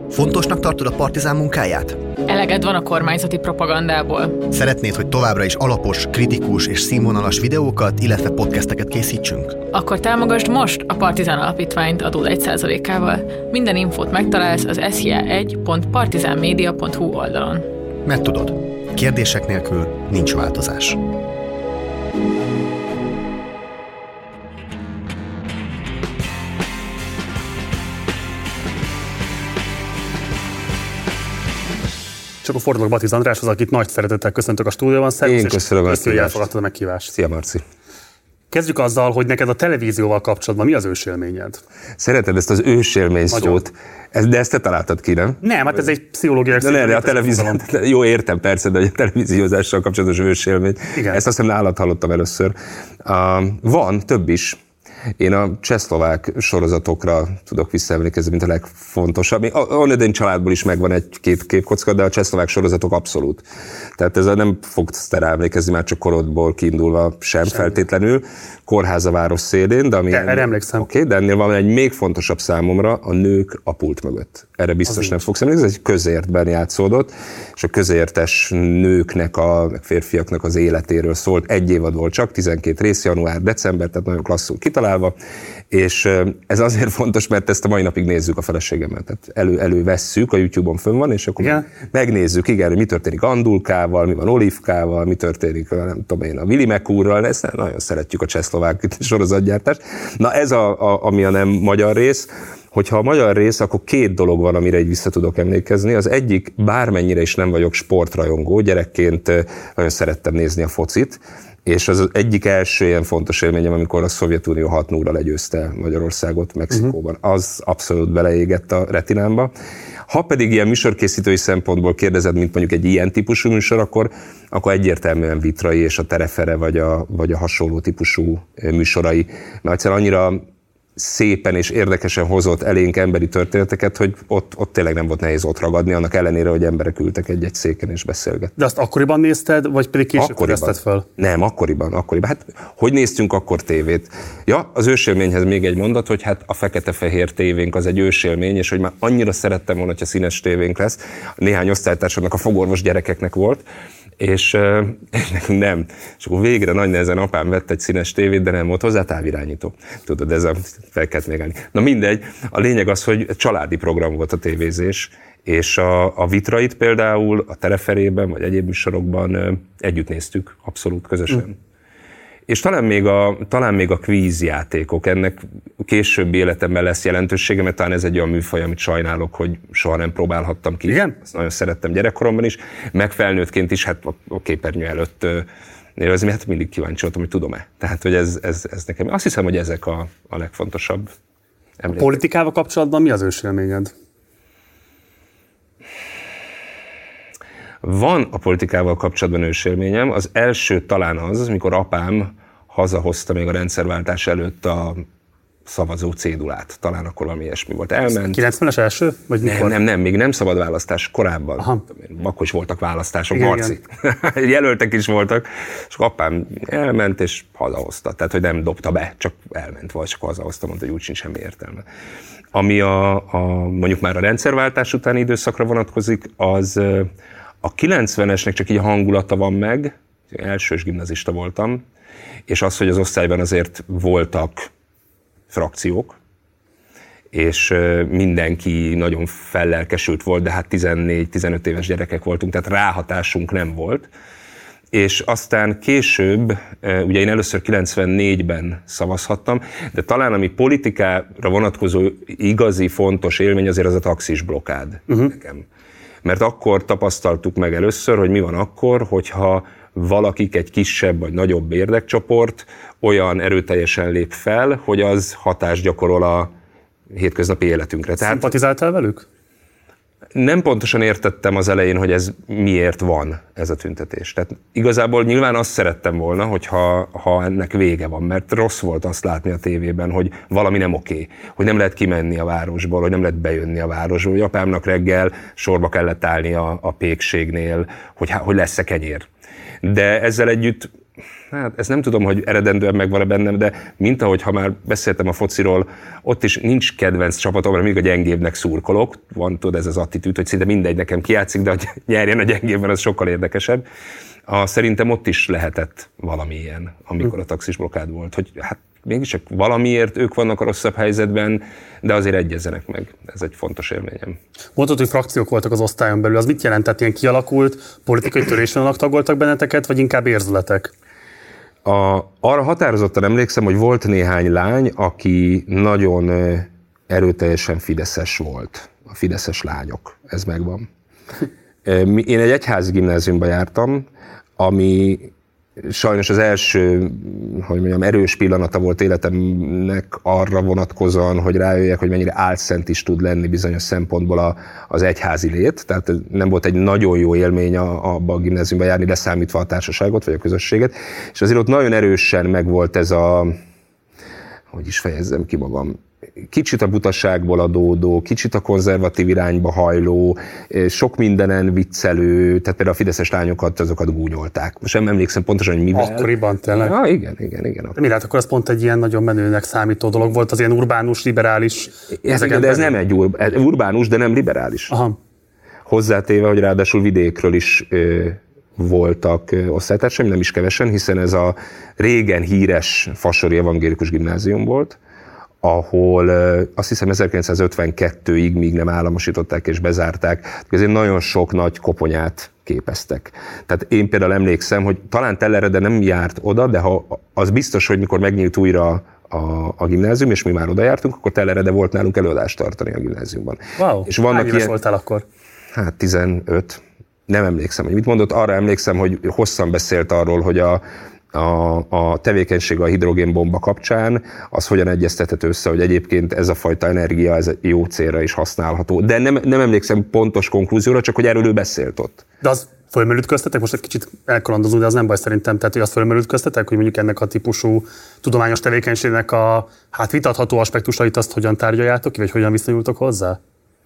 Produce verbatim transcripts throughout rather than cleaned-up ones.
Fontosnak tartod a Partizán munkáját? Eleged van a kormányzati propagandából? Szeretnéd, hogy továbbra is alapos, kritikus és színvonalas videókat, illetve podcasteket készítsünk? Akkor támogasd most a Partizán Alapítványt adód egy százalékával. Minden infót megtalálsz az s j a egy pont partizánmedia pont hu oldalon. Mert tudod, kérdések nélkül nincs változás. Csak a fordulok Batiz Andráshoz, akit nagy szeretettel köszöntök a stúdióban. Szervusz, én köszönöm a meghívást. Hogy elfogadtad a meghívást. Szia, Marci. Kezdjük azzal, hogy neked a televízióval kapcsolatban mi az ősélményed? Szereted ezt az ősélmény szót, ez, de ezt te találtad ki, nem? Nem, hát ez egy pszichológiai... De ne, de a televízió... Jó, értem persze, de a televíziózással kapcsolatos ősélmény. Igen. Ezt azt hiszem nálad hallottam először. Uh, van, több is. Én a csehszlovák sorozatokra tudok visszaemlékezni, mint a legfontosabb. A Onedin családból is megvan egy-két képkocka, de a csehszlovák sorozatok abszolút. Tehát ezzel nem fogsz te rá emlékezni, már csak korodból kiindulva sem Semmi. feltétlenül. Kórház a város szélén, de ami... De, erre emlékszem. Oké, okay, de ennél van egy még fontosabb számomra, a nők a pult mögött. Erre biztos az nem így fogsz emlékezni, ez egy közértben játszódott, és a közértes nőknek, a férfiaknak az életéről szólt. Egy évad volt csak, tizenkét rész, január, december, tehát nagyon klasszul kitalálva, és ez azért fontos, mert ezt a mai napig nézzük a feleségemmel. Tehát elő, elővesszük, a YouTube-on fönn van, és akkor igen. megnézzük, igen, hogy mi történik Andulkával, mi van Olivkával, mi történik, nem tudom én, a Willy McCoolral, ezt nagyon szeretjük a csehszlovák sorozatgyártást. Na ez a, a, ami a nem magyar rész. Hogyha a magyar rész, akkor két dolog van, amire így vissza tudok emlékezni. Az egyik, bármennyire is nem vagyok sportrajongó, gyerekként nagyon szerettem nézni a focit, és az egyik első ilyen fontos élményem, amikor a Szovjetunió hat nullra legyőzte Magyarországot Mexikóban. Uh-huh. Az abszolút beleégett a retinámba. Ha pedig ilyen műsorkészítői szempontból kérdezed, mint mondjuk egy ilyen típusú műsor, akkor, akkor egyértelműen Vitrai és a Terefere, vagy a, vagy a hasonló típusú műsorai. Mert egyszerűen annyira szépen és érdekesen hozott elénk emberi történeteket, hogy ott, ott tényleg nem volt nehéz ott ragadni, annak ellenére, hogy emberek ültek egy-egy széken és beszélgettek. De azt akkoriban nézted, vagy pedig később kezdted fel? Nem, akkoriban, akkoriban. Hát hogy néztünk akkor tévét? Ja, az ősélményhez még egy mondat, hogy hát a fekete-fehér tévénk az egy ősélmény, és hogy már annyira szerettem volna, hogyha színes tévénk lesz. Néhány osztálytársamnak a fogorvos gyerekeknek volt, és, és nekünk nem. És akkor végre nagy nehezen apám vett egy színes tévét, de nem volt hozzá távirányító. Tudod, ez a fel kellett még állni. Na mindegy, a lényeg az, hogy családi program volt a tévézés, és a, a Vitrait például a Tereferében, vagy egyéb műsorokban együtt néztük, abszolút közösen. Mm. És talán még, a, talán még a kvízjátékok, ennek későbbi életemben lesz jelentősége, mert talán ez egy olyan műfaj, amit sajnálok, hogy soha nem próbálhattam ki. Igen? Ezt nagyon szerettem gyerekkoromban is, meg felnőttként is, hát a képernyő előtt nézni, hát mindig kíváncsi voltam, hogy tudom-e. Tehát, hogy ez, ez, ez nekem, azt hiszem, hogy ezek a, a legfontosabb emlékek. A politikával kapcsolatban mi az ősélményed? Van a politikával kapcsolatban ősélményem. Az első talán az, mikor apám hazahozta még a rendszerváltás előtt a szavazó cédulát. Talán akkor valami ilyesmi volt. Elment. kilencvenes első? Vagy nem, mikor? nem, nem, még nem szabad választás, korábban. Aha. Akkor is voltak választások, igen, Marci. Igen. Jelöltek is voltak, és apám elment és hazahozta. Tehát, hogy nem dobta be, csak elment, vagy csak hazahozta, mondta, hogy úgy sincs semmi értelme. Ami a, a, mondjuk már a rendszerváltás utáni időszakra vonatkozik, az a kilencvenesnek csak így a hangulata van meg, elsős gimnazista voltam, és az, hogy az osztályban azért voltak frakciók, és mindenki nagyon fellelkesült volt, de hát tizennégy-tizenöt éves gyerekek voltunk, tehát ráhatásunk nem volt. És aztán később, ugye én először kilencvennégyben szavazhattam, de talán ami politikára vonatkozó igazi fontos élmény azért az a taxis blokkád uh-huh. nekem. Mert akkor tapasztaltuk meg először, hogy mi van akkor, hogyha valakik, egy kisebb vagy nagyobb érdekcsoport olyan erőteljesen lép fel, hogy az hatást gyakorol a hétköznapi életünkre. Tehát szimpatizáltál velük? Nem pontosan értettem az elején, hogy ez miért van, ez a tüntetés. Tehát igazából nyilván azt szerettem volna, hogyha ha ennek vége van, mert rossz volt azt látni a tévében, hogy valami nem oké, hogy nem lehet kimenni a városból, hogy nem lehet bejönni a városból, hogy apámnak reggel sorba kellett állni a, a pékségnél, hogy, hogy lesz-e kenyér. De ezzel együtt hát ezt nem tudom, hogy eredendően megvan-e bennem, de mint ahogy ha már beszéltem a fociról, ott is nincs kedvenc csapatomra, még a gyengébbnek szurkolok. Van tudod ez az attitűd, hogy szinte mindegy nekem kijátszik, de hogy nyerjen a gyengébben, az sokkal érdekesebb. A, szerintem ott is lehetett valami ilyen, amikor a taxis blokkád volt, hogy hát mégiscsak valamiért ők vannak a rosszabb helyzetben, de azért egyezzenek meg. Ez egy fontos élményem. Mondtad, hogy frakciók voltak az osztályon belül. Az mit jelentett? Ilyen kialakult politikai törésvonalak tagoltak benneteket, vagy inkább érzületek? A, arra határozottan emlékszem, hogy volt néhány lány, aki nagyon erőteljesen fideszes volt. A fideszes lányok. Ez megvan. Én egy egyházi gimnáziumba jártam, ami sajnos az első, hogy mondjam, erős pillanata volt életemnek arra vonatkozóan, hogy rájöjjek, hogy mennyire álszent is tud lenni bizonyos szempontból a, az egyházi lét. Tehát nem volt egy nagyon jó élmény abba a gimnáziumba járni, leszámítva a társaságot vagy a közösséget. És azért ott nagyon erősen megvolt ez a, hogy is fejezzem ki magam, kicsit a butaságból adódó, kicsit a konzervatív irányba hajló, sok mindenen viccelő, tehát például a fideszes lányokat, azokat gúnyolták. Most nem emlékszem pontosan, hogy mivel. Akkoriban tényleg? Ja, igen, igen, igen. De mi lehet, akkor az pont egy ilyen nagyon menőnek számító dolog volt, az ilyen urbánus, liberális. Ez igen, de ez nem egy ur, urbánus, de nem liberális. Aha. Hozzátéve, hogy ráadásul vidékről is ö, voltak ö, osztálytársaim, nem is kevesen, hiszen ez a régen híres Fasori Evangélikus Gimnázium volt, ahol azt hiszem ezerkilencszázötvenkettőig, míg nem államosították és bezárták, ezért nagyon sok nagy koponyát képeztek. Tehát én például emlékszem, hogy talán Tellerre, de nem járt oda, de ha az biztos, hogy mikor megnyílt újra a, a gimnázium, és mi már oda jártunk, akkor Tellerre, de volt nálunk előadást tartani a gimnáziumban. Wow, és vannak hány éves voltál akkor? Hát tizenöt. Nem emlékszem, hogy mit mondott. Arra emlékszem, hogy hosszan beszélt arról, hogy a A, a tevékenység a hidrogénbomba kapcsán, az hogyan egyeztethető össze, hogy egyébként ez a fajta energia ez jó célra is használható. De nem, nem emlékszem pontos konklúzióra, csak hogy erről ő beszélt ott. De az fölmerült köztetek? Most egy kicsit elkalandozunk, de az nem baj szerintem. Tehát, hogy az fölmerült köztetek, hogy mondjuk ennek a típusú tudományos tevékenységnek a hát vitatható aspektusait azt hogyan tárgyaljátok ki, vagy hogyan viszonyultok hozzá?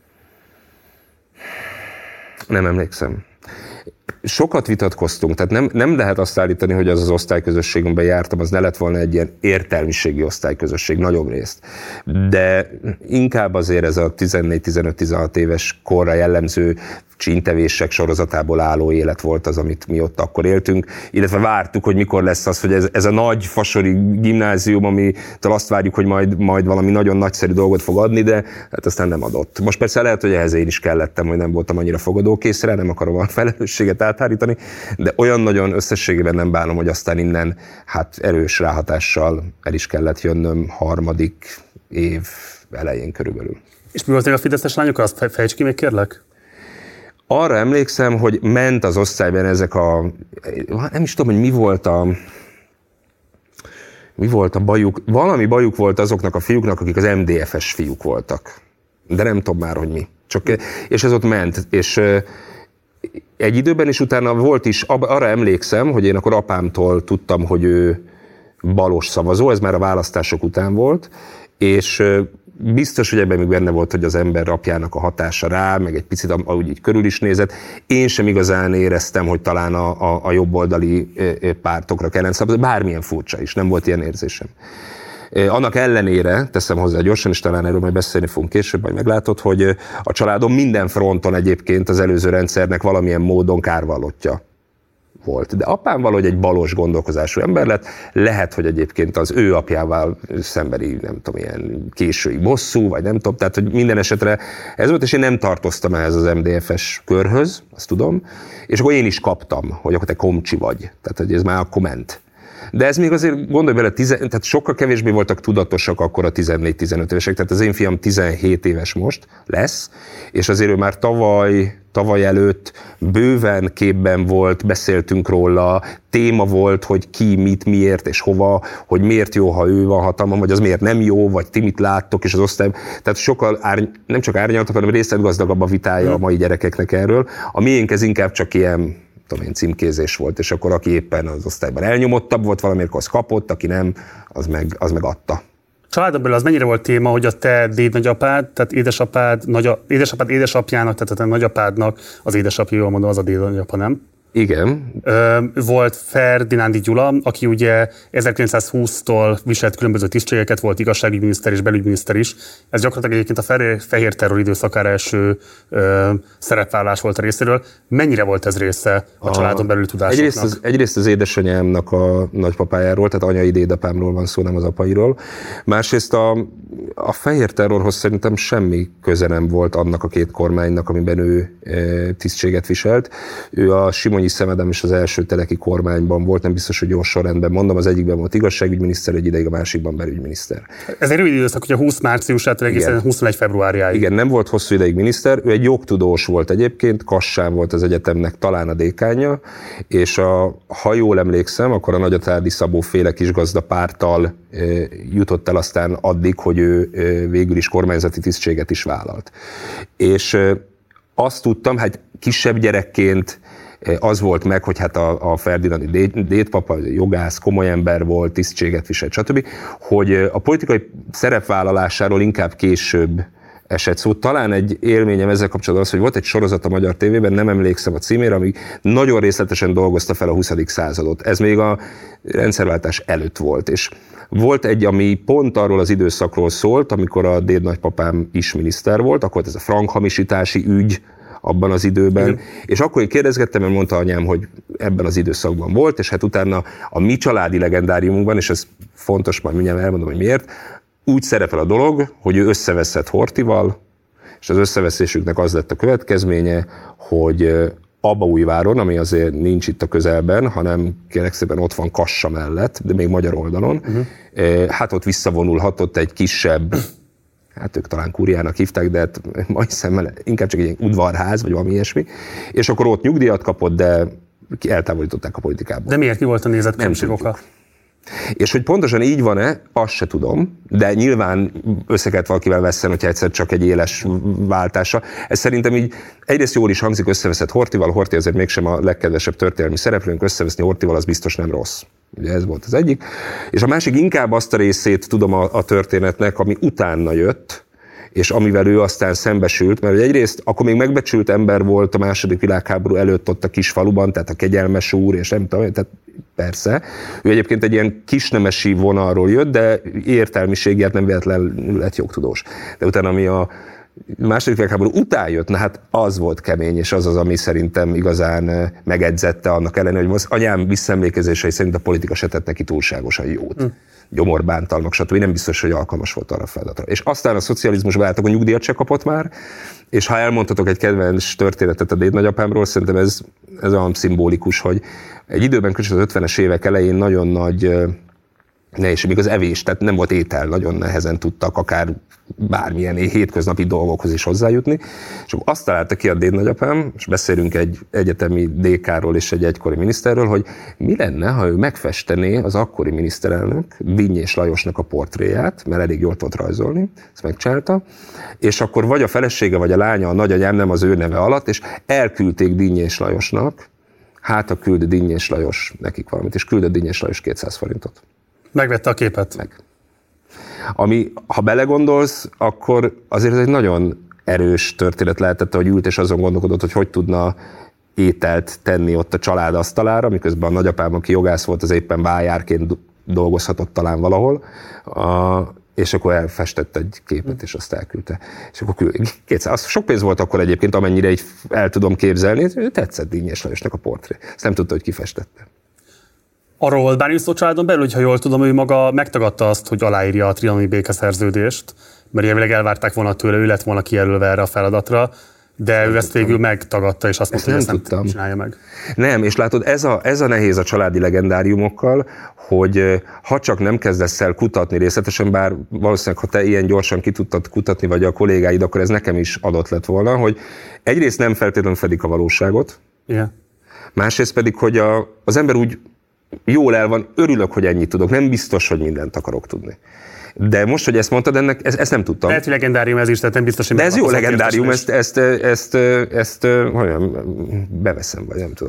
Nem emlékszem. Sokat vitatkoztunk, tehát nem, nem lehet azt állítani, hogy az az osztályközösségünkben jártam, az ne lett volna egy ilyen értelmiségi osztályközösség, nagyobb részt. De inkább azért ez a tizennégy tizenöt tizenhat éves korra jellemző csíntevések sorozatából álló élet volt az, amit mi ott akkor éltünk, illetve vártuk, hogy mikor lesz az, hogy ez, ez a nagy fasori gimnázium, amitől azt várjuk, hogy majd, majd valami nagyon nagyszerű dolgot fog adni, de hát aztán nem adott. Most persze lehet, hogy ehhez én is kellettem, hogy nem voltam annyira fogadókészre, nem akarom a felelősséget áthárítani, de olyan nagyon összességében nem bánom, hogy aztán innen hát erős ráhatással el is kellett jönnöm harmadik év elején körülbelül. És mi volt a fideszes lányokkal? Azt fejtsd ki még, kérlek? Arra emlékszem, hogy ment az osztályban ezek a, nem is tudom, hogy mi volt a, mi volt a bajuk, valami bajuk volt azoknak a fiúknak, akik az em dé ef-es fiúk voltak. De nem tudom már, hogy mi. Csak, és ez ott ment, és egy időben is utána volt is, arra emlékszem, hogy én akkor apámtól tudtam, hogy ő balos szavazó, ez már a választások után volt, és biztos, hogy ebben még benne volt, hogy az ember apjának a hatása rá, meg egy picit úgy így körül is nézett. Én sem igazán éreztem, hogy talán a, a, a jobboldali pártokra kellene szavazni, bármilyen furcsa is, nem volt ilyen érzésem. Annak ellenére, teszem hozzá gyorsan, és talán erről majd beszélni fogunk később, majd meglátod, hogy a családom minden fronton egyébként az előző rendszernek valamilyen módon kárvallottja volt. De apám valahogy egy balos gondolkozású ember lett, lehet, hogy egyébként az ő apjával szembeni, nem tudom, ilyen késői bosszú, vagy nem tudom, tehát, hogy minden esetre ez volt, és én nem tartoztam ehhez az em dé ef-es körhöz, azt tudom, és akkor én is kaptam, hogy akkor te komcsi vagy, tehát, hogy ez már akkor ment. De ez még azért, gondolj bele, tizen, tehát sokkal kevésbé voltak tudatosak akkor a tizennégy tizenöt évesek, tehát az én fiam tizenhét éves most lesz, és azért ő már tavaly, tavaly előtt bőven képben volt, beszéltünk róla, téma volt, hogy ki, mit, miért és hova, hogy miért jó, ha ő van hatalmon, vagy az miért nem jó, vagy ti mit láttok, és az osztály. Tehát sokkal árny, nem csak árnyaltabb, hanem részletgazdagabb a vitája a mai gyerekeknek erről. A miénk ez inkább csak ilyen, tudom én, címkézés volt, és akkor aki éppen az osztályban elnyomottabb volt valamiért, az kapott, aki nem, az meg, az meg adta. Családban az mennyire volt téma, hogy a te dédnagyapád, tehát édesapád, nagya, édesapád édesapjának, tehát a te nagyapádnak az édesapja, jól mondom, az a dédnagyapa, nem? Igen. Volt Ferdinándi Gyula, aki ugye ezerkilencszázhúsztól viselt különböző tisztségeket, volt igazságügyminiszter és belügyminiszter is. Ez gyakorlatilag egyébként a fehér, fehér terror időszakára eső ö, szerepvállás volt a részéről. Mennyire volt ez része a, a családon belül tudásoknak? Egyrészt az, egyrészt az édesanyámnak a nagypapájáról, tehát anyai dédapámról van szó, nem az apairól. Másrészt a, a fehér terrorhoz szerintem semmi köze nem volt annak a két kormánynak, amiben ő e, tisztséget viselt. Ő a Simonyi Szemedem és az első Teleki kormányban volt, nem biztos, hogy gyors sorrendben mondom, az egyikben volt igazságügyminiszter, egy ideig a másikban belügyminiszter. Ez egy rövid időszak, hogy a húsz márciusától egészen huszonegy februárjáig. Igen, nem volt hosszú ideig miniszter, ő egy jogtudós volt egyébként, Kassán volt az egyetemnek talán a dékánja, és a, ha jól emlékszem, akkor a Nagyatárdi Szabó féle kisgazda párttal e, jutott el aztán addig, hogy ő e, végül is kormányzati tisztséget is vállalt. És e, azt tudtam, hát kisebb gyerekként az volt meg, hogy hát a, a Ferdinándi dédpapa, jogász, komoly ember volt, tisztséget viselt, stb., hogy a politikai szerepvállalásáról inkább később esett szó. Talán egy élményem ezzel kapcsolatban az, hogy volt egy sorozat a Magyar Tévében, nem emlékszem a címére, ami nagyon részletesen dolgozta fel a huszadik századot. Ez még a rendszerváltás előtt volt, és volt egy, ami pont arról az időszakról szólt, amikor a dédnagypapám is miniszter volt, akkor ez a frankhamisítási ügy, abban az időben, igen. És akkor én kérdezgettem, mert mondta anyám, hogy ebben az időszakban volt, és hát utána a mi családi legendáriumunkban, és ez fontos, majd mindjárt elmondom, hogy miért, úgy szerepel a dolog, hogy ő összeveszett Horthyval, és az összeveszésüknek az lett a következménye, hogy Abaújváron, ami azért nincs itt a közelben, hanem kérlek szépen ott van Kassa mellett, de még magyar oldalon, uh-huh. hát ott visszavonulhatott egy kisebb, hát ők talán kúriának hívták, de hát majd szemmel inkább csak egy udvarház, vagy valami ilyesmi, és akkor ott nyugdíjat kapott, de eltávolították a politikából. De miért, mi volt a nézetkülönbség oka? És hogy pontosan így van-e, azt se tudom, de nyilván össze kellett valakivel vesszen, hogyha egyszer csak egy éles váltása. Ez szerintem így egyrészt jól is hangzik, összeveszett Horthyval, Horthy azért mégsem a legkedvesebb történelmi szereplőnk, összeveszni Horthyval az biztos nem rossz. Ugye ez volt az egyik. És a másik inkább azt a részét tudom a, a történetnek, ami utána jött, és amivel ő aztán szembesült, mert egyrészt akkor még megbecsült ember volt a második világháború előtt ott a kis faluban, tehát a kegyelmes úr, és nem tudom, tehát persze. Ő egyébként egy ilyen kisnemesi vonalról jött, de értelmiségiát nem véletlenül lett jogtudós. De utána, ami a második világháború után jött, na hát az volt kemény, és az az, ami szerintem igazán megedzette annak ellenére, hogy az anyám visszaemlékezései szerint a politika se tett neki túlságosan jót. Mm. Gyomorbántalmak, stb. Nem biztos, hogy alkalmas volt arra a feladatra. És aztán a szocializmusba álltak, a nyugdíjat se kapott már, és ha elmondhatok egy kedvenc történetet a dédnagyapámról, szerintem ez, ez olyan szimbolikus, hogy egy időben kicsit az ötvenes évek elején nagyon nagy nehéz, még az evés, tehát nem volt étel, nagyon nehezen tudtak akár bármilyen hétköznapi dolgokhoz is hozzájutni. És akkor azt találta ki a dédnagyapám, és beszélünk egy egyetemi dé ká-ról és egy egykori miniszterről, hogy mi lenne, ha ő megfestené az akkori miniszterelnök, Dinnyés Lajosnak a portréját, mert elég jól tudott rajzolni, ezt megcsinálta, és akkor vagy a felesége, vagy a lánya, a nagyanyám nem az ő neve alatt, és elküldték Dinnyés Lajosnak, hát a küld Dinnyés Lajos nekik valamit, és küldött Dinnyés Lajos kétszáz forintot. Megvette a képet? Meg. Ami, ha belegondolsz, akkor azért ez egy nagyon erős történet lehetett, hogy ült és azon gondolkodott, hogy hogy tudna ételt tenni ott a család asztalára, miközben a nagyapám, aki jogász volt, az éppen bájárként dolgozhatott talán valahol, a, és akkor elfestett egy képet, és azt elküldte. És akkor küld, kétszer, az sok pénz volt akkor egyébként, amennyire így el tudom képzelni, tetszett Dinnyés Lajosnak a portré. Ezt nem tudta, hogy kifestette. Arról volt bármi szó családon belül, hogy ha jól tudom, ő maga megtagadta azt, hogy aláírja a trianoni békeszerződést, mert elvileg elvárták volna tőle, ő lett volna kijelölve erre a feladatra, de ő ezt végül megtagadta, és azt mondta, hogy ezt nem csinálja meg. Nem, és látod, ez a, ez a nehéz a családi legendáriumokkal, hogy ha csak nem kezdesz el kutatni részletesen, bár valószínűleg, ha te ilyen gyorsan ki tudtad kutatni, vagy a kollégáid, akkor ez nekem is adott lett volna, hogy egyrészt nem feltétlenül fedik a valóságot, igen. Másrészt pedig, hogy a, az ember úgy jól el van, örülök, hogy ennyit tudok, nem biztos, hogy mindent akarok tudni. De most, hogy ezt mondtad, ennek, ezt, ezt nem tudtam. Lehet, hogy legendárium ez is, tehát nem biztos, hogy... De ez jó legendárium, ezt, ezt, ezt, ezt, ezt, ezt olyan, beveszem, vagy nem tudom.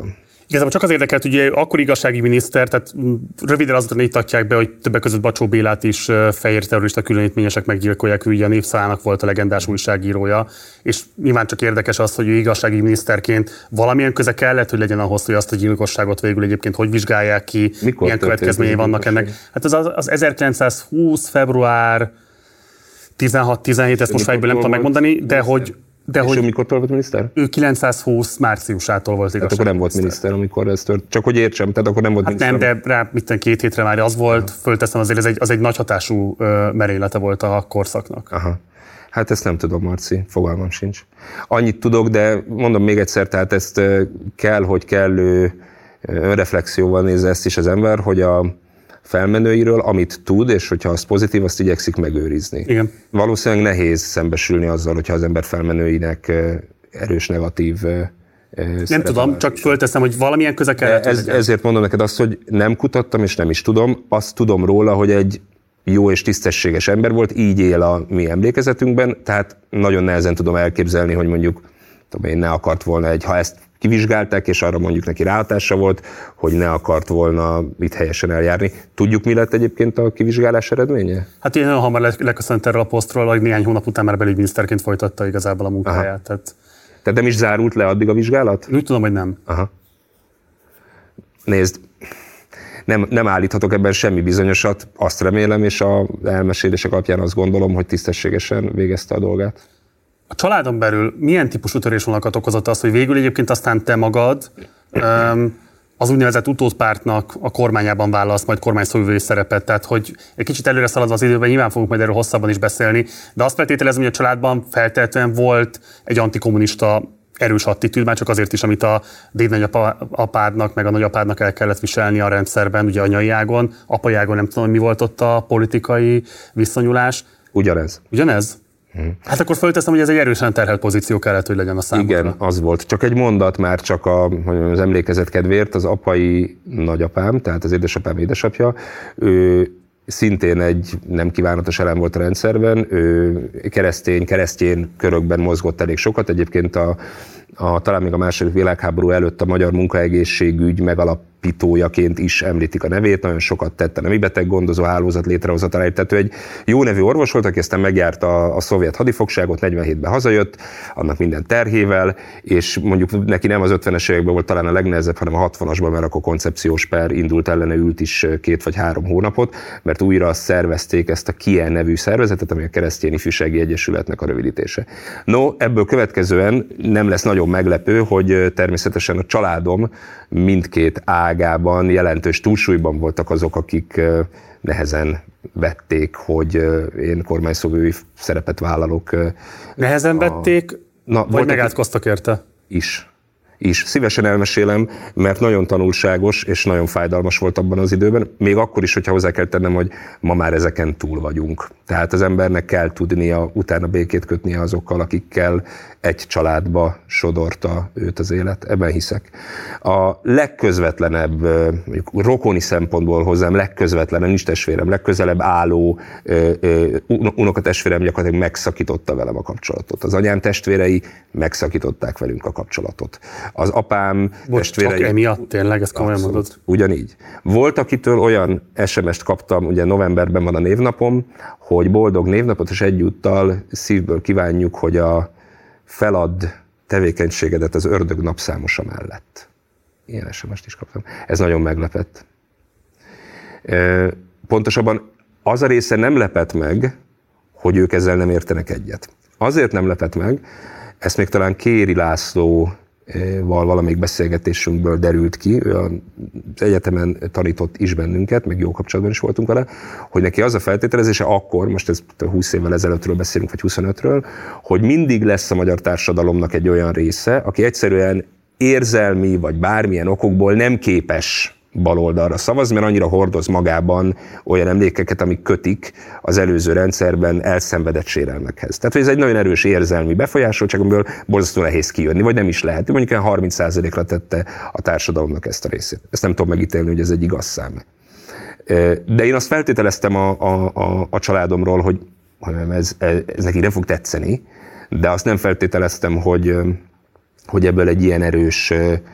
Igazából csak az érdekelt, hogy akkor igazsági miniszter, tehát röviden azután ítatják be, hogy többek között Bacsó Bélát is fehér terrorista különítményesek meggyilkolják, ő ugye a Népszavának volt a legendás újságírója, és nyilván csak érdekes az, hogy ő igazsági miniszterként valamilyen köze kellett, hogy legyen ahhoz, hogy azt a gyilkosságot végül egyébként hogy vizsgálják ki, mikor milyen következményei vannak ennek. Hát az, az ezerkilencszázhúsz. február tizenhat tizenhét, ezt most fejből nem tudom megmondani, de hogy De és hogy ő mikor volt miniszter? Ő kilencszázhúsz márciusától volt igazság. Hát akkor nem volt miniszter, amikor ez tört. Csak hogy értsem, tehát akkor nem volt hát miniszter. nem, de rá mitten két hétre már az volt, aha. Fölteszem azért, ez egy, az egy nagy hatású ö, merénylete volt a korszaknak. Aha. Hát ezt nem tudom, Marci, fogalmam sincs. Annyit tudok, de mondom még egyszer, tehát ezt kell, hogy kellő önreflexióval nézze ezt is az ember, hogy a felmenőiről, amit tud, és hogyha az pozitív, azt igyekszik megőrizni. Igen. Valószínűleg nehéz szembesülni azzal, hogyha az ember felmenőinek erős negatív nem tudom, csak fölteszem, hogy valamilyen köze kellett. Ez, ezért mondom neked azt, hogy nem kutattam, és nem is tudom. Azt tudom róla, hogy egy jó és tisztességes ember volt, így él a mi emlékezetünkben, tehát nagyon nehezen tudom elképzelni, hogy mondjuk tudom én, ne akart volna egy, ha ezt kivizsgálták, és arra mondjuk neki ráhatása volt, hogy ne akart volna itt helyesen eljárni. Tudjuk, mi lett egyébként a kivizsgálás eredménye? Hát én nagyon hamar leköszönt erről a posztról, hogy néhány hónap után már belügyminiszterként folytatta igazából a munkáját. Tehát... Tehát nem is zárult le addig a vizsgálat? Úgy tudom, hogy nem. Aha. Nézd, nem, nem állíthatok ebben semmi bizonyosat, azt remélem, és az elmesélések alapján azt gondolom, hogy tisztességesen végezte a dolgát. A családon belül milyen típusú törésvonalakat okozott az, hogy végül egyébként aztán te magad um, az úgynevezett utódpártnak a kormányában válasz majd kormányszóvivői szerepet, tehát hogy egy kicsit előre szaladva az időben, nyilván fogunk majd erről hosszabban is beszélni, de azt feltételezem, hogy a családban feltétlenül volt egy antikommunista erős attitűd, már csak azért is, amit a dédnagyapádnak, meg a nagyapádnak el kellett viselni a rendszerben, ugye anyai ágon, apai ágon nem tudom, mi volt ott a politikai viszonyulás. Ugyanez. Ugyanez? Hmm. Hát akkor fölteszem, hogy ez egy erősen terhelt pozíció kellett, hogy legyen a számukra. Igen, az volt. Csak egy mondat már csak a, az emlékezet kedvéért, az apai nagyapám, tehát az édesapám édesapja, ő szintén egy nem kívánatos elem volt a rendszerben, ő keresztény, keresztjén körökben mozgott elég sokat, egyébként a, a, talán még a második világháború előtt a Magyar Munkaegészségügy megalapítójaként is említik a nevét, nagyon sokat tett a nemi beteggondozó hálózat létrehozatára, tehát ő egy jó nevű orvos volt, aki aztán megjárta a szovjet hadifogságot, negyvenhétben hazajött, annak minden terhével, és mondjuk neki nem az ötvenes években volt talán a legnehezebb, hanem a hatvanasban, mert akkor koncepciós per indult ellene, ült is két vagy három hónapot, mert újra szervezték ezt a KIE nevű szervezetet, ami a Keresztény Ifjúsági Egyesületnek a rövidítése. No, ebből következően nem lesz nagyon meglepő, hogy természetesen a családom mindkét ágában jelentős túlsúlyban voltak azok, akik nehezen vették, hogy én kormányszóvivői szerepet vállalok. Nehezen a... vették, Na, vagy megátkoztak érte? Is. is. Szívesen elmesélem, mert nagyon tanulságos és nagyon fájdalmas volt abban az időben, még akkor is, hogyha hozzá kell tennem, hogy ma már ezeken túl vagyunk. Tehát az embernek kell tudnia utána békét kötnie azokkal, akikkel egy családba sodorta őt az élet. Ebben hiszek. A legközvetlenebb, mondjuk rokoni szempontból hozzám legközvetlenebb, nincs testvérem, legközelebb álló unokatestvérem gyakorlatilag megszakította velem a kapcsolatot. Az anyám testvérei megszakították velünk a kapcsolatot. Az apám Most testvérei... Csak emiatt tényleg, ezt komolyan mondod? Ugyanígy. Volt, akitől olyan es em est kaptam, ugye novemberben van a névnapom, hogy boldog névnapot, és egyúttal szívből kívánjuk, hogy a feladd tevékenységedet az ördög napszámosa mellett. Ilyen es em est is kaptam. Ez nagyon meglepett. Pontosabban az a része nem lepett meg, hogy ők ezzel nem értenek egyet. Azért nem lepett meg, ezt még talán Kéri Lászlóval valamelyik beszélgetésünkből derült ki, ő az egyetemen tanított is bennünket, meg jó kapcsolatban is voltunk vele, hogy neki az a feltételezése akkor, most ez húsz évvel ezelőttről beszélünk, vagy huszonötről, hogy mindig lesz a magyar társadalomnak egy olyan része, aki egyszerűen érzelmi, vagy bármilyen okokból nem képes baloldalra szavaz, mert annyira hordoz magában olyan emlékeket, amik kötik az előző rendszerben elszenvedett sérelmekhez. Tehát, hogy ez egy nagyon erős érzelmi befolyásoltság, amiből borzasztó nehéz kijönni, vagy nem is lehet. Mondjuk olyan harminc százalékra tette a társadalomnak ezt a részét. Ezt nem tudom megítélni, hogy ez egy igaz szám. De én azt feltételeztem a, a, a, a családomról, hogy ez, ez neki nem fog tetszeni, de azt nem feltételeztem, hogy, hogy ebből egy ilyen erős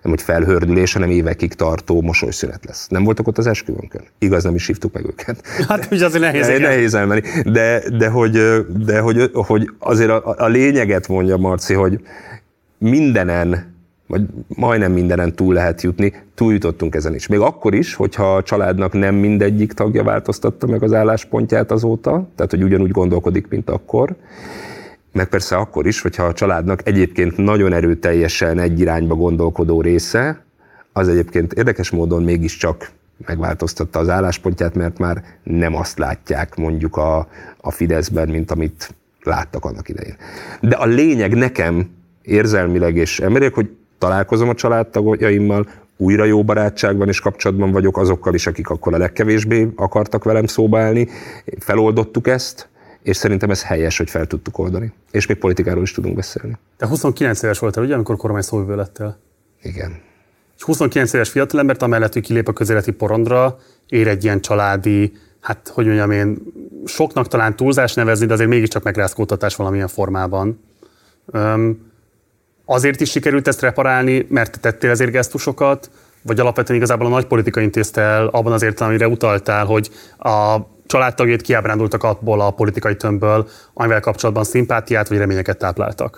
nem hogy felhördülés, hanem évekig tartó mosolyszünet lesz. Nem voltak ott az esküvőnkön? Igaz, nem is hívtuk meg őket. Hát ugye azért nehéz. De, nehéz elmenni. De, de, hogy, de hogy, hogy azért a, a lényeget mondja Marci, hogy mindenen, vagy majdnem mindenen túl lehet jutni, túljutottunk ezen is. Még akkor is, hogyha a családnak nem mindegyik tagja változtatta meg az álláspontját azóta, tehát hogy ugyanúgy gondolkodik, mint akkor, meg persze akkor is, hogyha a családnak egyébként nagyon erőteljesen egy irányba gondolkodó része, az egyébként érdekes módon mégiscsak megváltoztatta az álláspontját, mert már nem azt látják mondjuk a, a Fideszben, mint amit láttak annak idején. De a lényeg nekem érzelmileg és emberileg, hogy találkozom a családtagjaimmal, újra jó barátságban és kapcsolatban vagyok azokkal is, akik akkor a legkevésbé akartak velem szóba állni. Feloldottuk ezt, és szerintem ez helyes, hogy fel tudtuk oldani. És még politikáról is tudunk beszélni. Te huszonkilenc éves voltál, ugye, amikor kormány szóvivő lettél? Igen. És huszonkilenc éves fiatalembert, amellett, hogy kilép a közéleti porondra, ér egy ilyen családi, hát hogy mondjam én, soknak talán túlzás nevezni, de azért mégiscsak megrázkódtatás valamilyen formában. Öm, azért is sikerült ezt reparálni, mert te tettél ezért gesztusokat, vagy alapvetően igazából a nagy politika intézte el abban az értelemben, amire utaltál, hogy a családtagjait kiábrándultak abból a politikai tömbből, amivel kapcsolatban szimpátiát vagy reményeket tápláltak?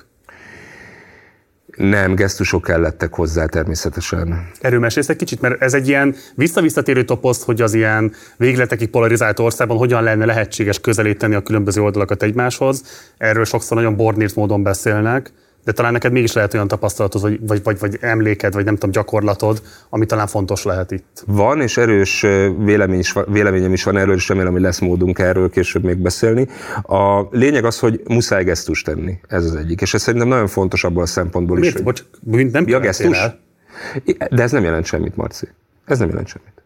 Nem, gesztusok kellettek hozzá természetesen. Erről mesélsz egy kicsit, mert ez egy ilyen visszavisszatérő toposzt, hogy az ilyen végletekig polarizált országban hogyan lenne lehetséges közelíteni a különböző oldalakat egymáshoz. Erről sokszor nagyon bornírt módon beszélnek, de talán neked mégis lehet olyan tapasztalatod, vagy, vagy, vagy, vagy emléked, vagy nem tudom, gyakorlatod, ami talán fontos lehet itt. Van, és erős vélemény is, véleményem is van erről, és remélem, hogy lesz módunk erről később még beszélni. A lényeg az, hogy muszáj gesztust tenni. Ez az egyik. És ez szerintem nagyon fontos abban a szempontból Miért? is. Bocs, hogy... nem ja, gesztus? El? De ez nem jelent semmit, Marci. Ez nem jelent semmit.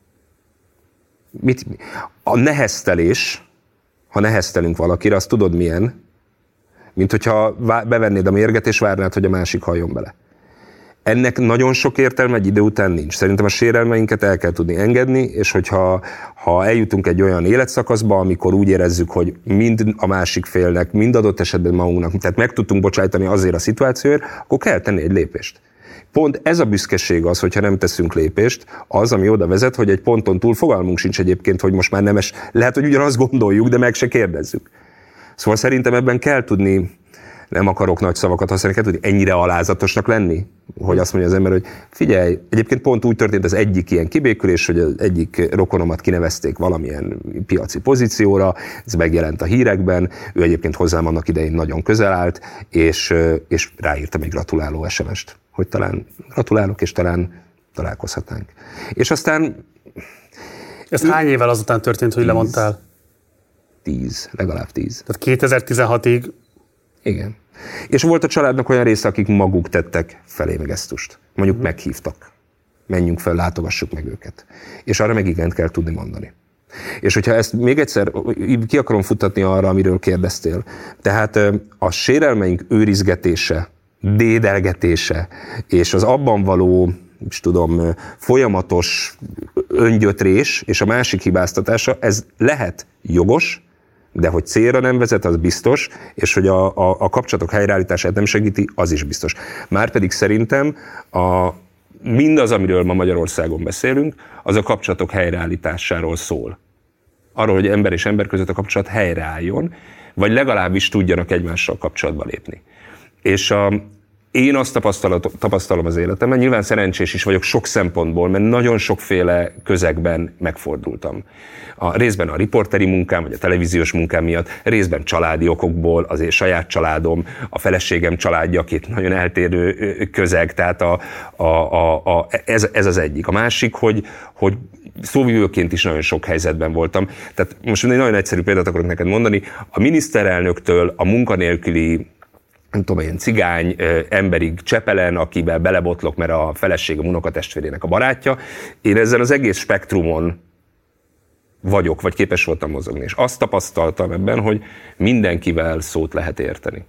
Mit? A neheztelés, ha neheztelünk valakire, azt tudod milyen? Mint hogyha bevennéd a mérget, és várnád, hogy a másik halljon bele. Ennek nagyon sok értelme egy idő után nincs. Szerintem a sérelmeinket el kell tudni engedni, és hogyha ha eljutunk egy olyan életszakaszba, amikor úgy érezzük, hogy mind a másik félnek, mind adott esetben magunknak, tehát meg tudtunk bocsájtani azért a szituációért, akkor kell tenni egy lépést. Pont ez a büszkeség az, hogyha nem teszünk lépést, az, ami oda vezet, hogy egy ponton túl fogalmunk sincs egyébként, hogy most már nem es, lehet, hogy ugyanazt gondoljuk, de meg se kérdezzük. Szóval szerintem ebben kell tudni, nem akarok nagy szavakat használni, kell tudni ennyire alázatosnak lenni, hogy azt mondja az ember, hogy figyelj, egyébként pont úgy történt az egyik ilyen kibékülés, hogy az egyik rokonomat kinevezték valamilyen piaci pozícióra, ez megjelent a hírekben, ő egyébként hozzám annak idején nagyon közel állt, és, és ráírtam egy gratuláló es em est, hogy talán gratulálok, és talán találkozhatnánk. És aztán... Ez hány évvel azután történt, hogy lemondtál? Tíz, legalább tíz. Tehát kétezer-tizenhatig? Igen. És volt a családnak olyan része, akik maguk tettek felém gesztust. Mondjuk uh-huh. meghívtak. Menjünk fel, látogassuk meg őket. És arra meg igent kell tudni mondani. És hogyha ezt még egyszer ki akarom futtatni arra, amiről kérdeztél. Tehát a sérelmeink őrizgetése, dédelgetése, és az abban való, is tudom, folyamatos öngyötrés, és a másik hibáztatása, ez lehet jogos, de hogy célra nem vezet, az biztos, és hogy a, a, a kapcsolatok helyreállítását nem segíti, az is biztos. Márpedig szerintem a, mindaz, amiről ma Magyarországon beszélünk, az a kapcsolatok helyreállításáról szól. Arról, hogy ember és ember között a kapcsolat helyreálljon, vagy legalábbis tudjanak egymással kapcsolatba lépni. És a, én azt tapasztalom az életemben, nyilván szerencsés is vagyok sok szempontból, mert nagyon sokféle közegben megfordultam. A részben a riporteri munkám, vagy a televíziós munkám miatt, részben családi okokból, az én saját családom, a feleségem családja, két nagyon eltérő közeg, tehát a, a, a, a, ez, ez az egyik. A másik, hogy, hogy szóvivőként is nagyon sok helyzetben voltam. Tehát most egy nagyon egyszerű példát akarok neked mondani. A miniszterelnöktől a munkanélküli, nem tudom, ilyen cigány emberig Csepelen, akivel belebotlok, mert a feleségem unokatestvérének a barátja. Én ezen az egész spektrumon vagyok, vagy képes voltam mozogni. És azt tapasztaltam ebben, hogy mindenkivel szót lehet érteni.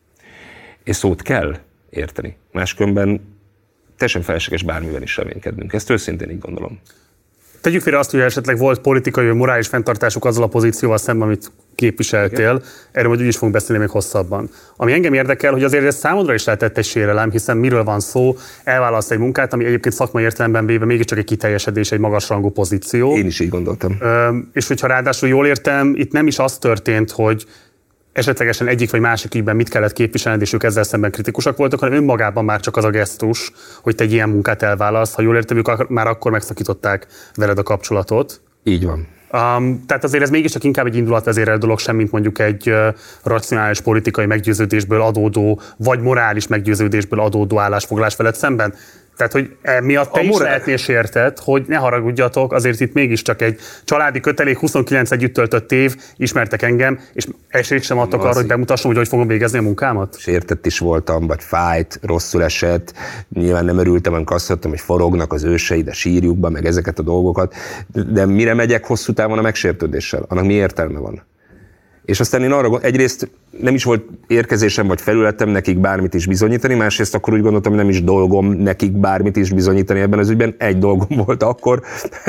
És szót kell érteni. Máskülönben teljesen felesleges bármivel is reménykednünk. Ezt őszintén így gondolom. Tegyük félre azt, hogy esetleg volt politikai vagy morális fenntartásuk azzal a pozícióval szemben, amit képviseltél. Igen. Erről majd úgyis fogunk beszélni még hosszabban. Ami engem érdekel, hogy azért ez számodra is lehetett egy sérelem, hiszen miről van szó, elválaszt egy munkát, ami egyébként szakmai értelemben véve mégiscsak egy kiteljesedés, egy magasrangú pozíció. Én is így gondoltam. Ö, és hogyha ráadásul jól értem, itt nem is az történt, hogy esetlegesen egyik vagy másik ügyben mit kellett képviselned, és ők ezzel szemben kritikusak voltak, hanem önmagában már csak az a gesztus, hogy te egy ilyen munkát elválaszt. Ha jól értem, ők már akkor megszakították veled a kapcsolatot. Így van. Um, tehát azért ez mégiscsak inkább egy indulatvezérelt dolog, sem mint mondjuk egy uh, racionális politikai meggyőződésből adódó, vagy morális meggyőződésből adódó állásfoglalás veled szemben. Tehát, hogy emiatt te a is morál... lehetnél sértett, hogy ne haragudjatok, azért itt mégiscsak egy családi kötelék, huszonkilenc együtt töltött év, ismertek engem, és esélyt sem adtak arra, hogy bemutassam, hogy hogy fogom végezni a munkámat? Sértett is voltam, vagy fájt, rosszul esett, nyilván nem örültem, amikor azt mondtam, hogy forognak az őseid a sírjukba, meg ezeket a dolgokat, de mire megyek hosszú távon a megsértődéssel? Annak mi értelme van? És aztán én arra, egyrészt nem is volt érkezésem vagy felületem nekik bármit is bizonyítani, másrészt akkor úgy gondoltam, hogy nem is dolgom nekik bármit is bizonyítani ebben az ügyben. Egy dolgom volt akkor,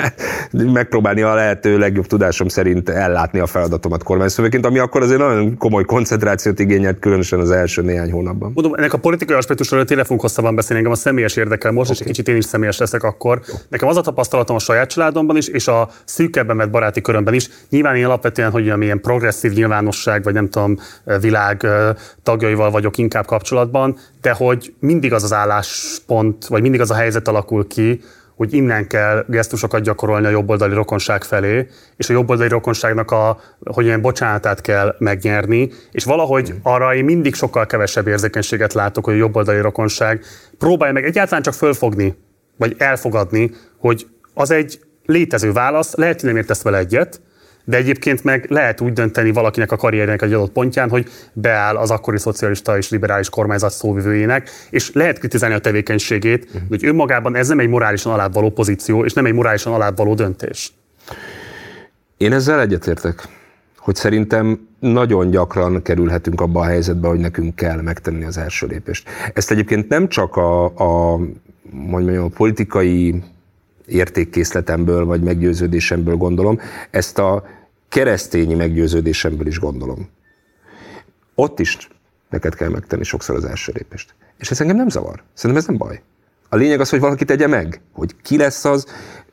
megpróbálni a lehető legjobb tudásom szerint ellátni a feladatomat kormányszövőként, ami akkor azért nagyon komoly koncentrációt igényelt, különösen az első néhány hónapban. Mondom, ennek a politikai aspektusról tényleg fogunk hosszabban beszélni, engem a személyes érdekel most, okay. És egy kicsit én is személyes leszek akkor. Nekem az a tapasztalatom a saját családomban is, és a szűkebben vett baráti körömben is. Nyilván én alapvetően, hogy ilyen progresszív nyilvánosság, vagy nem tudom, világ tagjaival vagyok inkább kapcsolatban, de hogy mindig az az álláspont, vagy mindig az a helyzet alakul ki, hogy innen kell gesztusokat gyakorolni a jobboldali rokonság felé, és a jobboldali rokonságnak a, hogy ilyen bocsánatát kell megnyerni, és valahogy arra én mindig sokkal kevesebb érzékenységet látok, hogy a jobboldali rokonság próbálja meg egyáltalán csak fölfogni, vagy elfogadni, hogy az egy létező válasz, lehet, hogy nem értesz vele egyet, de egyébként meg lehet úgy dönteni valakinek a karrierjének egy adott pontján, hogy beáll az akkori szocialista és liberális kormányzat szóvivőjének, és lehet kritizálni a tevékenységét, uh-huh. hogy önmagában ez nem egy morálisan alább való pozíció, és nem egy morálisan alább való döntés. Én ezzel egyetértek, hogy szerintem nagyon gyakran kerülhetünk abba a helyzetbe, hogy nekünk kell megtenni az első lépést. Ezt egyébként nem csak a, a, mondjam, a politikai értékkészletemből vagy meggyőződésemből gondolom, ezt a keresztényi meggyőződésemből is gondolom. Ott is neked kell megtenni sokszor az első lépést. És ez engem nem zavar. Szerintem ez nem baj. A lényeg az, hogy valaki tegye meg. Hogy ki lesz az,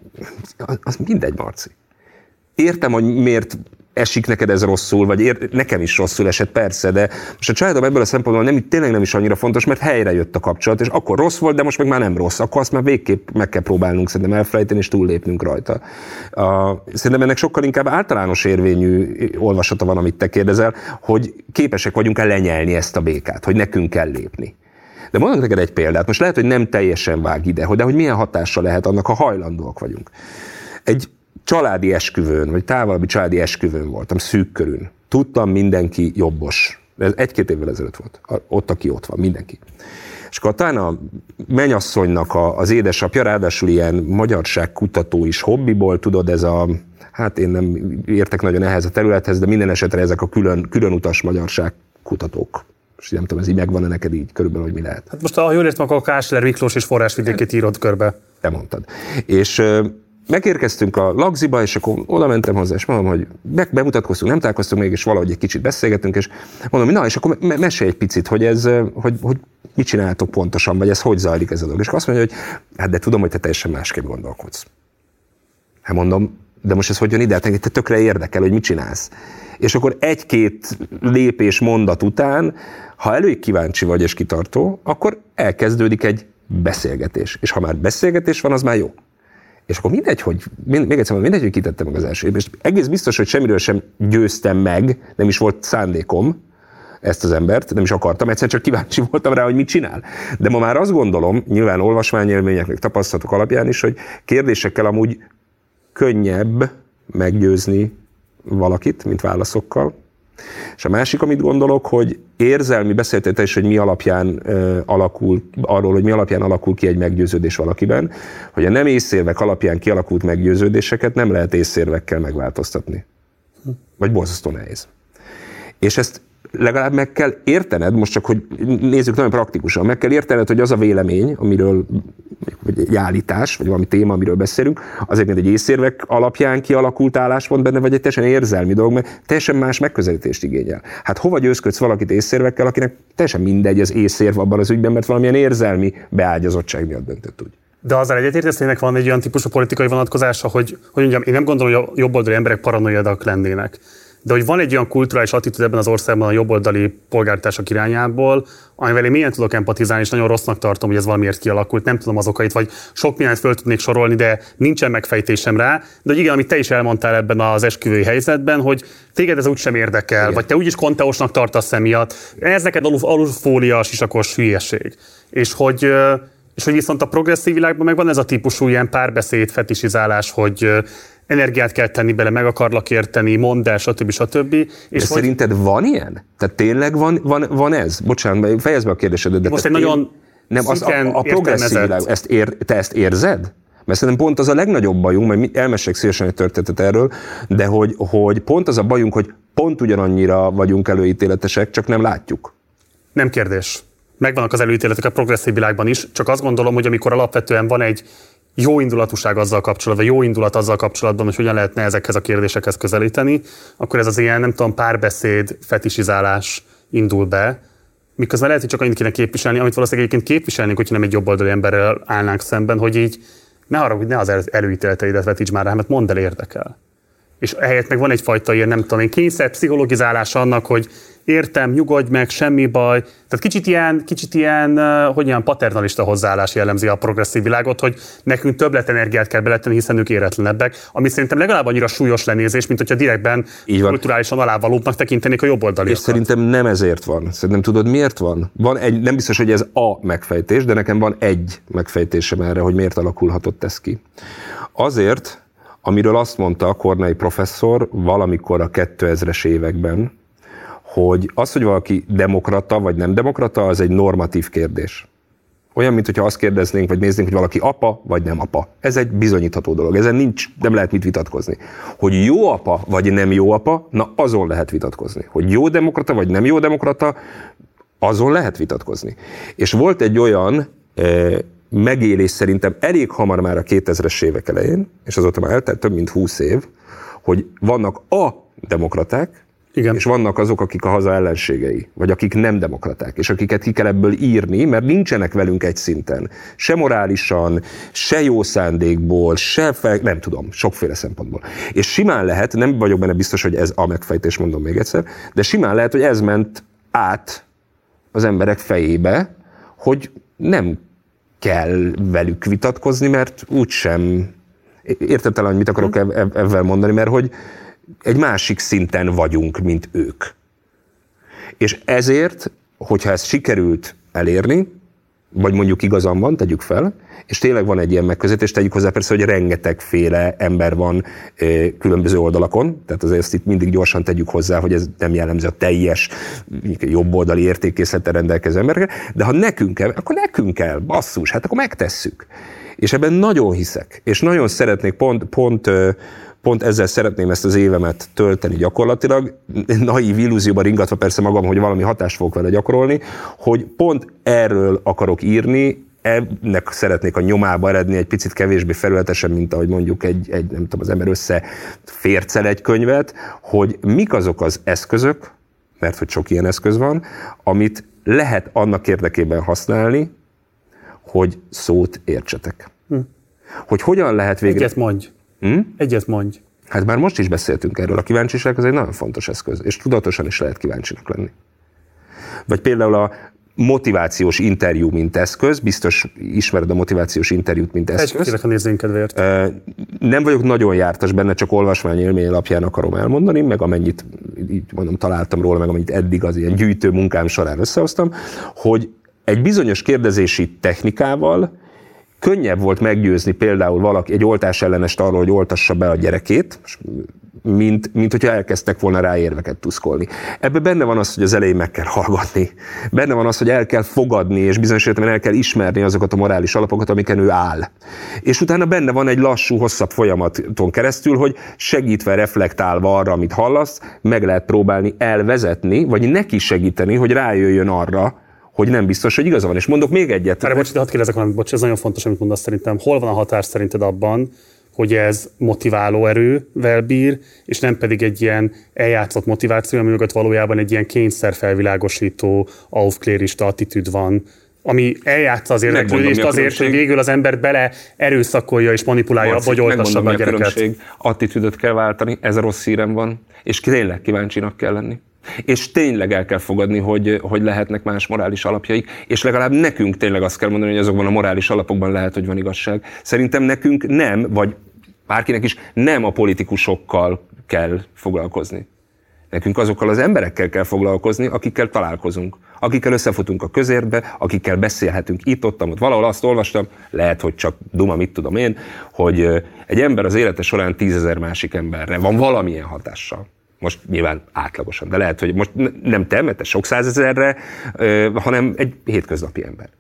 az mindegy, Marci. Értem, hogy miért esik neked ez rosszul, vagy ér, nekem is rosszul esett, persze, de most a családom ebből a szempontból nem, tényleg nem is annyira fontos, mert helyre jött a kapcsolat, és akkor rossz volt, de most meg már nem rossz. Akkor azt már végképp meg kell próbálnunk szerintem elfelejteni, és túllépnünk rajta. Uh, szerintem ennek sokkal inkább általános érvényű olvasata van, amit te kérdezel, hogy képesek vagyunk-e lenyelni ezt a békát, hogy nekünk kell lépni. De mondok neked egy példát, most lehet, hogy nem teljesen vág ide, de hogy milyen hatással lehet annak, ha hajlandóak vagyunk. Egy családi esküvőn, vagy távolabbi családi esküvőn voltam, szűk körül. Tudtam, mindenki jobbos. Ez egy-két évvel ezelőtt volt. Ott, aki ott van, mindenki. És akkor talán a mennyasszonynak a, az édesapja, ráadásul ilyen magyarságkutató is hobbiból, tudod, ez a, hát én nem értek nagyon ehhez a területhez, de minden esetre ezek a külön, külön utas magyarságkutatók. És nem tudom, ez így megvan-e neked így körülbelül, hogy mi lehet. Hát most, ha jól értem, akkor a Kásler Miklós és forrásvidékét írod körbe. Te mondtad. És megérkeztünk a Lagziba, és akkor oda mentem hozzá, és mondom, hogy bemutatkoztunk, nem találkoztunk még, és valahogy egy kicsit beszélgetünk, és mondom, hogy na, és akkor me- mesélj egy picit, hogy ez, hogy, hogy mit csináltok pontosan, vagy ez hogy zajlik ez a dolog. És akkor azt mondja, hogy hát de tudom, hogy te teljesen másképp gondolkodsz. Hát mondom, de most ez hogy jön ide? Hát te tökre érdekel, hogy mit csinálsz. És akkor egy-két lépés mondat után, ha elég kíváncsi vagy és kitartó, akkor elkezdődik egy beszélgetés. És ha már beszélgetés van, az már jó. És akkor mindegy, hogy, még egyszer mondom, mindegy, hogy kitettem meg az első lépést. Egész biztos, hogy semmiről sem győztem meg, nem is volt szándékom ezt az embert, nem is akartam, egyszer csak kíváncsi voltam rá, hogy mit csinál. De ma már azt gondolom, nyilván olvasmányélmények, meg tapasztalatok alapján is, hogy kérdésekkel amúgy könnyebb meggyőzni valakit, mint válaszokkal. És a másik, amit gondolok, hogy érzelmi, beszéltél te is, hogy mi alapján uh, alakul, arról, hogy mi alapján alakul ki egy meggyőződés valakiben, hogy a nem észérvek alapján kialakult meggyőződéseket nem lehet észérvekkel megváltoztatni. Vagy borzasztó nehéz. És ezt legalább meg kell értened, most csak, hogy nézzük nagyon praktikusan, meg kell értened, hogy az a vélemény, amiről, vagy egy állítás, vagy valami téma, amiről beszélünk, azért, mint egy észérvek alapján kialakult álláspont benne, vagy egy teljesen érzelmi dolog, mert teljesen más megközelítést igényel. Hát hova győzködsz valakit észérvekkel, akinek teljesen mindegy az észérv abban az ügyben, mert valamilyen érzelmi beágyazottság miatt döntött úgy. De azzal egyetértesz, hogy ennek van egy olyan típusú politikai vonatkozása, hogy, hogy mondjam, én nem gondolom, hogy a jobboldali emberek paranoiadak lennének. De hogy van egy olyan kulturális attitűd ebben az országban a jobboldali polgártársak irányából, amivel én mélyen tudok empatizálni, és nagyon rossznak tartom, hogy ez valamiért kialakult, nem tudom az okait, vagy sok mindent föl tudnék sorolni, de nincsen megfejtésem rá. De hogy igen, amit te is elmondtál ebben az esküvői helyzetben, hogy téged ez úgysem érdekel, igen. Vagy te úgyis konteósnak tartasz emiatt. Ez neked alufólia, sisakos hülyeség. És hogy, és hogy viszont a progresszív világban meg van ez a típusú ilyen párbeszéd, fetisizálás, hogy energiát kell tenni bele, meg akarlak érteni, mondd el, stb. stb. És de hogy... szerinted van ilyen? Tehát tényleg van, van, van ez? Bocsánat, fejezd be a kérdésedet. De most egy én... nagyon nem, az, a, a progresszív világ, ezt ér, te ezt érzed? Mert szerintem pont az a legnagyobb bajunk, majd elmesek szívesen egy történetet erről, de hogy, hogy pont az a bajunk, hogy pont ugyanannyira vagyunk előítéletesek, csak nem látjuk. Nem kérdés. Megvannak az előítéletek a progresszív világban is, csak azt gondolom, hogy amikor alapvetően van egy jó indulatúság azzal kapcsolatban, jó indulat azzal kapcsolatban, hogy hogyan lehetne ezekhez a kérdésekhez közelíteni, akkor ez az ilyen, nem tudom, párbeszéd, fetisizálás indul be, miközben lehet, hogy csak annyit kéne képviselni, amit valószínűleg egyébként képviselnénk, hogyha nem egy jobboldali emberrel állnánk szemben, hogy így ne arra, hogy ne az előítéleteidet vetíts már rá, mert mondd el, érdekel. És ehelyett meg van egyfajta ilyen, nem tudom én, kényszer pszichologizálás annak, hogy értem, nyugodj meg, semmi baj. Tehát kicsit ilyen, kicsit ilyen, hogy ilyen paternalista hozzáállás jellemzi a progresszív világot, hogy nekünk többlet energiát kell beletenni, hiszen ők éretlenebbek, ami szerintem legalább annyira súlyos lenézés, mint hogyha direktben kulturálisan alávalóbbnak tekintenék a jobboldaliakat. És szerintem nem ezért van. Szerintem tudod, miért van? Van egy, nem biztos, hogy ez a megfejtés, de nekem van egy megfejtésem erre, hogy miért alakulhatott ez ki. Azért, amiről azt mondta a Kornai professzor valamikor a kétezres években, hogy az, hogy valaki demokrata vagy nem demokrata, az egy normatív kérdés. Olyan, mint hogyha azt kérdeznénk, vagy néznénk, hogy valaki apa vagy nem apa. Ez egy bizonyítható dolog. Ezen nincs, nem lehet mit vitatkozni. Hogy jó apa vagy nem jó apa, na azon lehet vitatkozni. Hogy jó demokrata vagy nem jó demokrata, azon lehet vitatkozni. És volt egy olyan eh, megélés szerintem elég hamar már a kétezres évek elején, és azóta már eltelt több mint húsz év, hogy vannak a demokraták, igen. És vannak azok, akik a haza ellenségei, vagy akik nem demokraták, és akiket ki kell ebből írni, mert nincsenek velünk egy szinten. Se morálisan, se jó szándékból, se fel, nem tudom, sokféle szempontból. És simán lehet, nem vagyok benne biztos, hogy ez a megfejtés, mondom még egyszer, de simán lehet, hogy ez ment át az emberek fejébe, hogy nem kell velük vitatkozni, mert úgysem, érted talán, hogy mit akarok ebben mondani, mert hogy egy másik szinten vagyunk, mint ők. És ezért, hogyha ezt sikerült elérni, vagy mondjuk igazam van, tegyük fel, és tényleg van egy ilyen megközelítés, tegyük hozzá persze, hogy rengetegféle ember van különböző oldalakon, tehát azért ezt itt mindig gyorsan tegyük hozzá, hogy ez nem jellemző a teljes jobboldali értékkészlettel rendelkező emberekre, de ha nekünk kell, akkor nekünk kell, basszus, hát akkor megtesszük. És ebben nagyon hiszek, és nagyon szeretnék pont, pont Pont ezzel szeretném ezt az évemet tölteni gyakorlatilag, naív illúzióban ringatva persze magam, hogy valami hatást fogok vele gyakorolni, hogy pont erről akarok írni, ennek szeretnék a nyomába eredni egy picit kevésbé felületesen, mint ahogy mondjuk egy, egy nem tudom, az ember összefércel egy könyvet, hogy mik azok az eszközök, mert hogy sok ilyen eszköz van, amit lehet annak érdekében használni, hogy szót értsetek. Hm. Hogy hogyan lehet végre... Egyet mondj. Hm? Egyet mondj. Hát már most is beszéltünk erről. A kíváncsiság az egy nagyon fontos eszköz, és tudatosan is lehet kíváncsinak lenni. Vagy például a motivációs interjú, mint eszköz, biztos ismered a motivációs interjút, mint eszköz. Kérlek a nézőink kedvéért. Nem vagyok nagyon jártas benne, csak olvasmány élmény alapján akarom elmondani, meg amennyit így mondom, találtam róla, meg amennyit eddig az ilyen gyűjtő munkám során összehoztam, hogy egy bizonyos kérdezési technikával könnyebb volt meggyőzni például valaki, egy oltás ellenest arról, hogy oltassa be a gyerekét, mint, mint hogyha elkezdtek volna rá érveket tuszkolni. Ebben benne van az, hogy az elején meg kell hallgatni. Benne van az, hogy el kell fogadni, és bizonyos értelemben el kell ismerni azokat a morális alapokat, amiken ő áll. És utána benne van egy lassú, hosszabb folyamaton keresztül, hogy segítve, reflektálva arra, amit hallasz, meg lehet próbálni elvezetni, vagy neki segíteni, hogy rájöjjön arra, hogy nem biztos, hogy igaza van. És mondok még egyet. Erre bocs, de hadd kérdezek valamit, bocs, ez nagyon fontos, amit mondasz szerintem. Hol van a határ szerinted abban, hogy ez motiváló erővel bír, és nem pedig egy ilyen eljátszott motiváció, ami mögött valójában egy ilyen kényszerfelvilágosító, aufklérista attitűd van, ami eljátsza az érdeklődést azért, hogy végül az ember bele erőszakolja és manipulálja abba, hogy oltassa a gyereket. Attitűdöt kell váltani, ez a rossz hírem van, és tényleg kíváncsinak kell lenni. És tényleg el kell fogadni, hogy, hogy lehetnek más morális alapjaik, és legalább nekünk tényleg azt kell mondani, hogy azokban a morális alapokban lehet, hogy van igazság. Szerintem nekünk nem, vagy bárkinek is nem a politikusokkal kell foglalkozni. Nekünk azokkal az emberekkel kell foglalkozni, akikkel találkozunk, akikkel összefutunk a közértbe, akikkel beszélhetünk itt-ott, ott. Valahol azt olvastam, lehet, hogy csak duma, mit tudom én, hogy egy ember az élete során tízezer másik emberre van valamilyen hatással. Most nyilván átlagosan, de lehet, hogy most nem te, mert te sok százezerre, hanem egy hétköznapi ember.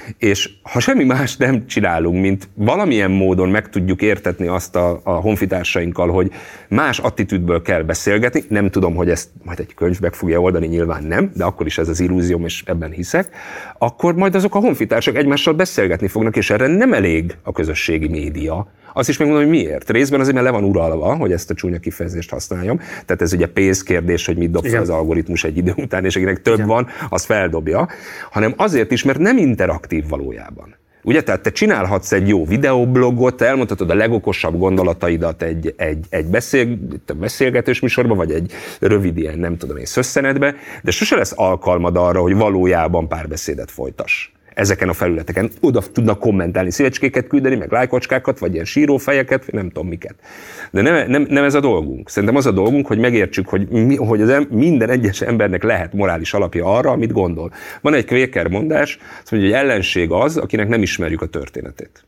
És ha semmi más nem csinálunk, mint valamilyen módon meg tudjuk értetni azt a, a honfitársainkkal, hogy más attitűdből kell beszélgetni, nem tudom, hogy ezt majd egy könyv meg fogja oldani, nyilván nem, de akkor is ez az illúzióm, és ebben hiszek, akkor majd azok a honfitársak egymással beszélgetni fognak, és erre nem elég a közösségi média. Azt is megmondom, hogy miért. Részben azért, mert le van uralva, hogy ezt a csúnya kifejezést használjam. Tehát ez ugye pénzkérdés, hogy mit dob fel az algoritmus egy idő után, és akinek több Igen. van, az feldobja. Hanem azért is, mert nem interaktív valójában. Ugye, tehát te csinálhatsz egy jó videoblogot, te elmondhatod a legokosabb gondolataidat egy, egy, egy beszél, beszélgetős műsorba, vagy egy rövid ilyen, nem tudom én, szösszenetbe, de sose lesz alkalmad arra, hogy valójában párbeszédet folytass. Ezeken a felületeken oda tudnak kommentálni, szívecskéket küldeni, meg lájkocskákat, vagy ilyen sírófejeket, vagy nem tudom miket. De nem, nem, nem ez a dolgunk. Szerintem az a dolgunk, hogy megértsük, hogy, mi, hogy az em, minden egyes embernek lehet morális alapja arra, amit gondol. Van egy kvéker mondás, azt mondja, hogy ellenség az, akinek nem ismerjük a történetét.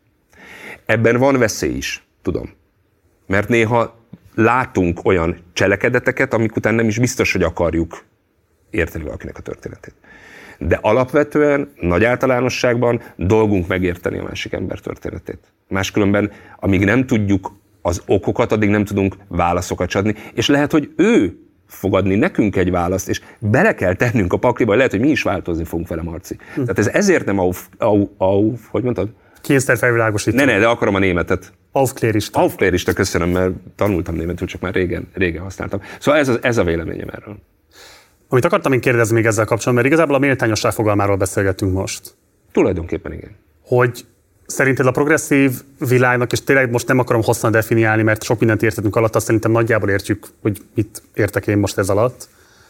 Ebben van veszély is, tudom. Mert néha látunk olyan cselekedeteket, amik után nem is biztos, hogy akarjuk érteni valakinek a történetét. De alapvetően, nagy általánosságban dolgunk megérteni a másik ember történetét. Máskülönben, amíg nem tudjuk az okokat, addig nem tudunk válaszokat adni, és lehet, hogy ő fog adni nekünk egy választ, és bele kell tennünk a pakliba, lehet, hogy mi is változni fogunk vele, Marci. Hm. Tehát ez ezért nem auf, auf, auf hogy mondtad? Kényszerfelvilágosító. Ne, ne, de akarom a németet. Aufklérista. Aufklérista, köszönöm, mert tanultam németül, csak már régen, régen használtam. Szóval ez, az, ez a véleményem erről. Amit akartam én kérdezni még ezzel kapcsolatban, mert igazából a méltányosság fogalmáról beszélgetünk most. Tulajdonképpen igen. Hogy szerinted a progresszív világnak, és tényleg most nem akarom hosszan definiálni, mert sok mindent értetünk alatt, azt szerintem nagyjából értjük, hogy mit értek én most ez alatt.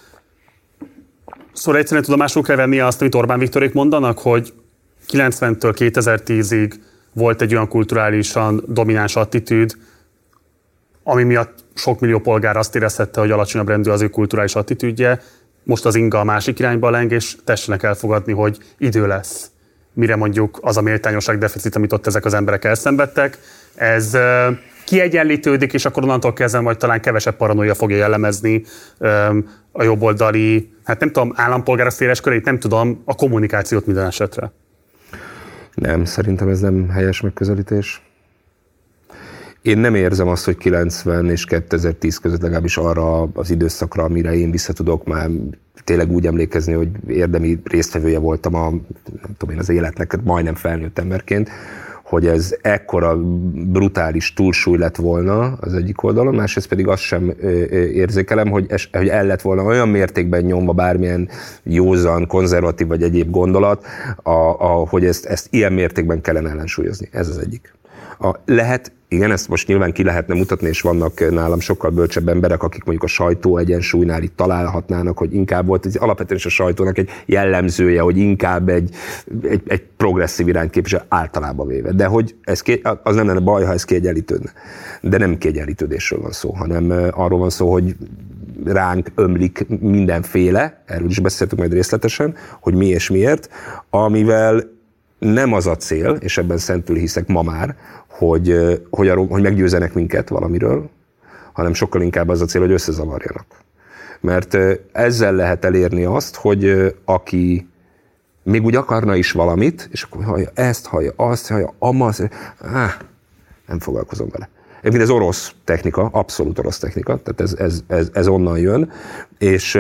Szóval egyszerűen tudomásul kell vennie azt, amit Orbán Viktorék mondanak, hogy kilencventől kétezer-tízig volt egy olyan kulturálisan domináns attitűd, ami miatt sok millió polgár azt érezhette, hogy alacsonyabb rendű az ő kulturális attitűdje. Most az inga a másik irányba leng, és tessenek elfogadni, hogy idő lesz, mire mondjuk az a méltányosság deficit, amit ott ezek az emberek elszenvedtek. Ez uh, kiegyenlítődik, és akkor onnantól kezdve majd talán kevesebb paranoia fogja jellemezni um, a jobboldali, hát nem tudom, állampolgárok széles körét, nem tudom, a kommunikációt minden esetre. Nem, szerintem ez nem helyes megközelítés. Én nem érzem azt, hogy kilencven és kétezer-tíz között legalábbis arra az időszakra, amire én vissza tudok már tényleg úgy emlékezni, hogy érdemi résztvevője voltam a, nem tudom én, az életnek, majdnem felnőtt emberként, hogy ez ekkora brutális túlsúly lett volna az egyik oldalon, másrészt pedig azt sem érzékelem, hogy, es, hogy el lett volna olyan mértékben nyomva bármilyen józan, konzervatív vagy egyéb gondolat, a, a, hogy ezt, ezt ilyen mértékben kellene ellensúlyozni. Ez az egyik. A, lehet, igen, ezt most nyilván ki lehetne mutatni, és vannak nálam sokkal bölcsebb emberek, akik mondjuk a sajtó egyensúlynál itt találhatnának, hogy inkább volt, ez alapvetően is a sajtónak egy jellemzője, hogy inkább egy, egy, egy progresszív irányt képvisel általában véve. De hogy ez, az nem lenne baj, ha ez kiegyenlítődne. De nem kiegyenlítődésről van szó, hanem arról van szó, hogy ránk ömlik mindenféle, erről is beszéltünk majd részletesen, hogy mi és miért, amivel nem az a cél, és ebben szentül hiszek ma már, hogy, hogy, arról, hogy meggyőzenek minket valamiről, hanem sokkal inkább az a cél, hogy összezavarjanak. Mert ezzel lehet elérni azt, hogy aki még úgy akarna is valamit, és akkor hallja ezt, hallja azt, hallja amaz, áh, nem foglalkozom vele. Egyébként ez orosz technika, abszolút orosz technika, tehát ez, ez, ez, ez onnan jön, és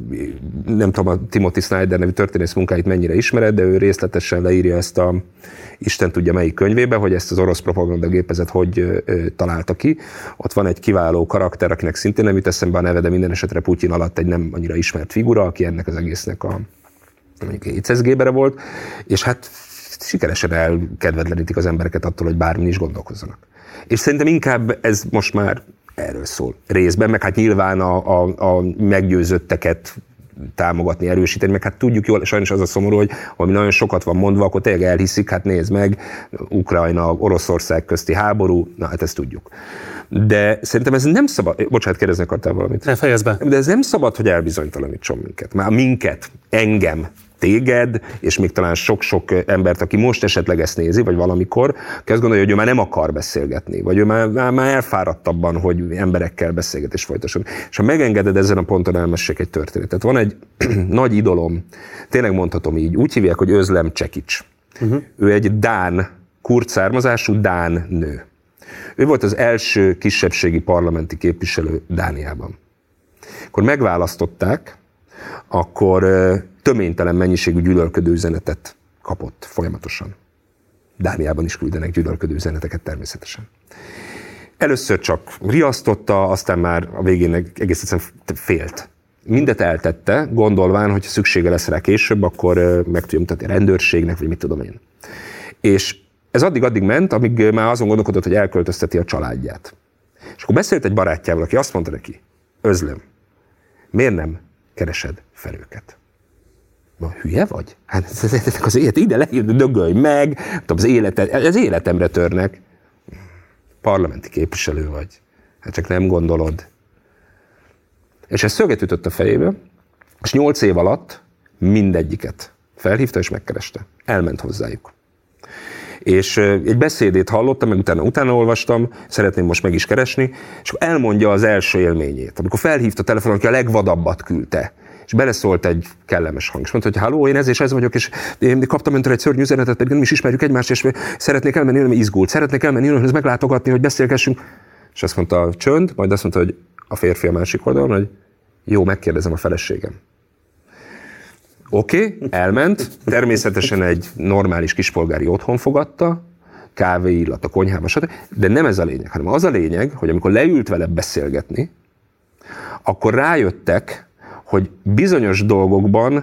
nem tudom, a Timothy Snyder nevű történész munkáit mennyire ismered, de ő részletesen leírja ezt a Isten tudja melyik könyvébe, hogy ezt az orosz propagandagépezet hogy találta ki. Ott van egy kiváló karakter, akinek szintén nem jut eszembe a neve, de minden esetre Putyin alatt egy nem annyira ismert figura, aki ennek az egésznek a éceszgébere volt, és hát sikeresen elkedvetlenítik az embereket attól, hogy bármin is gondolkozzanak. És szerintem inkább ez most már erről szól részben, meg hát nyilván a, a, a meggyőzötteket támogatni, erősíteni, meg hát tudjuk jól, sajnos az a szomorú, hogy ami nagyon sokat van mondva, akkor tényleg elhiszik, hát nézd meg, Ukrajna, Oroszország közti háború, na hát ezt tudjuk. De szerintem ez nem szabad, bocsánat, kérdezni akartál valamit? Ne, fejezd be. De ez nem szabad, hogy elbizonytalanítson minket. Már minket, engem, téged, és még talán sok-sok embert, aki most esetleg ezt nézi, vagy valamikor, aki azt gondolja, hogy ő már nem akar beszélgetni, vagy ő már, már elfáradt abban, hogy emberekkel beszélgetés folytasson. És ha megengeded, ezen a ponton elmessék egy történetet. Van egy nagy idolom, tényleg mondhatom így, úgy hívják, hogy Özlem Cekic. Uh-huh. Ő egy dán, kurd származású dán nő. Ő volt az első kisebbségi parlamenti képviselő Dániában. Akkor megválasztották, akkor töménytelen mennyiségű gyűlölködő üzenetet kapott folyamatosan. Dániában is küldenek gyűlölködő üzeneteket természetesen. Először csak riasztotta, aztán már a végén egész egyszerűen félt. Mindet eltette, gondolván, hogy szüksége lesz rá később, akkor meg tudja mutatni a rendőrségnek, vagy mit tudom én. És ez addig-addig ment, amíg már azon gondolkodott, hogy elköltözteti a családját. És akkor beszélt egy barátjával, aki azt mondta neki, Özlem, miért nem keresed fel őket? Ma hülye vagy? Hát ezek az élet ide leírni, dögölj meg, az, életed, az életemre törnek. Parlamenti képviselő vagy. Hát csak nem gondolod. És ez szöget ütött a fejébe, és nyolc év alatt mindegyiket felhívta és megkereste. Elment hozzájuk. És egy beszédét hallottam, meg utána, utána olvastam, szeretném most meg is keresni, és elmondja az első élményét. Amikor felhívta a telefonon, aki a legvadabbat küldte, és beleszólt egy kellemes hang, és mondta, hogy halló, én ez és ez vagyok, és én kaptam öntől egy szörnyű üzenetet, pedig nem is ismerjük egymást, és szeretnék elmenni, mert izgult, szeretnék elmenni önhöz meglátogatni, hogy beszélgessünk. És azt mondta, csönd, majd azt mondta, hogy a férfi a másik oldalon, hogy jó, megkérdezem a feleségem. Oké, okay, elment, természetesen egy normális kispolgári otthon fogadta, kávé illat a konyhába, stb. De nem ez a lényeg, hanem az a lényeg, hogy amikor leült vele beszélgetni, akkor rájöttek, hogy bizonyos dolgokban,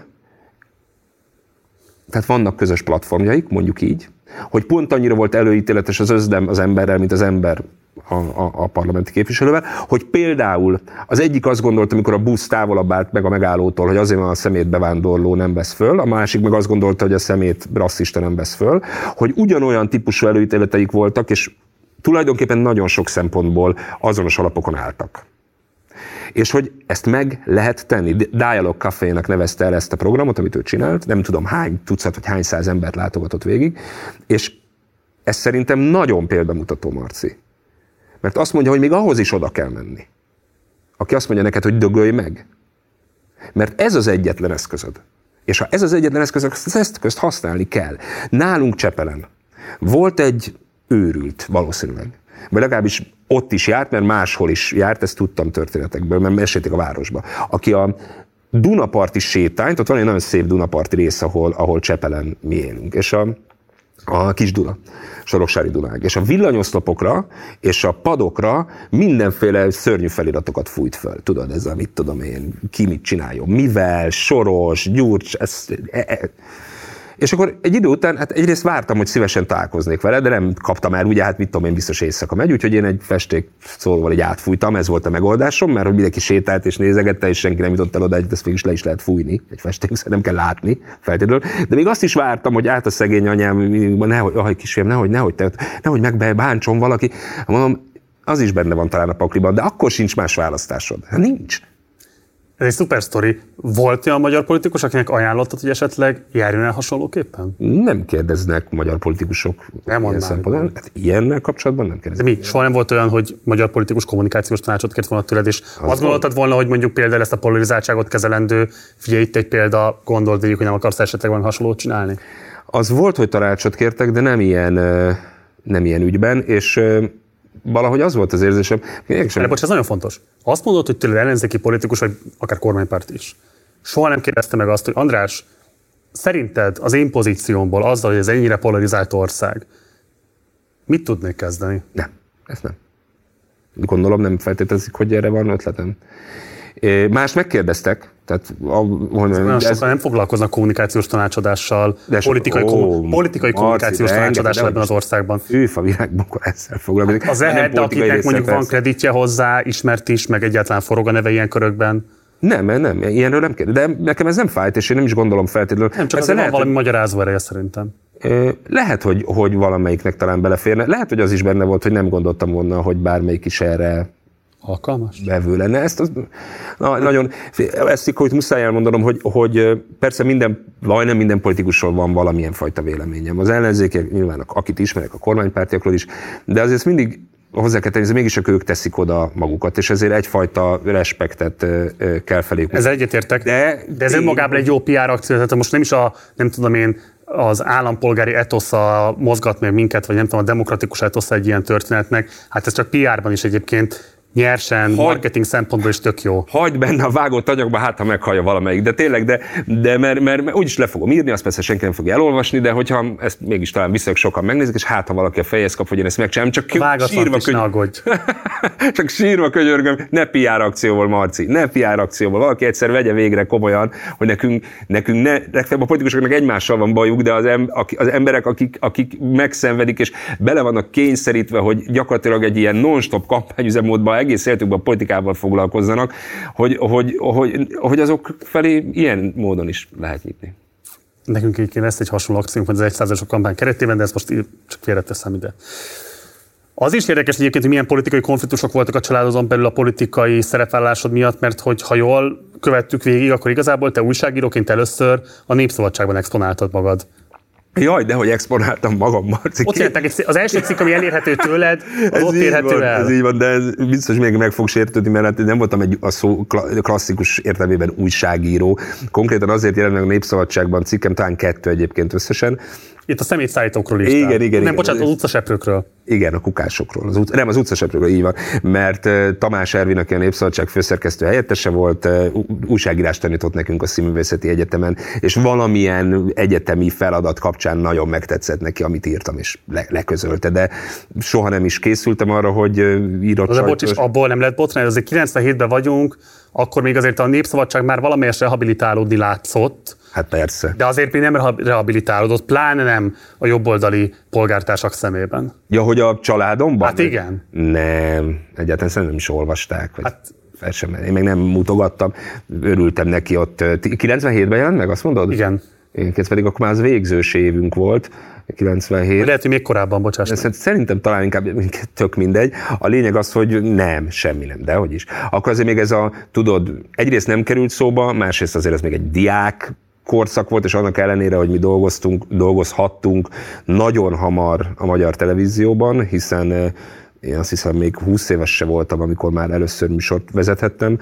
tehát vannak közös platformjaik, mondjuk így, hogy pont annyira volt előítéletes az Özlem az emberrel, mint az ember a, a, a parlamenti képviselővel, hogy például az egyik azt gondolta, amikor a busz távolabb állt meg a megállótól, hogy azért, mert a szemét bevándorló nem vesz föl, a másik meg azt gondolta, hogy a szemét rasszista nem vesz föl, hogy ugyanolyan típusú előítéleteik voltak, és tulajdonképpen nagyon sok szempontból azonos alapokon álltak. És hogy ezt meg lehet tenni. Dialog Café-nak nevezte el ezt a programot, amit ő csinált, nem tudom hány tucat vagy hány száz embert látogatott végig, és ez szerintem nagyon példamutató, Marci. Mert azt mondja, hogy még ahhoz is oda kell menni. Aki azt mondja neked, hogy dögölj meg. Mert ez az egyetlen eszközöd. És ha ez az egyetlen eszközöd, ezt eszközt használni kell. Nálunk Csepelen volt egy őrült, valószínűleg. Vagy legalábbis ott is járt, mert máshol is járt, ezt tudtam történetekből, mert mesélték a városba. Aki a Dunaparti sétányt, ott van egy nagyon szép Dunaparti rész, ahol, ahol Csepelen mi élünk, és a, a Kis Duna, Soroksári Dunák, és a villanyoszlopokra és a padokra mindenféle szörnyű feliratokat fújt föl. Tudod, ez a mit tudom én, ki mit csináljon, mivel, Soros, Gyurcs, ez... E, e. És akkor egy idő után, hát egyrészt vártam, hogy szívesen találkoznék vele, de nem kaptam el, ugye hát mit tudom én, biztos éjszaka megy, úgyhogy én egy festék szólóval egy átfújtam, ez volt a megoldásom, mert hogy mindenki sétált és nézegette, és senki nem jutott el oda, hogy ezt mégis le is lehet fújni, egy festék, szóval nem kell látni feltétlenül. De még azt is vártam, hogy át a szegény anyám, nehogy, ahaj kisfiam, nehogy, nehogy, te, nehogy megbántson valaki. Mondom, az is benne van talán a pakliban, de akkor sincs más választásod. Hát nincs. Ez egy szuper sztori. Volt olyan magyar politikus, akinek ajánlottad, hogy esetleg járjon el hasonlóképpen? Nem kérdeznek magyar politikusok nem ilyen szempontból. Hát ilyennel kapcsolatban nem kérdeznek. De mi? Soha nem volt olyan, hogy magyar politikus kommunikációs tanácsot kért volna tőled, és az azt gondoltad volna, hogy mondjuk például ezt a polarizáltságot kezelendő, figyelj, itt egy példa, gondold végig, hogy nem akarsz esetleg valami hasonlót csinálni? Az volt, hogy tanácsot kértek, de nem ilyen, nem ilyen ügyben, és valahogy az volt az érzésem. De bocs, ez nagyon fontos. Azt mondod, hogy tőled ellenzéki politikus, vagy akár kormánypárt is. Soha nem kérdezte meg azt, hogy András, szerinted az én pozíciómból azzal, hogy ez ennyire polarizált ország, mit tudnék kezdeni? Nem, ezt nem. Gondolom nem feltételezik, hogy erre van ötletem. Más megkérdeztek, tehát a, nagyon ez, sokan nem foglalkoznak kommunikációs tanácsadással, politikai, ó, kom, politikai Marci, kommunikációs tanácsadással ebben az országban. Őfa virágban, akkor ezzel foglalkozik. Az lehet, de akiknek mondjuk van kreditje hozzá, ismert is, meg egyáltalán forog a neve ilyen körökben. Nem, nem, ilyenről nem kérdez. De nekem ez nem fájt, és én nem is gondolom feltétlenül. Nem, csak azért lehet, van valami hogy... magyarázó ereje szerintem. Lehet, hogy, hogy valamelyiknek talán beleférne. Lehet, hogy az is benne volt, hogy nem gondoltam volna, hogy bármelyik is erre alkalmas? Bevő lenne. Ezt az, na, nagyon, ezt így, hogy muszáj elmondanom, hogy, hogy persze minden, majdnem minden politikusról van valamilyen fajta véleményem. Az ellenzékek, nyilván akit ismerek, a kormánypártiakról is, de azért mindig hozzá kell tenni, mégis ők teszik oda magukat, és ezért egyfajta respektet kell feléjük. Ez egyetértek, de, de ez önmagában egy jó pé er akció, tehát most nem is a, nem tudom én, az állampolgári etosza mozgat meg minket, vagy nem tudom, a demokratikus etosza egy ilyen történetnek, hát ez csak pé er-ban is egyébként nyersen, hagy, marketing szempontból is tök jó. Hagyd benne a vágott anyagba, hát ha meghallja valamelyik, de tényleg, de, de mert, mert, mert úgyis le fogom írni, azt persze senki nem fogja elolvasni, de hogyha ezt mégis talán viszonylag sokan megnézik, és hát ha valaki a fejhez kap, hogy én ezt megcsinálom, csak sírva, köny... csak sírva könyörgöm, ne pé er akcióból, Marci, ne pé er akcióból, valaki egyszer vegye végre komolyan, hogy nekünk, nekünk ne, legfeljebb a politikusoknak egymással van bajuk, de az, em, az emberek, akik, akik megszenvedik, és bele vannak kényszerítve, hogy gyakorlatilag egy ilyen non-stop kampányüzemmódban egész életükben a politikával foglalkozzanak, hogy, hogy, hogy, hogy azok felé ilyen módon is lehet nyitni. Nekünk így lesz egy hasonló akciónk az egy százasok kampány keretében, de ezt most csak félreteszem ide. Az is érdekes egyébként, hogy milyen politikai konfliktusok voltak a családodon belül a politikai szerepvállalásod miatt, mert hogy ha jól követtük végig, akkor igazából te újságíróként először a Népszabadságban exponáltad magad. Jaj, de hogy exponáltam magam, Marci. Ott jöttek, az első cikk, ami elérhető tőled, az ez ott érhető van, el. Ez így van, de ez biztos még meg fog sértődni, mert nem voltam egy a szó klasszikus értelmében újságíró. Konkrétan azért jelent meg a Népszabadságban cikkem, talán kettő egyébként összesen. Itt a szemétszállítókról is. Igen, igen, igen. Nem, bocsánat, az utcaseprőkről. Igen, a kukásokról. Az utca, nem, az utcaseprőkről, így van. Mert uh, Tamás Ervin, aki a Népszabadság főszerkesztő helyettese volt, uh, újságírást tanított nekünk a Színművészeti Egyetemen, és valamilyen egyetemi feladat kapcsán nagyon megtetszett neki, amit írtam, és le, leközölte, de soha nem is készültem arra, hogy uh, írott de sajtos. Bocs, és abból nem lehet botrány, azért kilencvenhétben vagyunk, akkor még azért a Népszabadság már valamelyes rehabilitálódni látszott. Hát persze. De azért még nem rehabilitálódott, pláne nem a jobboldali polgártársak szemében. Ja, hogy a családomban? Hát igen. Nem, egyáltalán szerintem is olvasták. Vagy hát, sem, én meg nem mutogattam, örültem neki ott. kilencvenhétben jelent meg, azt mondod? Igen. Én pedig akkor már az végzős évünk volt. kilencvenhét. Lehet, hogy még korábban, bocsáss. Szerintem talán inkább tök mindegy. A lényeg az, hogy nem, semmi nem, de hogy is. Akkor azért még ez a, tudod, egyrészt nem került szóba, másrészt azért ez még egy diák korszak volt, és annak ellenére, hogy mi dolgoztunk, dolgozhattunk nagyon hamar a magyar televízióban, hiszen én azt hiszem még húsz éves se voltam, amikor már először műsort vezethettem,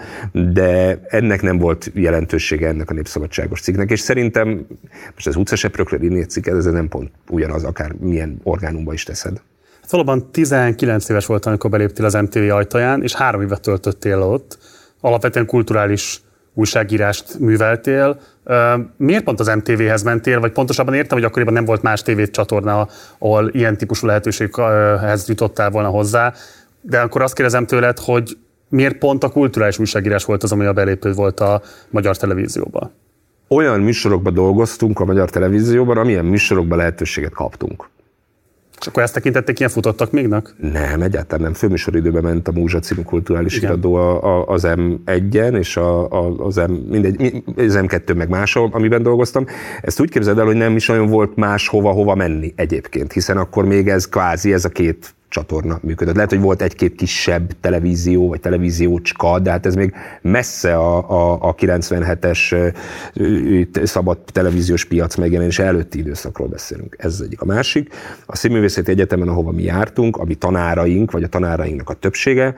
de ennek nem volt jelentősége ennek a Népszabadságos cikknek, és szerintem most az utcaseprőkről írni egy cikket, ez nem pont ugyanaz, akár milyen orgánumba is teszed. Hát valóban tizenkilenc éves voltam, amikor beléptél az em té vé ajtaján, és három évet töltöttél ott. Alapvetően kulturális újságírást műveltél. Miért pont az em té véhez mentél, vagy pontosabban értem, hogy akkoriban nem volt más tévécsatorna, ahol ilyen típusú lehetőséghez jutottál volna hozzá, de akkor azt kérdezem tőled, hogy miért pont a kulturális újságírás volt az, ami a belépő volt a magyar televízióban? Olyan műsorokban dolgoztunk a magyar televízióban, amilyen műsorokban lehetőséget kaptunk. És akkor ezt tekintették, ilyen futottak mégnak? Nem, egyáltalán nem. Főműsoridőben ment a Múzsa című kulturális Igen. iradó a, a, az em egyen, és a, a, az, M, mindegy, az em kettő meg máshol, amiben dolgoztam. Ezt úgy képzeld el, hogy nem is nagyon volt más hova, hova menni egyébként, hiszen akkor még ez kvázi, ez a két csatorna működött. Lehet, hogy volt egy-két kisebb televízió, vagy televíziócska, de hát ez még messze a, a, a kilencvenhetes szabad televíziós piac megjelenése előtti időszakról beszélünk. Ez az egyik. A másik, a Színművészeti Egyetemen, ahova mi jártunk, a mi tanáraink, vagy a tanárainknak a többsége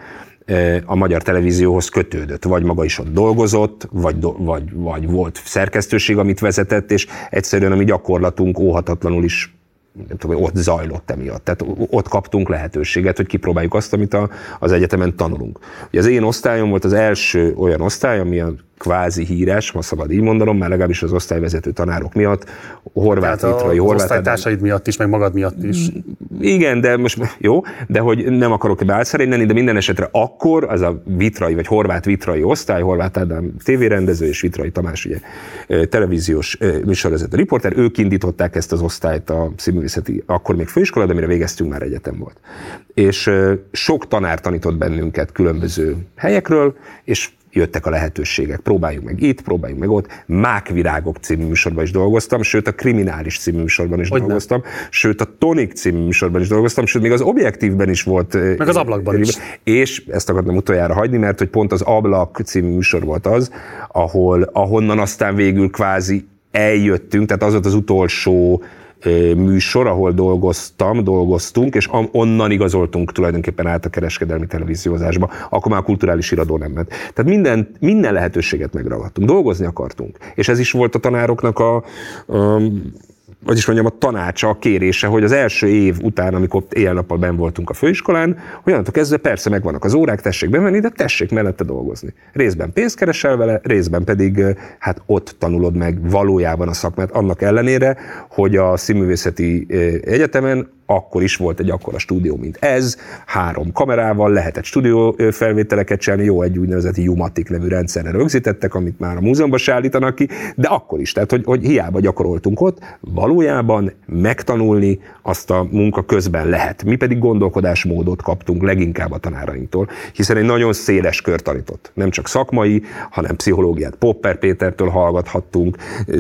a Magyar Televízióhoz kötődött, vagy maga is ott dolgozott, vagy, do, vagy, vagy volt szerkesztőség, amit vezetett, és egyszerűen a mi gyakorlatunk óhatatlanul is nem tudom, ott zajlott emiatt. Tehát ott kaptunk lehetőséget, hogy kipróbáljuk azt, amit a, az egyetemen tanulunk. Ugye az én osztályom volt az első olyan osztály, ami a kvázi híres, ma szabad így mondanom, már legalábbis az osztályvezető tanárok miatt, Horváth Vitrai, Horváth az osztálytársaid miatt is, meg magad miatt is. Igen, de most jó, de hogy nem akarok beálszerényleni, de minden esetre akkor az a Vitrai, vagy Horváth Vitrai osztály, Horváth Ádám tévérendező és Vitrai Tamás ugye televíziós műsorvezető riporter, ők indították ezt az osztályt a színművészeti, akkor még főiskola, de amire végeztünk, már egyetem volt. És sok tanár tanított bennünket különböző helyekről, és jöttek a lehetőségek. Próbáljuk meg itt, próbáljuk meg ott. Mákvirágok című műsorban is dolgoztam, sőt a Kriminális című műsorban is hogy dolgoztam, nem. Sőt a Tonik című műsorban is dolgoztam, sőt még az Objektívben is volt. Meg az Ablakban is. És ezt akartam utoljára hagyni, mert hogy pont az Ablak című műsor volt az, ahol, ahonnan aztán végül kvázi eljöttünk, tehát az volt az utolsó műsor, ahol dolgoztam, dolgoztunk, és onnan igazoltunk tulajdonképpen át a kereskedelmi televíziózásba. Akkor már a kulturális iradó nem ment. Tehát minden, minden lehetőséget megragadtunk. Dolgozni akartunk. És ez is volt a tanároknak a, a vagy is mondjam, a tanácsa, a kérése, hogy az első év után, amikor éjjel-nappal benn voltunk a főiskolán, hogy onnantól kezdve persze megvannak az órák, tessék bemenni, de tessék mellette dolgozni. Részben pénzt keresel vele, részben pedig hát ott tanulod meg valójában a szakmát, annak ellenére, hogy a Színművészeti Egyetemen akkor is volt egy akkora stúdió, mint ez, három kamerával lehetett stúdiófelvételeket csinálni, jó, egy úgynevezett U-matic nevű rendszerre rögzítettek, amit már a múzeumban se állítanak ki, de akkor is, tehát hogy, hogy hiába gyakoroltunk ott, valójában megtanulni azt a munka közben lehet. Mi pedig gondolkodásmódot kaptunk leginkább a tanárainktól, hiszen egy nagyon széles kör tanított. Nem csak szakmai, hanem pszichológiát Popper Pétertől hallgathattunk,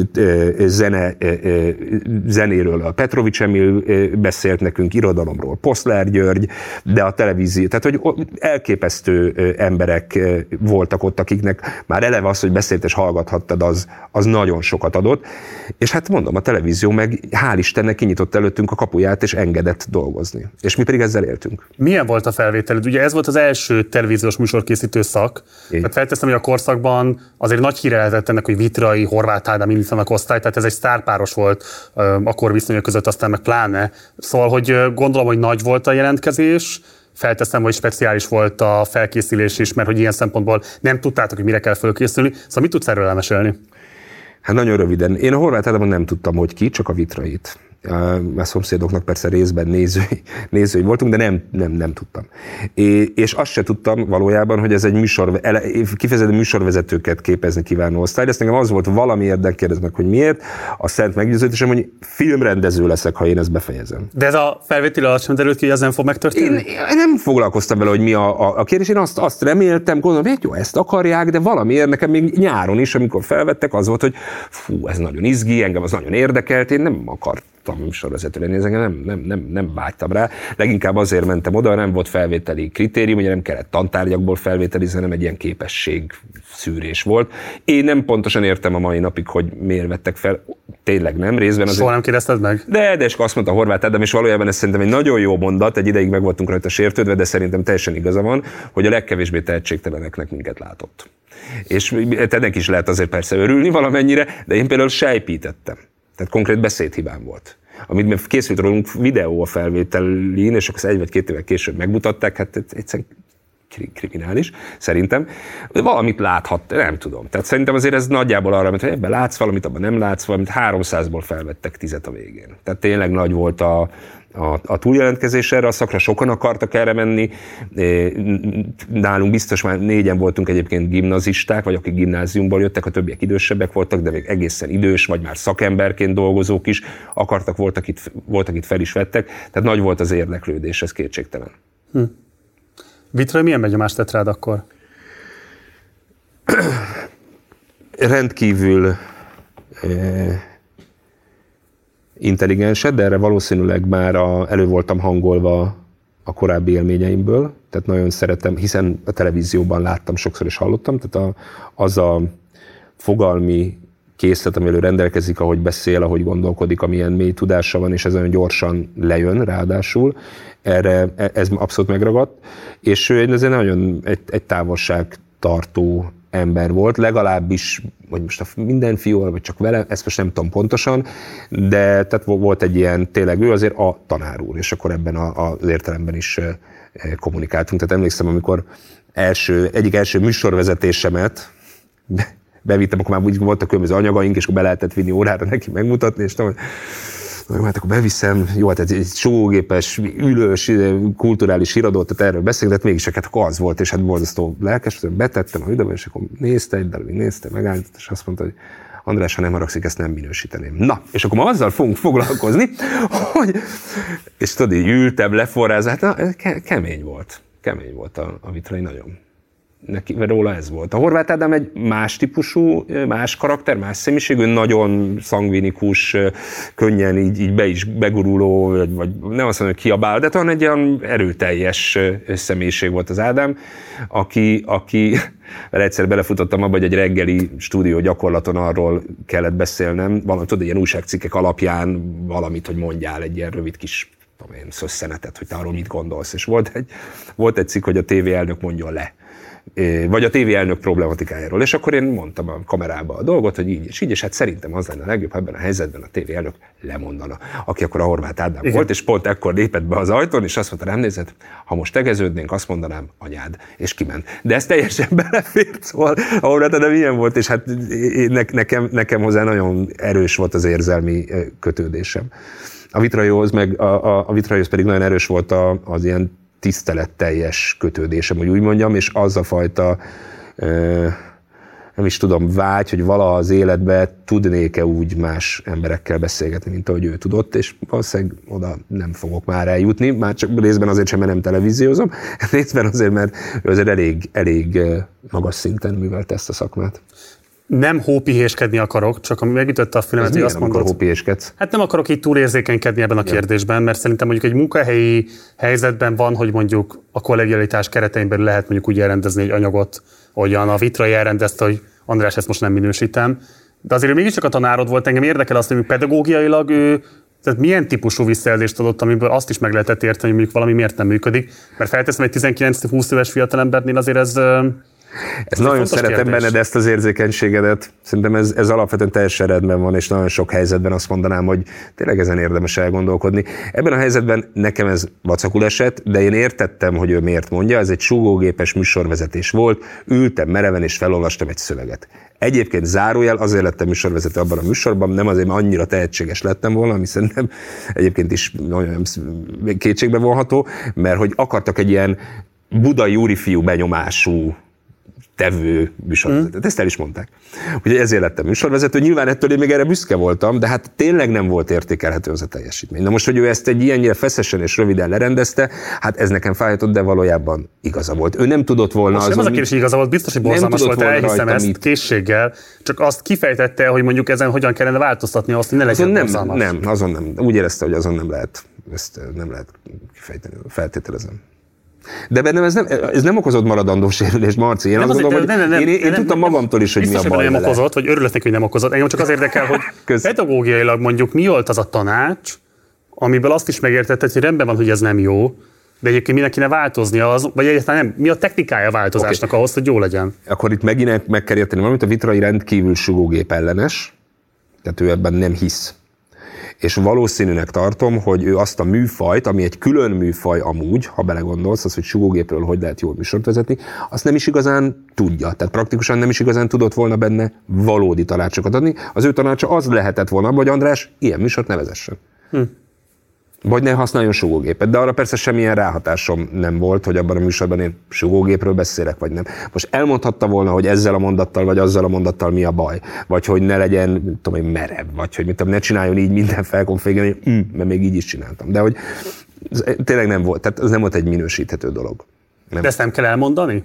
zene, zenéről a Petrovics Emil beszélt nekünk, irodalomról Poszler György, de a televízió, tehát hogy elképesztő emberek voltak ott, akiknek már eleve az, hogy beszélt és hallgathattad, az, az nagyon sokat adott, és hát mondom, a televízió meg hál' Istennek kinyitott előttünk a kapuját, és engedett dolgozni. És mi pedig ezzel éltünk. Milyen volt a felvételed? Ugye ez volt az első televíziós műsorkészítő szak. Tehát felteszem, hogy a korszakban azért nagy híre lehetett ennek, hogy Vitrai, Horváth Ádám indítanak osztály, tehát ez egy sztárpáros volt akkor viszonyok között, aztán meg pláne. Szóval, hogy gondolom, hogy nagy volt a jelentkezés, felteszem, hogy speciális volt a felkészülés is, mert hogy ilyen szempontból nem tudtátok, hogy mire kell fölkészülni. Szóval mit tudsz erről elmesélni? Hát nagyon röviden. Én a Horváth Ádámon nem tudtam, hogy ki, csak a Vitrait. A szomszédoknak persze részben nézői, nézői voltunk, de nem, nem, nem tudtam. É, és azt se tudtam valójában, hogy ez egy műsor, kifejezetten műsorvezetőket képezni kívánó osztály. Ezt nekem az volt valami érdek, kérdezd meg, hogy miért. A szent meggyőződésem, hogy filmrendező leszek, ha én ezt befejezem. De ez a felvétel alatt sem derült ki, hogy ez nem fog megtörténni? Én, én nem foglalkoztam vele, hogy mi a, a, a kérdés. Én azt, azt reméltem, gondolom, hogy jó, ezt akarják, de valamiért nekem még nyáron is, amikor felvettek, az volt, hogy fú, ez nagyon izgi, engem az nagyon érdekelt, én nem akart műsorvezető lenni, ezeket nem, nem, nem, nem vágytam rá. Leginkább azért mentem oda, nem volt felvételi kritérium, ugye nem kellett tantárgyakból felvételizni, hanem egy ilyen képesség szűrés volt. Én nem pontosan értem a mai napig, hogy miért vettek fel. Tényleg nem, részben azért. Soha nem kérdezted meg? De, de és azt mondta Horváth Ádám, és valójában ez szerintem egy nagyon jó mondat, egy ideig meg voltunk rajta sértődve, de szerintem teljesen igaza van, hogy a legkevésbé tehetségteleneknek minket látott. És ennek is lehet azért persze örülni valamennyire, de én például sejpítettem. Tehát konkrét beszédhibám volt. Amit készült rólunk videó a felvételén, és akkor egy vagy két évvel később megmutatták, hát egyszerűen kriminális, szerintem. De valamit láthat, nem tudom. Tehát szerintem azért ez nagyjából arra, hogy ebben látsz valamit, abban nem látsz valamit, háromszázból felvettek tizet a végén. Tehát tényleg nagy volt a A, a túljelentkezés erre a szakra, sokan akartak erre menni. Nálunk biztos már négyen voltunk egyébként gimnazisták, vagy akik gimnáziumból jöttek, a többiek idősebbek voltak, de még egészen idős, vagy már szakemberként dolgozók is akartak, voltak itt, voltak itt fel is vettek. Tehát nagy volt az érdeklődés, ez kétségtelen. Hm. Vitrai milyen benyomást tett rád akkor? Rendkívül eh, intelligenset, de erre valószínűleg már a, elő voltam hangolva a korábbi élményeimből, tehát nagyon szeretem, hiszen a televízióban láttam, sokszor is hallottam, tehát a, az a fogalmi készlet, amivel ő rendelkezik, ahogy beszél, ahogy gondolkodik, amilyen mély tudása van, és ez nagyon gyorsan lejön ráadásul, erre ez abszolút megragadt, és ő ezért nagyon egy, egy távolságtartó ember volt, legalábbis, vagy most a minden fiúval, vagy csak vele, ezt most nem tudom pontosan, de tehát volt egy ilyen, tényleg ő azért a tanár úr, és akkor ebben a, az értelemben is kommunikáltunk. Tehát emlékszem, amikor első, egyik első műsorvezetésemet bevittem, akkor már úgy voltak különböző anyagaink, és akkor be lehetett vinni órára neki megmutatni, és tudom, hogy hát akkor beviszem, jó, hát egy sugógépes, ülős, kulturális híradót, tehát erről beszélünk, de mégis hát akkor az volt, és hát borzasztó lelkes, betettem a videóban, és akkor nézte, egy darabig nézte, megállított, és azt mondta, hogy András, ha nem haragszik, ezt nem minősíteném. Na, és akkor ma azzal fogunk foglalkozni, hogy, és tudod, így ültem, leforrázott, na, ke- kemény volt, kemény volt a, a Vitrai, nagyon. Neki, róla ez volt. A Horváth Ádám egy más típusú, más karakter, más személyiségű, nagyon szangvinikus, könnyen így, így be is beguruló, vagy, vagy nem azt mondom, hogy kiabál, de talán egy olyan erőteljes személyiség volt az Ádám, aki, aki vele egyszer belefutottam abba, hogy egy reggeli stúdió gyakorlaton arról kellett beszélnem, valami, tudod, ilyen újságcikkek alapján valamit, hogy mondjál egy ilyen rövid kis tudom én, szösszenetet, hogy te arról mit gondolsz. És volt egy, volt egy cikk, hogy a té vé elnök mondjon le. Vagy a té vé elnök problematikájáról. És akkor én mondtam a kamerába a dolgot, hogy így és így, és hát szerintem az lenne a legjobb, ha ebben a helyzetben a té vé elnök lemondana, aki akkor a Horváth Ádám Igen. volt, és pont ekkor lépett be az ajtón, és azt mondta, rám nézett, ha most tegeződnénk, azt mondanám, anyád, és kiment. De ez teljesen belefért, szóval a Horváth Ádám ilyen volt, és hát nekem, nekem hozzá nagyon erős volt az érzelmi kötődésem. A Vitraihoz, meg a, a, a Vitraihoz pedig nagyon erős volt a, az ilyen tiszteletteljes kötődésem, hogy úgy mondjam, és az a fajta, nem is tudom, vágy, hogy valaha az életben tudnék-e úgy más emberekkel beszélgetni, mint ahogy ő tudott, és valószínűleg oda nem fogok már eljutni, már csak részben azért sem, mert nem televíziózom, részben azért, mert ő azért elég, elég magas szinten művelte ezt a szakmát. Nem hópihéskedni akarok, csak ami megütötte a filmet, hogy azt mondod, hópihéskedsz? Hát nem akarok így túl érzékenykedni ebben a kérdésben, mert szerintem mondjuk egy munkahelyi helyzetben van, hogy mondjuk a kollegialitás keretein belül lehet mondjuk úgy elrendezni egy anyagot, ahogyan a Vitrai elrendezte, hogy András, ezt most nem minősítem. De azért mégiscsak a tanárod volt, engem érdekel azt, hogy pedagógiailag ő tehát milyen típusú visszajelzést adott, amiből azt is meg lehetett érteni, hogy mondjuk valami miért nem működik. Mert felteszem, egy tizenkilenc-húsz éves fiatalembernél azért ez... Ez nagyon szeretem kérdés. Benned ezt az érzékenységedet. Szerintem ez, ez alapvetően teljesen rendben van, és nagyon sok helyzetben azt mondanám, hogy tényleg ezen érdemes elgondolkodni. Ebben a helyzetben nekem ez vacakul esett, de én értettem, hogy ő miért mondja. Ez egy súgógépes műsorvezetés volt, ültem mereven és felolvastam egy szöveget. Egyébként zárójel, azért lettem műsorvezető abban a műsorban, nem azért, mert annyira tehetséges lettem volna, ami szerintem egyébként is nagyon kétségbe vonható, mert hogy akartak egy ilyen budai úrifiú benyomású tevő műsorvezető. Mm. Ezt el is mondták. Úgyhogy ezért lettem műsorvezető. Nyilván ettől én még erre büszke voltam, de hát tényleg nem volt értékelhető az a teljesítmény. Na most, hogy ő ezt egy ilyennyire feszesen és röviden lerendezte, hát ez nekem fájtott, de valójában igaza volt. Ő nem tudott volna most azon... nem az a kérdés, igaza volt, biztos, hogy borzalmas volt, elhiszem ezt mit... készséggel, csak azt kifejtette, hogy mondjuk ezen hogyan kellene változtatni azt, hogy ne legyen nem, borzalmas. Nem, azon nem. Úgy érezte, hogy azon nem lehet, ezt nem lehet kifejteni, feltételezem. De bennem ez nem, ez nem okozott maradandó sérülést, Marci. Én nem azt gondolom, hogy nem, nem, én, én, én nem, tudtam nem, magamtól is, hogy mi a baj vele. Nem okozott, vagy örülök neki, hogy nem okozott. Engem csak az érdekel, hogy pedagógiailag mondjuk mi volt az a tanács, amiből azt is megértette, hogy rendben van, hogy ez nem jó, de egyébként minek kéne változnia, az, vagy egyáltalán nem. Mi a technikája a változásnak okay. ahhoz, hogy jó legyen? Akkor itt megint meg kell érteni valamit, a Vitrai rendkívül sugógép ellenes, tehát ő ebben nem hisz. És valószínűnek tartom, hogy ő azt a műfajt, ami egy külön műfaj amúgy, ha belegondolsz, az, hogy sugógépről hogy lehet jól műsort vezetni, azt nem is igazán tudja. Tehát praktikusan nem is igazán tudott volna benne valódi tanácsokat adni. Az ő tanácsa az lehetett volna, hogy András ilyen műsort ne vezessen. Hm. Vagy ne használjon sugógépet. De arra persze semmilyen ráhatásom nem volt, hogy abban a műsorban én sugógépről beszélek, vagy nem. Most elmondhatta volna, hogy ezzel a mondattal, vagy azzal a mondattal mi a baj. Vagy hogy ne legyen, tudom én, merev, vagy hogy mit tudom, ne csináljon így minden felkonfigurálni, mm, mert még így is csináltam. De hogy tényleg nem volt, tehát ez nem volt egy minősíthető dolog. Nem. De ezt nem kell elmondani?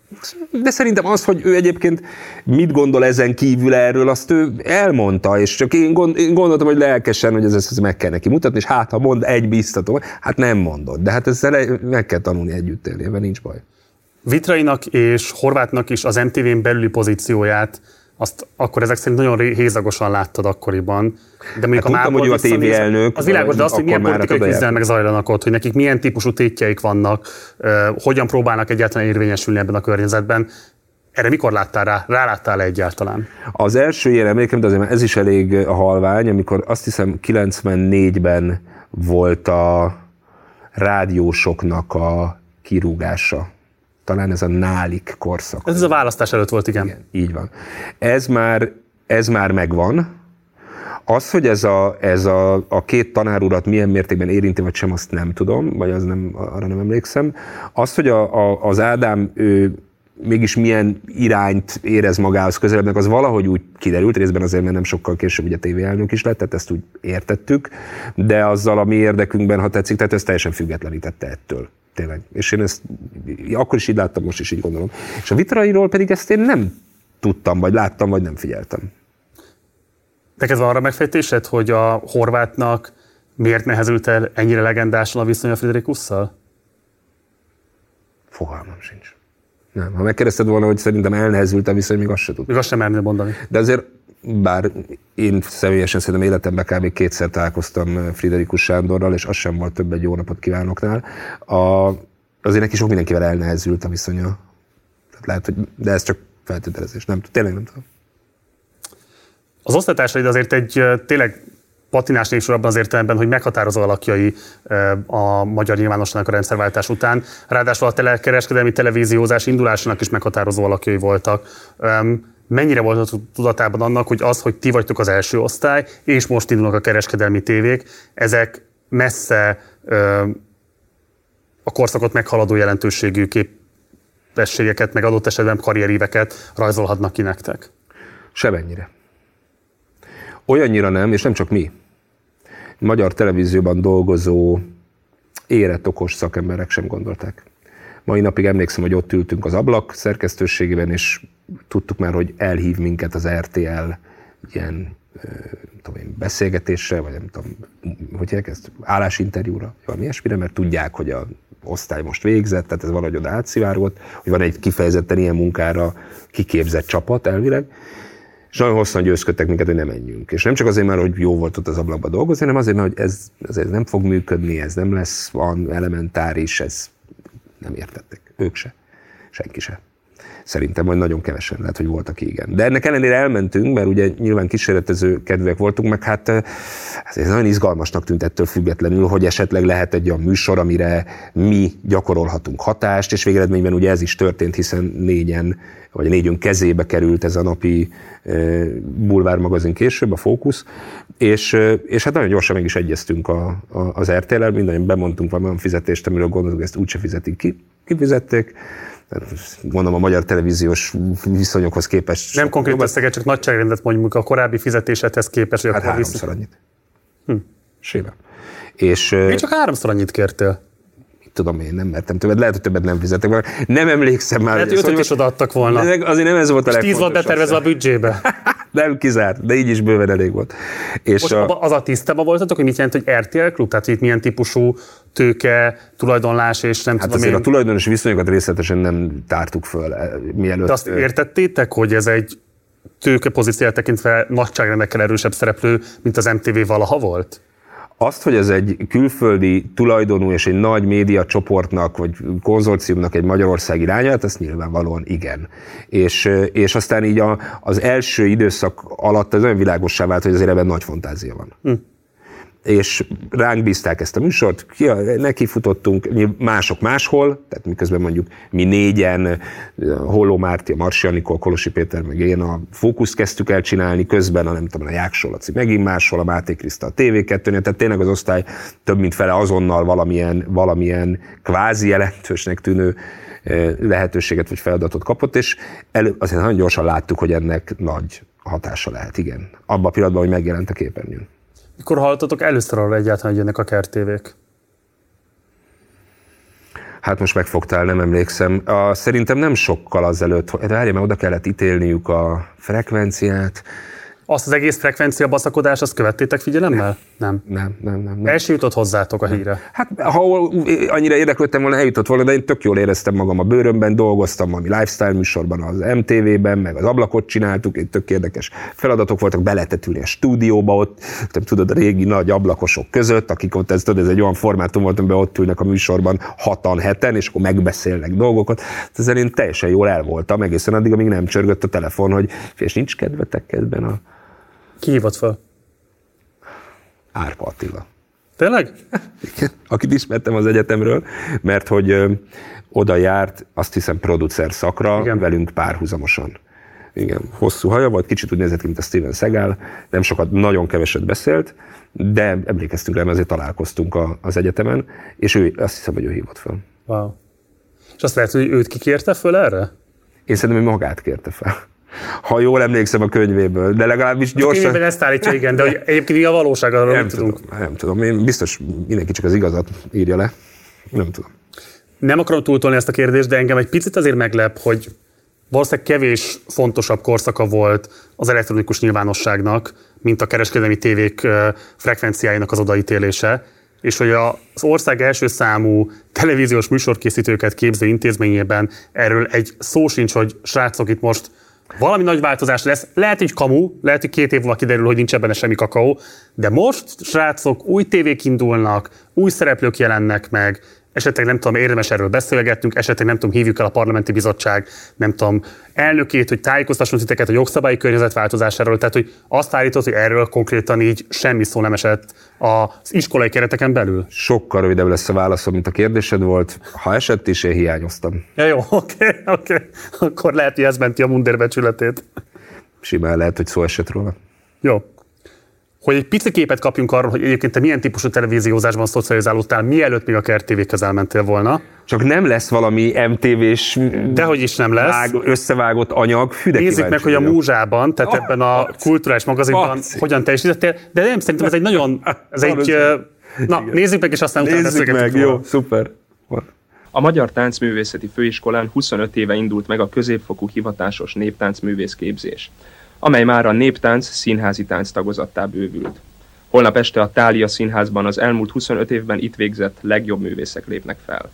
De szerintem az, hogy ő egyébként mit gondol ezen kívül erről, azt ő elmondta, és csak én, gond, én gondoltam, hogy lelkesen, hogy ez, ez meg kell neki mutatni, és hát, ha mond egy biztató, hát nem mondott. De hát ezzel meg kell tanulni együtt élni, ebben nincs baj. Vitrainak és Horvátnak is az em té vén belüli pozícióját, azt akkor ezek szerint nagyon hézagosan láttad akkoriban. De mondjuk hát a tudtam, hogy a té vé elnök. Az világos, de azt, hogy milyen politikai küzdelmek zajlanak ott, hogy nekik milyen típusú tétjeik vannak, uh, hogyan próbálnak egyáltalán érvényesülni ebben a környezetben. Erre mikor láttál rá? Ráláttál egyáltalán? Az első ilyen emlékem, de azért ez is elég halvány, amikor azt hiszem kilencvennégyben volt a rádiósoknak a kirúgása. Talán ez a nálik korszak. Ez a választás előtt volt, igen. igen. Így van. Ez már, ez már megvan. Az, hogy ez, a, ez a, a két tanárurat milyen mértékben érinti, vagy sem, azt nem tudom, vagy az nem, arra nem emlékszem. Az, hogy a, a, az Ádám ő, mégis milyen irányt érez magához közelebbnek, az valahogy úgy kiderült, részben azért, mert nem sokkal később ugye té vé elnök is lett, tehát ezt úgy értettük, de azzal a mi érdekünkben, ha tetszik, tehát ez teljesen függetlenítette ettől. Tényleg. És én ezt akkor is így láttam, most is így gondolom. És a Vitrairól pedig ezt én nem tudtam, vagy láttam, vagy nem figyeltem. Neked van arra megfejtésed, hogy a Horvátnak miért nehezült el ennyire legendásan a viszony a Friderikusszal? Fogalmam sincs. Nem. Ha megkérdezted volna, hogy szerintem elnehezült a viszony, még azt se tudtam. Még azt sem mernél mondani. De azért, bár én személyesen szerintem életemben kb. kétszer találkoztam Friderikus Sándorral, és az sem volt több egy jó napot kívánoknál, a, azért neki sok mindenkivel elnehezült a viszonya. Tehát lehet, hogy, de ez csak feltételezés. Nem, tényleg nem tudom. Az osztálytársaid azért egy tényleg patinás népsor abban az értelemben, hogy meghatározó alakjai a magyar nyilvánosságnak a rendszerváltás után. Ráadásul a telekereskedelmi televíziózás indulásának is meghatározó alakjai voltak. Mennyire volt a tudatában annak, hogy az, hogy ti vagytok az első osztály, és most indulnak a kereskedelmi tévék, ezek messze a korszakot meghaladó jelentőségű képességeket, meg adott esetben karrieríveket rajzolhatnak ki nektek? Semennyire. Olyannyira nem, és nem csak mi. Magyar televízióban dolgozó, érett, okos szakemberek sem gondolták. Mai napig emlékszem, hogy ott ültünk az ablak szerkesztőségében, és tudtuk már, hogy elhív minket az er té el ilyen nem tudom én, beszélgetésre, vagy nem tudom, hogy elkezd, állásinterjúra, valami ilyesmire, mert tudják, hogy a osztály most végzett, tehát ez valahogy oda átszivárgott, hogy van egy kifejezetten ilyen munkára kiképzett csapat elvileg, és nagyon hosszan győzködtek minket, hogy ne menjünk. És nem csak azért már, hogy jó volt ott az ablakban dolgozni, hanem azért, mert hogy ez, ez nem fog működni, ez nem lesz van elementáris, ez nem értettek. Ők se. Senki se. Szerintem majd nagyon kevesen, lehet, hogy voltak, igen. De ennek ellenére elmentünk, mert ugye nyilván kísérletező kedvűek voltunk, meg hát ez nagyon izgalmasnak tűnt ettől függetlenül, hogy esetleg lehet egy olyan műsor, amire mi gyakorolhatunk hatást, és végeredményben ugye ez is történt, hiszen négyen, vagy négyünk kezébe került ez a napi e, bulvármagazin később, a Fókusz, és, és hát nagyon gyorsan meg is egyeztünk a, a, az er té el-el, mindannyian bemondtunk valami fizetést, amiről gondoltuk, ezt úgyse fizetik ki. Kifizették. Mondom, a magyar televíziós viszonyokhoz képest... Nem konkrét összeget, csak nagyságrendet mondjuk a korábbi fizetésedhez képest. Hát akkor háromszor visz... annyit. Hm. Séve. És... Még csak háromszor annyit kértél. Tudom, én nem mertem többet, lehet, hogy többet nem fizettek volna. Nem emlékszem már. Lehet, hogy ötöt is odaadtak volna. Azért nem ez volt a legfontosabb. tíz volt betervezve a büdzsébe. Nem kizárt, de így is bőven elég volt. És most a... az a tisztában voltatok, hogy mit jelent, hogy er té el klub? Tehát itt milyen típusú tőke, tulajdonlás és nem hát tudom azért én... a tulajdonos viszonyokat részletesen nem tártuk föl, mielőtt... De azt értettétek, hogy ez egy tőke pozícióját tekintve nagyságrendekkel erősebb szereplő, mint az em té vé valaha volt? Azt, hogy ez egy külföldi tulajdonú és egy nagy média csoportnak vagy konzorciumnak egy Magyarország irányát, azt nyilvánvalóan igen. És, és aztán így a, az első időszak alatt ez olyan világossá vált, hogy azért ebben nagy fantázia van. Hm. És ránk bízták ezt a műsort, neki futottunk, mások máshol, tehát miközben mondjuk mi négyen, Holló Márti, a Marsi Anikó, a Kolosi Péter, meg én a Fókuszt kezdtük el csinálni, közben a nem tudom, a Jáksó Laci megint máshol, a Máté Kriszta a té vé kettőnél, tehát tényleg az osztály több mint fele azonnal valamilyen, valamilyen kvázi jelentősnek tűnő lehetőséget vagy feladatot kapott, és elő, azért nagyon gyorsan láttuk, hogy ennek nagy hatása lehet, igen. Abban a pillanatban, hogy megjelent a képernyőn. Mikor hallottatok először arra egyáltalán, hogy jönnek a kertévék? Hát most megfogtál, nem emlékszem. A, szerintem nem sokkal azelőtt, várjál, mert oda kellett ítélniük a frekvenciát. Azt az egész frekvencia baszakodás, azt követtétek figyelemmel? Nem. Nem, nem, nem. nem. El sem jutott hozzátok a híre. Hát ha annyira érdeklődtem volna, eljutott volna, de én tök jól éreztem magam a bőrömben, dolgoztam valami lifestyle műsorban az em té vében, meg az ablakot csináltuk, egy tök érdekes feladatok voltak, be lehetett ülni a stúdióba ott, tudod, a régi nagy ablakosok között, akik ott, ez, tudod, ez egy olyan formátum volt, amiben ott ülnek a műsorban hatan, heten, és akkor megbeszélnek dolgokat. Ezzel én teljesen jól el voltam, egészen addig, amíg nem csörgött a telefon, hogy és nincs kedvetek kedben a... Ki hívott fel? Árpa Attila. Tényleg? Igen, akit ismertem az egyetemről, mert hogy ö, oda járt, azt hiszem, producer szakra, igen, velünk párhuzamosan. Igen, hosszú haja volt, kicsit úgy nézett ki, mint a Steven Seagal, nem sokat, nagyon keveset beszélt, de emlékeztünk rá, mert azért találkoztunk a, az egyetemen, és ő, azt hiszem, hogy ő hívott fel. Wow. És azt lehet, hogy őt kikérte föl erre? Én szerintem, hogy magát kérte fel. Ha jól emlékszem a könyvéből, de legalábbis gyorsan... A könyvében ezt állítja, igen, de hogy egyébként a valóság arról nem tudunk. Tudom, nem tudom, én biztos mindenki csak az igazat írja le. Nem tudom. Nem akarom túltolni ezt a kérdést, de engem egy picit azért meglep, hogy valószínűleg kevés fontosabb korszaka volt az elektronikus nyilvánosságnak, mint a kereskedelmi tévék frekvenciáinak az odaítélése, és hogy az ország első számú televíziós műsorkészítőket képző intézményében erről egy szó sincs, hogy srácok, itt most valami nagy változás lesz, lehet, hogy kamu, lehet, hogy két év múlva kiderül, hogy nincs ebben semmi kakaó, de most, srácok, új tévék indulnak, új szereplők jelennek meg, esetleg nem tudom, érdemes erről beszélgettünk, esetleg nem tudom, hívjuk el a parlamenti bizottság, nem tudom, elnökét, hogy tájékoztassunk titeket a jogszabályi környezet változásáról, tehát hogy azt állított, hogy erről konkrétan így semmi szó nem esett az iskolai kereteken belül. Sokkal rövidebb lesz a válaszom, mint a kérdésed volt. Ha esett is, én hiányoztam. Ja, jó, oké, okay, oké. Okay. Akkor lehet, hogy ez menti a mundérbecsületét. Simán lehet, hogy szó esett róla. Jó. Hogy egy pici képet kapjunk arról, hogy egyébként te milyen típusú televíziózásban szocializálódtál, mielőtt még a Kert té véhez elmentél volna. Csak nem lesz valami em té vés dehogy is nem lesz. Vág, összevágott anyag. Fű, de nézzük meg, hogy a Múzsában, tehát oh, ebben a oh, kulturális magazinban oh, hogyan teljesítettél, de nem, szerintem ez egy nagyon, ez egy, na igen, nézzük meg, és aztán utána beszélgetünk. Nézzük meg, jó, szuper. A Magyar Táncművészeti Főiskolán huszonöt éve indult meg a középfokú hivatásos néptáncművész képzés, amely már a néptánc színházi tánc tagozattá bővült. Holnap este a Thália Színházban az elmúlt huszonöt évben itt végzett legjobb művészek lépnek fel.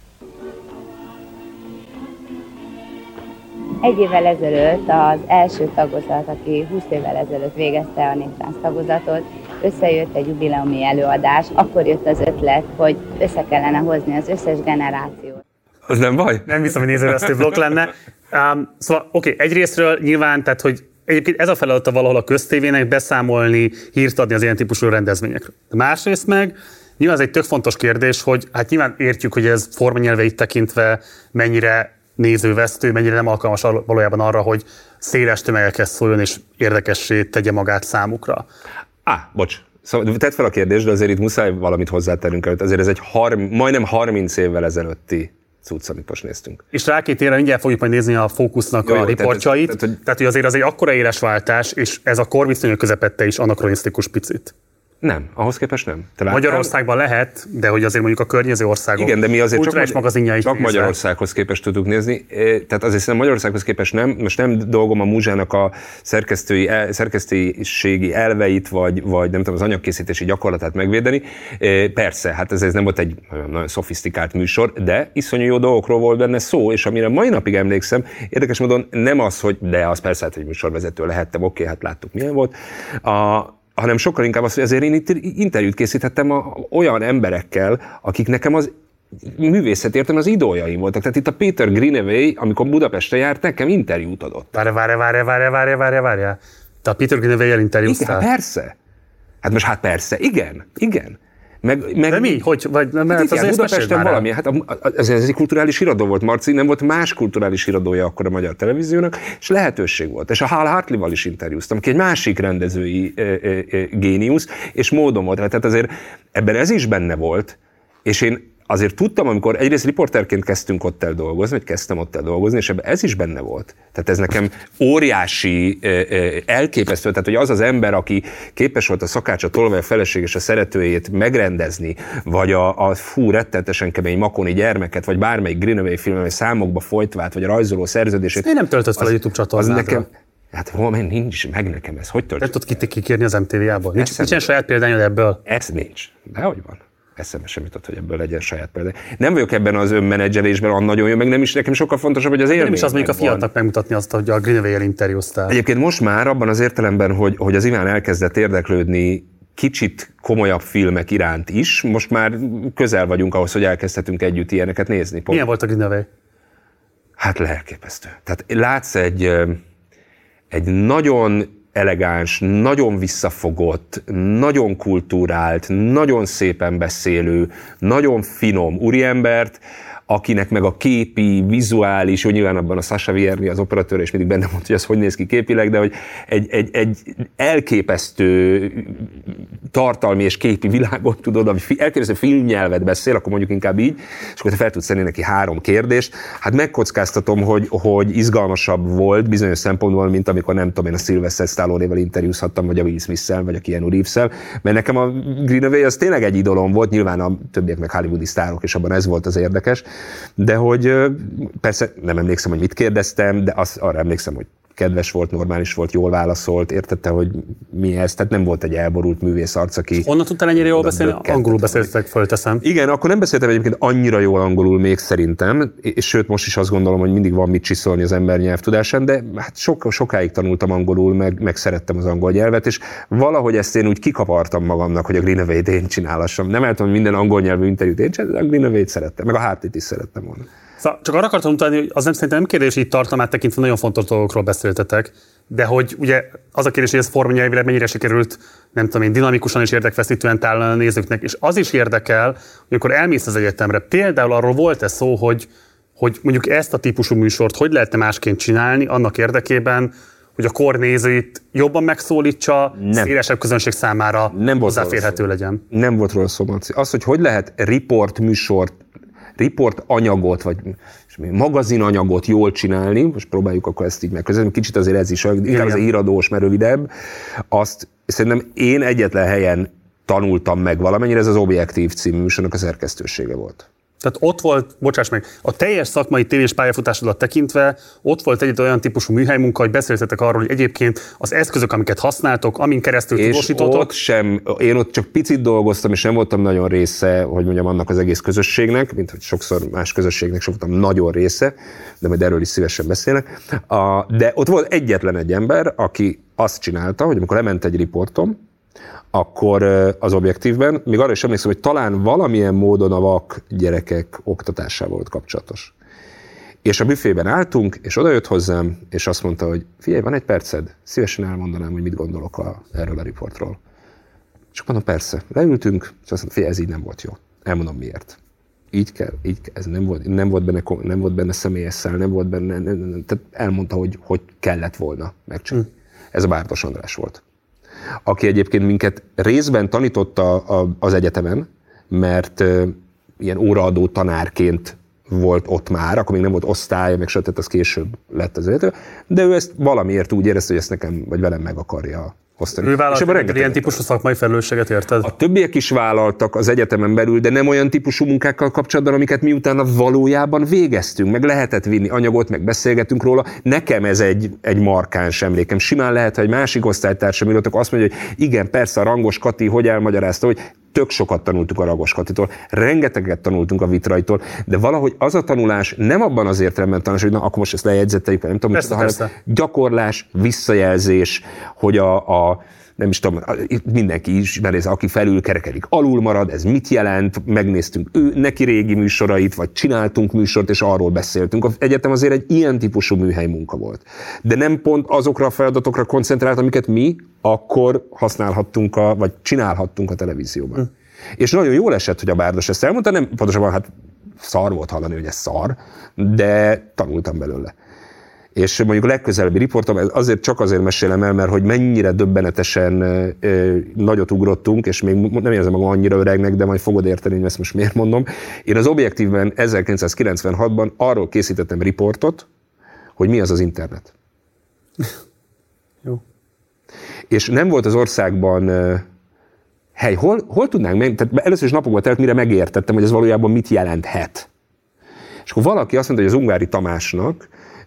Egy évvel ezelőtt az első tagozat, aki húsz évvel ezelőtt végezte a néptánc tagozatot, összejött egy jubileumi előadás, akkor jött az ötlet, hogy össze kellene hozni az összes generációt. Az nem baj? Nem hiszem, hogy nézővesztő blokk lenne. Um, szóval oké, okay, egyrésztről nyilván, tehát hogy egyébként ez a feladata valahol a köztévének beszámolni, hírt adni az ilyen típusú rendezvényekről. De másrészt meg nyilván ez egy tök fontos kérdés, hogy hát nyilván értjük, hogy ez formanyelveit tekintve mennyire nézővesztő, mennyire nem alkalmas valójában arra, hogy széles tömegekhez szóljon és érdekessé tegye magát számukra. Á, bocs. Szóval tedd fel a kérdést, de azért itt muszáj valamit hozzátennünk előtt. Azért ez egy harm, majdnem harminc évvel ezelőtti cucc, amit most néztünk. És rá két évre mindjárt fogjuk majd nézni a Fókusznak ja, a riportjait. Tehát, tehát, tehát, hogy azért az egy akkora éles váltás, és ez a korviszonyok közepette is anakronisztikus picit. Nem, ahhoz képest nem. Te Magyarországban lehet, de hogy azért mondjuk a környező országok. Igen, de mi azért csak, magazinjait csak Magyarországhoz képest tudjuk nézni. Tehát azért szerintem Magyarországhoz képest nem. Most nem dolgom a Múzsának a szerkesztői, el, szerkesztőségi elveit, vagy, vagy nem tudom, az anyagkészítési gyakorlatát megvédeni. Persze, hát ez, ez nem volt egy nagyon szofisztikált műsor, de iszonyú jó dolgokról volt benne szó, és amire mai napig emlékszem, érdekes módon nem az, hogy de az persze, hát, hogy műsorvezető lehettem, oké, hát láttuk milyen volt. A, hanem sokkal inkább az, hogy ezért én itt interjút készíthettem a, olyan emberekkel, akik nekem az művészet értem az idójaim voltak. Tehát itt a Peter Greenaway, amikor Budapestre járt, nekem interjút adott. Várj, várj, várj, várj, várj, várj, várj. Te a Peter Greenaway-el interjúztál? Igen, persze. Hát most hát persze, igen, igen. Meg, meg, de mi? Hogy? Vagy, mert hát igen, Budapesten valami. Hát ez, ez egy kulturális iradó volt, Marci, nem volt más kulturális iradója akkor a Magyar Televíziónak, és lehetőség volt. És a Hal Hartley-val is interjúztam, aki egy másik rendezői e, e, e, géniusz, és módom volt. Tehát azért ebben ez is benne volt, és én azért tudtam, amikor egyrészt riporterként kezdtünk ott el dolgozni, vagy kezdtem ott el dolgozni, és ebben ez is benne volt. Tehát ez nekem óriási, elképesztő, tehát hogy az az ember, aki képes volt a szakácsa tolvaj a feleség és a szeretőjét megrendezni, vagy a, a fú, rettenetesen kemény makoni gyermeket, vagy bármelyik Greenaway film, vagy számokba folytvált, vagy a rajzoló szerződését. Én nem töltött fel a YouTube csatornára. Az nekem, hát hol nincs meg nekem ez, hogy töltött? Nem tudod kikérni az em té vé-ából? Nincs, nincs saját példányod ebből? Ez nincs. De hogy van? Eszembe sem jutott, hogy ebből legyen saját példány. Nem vagyok ebben az önmenedzselésben, an nagyon jó, meg nem is, nekem sokkal fontosabb, hogy az élmény. Nem is az mondjuk a fiatnak megmutatni azt, hogy a Greenaway-el interjúztál. Egyébként most már abban az értelemben, hogy, hogy az Iván elkezdett érdeklődni kicsit komolyabb filmek iránt is, most már közel vagyunk ahhoz, hogy elkezdhetünk együtt ilyeneket nézni. Pont. Milyen volt a Greenaway? Hát lelképesztő. Tehát látsz egy, egy nagyon elegáns, nagyon visszafogott, nagyon kultúrált, nagyon szépen beszélő, nagyon finom úriembert, akinek meg a képi, vizuális, jó, nyilván abban a Sasha Vierny, az operatőr, és mindig benne mondta, hogy az hogy néz ki képileg, de hogy egy, egy, egy elképesztő tartalmi és képi világot tudod, ami elképesztő filmnyelvet beszél, akkor mondjuk inkább így, és akkor te fel tudsz tenni neki három kérdést. Hát megkockáztatom, hogy, hogy izgalmasabb volt bizonyos szempontból, mint amikor nem tudom én a Sylvester Stallone-vel interjúzhattam, vagy a Will Smith-szel, vagy a Keanu Reeves-szel, mert nekem a Greenaway az tényleg egy idolom volt, nyilván a többiek meg hollywoodi sztárok, és abban ez volt az érdekes. De hogy persze nem emlékszem, hogy mit kérdeztem, de az, arra emlékszem, hogy kedves volt, normális volt, jól válaszolt, értette, hogy mi ez, tehát nem volt egy elborult művész arc, aki... Honnan tudtál ennyire jól beszélni? Angolul beszéltek, fölteszem. Igen, akkor nem beszéltem egyébként annyira jól angolul még szerintem, és sőt most is azt gondolom, hogy mindig van mit csiszolni az ember nyelvtudásán, de hát sok, sokáig tanultam angolul, meg, meg szerettem az angol nyelvet, és valahogy ezt én úgy kikapartam magamnak, hogy a Greenaway-t én csinálassam. Nem eltem, hogy minden angol nyelvű interjút én csináltam, de a Greenaway-t szerettem, meg a Hartit is szerettem volna. Szóval csak arra akartam mutatni, hogy az nem szerintem nem kérdés, hogy itt tartalmát tekintve nagyon fontos dolgokról beszéltetek, de hogy ugye az a kérdés, hogy ez formanyelvileg mennyire sikerült, nem tudom én, dinamikusan és érdekfeszítően találni a nézőknek, és az is érdekel, hogy akkor elmész az egyetemre. Például arról volt-e szó, hogy, hogy mondjuk ezt a típusú műsort hogy lehetne másként csinálni annak érdekében, hogy a kor nézőit jobban megszólítsa, nem. Szélesebb közönség számára nem hozzáférhető legyen. Nem volt róla szó, Marci. Az, hogy hogy lehet riport műsort, riport anyagot, vagy magazinanyagot jól csinálni, most próbáljuk akkor ezt így megközelíteni, kicsit azért ez is, inkább az híradós, mert rövidebb, azt szerintem én egyetlen helyen tanultam meg valamennyire, ez az Objektív című műsornak a szerkesztősége volt. Tehát ott volt, bocsáss meg, a teljes szakmai tévés pályafutásodat tekintve, ott volt egy olyan típusú műhelymunka, hogy beszéltetek arról, hogy egyébként az eszközök, amiket használtok, amin keresztül tudósítotok. Ott sem, én ott csak picit dolgoztam, és nem voltam nagyon része, hogy mondjam, annak az egész közösségnek, mint hogy sokszor más közösségnek sem voltam nagyon része, de majd erről is szívesen beszélek. De ott volt egyetlen egy ember, aki azt csinálta, hogy amikor lement egy riportom, akkor az Objektívben, még arra is emlékszem, hogy talán valamilyen módon a vak gyerekek oktatásával volt kapcsolatos. És a büfében álltunk, és odajött hozzám, és azt mondta, hogy figyelj, van egy perced, szívesen elmondanám, hogy mit gondolok a, erről a riportról. És mondom, persze, leültünk, és azt mondta, figyelj, ez így nem volt jó. Elmondom miért. Így kell, így kell, ez nem volt, nem volt benne, nem volt benne személyes szál, nem volt benne, nem, nem, tehát elmondta, hogy, hogy kellett volna megcsinálni. Hm. Ez a Bárdos András volt, aki egyébként minket részben tanította az egyetemen, mert ilyen óraadó tanárként volt ott már, akkor még nem volt osztálya, meg stb. Az később lett az egyetem, de ő ezt valamiért úgy érezte, hogy ezt nekem, vagy velem meg akarja osztani. Ő vállalt ilyen típusú szakmai felelősséget, érted? A többiek is vállaltak az egyetemen belül, de nem olyan típusú munkákkal kapcsolatban, amiket miután valójában végeztünk, meg lehetett vinni anyagot, meg beszélgetünk róla. Nekem ez egy, egy markáns emlékem. Simán lehet, hogy egy másik osztálytársam írottak, azt mondja, hogy igen, persze a Rangos Kati hogy elmagyarázta, hogy tök sokat tanultuk a Rangos Katitól, rengeteget tanultunk a Vitraitól, de valahogy az a tanulás nem abban az értelemben tanulás, hogy na, akkor most ezt lejegyzetteljük, nem tudom, persze, mit, hanem gyakorlás, visszajelzés, hogy a, a nem is tudom, mindenki is, mert ez aki felül kerekedik, alul marad, ez mit jelent, megnéztünk ő neki régi műsorait, vagy csináltunk műsort, és arról beszéltünk. Az egyetem azért egy ilyen típusú műhely munka volt. De nem pont azokra a feladatokra koncentrált, amiket mi akkor használhattunk, a, vagy csinálhattunk a televízióban. Hm. És nagyon jól esett, hogy a Bárdos ezt elmondta, nem pontosabban hát szar volt hallani, hogy ez szar, de tanultam belőle. És mondjuk a legközelebbi riportom, azért csak azért mesélem el, mert hogy mennyire döbbenetesen ö, nagyot ugrottunk, és még nem érzem magam annyira öregnek, de majd fogod érteni, hogy ezt most miért mondom. Én az Objektívben ezerkilencszázkilencvenhatban arról készítettem riportot, hogy mi az az internet. Jó. És nem volt az országban ö, hely, hol, hol tudnánk meg, tehát először is napokba telt, mire megértettem, hogy ez valójában mit jelenthet. És akkor valaki azt mondta, hogy az Ungvári Tamásnak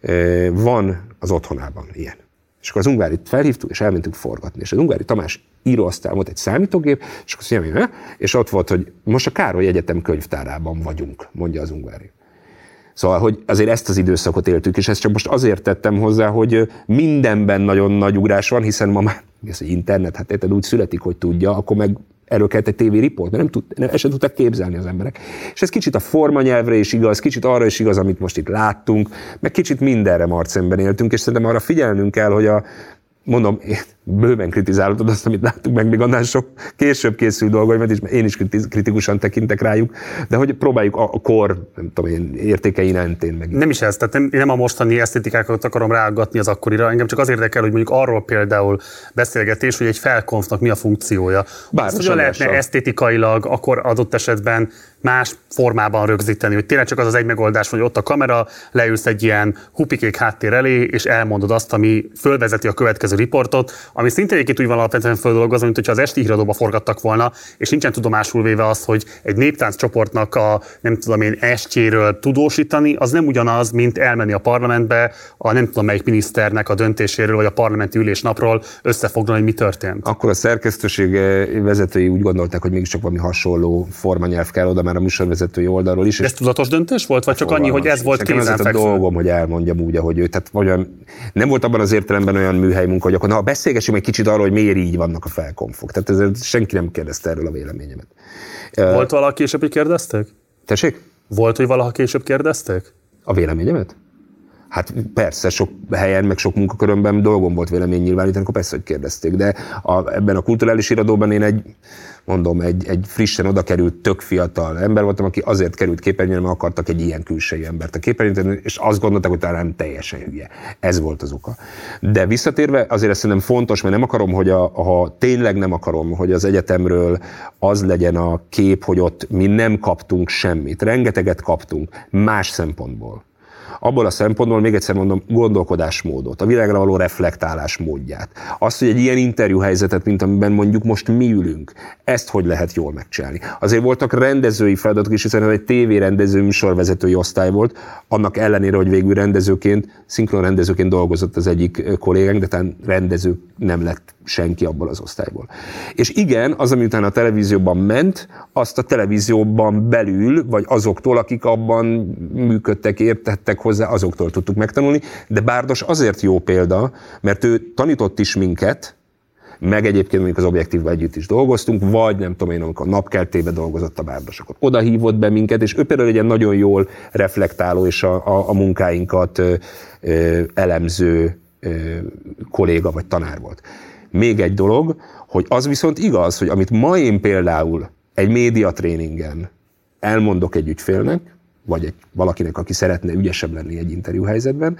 van az otthonában ilyen. És akkor az Ungvárit felhívtuk, és elmentünk forgatni. És az Ungvári Tamás íróasztal volt egy számítógép, és akkor azt mondja, és ott volt, hogy most a Károly Egyetem könyvtárában vagyunk, mondja az Ungvári. Szóval, hogy azért ezt az időszakot éltük, és ezt csak most azért tettem hozzá, hogy mindenben nagyon nagy ugrás van, hiszen ma már ez az internet, hát érted, úgy születik, hogy tudja, akkor meg erről kellett egy tévériport, mert nem, tud, nem ezt sem tudták képzelni az emberek. És ez kicsit a formanyelvre is igaz, kicsit arra is igaz, amit most itt láttunk, meg kicsit mindenre marcemben éltünk, és szerintem arra figyelnünk kell, hogy a, mondom, én bőven kritizálod azt, amit láttuk meg, még annál sok később készült dolgaimat is, mert én is kritikusan tekintek rájuk, de hogy próbáljuk a, a kor, nem tudom én, értékei mentén meg. Nem is ez, tehát nem, én nem a mostani esztétikákat akarom ráaggatni az akkorira, engem csak az érdekel, hogy mondjuk arról például beszélgetés, hogy egy felkonfnak mi a funkciója. Azt, hogyan lehetne esztétikailag akkor adott esetben más formában rögzíteni, hogy tényleg csak az az egy megoldás, hogy ott a kamera, leülsz egy ilyen hupikék háttér elé, és elmondod azt, ami fölvezeti a következő riportot, ami szintén egyébként úgy van alapvetően földolgozva, mint hogyha az esti híradóba forgattak volna, és nincsen tudomásul véve az, hogy egy néptánc csoportnak a nem tudom én estjéről tudósítani, az nem ugyanaz, mint elmenni a parlamentbe a nem tudom melyik miniszternek a döntéséről, vagy a parlamenti ülésnapról összefoglalni, hogy mi történt. Akkor a szerkesztőség vezetői úgy gondolták, hogy mégiscsak valami hasonló formanyelv kell oda már a műsorvezetői oldalról is. Ez tudatos döntés volt, vagy csak annyi, hogy ez volt kézenfekvő? Ez a dolgom, hogy elmondjam úgy, ahogy ő. Tehát olyan, nem volt abban az értelemben olyan műhely munka, hogy akkor na, beszélgessünk egy kicsit arról, hogy miért így vannak a felkonfok. Tehát ez, senki nem kérdezte erről a véleményemet. Volt valaha később, hogy kérdezték? Tessék? Volt, hogy valaha később kérdezték? A véleményemet? Hát persze, sok helyen, meg sok munkakörömben dolgom volt vélemény nyilvánítani, akkor persze, hogy kérdezték. De a, ebben a kulturális irodóban én egy, mondom, egy, egy frissen oda került, tök fiatal ember voltam, aki azért került képernyőre, mert akartak egy ilyen külsejű embert a képernyőn, és azt gondolták, hogy talán teljesen hülye. Ez volt az oka. De visszatérve, azért ezt szerintem fontos, mert nem akarom, hogy a, ha tényleg nem akarom, hogy az egyetemről az legyen a kép, hogy ott mi nem kaptunk semmit. Rengeteget kaptunk más szempontból. Abból a szempontból, még egyszer mondom, gondolkodásmódot, a világra való reflektálás módját. Azt, hogy egy ilyen interjúhelyzetet, mint amiben mondjuk most mi ülünk, ezt hogy lehet jól megcsinálni. Azért voltak rendezői feladatok is, hiszen ez egy tévérendező műsorvezetői osztály volt, annak ellenére, hogy végül rendezőként, szinkron rendezőként dolgozott az egyik kollégánk, de talán rendező nem lett senki abból az osztályból. És igen, az, ami utána a televízióban ment, azt a televízióban belül, vagy azoktól, akik abban működtek, értettek hozzá, azoktól tudtuk megtanulni, de Bárdos azért jó példa, mert ő tanított is minket, meg egyébként mondjuk az Objektívben együtt is dolgoztunk, vagy nem tudom én, amikor a Napkeltében dolgozott a Bárdos, akkor oda hívott be minket, és ő például egy ilyen nagyon jól reflektáló és a, a, a munkáinkat ö, ö, elemző ö, kolléga vagy tanár volt. Még egy dolog, hogy az viszont igaz, hogy amit ma én például egy médiatréningen elmondok egy ügyfélnek, vagy egy valakinek, aki szeretne ügyesebb lenni egy interjúhelyzetben,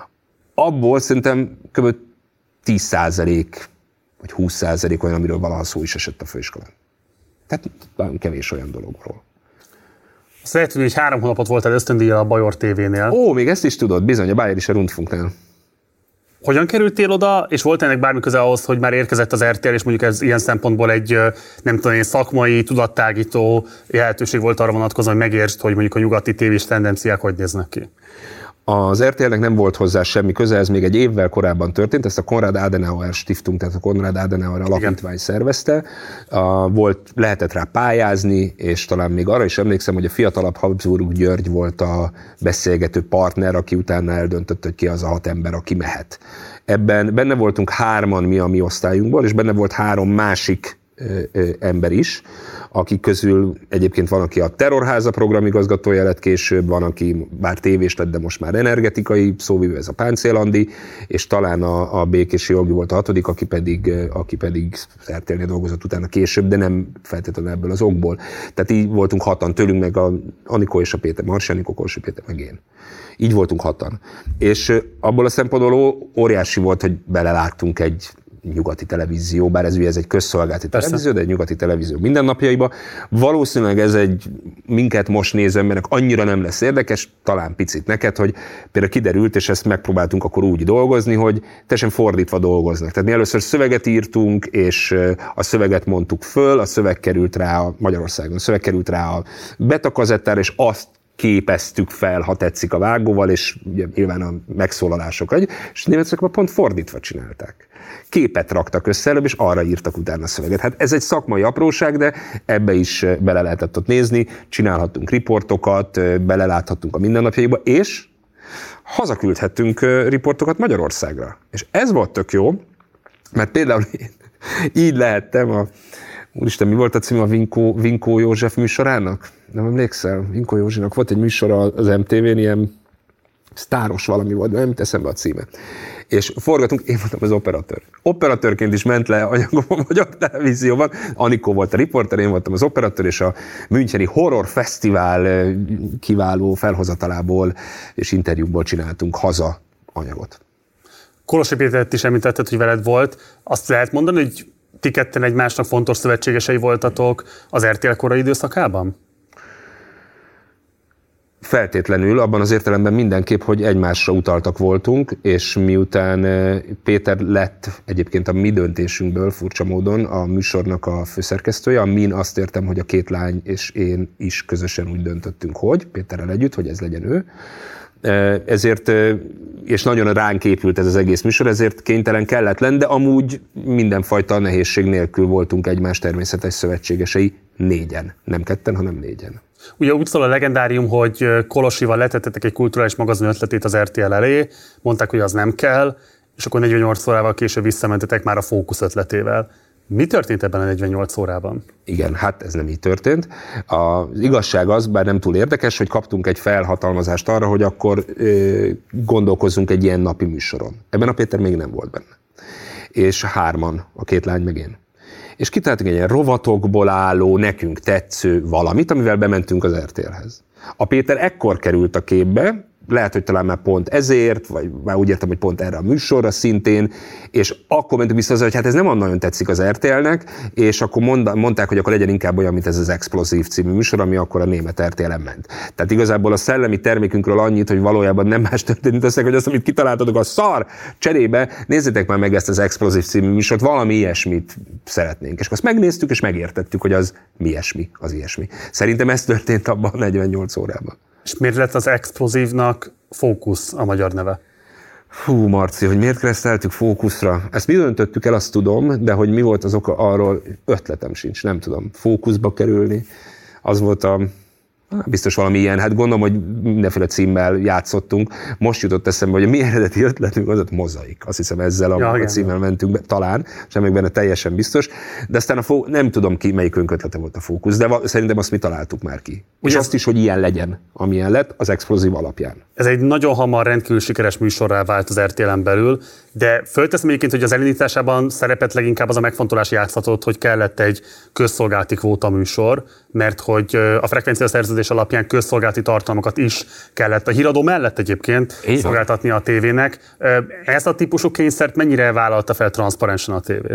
abból szerintem kb. tíz százalék vagy húsz százalék olyan, amiről valaha szó is esett a főiskolán. Tehát nagyon kevés olyan dologról. Azt lehet tudni, hogy három hónapot voltál ösztöndíjjal a Bajor té vénél. Ó, még ezt is tudod, bizony, a Bayerische Rundfunknál. Hogyan kerültél oda, és volt ennek bármi köze ahhoz, hogy már érkezett az er té el, és mondjuk ez ilyen szempontból egy, nem tudom én, szakmai, tudattágító lehetőség volt arra vonatkozóan, hogy megértsd, hogy mondjuk a nyugati tévés tendenciák hogy néznek ki? Az er té el-nek nem volt hozzá semmi köze, ez még egy évvel korábban történt, ezt a Konrad Adenauer Stiftung, tehát a Konrad Adenauer alapítvány szervezte. Volt, lehetett rá pályázni, és talán még arra is emlékszem, hogy a fiatalabb Habsburg György volt a beszélgető partner, aki utána eldöntött, hogy ki az a hat ember, aki mehet. Ebben benne voltunk hárman mi a mi osztályunkból, és benne volt három másik ember is, akik közül egyébként van, aki a Terrorháza programigazgatója lett később, van, aki bár tévés lett, de most már energetikai szóvivő, ez a Páncél Andi, és talán a, a Békési Jogi volt a hatodik, aki pedig, aki pedig er té el-nél dolgozott utána később, de nem feltétlenül ebből az okból. Tehát így voltunk hatan, tőlünk meg a Anikó és a Péter, Marsi Anikó, Korsi Péter, meg én. Így voltunk hatan. És abból a szempontból óriási volt, hogy beleláttunk egy nyugati televízió, bár ez ugye ez egy közszolgálati Persze. televízió, de egy nyugati televízió mindennapjaiba. Valószínűleg ez egy minket most néző embernek annyira nem lesz érdekes, talán picit neked, hogy például kiderült, és ezt megpróbáltunk akkor úgy dolgozni, hogy teljesen fordítva dolgoznak. Tehát mi először szöveget írtunk, és a szöveget mondtuk föl, a szöveg került rá a Magyarországon, a szöveg került rá a beta kazettára, és azt képeztük fel, ha tetszik, a vágóval, és ugye nyilván a megszólalások, és németországban pont fordítva csinálták. Képet raktak össze előbb, és arra írtak utána a szöveget. Hát ez egy szakmai apróság, de ebbe is bele lehetett ott nézni, csinálhattunk riportokat, beleláthattunk a mindennapjaiba, és hazaküldhettünk riportokat Magyarországra. És ez volt tök jó, mert például így lehettem a Úristen, mi volt a cím a Vinkó, Vinkó József műsorának? Nem emlékszel? Vinkó Józsinak volt egy műsora az em té vén, ilyen sztáros valami volt, nem teszem be a címe. És forgatunk, én voltam az operatőr. Operatőrként is ment le anyagom a Magyar Televízióban. Anikó volt a riporter, én voltam az operatőr, és a Müncheni Horror Fesztivál kiváló felhozatalából és interjúkból csináltunk haza anyagot. Kolosi Pétert is említetted, hogy veled volt. Azt lehet mondani, hogy ti ketten egymásnak fontos szövetségesei voltatok az er té el korai időszakában? Feltétlenül, abban az értelemben mindenképp, hogy egymásra utaltak voltunk, és miután Péter lett egyébként a mi döntésünkből furcsa módon a műsornak a főszerkesztője, amin azt értem, hogy a két lány és én is közösen úgy döntöttünk, hogy Péterrel együtt, hogy ez legyen ő. Ezért, és nagyon ránk épült ez az egész műsor, ezért kénytelen kellett lenni, de amúgy mindenfajta nehézség nélkül voltunk egymás természetes szövetségesei négyen. Nem ketten, hanem négyen. Ugye úgy szól a legendárium, hogy Kolosival letettetek egy kulturális magazin ötletét az er té el elé, mondták, hogy az nem kell, és akkor negyvennyolc órával később visszamentetek már a Fókusz ötletével. Mi történt ebben a negyvennyolc órában? Igen, hát ez nem így történt. Az igazság az, bár nem túl érdekes, hogy kaptunk egy felhatalmazást arra, hogy akkor ö, gondolkozzunk egy ilyen napi műsoron. Ebben a Péter még nem volt benne. És hárman, a két lány meg én. És kitaláltunk egy ilyen rovatokból álló, nekünk tetsző valamit, amivel bementünk az er té elhez. A Péter ekkor került a képbe, lehet, hogy talán már pont ezért, vagy már úgy értem, hogy pont erre a műsorra szintén, és akkor mentünk vissza az, hogy hát ez nem nagyon tetszik az er té elnek, és akkor mond, mondták, hogy akkor legyen inkább olyan, mint ez az Explosive című műsor, ami akkor a német er té elen ment. Tehát igazából a szellemi termékünkről annyit, hogy valójában nem más történt, mint az, hogy azt, amit kitaláltatok, a szar, cserébe nézzétek már meg ezt az Explosive című műsort, valami ilyesmit szeretnénk. És azt megnéztük, és megértettük, hogy az mi ilyesmi, az ilyesmi. Szerintem ez történt abban a negyvennyolc órában. És miért lett az Explosívnak Fókusz a magyar neve? Hú, Marci, hogy miért kereszteltük Fókuszra? Ezt mi döntöttük el, azt tudom, de hogy mi volt az oka, arról ötletem sincs, nem tudom. Fókuszba kerülni, az volt a... Biztos valami ilyen, hát gondolom, hogy mindenféle címmel játszottunk. Most jutott eszembe, hogy a mi eredeti ötletünk az ott Mozaik. Azt hiszem ezzel a, ja, a címmel mentünk be, talán, sem benne teljesen biztos. De aztán a fó, nem tudom ki, melyikünk ötlete volt a Fókusz, de va, szerintem azt mi találtuk már ki. Ugye és azt is, hogy ilyen legyen, amilyen lett, az Explosive alapján. Ez egy nagyon hamar rendkívül sikeres műsorrá vált az er té elen belül, de fölteszem egyébként, hogy az elindításában szerepet leginkább az a megfontolás játszhatott, hogy kellett egy közszolgálati kvóta műsor, mert hogy a frekvencia szerződés alapján közszolgálati tartalmakat is kellett a híradó mellett egyébként Én szolgáltatni a tévének. Ezt a típusú kényszert mennyire vállalta fel transzparensen a tévé?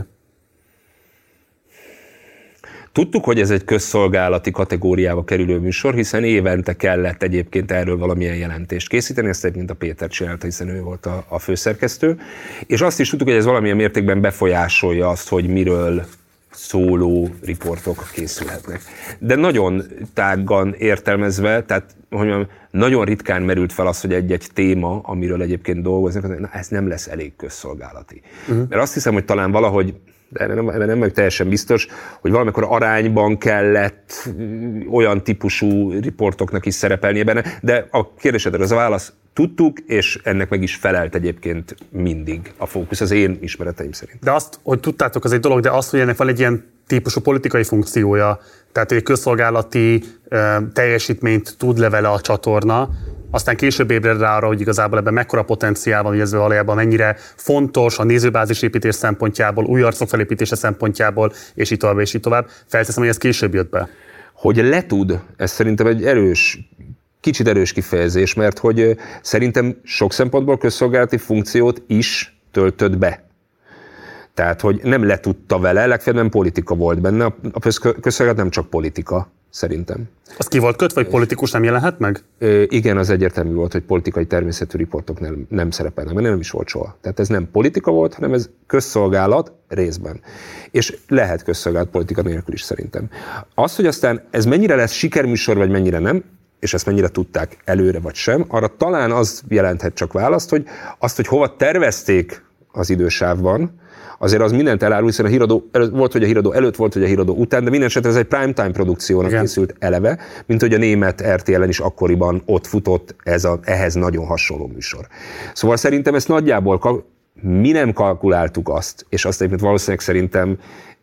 Tudtuk, hogy ez egy közszolgálati kategóriába kerülő műsor, hiszen évente kellett egyébként erről valamilyen jelentést készíteni, ezt egyébként a Péter csinálta, hiszen ő volt a, a főszerkesztő, és azt is tudtuk, hogy ez valamilyen mértékben befolyásolja azt, hogy miről szóló riportok készülhetnek. De nagyon tággan értelmezve, tehát hogy mondjam, nagyon ritkán merült fel az, hogy egy-egy téma, amiről egyébként dolgoznak, na ez nem lesz elég közszolgálati. Uh-huh. Mert azt hiszem, hogy talán valahogy, de erre nem, erre nem vagyok teljesen biztos, hogy valamikor arányban kellett olyan típusú riportoknak is szerepelnie benne, de a kérdésedre az a válasz, tudtuk, és ennek meg is felelt egyébként mindig a Fókusz, az én ismereteim szerint. De azt, hogy tudtátok, az egy dolog, de az, hogy ennek van egy ilyen típusú politikai funkciója, tehát egy közszolgálati ö, teljesítményt tud le vele a csatorna, aztán később ébred rá arra, hogy igazából ebben mekkora potenciál van, hogy ez valójában mennyire fontos a nézőbázis építés szempontjából, új arcok felépítése szempontjából, és így tovább, és így tovább. Felteszem, hogy ez később jött be. Hogy le tud, ez szerintem egy erős, kicsit erős kifejezés, mert hogy szerintem sok szempontból közszolgálati funkciót is töltött be. Tehát, hogy nem letudta vele, legfeljebb nem politika volt benne, a közszolgálat nem csak politika, szerintem. Az ki volt kötve, hogy politikus nem jelenhet meg? Ö, igen, az egyértelmű volt, hogy politikai természetű riportok nem, nem szerepelnek, mert nem is volt soha. Tehát ez nem politika volt, hanem ez közszolgálat részben. És lehet közszolgálat politika nélkül is szerintem. Az, hogy aztán ez mennyire lesz sikerműsor, vagy mennyire nem, és ezt mennyire tudták előre, vagy sem, arra talán az jelenthet csak választ, hogy azt, hogy hova tervezték az idősávban, azért az mindent elárul, hiszen a híradó előtt, volt, hogy a híradó előtt, volt, hogy a híradó után, de minden esetre ez egy primetime produkciónak igen. készült eleve, mint hogy a német er té el-en is akkoriban ott futott ez a, ehhez nagyon hasonló műsor. Szóval szerintem ezt nagyjából mi nem kalkuláltuk azt, és azt egyébként valószínűleg szerintem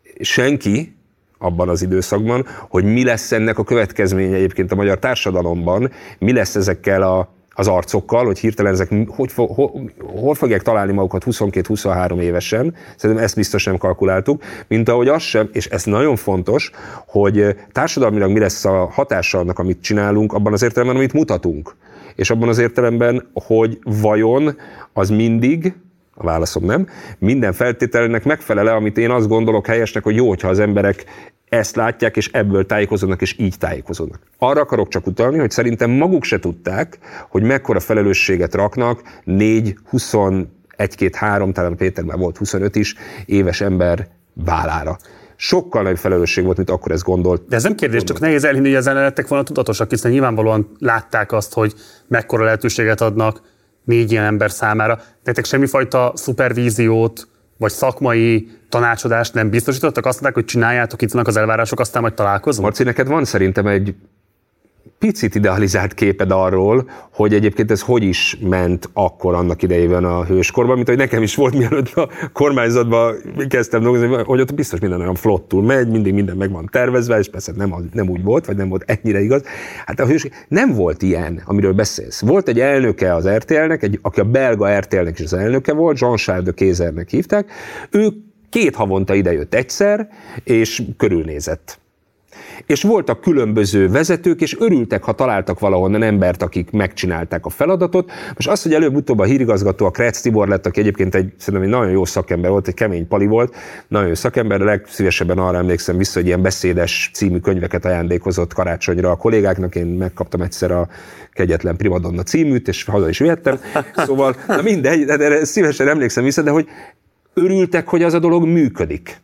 senki abban az időszakban, hogy mi lesz ennek a következménye egyébként a magyar társadalomban, mi lesz ezekkel a az arcokkal, hogy hirtelen ezek hogy, hol, hol fogják találni magukat huszonkettő-huszonhárom évesen, szerintem ezt biztos nem kalkuláltuk, mint ahogy az sem, és ez nagyon fontos, hogy társadalmilag mi lesz a hatása annak, amit csinálunk, abban az értelemben, amit mutatunk. És abban az értelemben, hogy vajon az mindig, a válaszom nem, minden feltételnek megfelele, amit én azt gondolok helyesnek, hogy jó, hogyha az emberek ezt látják, és ebből tájékozódnak, és így tájékozódnak. Arra akarok csak utalni, hogy szerintem maguk se tudták, hogy mekkora felelősséget raknak négy, huszonegy, két, három, talán Péter már volt huszonöt is, éves ember vállára. Sokkal nagyobb felelősség volt, mint akkor ezt gondolt. De ez nem kérdés, csak nehéz elhinni, hogy ezen lettek volna tudatosak, hiszen nyilvánvalóan látták azt, hogy mekkora lehetőséget adnak négy ilyen ember számára. Tehát semmifajta szupervíziót, vagy szakmai tanácsadást nem biztosítottak, azt mondták, hogy csináljátok, itt vannak az elvárások, aztán majd találkozunk? Marci, neked van szerintem egy picit idealizált képed arról, hogy egyébként ez hogy is ment akkor annak idejében a hőskorban, mint hogy nekem is volt, mielőtt a kormányzatban kezdtem dolgozni, hogy ott biztos minden olyan flottul megy, mindig minden meg van tervezve, és persze nem, nem úgy volt, vagy nem volt ennyire igaz. Hát a hős nem volt ilyen, amiről beszélsz. Volt egy elnöke az er té el-nek, egy, aki a belga er té el-nek is az elnöke volt, Jean-Charles de Kézernek hívták. Ő két havonta idejött egyszer, és körülnézett. És voltak különböző vezetők, és örültek, ha találtak valahonnan embert, akik megcsinálták a feladatot. Most az, hogy előbb-utóbb a hírigazgató, a Kretz Tibor lett, aki egyébként egy, szerintem egy nagyon jó szakember volt, egy kemény pali volt, nagyon jó szakember, de legszívesebben arra emlékszem vissza, hogy ilyen beszédes című könyveket ajándékozott karácsonyra a kollégáknak. Én megkaptam egyszer a Kegyetlen Primadonna címűt, és haza is vihettem. Szóval, na mindegy, de szívesen emlékszem vissza, de hogy örültek, hogy az a dolog működik.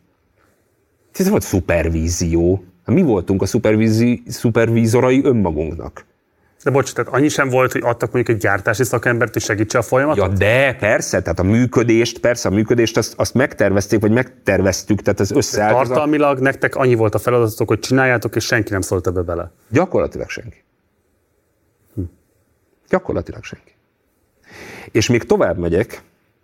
Ez volt szupervízió. Mi voltunk a szupervízi, szupervízorai önmagunknak. De bocs, tehát annyi sem volt, hogy adtak mondjuk egy gyártási szakembert, hogy segítse a folyamatot? Ja, de persze, tehát a működést, persze a működést azt, azt megtervezték, vagy megterveztük, tehát ez összeállt. Tartalmilag a... nektek annyi volt a feladatok, hogy csináljátok, és senki nem szólt ebbe bele? Gyakorlatilag senki. Hm. Gyakorlatilag senki. És még tovább megyek,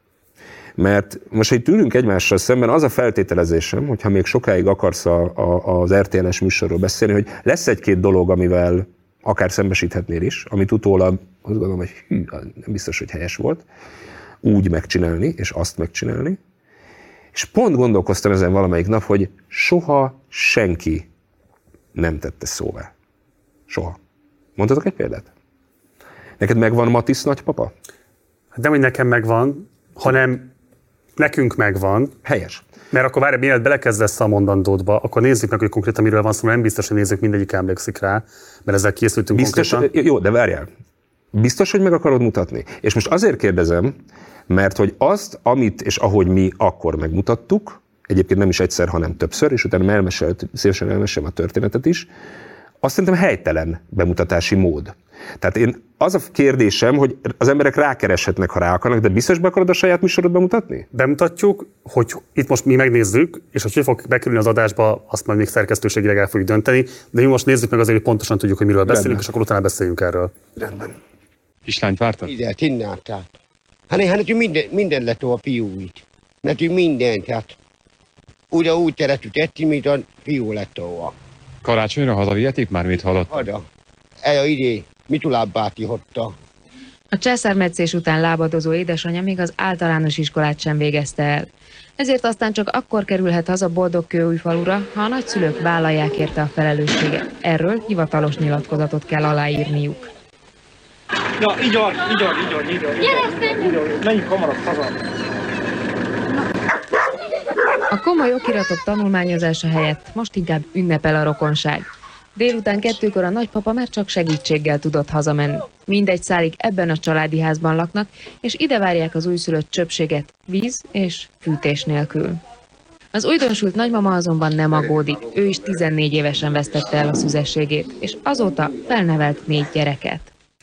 mert most, hogy ülünk egymással szemben, az a feltételezésem, hogyha még sokáig akarsz a, a, az er té el-es műsorról beszélni, hogy lesz egy-két dolog, amivel akár szembesíthetnél is, amit utólag azt gondolom, hogy hű, nem biztos, hogy helyes volt, úgy megcsinálni, és azt megcsinálni. És pont gondolkoztam ezen valamelyik nap, hogy soha senki nem tette szóvá. Soha. Mondhatok egy példát? Neked megvan Matisz nagypapa? Hát nem, hogy nekem megvan, hanem nekünk megvan. Helyes. Mert akkor várj, mielőtt belekezdesz a mondandódba, akkor nézzük meg, hogy konkrétan miről van szó, nem biztos, hogy nézzük, mindegyik emlékszik rá, mert ezzel készültünk biztos, konkrétan. Jó, de várjál. Biztos, hogy meg akarod mutatni? És most azért kérdezem, mert hogy azt, amit és ahogy mi akkor megmutattuk, egyébként nem is egyszer, hanem többször, és utána elmeselt, szívesen elmesélem a történetet is, azt szerintem helytelen bemutatási mód. Tehát én az a kérdésem, hogy az emberek rákereshetnek, ha rá akarnak, de biztos be akarod a saját műsorod bemutatni? Bemutatjuk, hogy itt most mi megnézzük, és hogy fog bekerülni az adásba, azt majd még szerkesztőségileg el fogjuk dönteni, de mi most nézzük meg azért, hogy pontosan tudjuk, hogy miről beszélünk, rendben. És akkor utána beszéljünk erről. Rendben. Kislányt vártad? Igen, tinnáltál. Hát, hát nekünk minden, minden lett a fiúit. Nekünk mindent, hát ugyanúgy szeretük etni, mint a fiú lett óva. Karácsonyra hazavihetik már, mit hallott? Haza. Ez a idé, Mitulát báti hotta. A császármetszés után lábadozó édesanyja még az általános iskolát sem végezte el. Ezért aztán csak akkor kerülhet haza boldog Kőújfalura, ha a nagyszülők vállalják érte a felelősséget. Erről hivatalos nyilatkozatot kell aláírniuk. Ja, így van, így van, így van, így van. Gyere, így van, menjünk hamarabb haza. A komoly okiratok tanulmányozása helyett most inkább ünnepel a rokonság. Délután kettőkor a nagypapa már csak segítséggel tudott hazamenni. Mindegy szálig ebben a családi házban laknak, és ide várják az újszülött csöpséget víz és fűtés nélkül. Az újdonsült nagymama azonban nem aggódik, ő is tizennégy évesen vesztette el a szüzességét, és azóta felnevelt négy gyereket.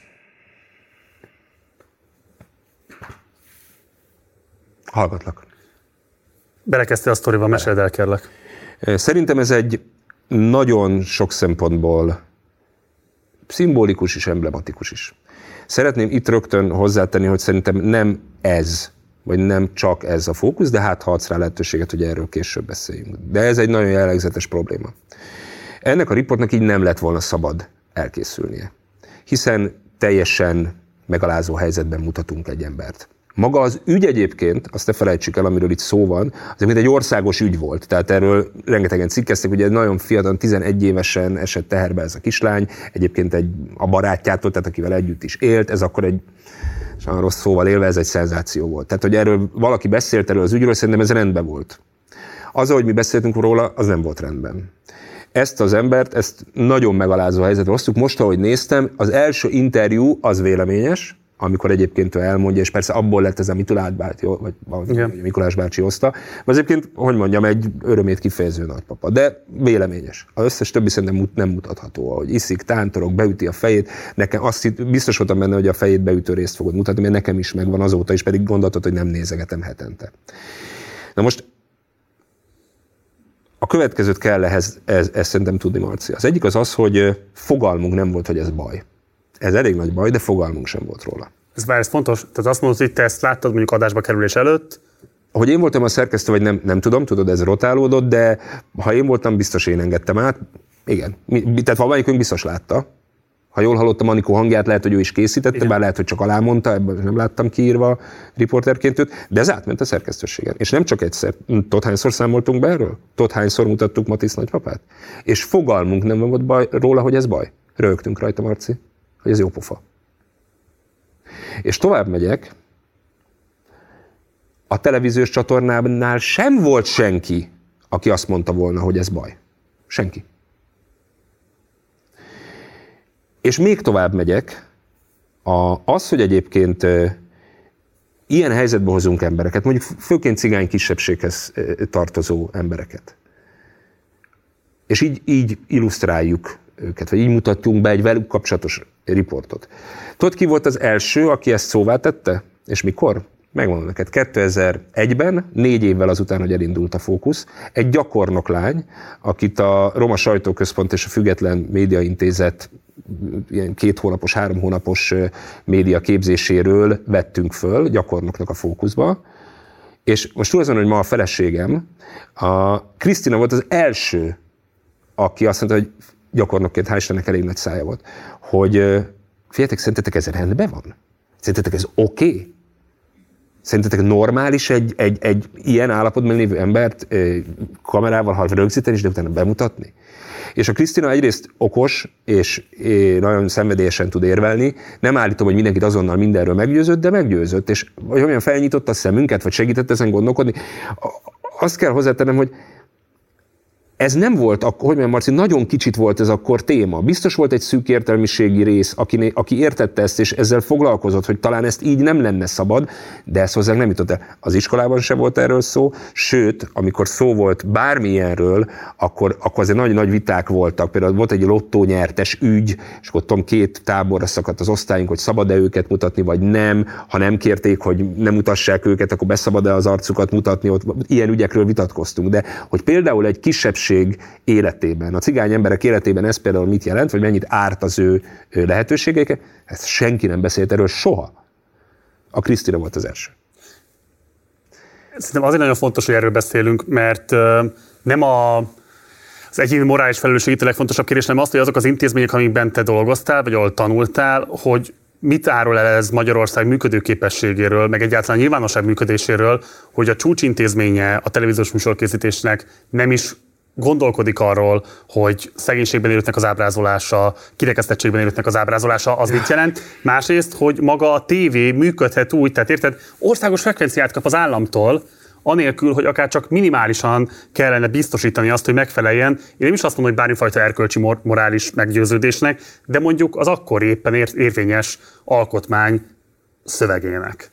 Hallgatlak. Belekezdtél a sztorival, meséld el, kérlek. Szerintem ez egy nagyon sok szempontból szimbolikus és emblematikus is. Szeretném itt rögtön hozzátenni, hogy szerintem nem ez, vagy nem csak ez a fókusz, de hát ha adsz rá lehetőséget, hogy erről később beszéljünk. De ez egy nagyon jellegzetes probléma. Ennek a riportnak így nem lett volna szabad elkészülnie, hiszen teljesen megalázó helyzetben mutatunk egy embert. Maga az ügy egyébként, azt ne felejtsük el, amiről itt szó van, az mint egy országos ügy volt. Tehát erről rengetegen cikkeztek, ugye nagyon fiatal, tizenegy évesen esett teherbe ez a kislány, egyébként egy, a barátjától, tehát akivel együtt is élt, ez akkor egy, olyan rossz szóval élve, ez egy szenzáció volt. Tehát, hogy erről valaki beszélt erről az ügyről, szerintem ez rendben volt. Az, ahogy mi beszéltünk róla, az nem volt rendben. Ezt az embert, ezt nagyon megalázó helyzetre hoztuk. Most, ahogy néztem, az első interjú az véleményes, amikor egyébként ő elmondja, és persze abból lett ez a Mitulát bácsi, vagy a Mikulás bácsi hozta, az egyébként, hogy mondjam, egy örömét kifejező nagypapa, de véleményes. Az összes többi szerintem nem mutatható, ahogy iszik, tántorok, beüti a fejét, nekem azt hitt, biztos voltam benne, hogy a fejét beütő részt fogod mutatni, mert nekem is megvan azóta is, pedig gondoltad, hogy nem nézegetem hetente. Na most a következőt kell ehhez, ez, ezt szerintem tudni, Marci. Az egyik az az, hogy fogalmunk nem volt, hogy ez baj. Ez elég nagy baj, de fogalmunk sem volt róla. Ez bár ez fontos, tehát azt mondod, hogy te ezt láttad mondjuk adásba kerülés előtt. Hogy én voltam a szerkesztő, vagy nem, nem tudom, tudod, ez rotálódott, de ha én voltam, biztos én engedtem át. Igen, mi, tehát valamelyikünk biztos látta. Ha jól hallottam Anikó hangját, lehet, hogy ő is készítette, igen. Bár lehet, hogy csak alámondta, ebben nem láttam kiírva riporterként őt, de ez átment a szerkesztőségen. És nem csak egyszer. Tudod, hányszor számoltunk be erről? Tudod, hányszor mutattuk Matisz nagypapát? És fogalmunk nem volt baj, róla, hogy ez baj. Rögtünk rajta, Marci, hogy ez jó pofa. És tovább megyek, a televíziós csatornánál sem volt senki, aki azt mondta volna, hogy ez baj. Senki. És még tovább megyek, a, az, hogy egyébként e, ilyen helyzetbe hozunk embereket, mondjuk főként cigány kisebbséghez e, tartozó embereket. És így, így illusztráljuk őket, vagy így mutatjunk be egy velük kapcsolatos riportot. Tudod, ki volt az első, aki ezt szóvá tette? És mikor? Megmondom neked, kétezer-egyben, négy évvel azután, hogy elindult a Fókusz, egy gyakornok lány, akit a Roma Sajtóközpont és a Független Médiaintézet ilyen két hónapos, három hónapos média képzéséről vettünk föl gyakornoknak a Fókuszba, és most tudod, hogy ma a feleségem, a Krisztina volt az első, aki azt mondta, hogy gyakornokként, hál' Istennek elég nagy szája volt, hogy figyeljetek, szerintetek ez rendben van? Szerintetek ez oké? Okay? Szerintetek normális egy, egy, egy ilyen állapotban lévő embert kamerával ha rögzíteni, és de utána bemutatni? És a Krisztina egyrészt okos, és nagyon szenvedélyesen tud érvelni. Nem állítom, hogy mindenkit azonnal mindenről meggyőzött, de meggyőzött, és vagy olyan felnyitotta a szemünket, vagy segített ezen gondolkodni. Azt kell hozzátennem, hogy ez nem volt, hogy mondjam, Marci, nagyon kicsit volt ez akkor téma. Biztos volt egy szűk értelmiségi rész, aki, aki értette ezt, és ezzel foglalkozott, hogy talán ezt így nem lenne szabad, de ez hozzánk nem jutott el. Az iskolában sem volt erről szó, sőt, amikor szó volt bármilyenről, akkor, akkor azért nagy-nagy viták voltak. Például volt egy lottónyertes ügy, és akkor tudom, két táborra szakadt az osztályunk, hogy szabad-e őket mutatni, vagy nem. Ha nem kérték, hogy nem mutassák őket, akkor beszabad-e az arcukat mutatni, ott ilyen ügyekről vitatkoztunk. De hogy például egy kisebbség életében, a cigány emberek életében ez például mit jelent, vagy mennyit árt az ő lehetőségeiket, ezt senki nem beszélt erről soha. A Krisztina volt az első. Szerintem azért nagyon fontos, hogy erről beszélünk, mert nem a, az egyéni morális felelősség itt a legfontosabb kérdés, hanem azt, hogy azok az intézmények, amikben te dolgoztál, vagy ahol tanultál, hogy mit árul el ez Magyarország működőképességéről, meg egyáltalán nyilvánosság működéséről, hogy a csúcsintézménye a televíziós műsorkészítésnek nem is gondolkodik arról, hogy szegénységben élőknek az ábrázolása, kirekesztettségben élőknek az ábrázolása, az mit jelent. Másrészt, hogy maga a tévé működhet úgy, tehát érted, országos frekvenciát kap az államtól, anélkül, hogy akár csak minimálisan kellene biztosítani azt, hogy megfeleljen. Én nem is azt mondom, hogy bármifajta erkölcsi mor- morális meggyőződésnek, de mondjuk az akkor éppen ér- érvényes alkotmány szövegének.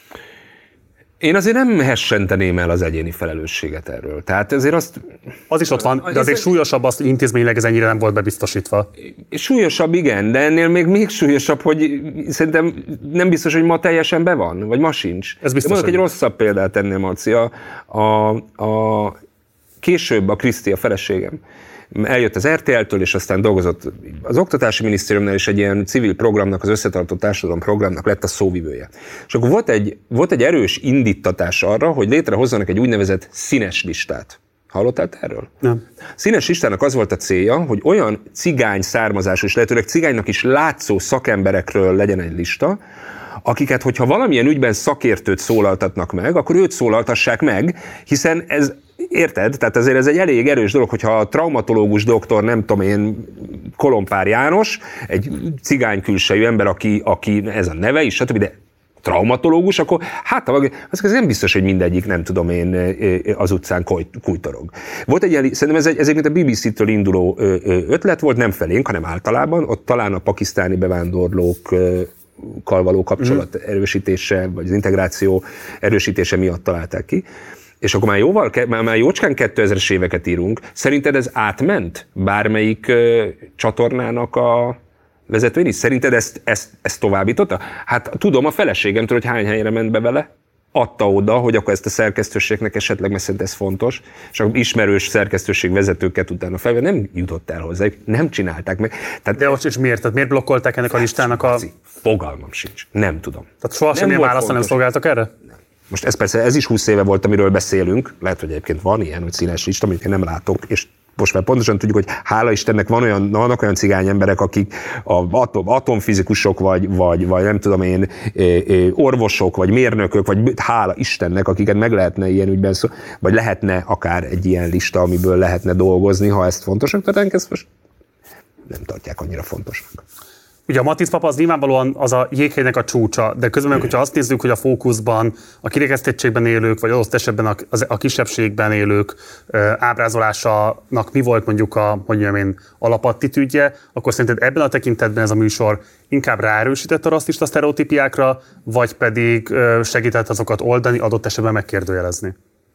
Én azért nem hessenteném el az egyéni felelősséget erről. Tehát ezért azt... Az is ott van, de azért súlyosabb az, hogy intézményileg ez ennyire nem volt bebiztosítva. Súlyosabb, igen, de ennél még, még súlyosabb, hogy szerintem nem biztos, hogy ma teljesen be van, vagy ma sincs. Ez biztos. Mondok egy rosszabb példát ennél, Marci. A, a, a, később a Kriszti, a feleségem, eljött az er té el-től, és aztán dolgozott az Oktatási Minisztériumnál, és egy ilyen civil programnak, az Összetartó Társadalom programnak lett a szóvivője. És akkor volt egy, volt egy erős indítatás arra, hogy létrehozzanak egy úgynevezett színes listát. Hallottál erről? Nem. Színes listának az volt a célja, hogy olyan cigány származású, és lehetőleg cigánynak is látszó szakemberekről legyen egy lista, akiket, hogyha valamilyen ügyben szakértőt szólaltatnak meg, akkor őt szólaltassák meg, hiszen ez, érted? Tehát azért ez egy elég erős dolog, hogyha a traumatológus doktor, nem tudom én, Kolompár János, egy cigány külsejű ember, aki, aki ez a neve is, stb., de traumatológus, akkor hát az nem biztos, hogy mindegyik, nem tudom én, az utcán kújtorog. Volt egy ilyen, szerintem ez egy, ez egy a bé bé cé-től induló ötlet volt, nem felénk, hanem általában, ott talán a pakisztáni bevándorlók való kapcsolat erősítése, vagy az integráció erősítése miatt találták ki. És akkor már jóval, már, már jócskán kétezres éveket írunk. Szerinted ez átment bármelyik uh, csatornának a vezetőin is? Szerinted ezt, ezt, ezt továbbította? Hát tudom a feleségemtől, hogy hány helyre ment be vele, adta oda, hogy akkor ezt a szerkesztőségnek esetleg, mert szerint ez fontos, és akkor ismerős szerkesztőség vezetőket utána felve nem jutott el hozzá, nem csinálták meg. Tehát, de most is miért? Tehát miért blokkolták ennek a listának a... Fogalmam sincs. Nem tudom. Tehát soha semmilyen válaszra nem szolgáltak erre? Nem. Most ez persze, ez is húsz éve volt, amiről beszélünk, lehet, hogy egyébként van ilyen, hogy színes lista, amit én nem látok, és most már pontosan tudjuk, hogy hála Istennek van olyan, vannak olyan cigány emberek, akik a atom, atomfizikusok, vagy, vagy, vagy nem tudom én, orvosok, vagy mérnökök, vagy hála Istennek, akiket meg lehetne ilyen ügyben szó, vagy lehetne akár egy ilyen lista, amiből lehetne dolgozni, ha ezt fontosnak tartják, ezt most nem tartják annyira fontosnak. Ugye a Matiz papa az nyilvánvalóan az a jéghegynek a csúcsa, de közben meg, hogyha azt nézzük, hogy a fókuszban a kirekesztettségben élők, vagy adott esetben a, a kisebbségben élők ábrázolásának mi volt mondjuk a, mondjam én, alapattitűdje, akkor szerinted ebben a tekintetben ez a műsor inkább ráerősített a rasszista sztereotípiákra, vagy pedig segített azokat oldani, adott esetben megkérdőjelezni?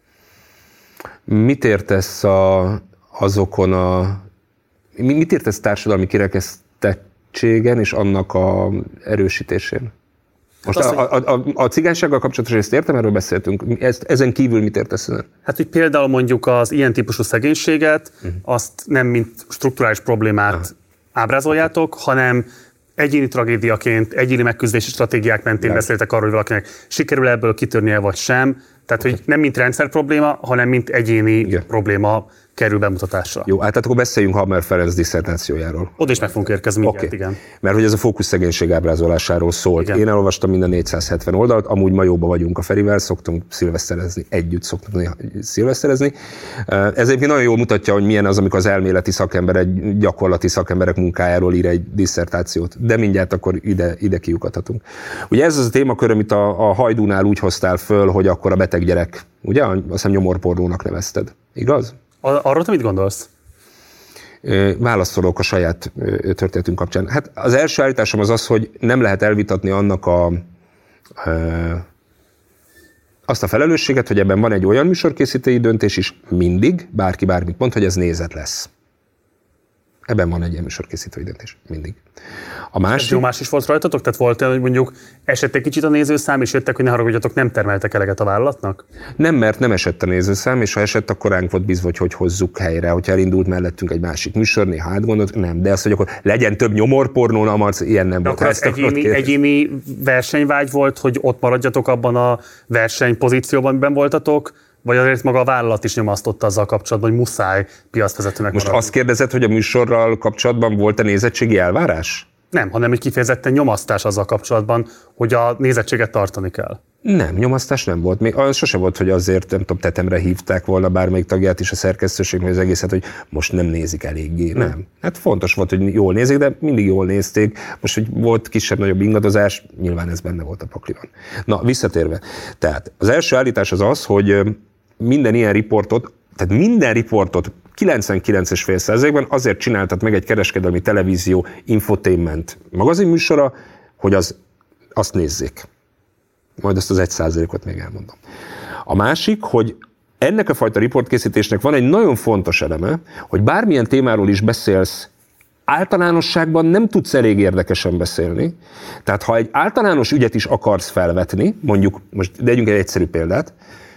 Mit értesz a, azokon a... Mit értesz társadalmi kirekesztettségen és annak a erősítésén? Most hát a, a, a, a cigánysággal kapcsolatosan ezt értem, erről beszéltünk. Ezt, ezen kívül mit értesz? Hát, hogy például mondjuk az ilyen típusú szegénységet, uh-huh. azt nem mint strukturális problémát uh-huh. ábrázoljátok, hanem egyéni tragédiaként, egyéni megküzdési stratégiák mentén Lát. beszéltek arról, hogy valakinek sikerül ebből kitörnie, vagy sem. Tehát, hogy nem mint rendszer probléma, hanem mint egyéni Igen. probléma kerül bemutatásra. Jó, hát akkor beszéljünk Hammer Ferenc diszertációjáról. Oda is meg fogunk érkezni mindjárt, okay. igen. Mert hogy ez a fókusz szegénység ábrázolásáról szólt. Igen. Én elolvastam mind a négyszázhetven oldalt, amúgy ma jóba vagyunk a Ferivel, szoktunk szilveszterezni, együtt szoktunk szilveszterezni. Ez egyébként nagyon jól mutatja, hogy milyen az, amikor az elméleti szakember egy gyakorlati szakemberek munkájáról ír egy diszertációt. De mindjárt akkor ide, ide kiukadhatunk. Ugye ez az a témakör, amit a, a Hajdúnál úgy hoztál föl, hogy akkor a beteg gyerek, ugye? Azt hiszem nyomorpornónak nevezted. Igaz? Arról te mit gondolsz? Válaszolok a saját történetünk kapcsán. Hát az első állításom az az, hogy nem lehet elvitatni annak a, azt a felelősséget, hogy ebben van egy olyan műsorkészítői döntés is mindig, bárki bármit mond, hogy ez nézet lesz. Ebben van egy ilyen műsorkészítői döntés, mindig. A másik... Jó, más is volt rajtatok? Tehát volt olyan, hogy mondjuk esett egy kicsit a nézőszám, és jöttek, hogy ne haragudjatok, nem termeltek eleget a vállalatnak? Nem, mert nem esett a nézőszám, és ha esett, akkor ránk volt bízva, hogy hogy hozzuk helyre. Hogyha elindult mellettünk egy másik műsor, néha átgondolt, nem. De azt, hogy akkor legyen több nyomorpornó, na Marci, ilyen nem de volt. Akkor ez egyéni, egyéni versenyvágy volt, hogy ott maradjatok abban a versenypozícióban, amiben voltatok? Vagy azért maga a vállalat is nyomasztotta azzal kapcsolatban, hogy muszáj piacvezetőnek Most maradni? azt kérdezed, hogy a műsorral kapcsolatban volt-e nézettségi elvárás? Nem, hanem egy kifejezetten nyomasztás azzal kapcsolatban, hogy a nézettséget tartani kell. Nem, nyomasztás nem volt. Még az sose volt, hogy azért, nem tudom, tetemre hívták volna bármelyik tagját is a szerkesztőség, vagy az egészet, hogy most nem nézik eléggé. Nem. nem. Hát fontos volt, hogy jól nézik, de mindig jól nézték. Most, hogy volt kisebb-nagyobb ingadozás, nyilván ez benne volt a pakliban. Na, visszatérve. Tehát az első állítás az az, hogy minden ilyen riportot, tehát minden riportot kilencvenkilenc egész öt százalékban azért csináltat meg egy kereskedelmi televízió infotainment magazinműsora, hogy az, azt nézzék. Majd azt az egy százalékot még elmondom. A másik, hogy ennek a fajta riportkészítésnek van egy nagyon fontos eleme, hogy bármilyen témáról is beszélsz, általánosságban nem tudsz elég érdekesen beszélni. Tehát ha egy általános ügyet is akarsz felvetni, mondjuk, most vegyünk egy egyszerű példát,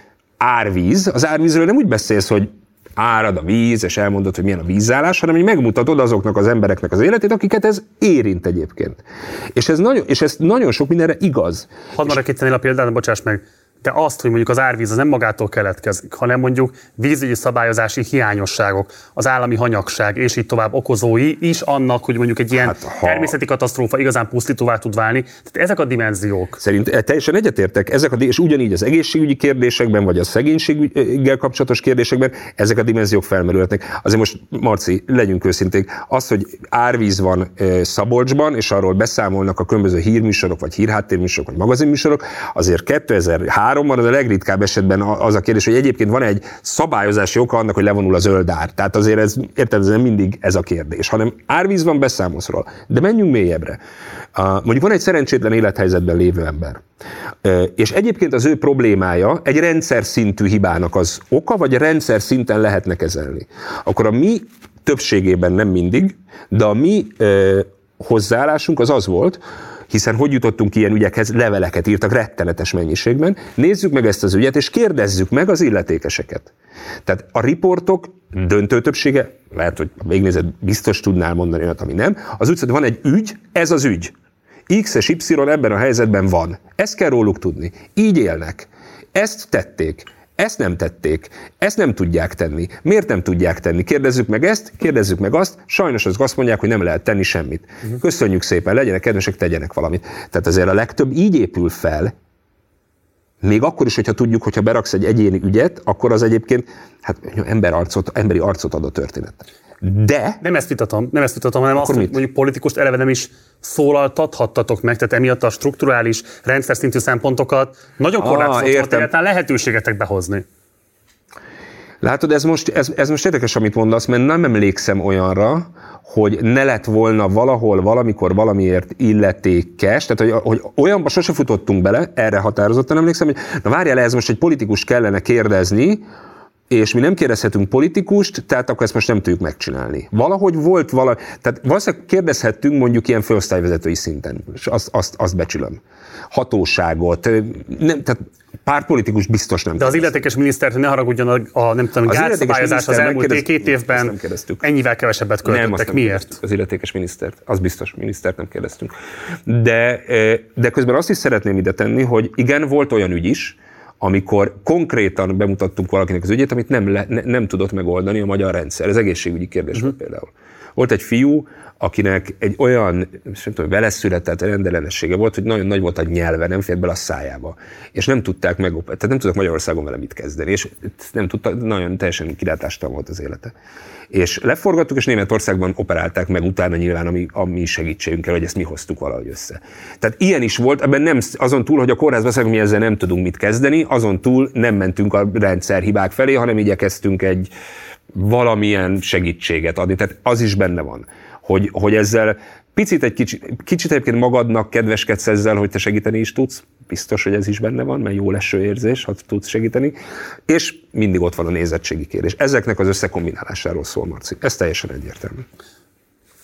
árvíz, az árvízről nem úgy beszélsz, hogy árad a víz, és elmondod, hogy milyen a vízállás, hanem hogy megmutatod azoknak az embereknek az életét, akiket ez érint egyébként. És ez nagyon, és ez nagyon sok mindenre igaz. Hadd maradj itt ennél a példán, bocsáss meg, de azt, hogy mondjuk az árvíz az nem magától keletkezik, hanem mondjuk vízügyi szabályozási hiányosságok, az állami hanyagság és így tovább okozói is annak, hogy mondjuk egy ilyen hát, ha... természeti katasztrófa igazán pusztítóvá tud válni. Tehát ezek a dimenziók. Szerint teljesen egyetértek, ezek a, és ugyanígy az egészségügyi kérdésekben, vagy a szegénységgel kapcsolatos kérdésekben ezek a dimenziók felmerülhetnek. Azért most, Marci, legyünk őszinték, az, hogy árvíz van Szabolcsban, és arról beszámolnak a különböző hírműsorok, vagy hírháttérműsorok, vagy magazinműsorok, azért kétezer-háromban az a legritkább esetben az a kérdés, hogy egyébként van egy szabályozási oka annak, hogy levonul a zöld ár. Tehát azért ez, érted, ez nem mindig ez a kérdés, hanem árvíz van, beszámolsz róla. De menjünk mélyebbre. Mondjuk van egy szerencsétlen élethelyzetben lévő ember. És egyébként az ő problémája egy rendszer szintű hibának az oka, vagy a rendszer szinten lehetne kezelni. Akkor a mi többségében nem mindig, de a mi hozzáállásunk az az volt, hiszen hogy jutottunk ilyen ügyekhez, leveleket írtak rettenetes mennyiségben, nézzük meg ezt az ügyet, és kérdezzük meg az illetékeseket. Tehát a riportok döntő többsége, lehet, hogy végignézed, biztos tudnál mondani olyat, ami nem, az úgy, hogy van egy ügy, ez az ügy. X és Y ebben a helyzetben van. Ezt kell róluk tudni. Így élnek. Ezt tették. Ezt nem tették, ezt nem tudják tenni. Miért nem tudják tenni? Kérdezzük meg ezt, kérdezzük meg azt, sajnos azt mondják, hogy nem lehet tenni semmit. Köszönjük szépen, legyenek kedvesek, tegyenek valamit. Tehát azért a legtöbb így épül fel, még akkor is, hogyha tudjuk, hogyha beraksz egy egyéni ügyet, akkor az egyébként hát, ember arcot, emberi arcot ad a történetnek. De... Nem ezt vitatom, nem ezt vitatom, hanem azt, hogy mondjuk politikust eleve nem is szólaltathattatok meg, tehát emiatt a strukturális, rendszer szintű szempontokat nagyon korlátozott ah, volt egyáltalán lehetőségetek behozni. Látod, ez most, ez, ez most érdekes, amit mondasz, mert nem emlékszem olyanra, hogy ne lett volna valahol, valamikor valamiért illetékes, tehát hogy, hogy olyanba sose futottunk bele, erre határozottan emlékszem, hogy na várjál, ez most egy politikus kellene kérdezni, és mi nem kérdezhetünk politikust, tehát akkor ezt most nem tudjuk megcsinálni. Valahogy volt valami, tehát valószínűleg kérdezhettünk mondjuk ilyen főosztályvezetői szinten, és azt, azt, azt becsülöm. Hatóságot, nem, tehát pártpolitikus biztos nem. De az illetékes minisztert, ne haragudjon a, a nem tudom, gátszabályozás az elmúlt két évben ennyivel kevesebbet költöttek. Nem, miért? Az illetékes minisztert, az biztos, minisztert nem kérdeztünk. De, de közben azt is szeretném ide tenni, hogy igen, volt olyan ügy is, amikor konkrétan bemutattunk valakinek az ügyét, amit nem, le, ne, nem tudott megoldani a magyar rendszer. Ez egészségügyi kérdés uh-huh. volt például. Volt egy fiú, akinek egy olyan, nem tudom, veleszületett rendellenessége volt, hogy nagyon nagy volt a nyelve, nem fért bele a szájába. És nem tudták meg, tehát nem tudtak Magyarországon vele mit kezdeni. És nem tudtak, nagyon teljesen kilátástalan volt az élete. És leforgattuk, és Németországban operálták meg utána nyilván a mi, a mi segítségünkkel, hogy ezt mi hoztuk valahogy össze. Tehát ilyen is volt, ebben nem, azon túl, hogy a kórházban szerint mi ezzel nem tudunk mit kezdeni, azon túl nem mentünk a rendszerhibák felé, hanem igyekeztünk egy valamilyen segítséget adni. Tehát az is benne van, hogy, hogy ezzel picit egy kicsit, kicsit egyébként magadnak kedveskedsz ezzel, hogy te segíteni is tudsz. Biztos, hogy ez is benne van, mert jó leső érzés, ha tudsz segíteni. És mindig ott van a nézettségi kérdés. Ezeknek az összekombinálásáról szól, Marci. Ez teljesen egyértelmű.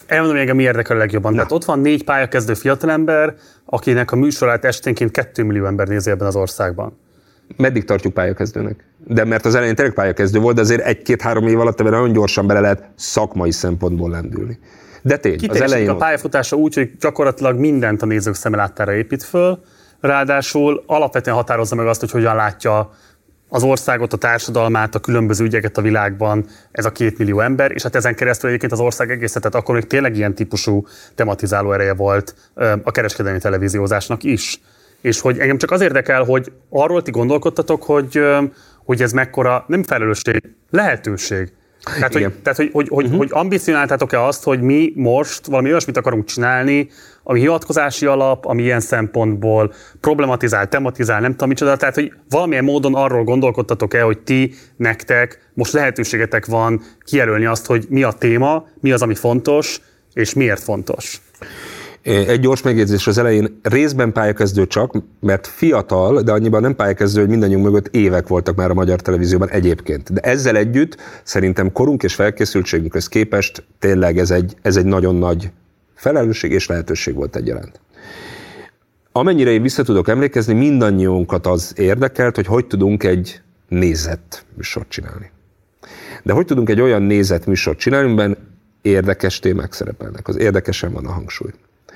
Elmondom, hogy engem mi érdekel a legjobban. Na. Tehát ott van négy pályakezdő fiatalember, akinek a műsorát esténként kettő millió ember nézi ebben az országban. Meddig tartjuk pályakezdőnek? De mert az elején tényleg pályakezdő volt, de azért egy-két-három év alatt nagyon gyorsan bele lehet szakmai szempontból lendülni. De tény, az elején a pályafutása úgy, hogy gyakorlatilag mindent a nézők szemelátára épít föl, ráadásul alapvetően határozza meg azt, hogy hogyan látja az országot, a társadalmát, a különböző ügyeket a világban ez a két millió ember, és hát ezen keresztül egyébként az ország egészet, tehát akkor még tényleg ilyen típusú tematizáló ereje volt a kereskedelmi televíziózásnak is. És hogy engem csak az érdekel, hogy arról ti gondolkodtatok, hogy, hogy ez mekkora, nem felelősség, lehetőség. Tehát, hogy, tehát, hogy, hogy, hogy, uh-huh. hogy ambicionáltátok-e azt, hogy mi most valami olyasmit akarunk csinálni, ami hivatkozási alap, ami ilyen szempontból problematizál, tematizál, nem tudom micsoda, tehát hogy valamilyen módon arról gondolkodtatok-e, hogy ti, nektek most lehetőségetek van kijelölni azt, hogy mi a téma, mi az, ami fontos, és miért fontos. Egy gyors megjegyzés az elején, részben pályakezdő csak, mert fiatal, de annyiban nem pályakezdő, hogy mindannyiunk mögött évek voltak már a magyar televízióban egyébként. De ezzel együtt szerintem korunk és felkészültségünkhöz képest tényleg ez egy, ez egy nagyon nagy felelősség és lehetőség volt egyaránt. Amennyire én vissza tudok emlékezni, mindannyiunkat az érdekelt, hogy hogy tudunk egy nézett műsort csinálni. De hogy tudunk egy olyan nézett műsort csinálni, amiben érdekes témák szerepelnek. Az érdekesen van a hangsúly.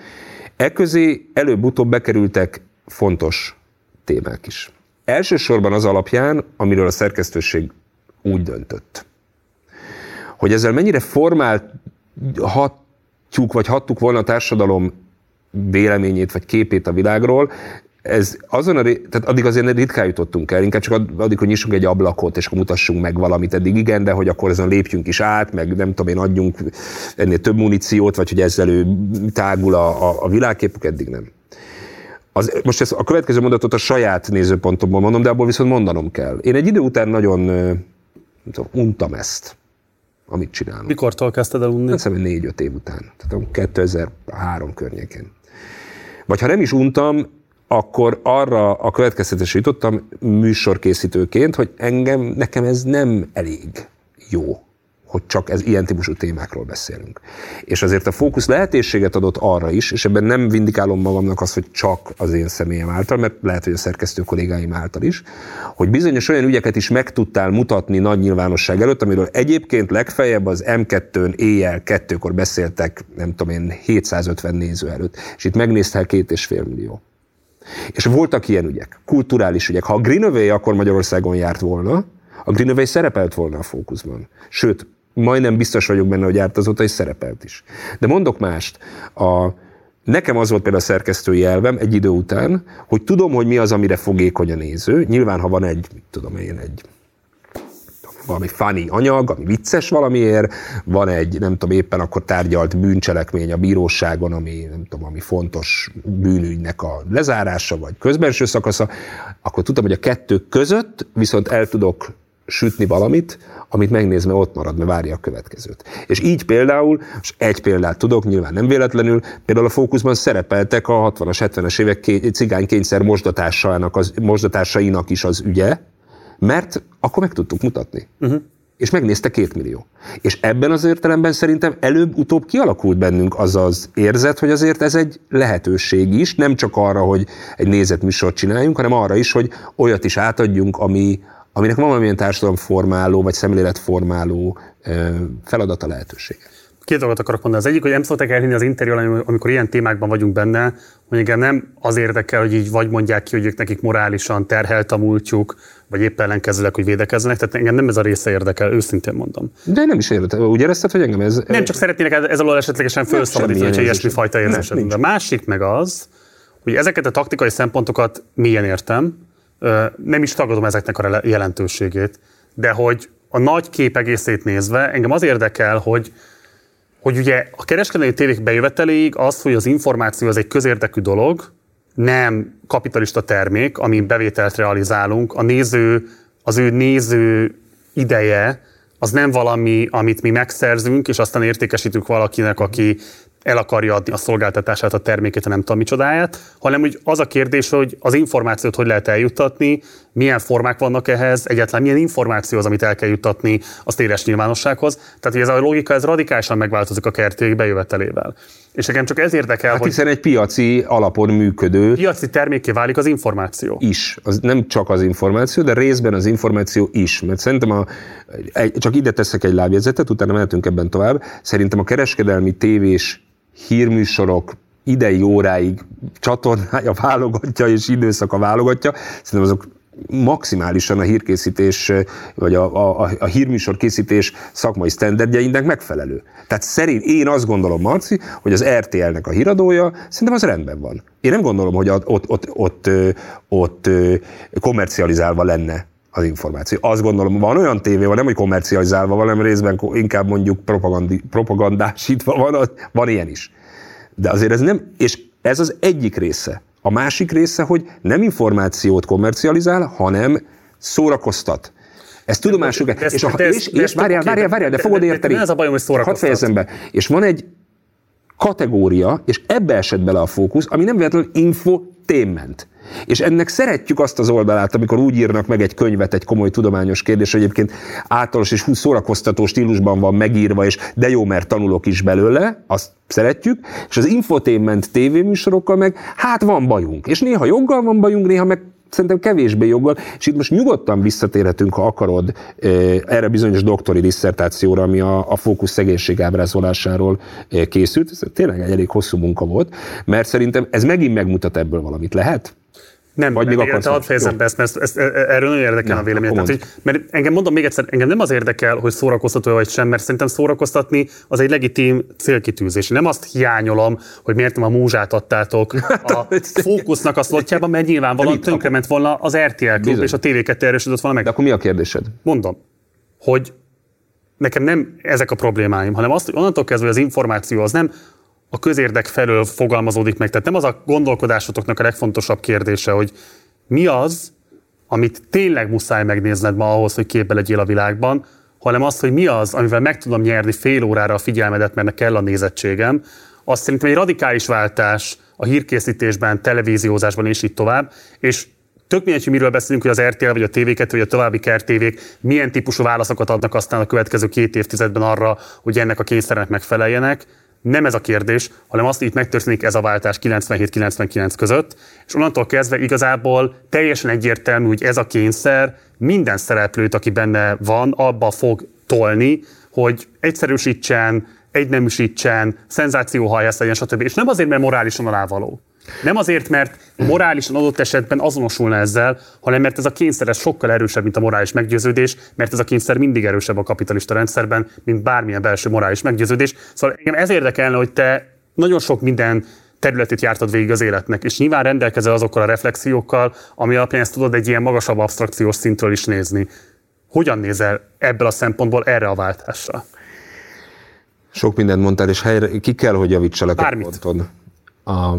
Eközé előbb-utóbb bekerültek fontos témák is. Elsősorban az alapján, amiről a szerkesztőség úgy döntött. Hogy ezzel mennyire formálhatjuk, vagy hattuk volna a társadalom véleményét, vagy képét a világról, ez azon a, tehát addig azért ritkán jutottunk el, inkább csak addig, hogy nyissunk egy ablakot, és akkor mutassunk meg valamit eddig, igen, de hogy akkor ezen lépjünk is át, meg nem tudom én, adjunk ennél több muníciót, vagy hogy ezzel ő tágul a, a, a világképük, eddig nem. Az, most ezt, a következő mondatot a saját nézőpontomból mondom, de abból viszont mondanom kell. Én egy idő után nagyon nem tudom, untam ezt, amit csinálunk. Mikortól kezdted el unni? Azt hiszem, négy-öt év után, tehát kétezer-három környékén. Vagy ha nem is untam, akkor arra a következtetésre jutottam műsorkészítőként, hogy engem, nekem ez nem elég jó, hogy csak ez ilyen típusú témákról beszélünk. És azért a fókusz lehetőséget adott arra is, és ebben nem vindikálom magamnak azt, hogy csak az én személyem által, mert lehet, hogy a szerkesztő kollégáim által is, hogy bizonyos olyan ügyeket is meg tudtál mutatni nagy nyilvánosság előtt, amiről egyébként legfeljebb az em kettőn éjjel kettőkor beszéltek, nem tudom én, hétszázötven néző előtt, és itt megnéztel két és fél millió. És voltak ilyen ügyek, kulturális ügyek. Ha a Greenaway akkor Magyarországon járt volna, a Greenaway szerepelt volna a fókuszban. Sőt, majdnem biztos vagyok benne, hogy járt azóta, és szerepelt is. De mondok mást. A, nekem az volt például a szerkesztői elvem egy idő után, hogy tudom, hogy mi az, amire fogékony a néző. Nyilván, ha van egy, mit tudom én, egy valami funny anyag, ami vicces valamiért, van egy, nem tudom, éppen akkor tárgyalt bűncselekmény a bíróságon, ami, nem tudom, ami fontos bűnügynek a lezárása, vagy közbenső szakasza, akkor tudtam, hogy a kettő között viszont el tudok sütni valamit, amit megnézve ott marad, mert várja a következőt. És így például, és egy példát tudok, nyilván nem véletlenül, például a fókuszban szerepeltek a hatvanas, hetvenes évek cigánykényszer mosdatársainak, az, mosdatársainak is az ügye, mert akkor meg tudtuk mutatni. Uh-huh. És megnézte két millió. És ebben az értelemben szerintem előbb-utóbb kialakult bennünk az az érzet, hogy azért ez egy lehetőség is, nem csak arra, hogy egy nézett műsort csináljunk, hanem arra is, hogy olyat is átadjunk, ami, aminek van valamilyen társadalomformáló, vagy szemléletformáló feladata, lehetősége. Két dolgot akarok mondani. Az egyik, hogy nem szokták elhinni az interjúban, amikor ilyen témákban vagyunk benne, hogy engem nem az érdekel, hogy így vagy mondják ki, hogy ők nekik morálisan terhelt a múltjuk, vagy éppen ellenkezőleg, hogy védekezzenek. Tehát engem nem ez a része érdekel, őszintén mondom. De nem is érdekel. Úgy érezted, hogy engem ez... Nem, csak szeretnének ez alól esetlegesen felszabadítani, hogyha ilyesmi fajta érzésed. A másik meg az, hogy ezeket a taktikai szempontokat mélyen értem, nem is tagadom ezeknek a jelentőségét, de hogy a nagy kép egészét nézve engem az érdekel, hogy hogy ugye a kereskedelmi tévék bejöveteléig az, hogy az információ az egy közérdekű dolog, nem kapitalista termék, amin bevételt realizálunk, a néző, az ő néző ideje, az nem valami, amit mi megszerzünk, és aztán értékesítünk valakinek, aki el akarja adni a szolgáltatását, a termékét, nem tudom micsodáját, hanem hogy az a kérdés, hogy az információt hogy lehet eljuttatni, milyen formák vannak ehhez, egyáltalán milyen információ az, amit el kell juttatni a széles nyilvánossághoz. Tehát, hogy ez a logika ez radikálisan megváltozik a kerték bejövetelével. És nekem csak ez érdekel, hát hogy... hiszen egy piaci alapon működő... Piaci termékké válik az információ. Is. Az nem csak az információ, de részben az információ is. Mert szerintem a... Csak ide teszek egy lábjegyzetet, utána mehetünk ebben tovább. Szerintem a kereskedelmi tévés hírműsorok idei óráig csatornája válogatja és időszaka válogatja, szerintem azok maximálisan a hírkészítés, vagy a, a, a hírműsor készítés szakmai sztenderdjeinek megfelelő. Tehát szerint én azt gondolom, Marci, hogy az er té el-nek a híradója, szerintem az rendben van. Én nem gondolom, hogy ott, ott, ott, ott, ott kommercializálva lenne az információ. Azt gondolom, van olyan tévé, van nem, hogy kommercializálva van, hanem részben inkább mondjuk propagandi, propagandásítva van, van ilyen is. De azért ez nem, és ez az egyik része. A másik része, hogy nem információt kommercializál, hanem szórakoztat. Ezt tudomásul kell. És, a, és, és várjál, várjál, várjál, de fogod érteni. Ez a bajom, hogy szórakoztat. Hadd fejezzem be. És van egy kategória, és ebbe esett bele a fókusz, ami nem véletlenül infotainment. És ennek szeretjük azt az oldalát, amikor úgy írnak meg egy könyvet, egy komoly tudományos kérdés, egyébként általános és szórakoztató stílusban van megírva, és de jó, mert tanulok is belőle, azt szeretjük, és az infotainment tévéműsorokkal meg hát van bajunk. És néha joggal van bajunk, néha meg szerintem kevésbé joggal, és itt most nyugodtan visszatérhetünk, ha akarod, erre bizonyos doktori disszertációra, ami a, a fókusz szegénység ábrázolásáról készült. Ez tényleg egy elég hosszú munka volt, mert szerintem ez megint megmutat ebből valamit. Lehet? Nem, vagy még akarsz. Hadd fejezem be ezt, mert ezt, erről nagyon érdekel a véleményem. Tehát, hogy, mert engem mondom még egyszer, engem nem az érdekel, hogy szórakoztató vagy sem, mert szerintem szórakoztatni az egy legitim célkitűzés. Nem azt hiányolom, hogy miért nem a múzsát adtátok a fókusznak a szlotjában, mert nyilvánvalóan tönkrement volna az er té el klub, és a té vé kettő erősödött volna meg. De akkor mi a kérdésed? Mondom, hogy nekem nem ezek a problémáim, hanem azt, hogy onnantól kezdve, hogy az információ az nem a közérdek felől fogalmazódik meg. Tehát nem az a gondolkodásotoknak a legfontosabb kérdése, hogy mi az, amit tényleg muszáj megnézned ma ahhoz, hogy képbe legyél a világban, hanem az, hogy mi az, amivel meg tudom nyerni fél órára a figyelmedet, mert kell a nézettségem. Azt szerintem egy radikális váltás a hírkészítésben, televíziózásban és így tovább, és tök mindegy, hogy miről beszélünk, hogy az er té el, vagy a té vé kettő, vagy a további kertévék milyen típusú válaszokat adnak aztán a következő két évtizedben arra, hogy ennek a kényszernek megfeleljenek. Nem ez a kérdés, hanem azt, hogy itt megtörténik ez a váltás kilencvenhét kilencvenkilenc között, és onnantól kezdve igazából teljesen egyértelmű, hogy ez a kényszer minden szereplőt, aki benne van, abba fog tolni, hogy egyszerűsítsen, egyneműsítsen, szenzációhajhász legyen, stb. És nem azért, mert morálisan alávaló. Nem azért, mert morálisan adott esetben azonosulna ezzel, hanem mert ez a kényszer ez sokkal erősebb, mint a morális meggyőződés, mert ez a kényszer mindig erősebb a kapitalista rendszerben, mint bármilyen belső morális meggyőződés. Szóval engem ez érdekelne, hogy te nagyon sok minden területét jártad végig az életnek, és nyilván rendelkezel azokkal a reflexiókkal, ami alapján ezt tudod egy ilyen magasabb absztrakciós szintről is nézni. Hogyan nézel ebből a szempontból erre a váltásra? Sok mindent mondtál, és helyre, ki kell, hogy javítsalak egy ponton. A...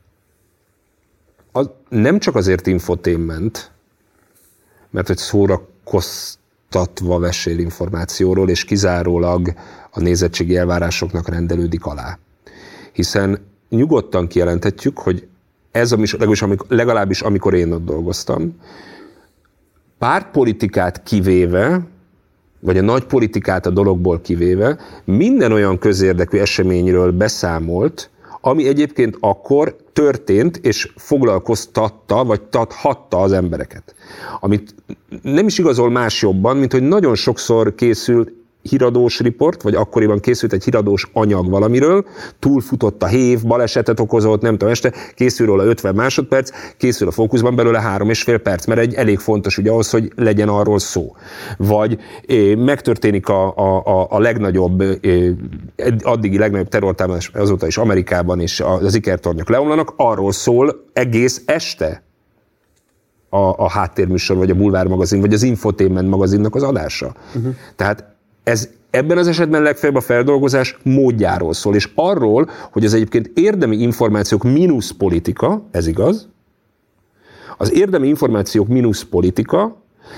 Az nem csak azért infotainment, mert hogy szórakoztatva vesél információról, és kizárólag a nézettségi elvárásoknak rendelődik alá. Hiszen nyugodtan kijelenthetjük, hogy ez a műsor, legalábbis amikor én ott dolgoztam, pártpolitikát kivéve, vagy a nagy politikát a dologból kivéve, minden olyan közérdekű eseményről beszámolt, ami egyébként akkor történt, és foglalkoztatta, vagy tathatta az embereket. Amit nem is igazol más jobban, mint hogy nagyon sokszor készült híradós riport, vagy akkoriban készült egy híradós anyag valamiről, túlfutott a hév, balesetet okozott, nem tudom, este, készül róla ötven másodperc, készül a fókuszban belőle három és fél perc, mert egy elég fontos ugye ahhoz, hogy legyen arról szó. Vagy eh, megtörténik a, a, a legnagyobb, eh, addigi legnagyobb terrortámadás azóta is Amerikában, és az ikertornyok leomlanak, arról szól egész este a, a háttérműsor, vagy a Bulvár magazin, vagy az Infotainment magazinnak az adása. Uh-huh. Tehát ez ebben az esetben legfeljebb a feldolgozás módjáról szól, és arról, hogy az egyébként érdemi információk mínusz politika, ez igaz, az érdemi információk mínusz politika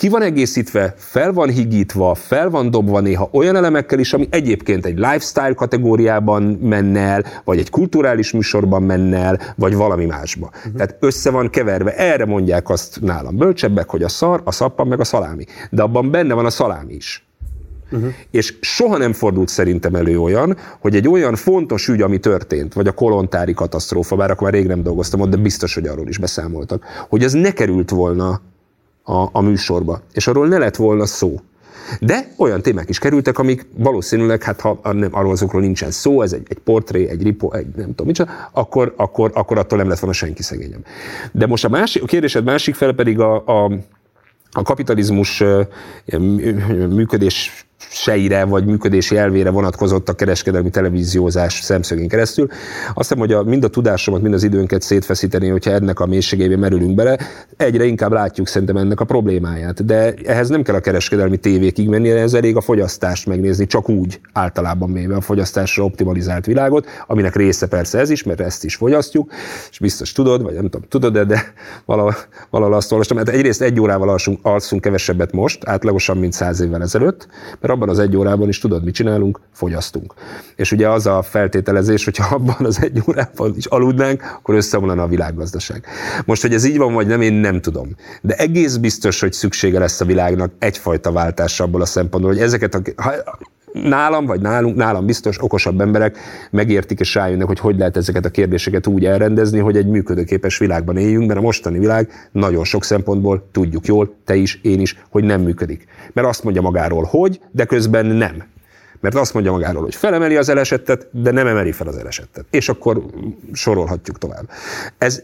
ki van egészítve, fel van higítva, fel van dobva néha olyan elemekkel is, ami egyébként egy lifestyle kategóriában menne el, vagy egy kulturális műsorban menne el, vagy valami másba. Uh-huh. Tehát össze van keverve. Erre mondják azt nálam bölcsebbek, hogy a szar, a szappan, meg a szalámi. De abban benne van a szalámi is. Uh-huh. És soha nem fordult szerintem elő olyan, hogy egy olyan fontos ügy, ami történt, vagy a kolontári katasztrófa, bár akkor már rég nem dolgoztam ott, de biztos, hogy arról is beszámoltak, hogy az ne került volna a, a műsorba, és arról ne lett volna szó. De olyan témák is kerültek, amik valószínűleg, hát ha nem, arról azokról nincsen szó, ez egy, egy portré, egy ripo, egy nem tudom micsoda, akkor, akkor, akkor attól nem lett volna senki szegényem. De most a, másik, a kérdésed másik fele pedig a, a, a kapitalizmus működés seire vagy működési elvére vonatkozott a kereskedelmi televíziózás szemszögén keresztül. Azt hiszem, hogy a, mind a tudásomat, mind az időnket szétfeszíteni, hogyha ennek a mélységébe merülünk bele, egyre inkább látjuk szerintem ennek a problémáját. De ehhez nem kell a kereskedelmi tévékig menni, ez elég a fogyasztást megnézni, csak úgy általában véve a fogyasztásra optimalizált világot, aminek része persze ez is, mert ezt is fogyasztjuk, és biztos tudod, vagy nem tudom, tudod, de, de valahol, valahol azt olvastam, mert egyrészt egy órával alszunk, alszunk kevesebbet most, átlagosan, mint száz évvel ezelőtt, mert abban az egy órában is tudod, mit csinálunk? Fogyasztunk. És ugye az a feltételezés, hogyha abban az egy órában is aludnánk, akkor összeomlana a világgazdaság. Most, hogy ez így van, vagy nem, én nem tudom. De egész biztos, hogy szüksége lesz a világnak egyfajta váltásra abból a szempontból, hogy ezeket a... Ha, nálam, vagy nálunk, nálam biztos okosabb emberek megértik és rájönnek, hogy hogy lehet ezeket a kérdéseket úgy elrendezni, hogy egy működőképes világban éljünk, mert a mostani világ nagyon sok szempontból tudjuk jól, te is, én is, hogy nem működik. Mert azt mondja magáról, hogy, de közben nem. Mert azt mondja magáról, hogy felemeli az elesettet, de nem emeli fel az elesettet. És akkor sorolhatjuk tovább. Ez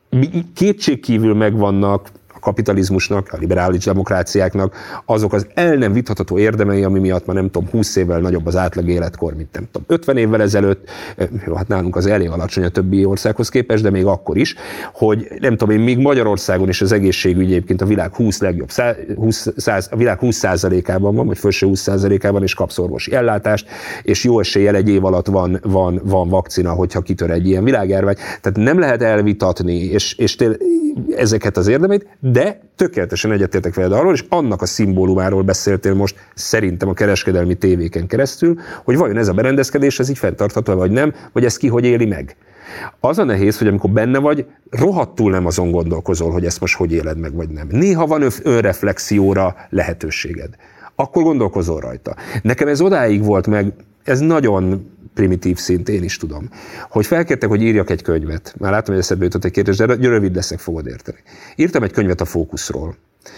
kétségkívül megvannak a kapitalizmusnak, a liberális demokráciáknak azok az el nem vitatható érdemei, ami miatt már nem tudom, húsz évvel nagyobb az átlag életkor, mint nem tudom, ötven évvel ezelőtt, jó, hát nálunk az elég alacsony a többi országhoz képest, de még akkor is, hogy nem tudom én, még Magyarországon is az egészségügy egyébként a világ húsz legjobb, húsz, száz, a világ húsz százalékában van, vagy felső húsz százalékában, és kapsz orvosi ellátást, és jó eséllyel egy év alatt van, van, van vakcina, hogyha kitör egy ilyen világjárvány. Tehát nem lehet elvitatni, és, és tél, ezeket az érdemeit, de tökéletesen egyetértek veled arról, és annak a szimbólumáról beszéltél most szerintem a kereskedelmi tévéken keresztül, hogy vajon ez a berendezkedés, ez így fenntartható vagy nem, vagy ez ki hogy éli meg. Az a nehéz, hogy amikor benne vagy, rohadtul nem azon gondolkozol, hogy ezt most hogy éled meg, vagy nem. Néha van önreflexióra lehetőséged. Akkor gondolkozol rajta. Nekem ez odáig volt meg, ez nagyon primitív szint, én is tudom, hogy felkértek, hogy írjak egy könyvet. Már látom, hogy eszedbe jutott egy kérdés, de rövid leszek, fogod érteni. Írtam egy könyvet a fókuszról.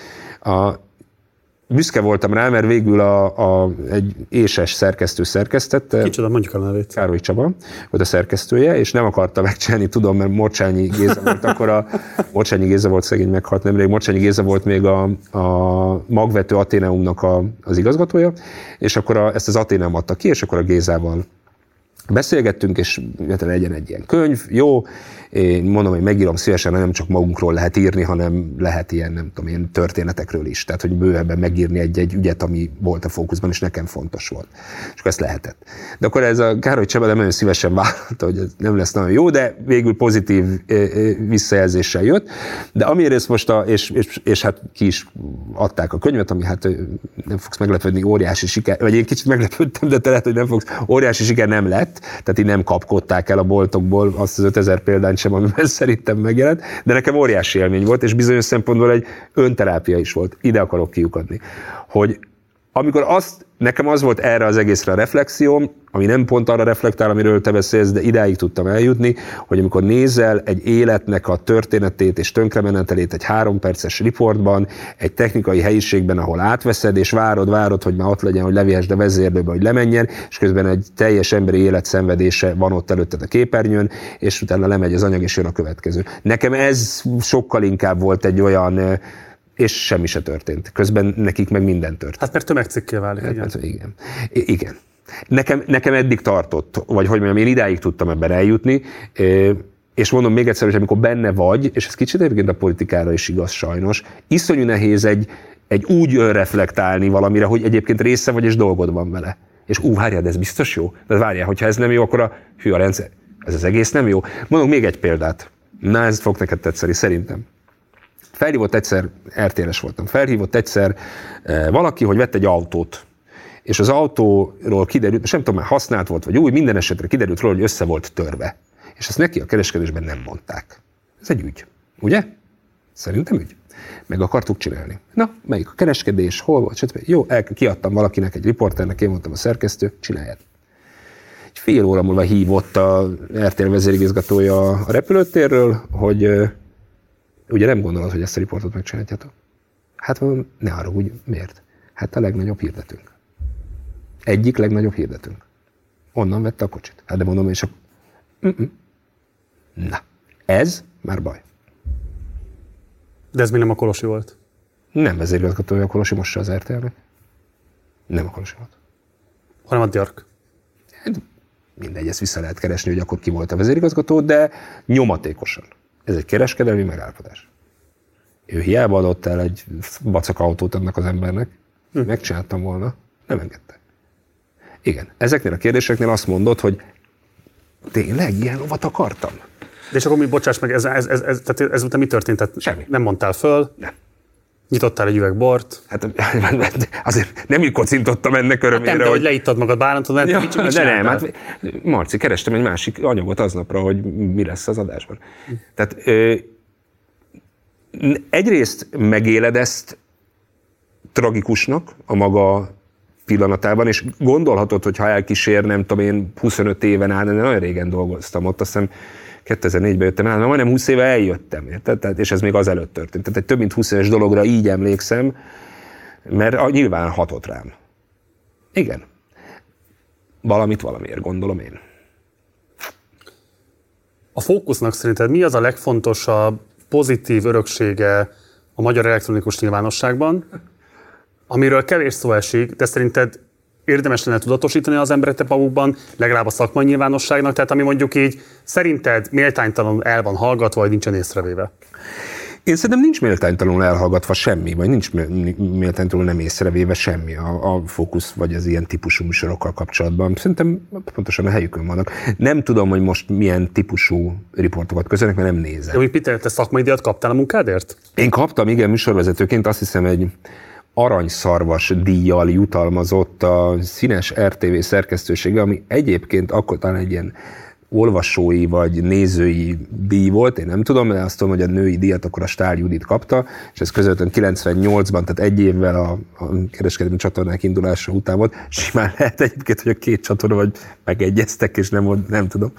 A, büszke voltam rá, mert végül a, a, egy éses szerkesztő szerkesztette. Kicsoda, mondjuk a nevét. Károly Csaba volt a szerkesztője, és nem akarta megcsinálni, tudom, mert Morcsányi Géza volt akkor a... Morcsányi Géza volt szegény, meghalt nemrég. Morcsányi Géza volt még a, a magvető Atheneumnak a, az igazgatója, és akkor a, ezt az Atheneum adta ki, és akkor a Gézával beszélgettünk, és legyen egy ilyen könyv, jó, én mondom, hogy megírom szívesen, nem csak magunkról lehet írni, hanem lehet ilyen, nem tudom, ilyen történetekről is, tehát hogy bővebben megírni egy-egy ügyet, ami volt a fókuszban, és nekem fontos volt. És akkor ezt lehetett. De akkor ez a Károly Csaba nem nagyon szívesen vállalta, hogy ez nem lesz nagyon jó, de végül pozitív visszajelzéssel jött. De amiért ezt most, a, és, és, és hát ki is adták a könyvet, ami hát nem fogsz meglepődni, óriási siker, vagy én kicsit meglepődtem, de te lehet, hogy nem fogsz, óriási siker nem lett, tehát így nem kapkodták el a boltokból azt az ötezer példányt sem, amiben szerintem megjelent, de nekem óriási élmény volt, és bizonyos szempontból egy önterápia is volt. Ide akarok kiukadni. Hogy amikor azt, nekem az volt erre az egészre a reflexióm, ami nem pont arra reflektál, amiről te beszélsz, de idáig tudtam eljutni, hogy amikor nézel egy életnek a történetét és tönkremenetelét egy három perces riportban, egy technikai helyiségben, ahol átveszed, és várod, várod, hogy már ott legyen, hogy levihesd a vezérlőbe, hogy lemenjen, és közben egy teljes emberi élet szenvedése van ott előtted a képernyőn, és utána lemegy az anyag, és jön a következő. Nekem ez sokkal inkább volt egy olyan, és semmi se történt. Közben nekik meg minden történt. Hát mert tömegcikké válik. Hát, igen. igen. Igen. Nekem, nekem eddig tartott, vagy hogy mondjam, én idáig tudtam ebben eljutni, és mondom még egyszer, hogy amikor benne vagy, és ez kicsit egyébként a politikára is igaz sajnos, iszonyú nehéz egy, egy úgy önreflektálni valamire, hogy egyébként része vagy, és dolgod van vele. És ú, várjál, de ez biztos jó? De várjál, hogyha ez nem jó, akkor a hű, a rendszer, ez az egész nem jó. Mondok még egy példát. Na, ez fog neked tetszeni, szerintem. Felhívott egyszer, er té el-es voltam, felhívott egyszer valaki, hogy vett egy autót, és az autóról kiderült, és nem tudom, már használt volt, vagy új, minden esetre kiderült róla, hogy össze volt törve. És ezt neki a kereskedésben nem mondták. Ez egy ügy, ugye? Szerintem ügy. Meg akartuk csinálni. Na, melyik a kereskedés, hol volt, stb. Jó, el, kiadtam valakinek, egy riporternek, én voltam a szerkesztő, csinálját. Egy fél óra múlva hívott a er té el vezérigazgatója a repülőtérről, hogy uh, ugye nem gondolod, hogy ezt a riportot megcsináljátok. Hát mondom, ne haragudj, miért? Hát a legnagyobb hirdetőnk. Egyik legnagyobb hirdetőnk. Onnan vette a kocsit. Hát de mondom, és a... Mm-mm. Na, ez már baj. De ez még nem a Kolosi volt? Nem vezérigazgatója a Kolosi, most se az er té el-nek. Nem a Kolosi volt. Hanem a Djark. Hát, mindegy, ezt vissza lehet keresni, hogy akkor ki volt a vezérigazgató, de nyomatékosan. Ez egy kereskedelmi megállapodás. Ő hiába adott el egy vacak autót annak az embernek, hm. megcsináltam volna, nem engedte. Igen, ezeknél a kérdéseknél azt mondod, hogy tényleg ilyen lovat akartam? De és akkor mi, bocsáss meg, ez, ez, ez, ez, tehát ezután mi történt? Tehát semmi. Nem mondtál föl? Nem. Nyitottál egy üveg bort? Hát azért nem így kocintottam ennek örömére. Hát nem, de hogy leittad magad, bántod, mert ja, mit de nem, hát Marci, kerestem egy másik anyagot aznapra, hogy mi lesz az adásban. Hm. Tehát ö, egyrészt megéled ezt tragikusnak a maga pillanatában, és gondolhatod, hogy ha elkísér, nem tudom én, huszonöt éven áll, de nagyon régen dolgoztam ott, azt hiszem kétezer-négyben jöttem el, majdnem húsz éve eljöttem, érted? Tehát, és ez még azelőtt történt. Tehát egy több mint húsz éves dologra így emlékszem, mert nyilván hatott rám. Igen. Valamit valamiért gondolom én. A Fókusznak szerinted mi az a legfontosabb pozitív öröksége a magyar elektronikus nyilvánosságban, amiről kevés szó esik, de szerinted érdemes lenne tudatosítani az emberek magukban, legalább a szakmai nyilvánosságnak, tehát ami mondjuk így szerinted méltánytalanul el van hallgatva, vagy nincsen észrevéve? Én szerintem nincs méltánytalanul elhallgatva semmi, vagy nincs méltánytalanul nem észrevéve semmi a, a Fókusz, vagy az ilyen típusú műsorokkal kapcsolatban. Szerintem pontosan a helyükön vannak. Nem tudom, hogy most milyen típusú riportokat közölnek, mert nem nézem. Jó, Péter, te szakmai díjat kaptál a munkádért? Én kaptam, igen, műsorvezetőként, azt hiszem egy aranyszarvas díjjal jutalmazott a Színes er té vé szerkesztősége, ami egyébként akkor talán egy ilyen olvasói vagy nézői díj volt, én nem tudom, de azt tudom, hogy a női díjat akkor a Stál Judit kapta, és ez közvetlenül kilencvennyolcban, tehát egy évvel a, a kereskedelmi csatornák indulása után volt. Simán lehet egyébként, hogy a két csatorna vagy megegyeztek, és nem, nem tudom.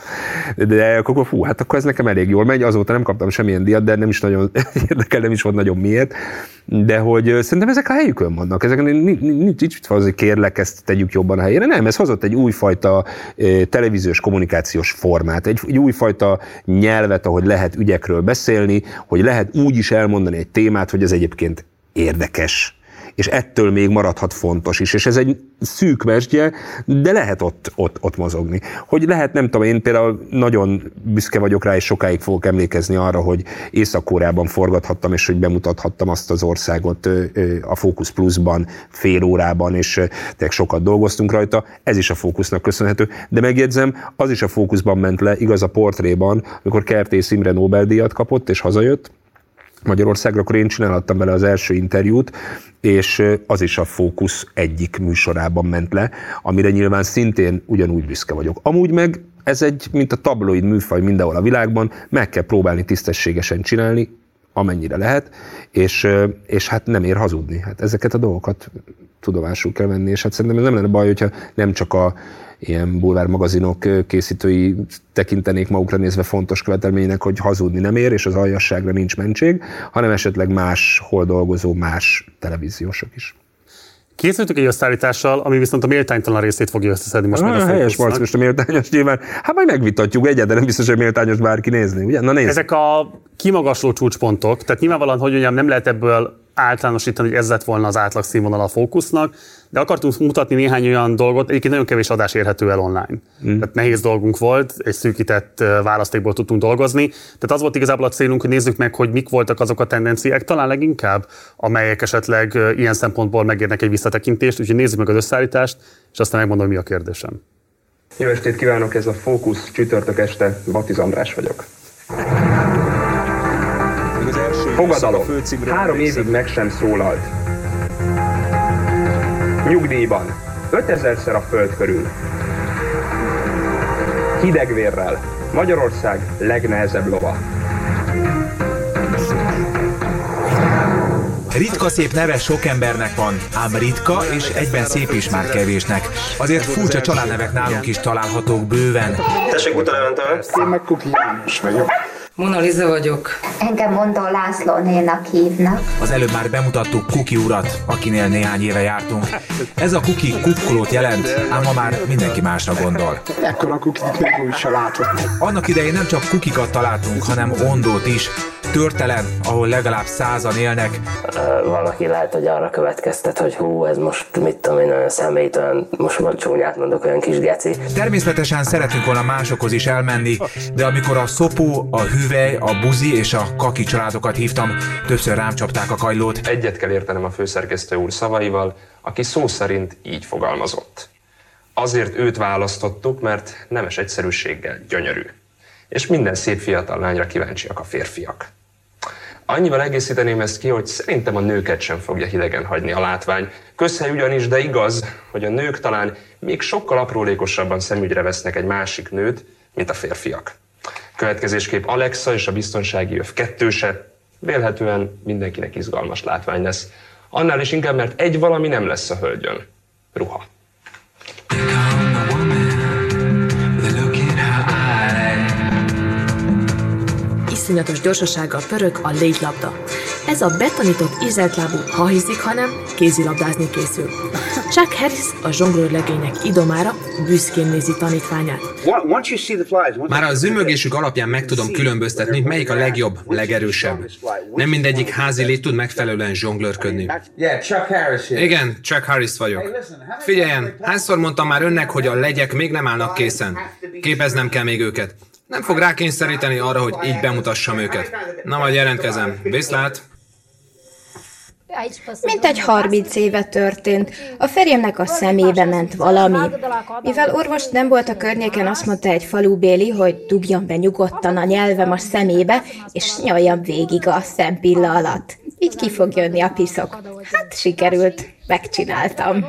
De akkor fú, hát akkor ez nekem elég jól megy, azóta nem kaptam semmilyen díjat, de nem is nagyon érdekel, nem is volt nagyon miért. De hogy szerintem ezek a helyükön vannak. Ezek nincs, nincs, nincs hogy kérlek, ezt tegyük jobban a helyére. Nem, ez hozott egy újfajta eh, televíziós kommunikációs formát, egy, egy újfajta nyelvet, ahogy lehet ügyekről beszélni, hogy lehet úgy is elmondani egy témát, hogy ez egyébként érdekes. És ettől még maradhat fontos is. És ez egy szűk mesdje, de lehet ott, ott, ott mozogni. Hogy lehet, nem tudom, én például nagyon büszke vagyok rá, és sokáig fogok emlékezni arra, hogy Észak-Koreában forgathattam, és hogy bemutathattam azt az országot a Fókusz Plus-ban fél órában, és tényleg sokat dolgoztunk rajta. Ez is a Fókusznak köszönhető. De megjegyzem, az is a Fókuszban ment le, igaz a Portréban, amikor Kertész Imre Nobel-díjat kapott, és hazajött Magyarországra, akkor én csinálhattam vele az első interjút, és az is a Fókusz egyik műsorában ment le, amire nyilván szintén ugyanúgy büszke vagyok. Amúgy meg ez egy, mint a tabloid műfaj mindenhol a világban, meg kell próbálni tisztességesen csinálni, amennyire lehet, és, és hát nem ér hazudni. Hát ezeket a dolgokat tudomásul kell venni, és hát szerintem ez nem lenne baj, hogyha nem csak a ilyen bulvár magazinok készítői tekintenék magukra nézve fontos követelménynek, hogy hazudni nem ér, és az aljasságra nincs mentség, hanem esetleg máshol dolgozó más televíziósok is. Készültük egy összeállítással, ami viszont a méltánytalan részét fogja összeszedni most meg a Fókusznak. Helyes, Marci, most a méltányos nyilván. Hát majd megvitatjuk, egyáltalán nem biztos, hogy méltányos bárki nézni, ugye? Na nézd. Ezek a kimagasló csúcspontok, tehát nyilvánvalóan, hogy mondjam, nem lehet ebből általánosítani, hogy ez lett volna az átlag színvonal a Fókusznak, de akartunk mutatni néhány olyan dolgot, egyébként nagyon kevés adás érhető el online. Mm. Tehát nehéz dolgunk volt, egy szűkített választékból tudtunk dolgozni. Tehát az volt igazából a célunk, hogy nézzük meg, hogy mik voltak azok a tendenciák, talán leginkább, amelyek esetleg ilyen szempontból megérnek egy visszatekintést, úgyhogy nézzük meg az összeállítást, és aztán megmondom, mi a kérdésem. Jó estét kívánok, ez a Fókusz csütörtök este, Batiz András vagyok. Az első Fogadalom. Három évig meg sem szólalt. Nyugdíjban. ötezerszer a föld körül. Hidegvérrel. Magyarország legnehezebb lova. Ritka szép neve sok embernek van, ám ritka és egyben szép is már kevésnek. Azért furcsa családnevek nálunk is találhatók bőven. Tessék, Butaleventől. Én meg Kuki János vagyok. Mona Lisa vagyok. Engem Mondó László nénak hívnak. Az előbb már bemutattuk Kuki urat, akinél néhány éve jártunk. Ez a Kuki kukkolót jelent, ám ma már mindenki másra gondol. Ekkora kukit még úgy se látott. Annak idején nem csak kukikat találtunk, hanem Ondót is. Törtelen, ahol legalább százan élnek. Valaki lehet, hogy arra következtet, hogy hú, ez most mit tudom én, olyan szemét, olyan, most már csúnyát mondok, olyan kis geci. Természetesen szeretünk volna másokhoz is elmenni, de amikor a Szopó, a Hüvely, a Buzi és a Kaki családokat hívtam, többször rám csapták a kagylót. Egyet kell értenem a főszerkesztő úr szavaival, aki szó szerint így fogalmazott. Azért őt választottuk, mert nemes egyszerűséggel gyönyörű. És minden szép fiatal lányra kíváncsiak a férfiak. Annyival egészíteném ezt ki, hogy szerintem a nőket sem fogja hidegen hagyni a látvány. Közhely ugyanis, de igaz, hogy a nők talán még sokkal aprólékosabban szemügyre vesznek egy másik nőt, mint a férfiak. Következésképp Alexa és a biztonsági öv kettőse vélhetően mindenkinek izgalmas látvány lesz. Annál is inkább, mert egy valami nem lesz a hölgyön. Ruha. Iszonyatos gyorsasággal pörög a léglabda. Ez a betanított ízeltlábú, ha hiszik, hanem kézilabdázni készül. Chuck Harris a zsonglőrlegények idomára büszkén nézi tanítványát. Már a zümögésük alapján meg tudom különböztetni, melyik a legjobb, legerősebb. Nem mindegyik házi légy tud megfelelően zsonglőrködni. Igen, Chuck Harris vagyok. Figyeljen, hányszor mondtam már önnek, hogy a legyek még nem állnak készen. Képeznem kell még őket. Nem fog rákényszeríteni arra, hogy így bemutassam őket. Na, majd jelentkezem. Viszlát! Mintegy harminc éve történt. A férjemnek a szemébe ment valami. Mivel orvos nem volt a környéken, azt mondta egy falubéli, hogy dugjam be nyugodtan a nyelvem a szemébe, és nyaljam végig a szempilla alatt. Így ki fog jönni a piszok. Hát sikerült, megcsináltam.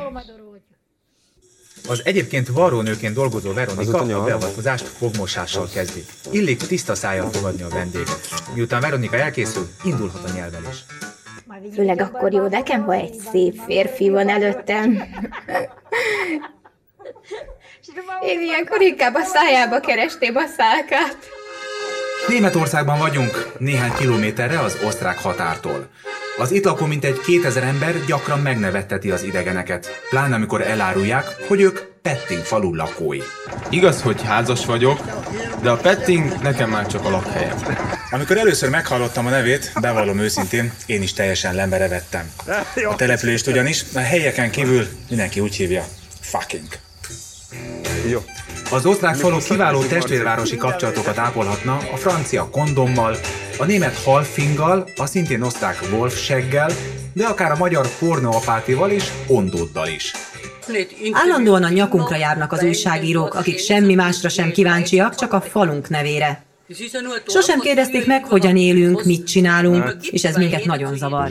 Az egyébként varrónőként dolgozó Veronika a beavatkozást fogmosással kezdi. Illik tiszta szájjal fogadni a vendéget. Miután Veronika elkészül, indulhat a nyelvelés. Főleg akkor jó nekem, ha egy szép férfi van előttem. Én ilyenkor inkább a szájába keresném a szálkát. Németországban vagyunk, néhány kilométerre az osztrák határtól. Az itt lakó mintegy kétezer ember gyakran megnevetteti az idegeneket, pláne amikor elárulják, hogy ők Petting falu lakói. Igaz, hogy házas vagyok, de a Petting nekem már csak a lakhelyem. Amikor először meghallottam a nevét, bevallom őszintén, én is teljesen lemberevettem. A települést ugyanis a helyeken kívül mindenki úgy hívja, fucking. Jó. Az osztrák falu kiváló testvérvárosi kapcsolatokat ápolhatna a francia kondommal, a német halfinggal, a szintén osztrák wolfseggel, de akár a magyar pornoapátival és ondóddal is. Állandóan a nyakunkra járnak az újságírók, akik semmi másra sem kíváncsiak, csak a falunk nevére. Sosem kérdezték meg, hogyan élünk, mit csinálunk, és ez minket nagyon zavar.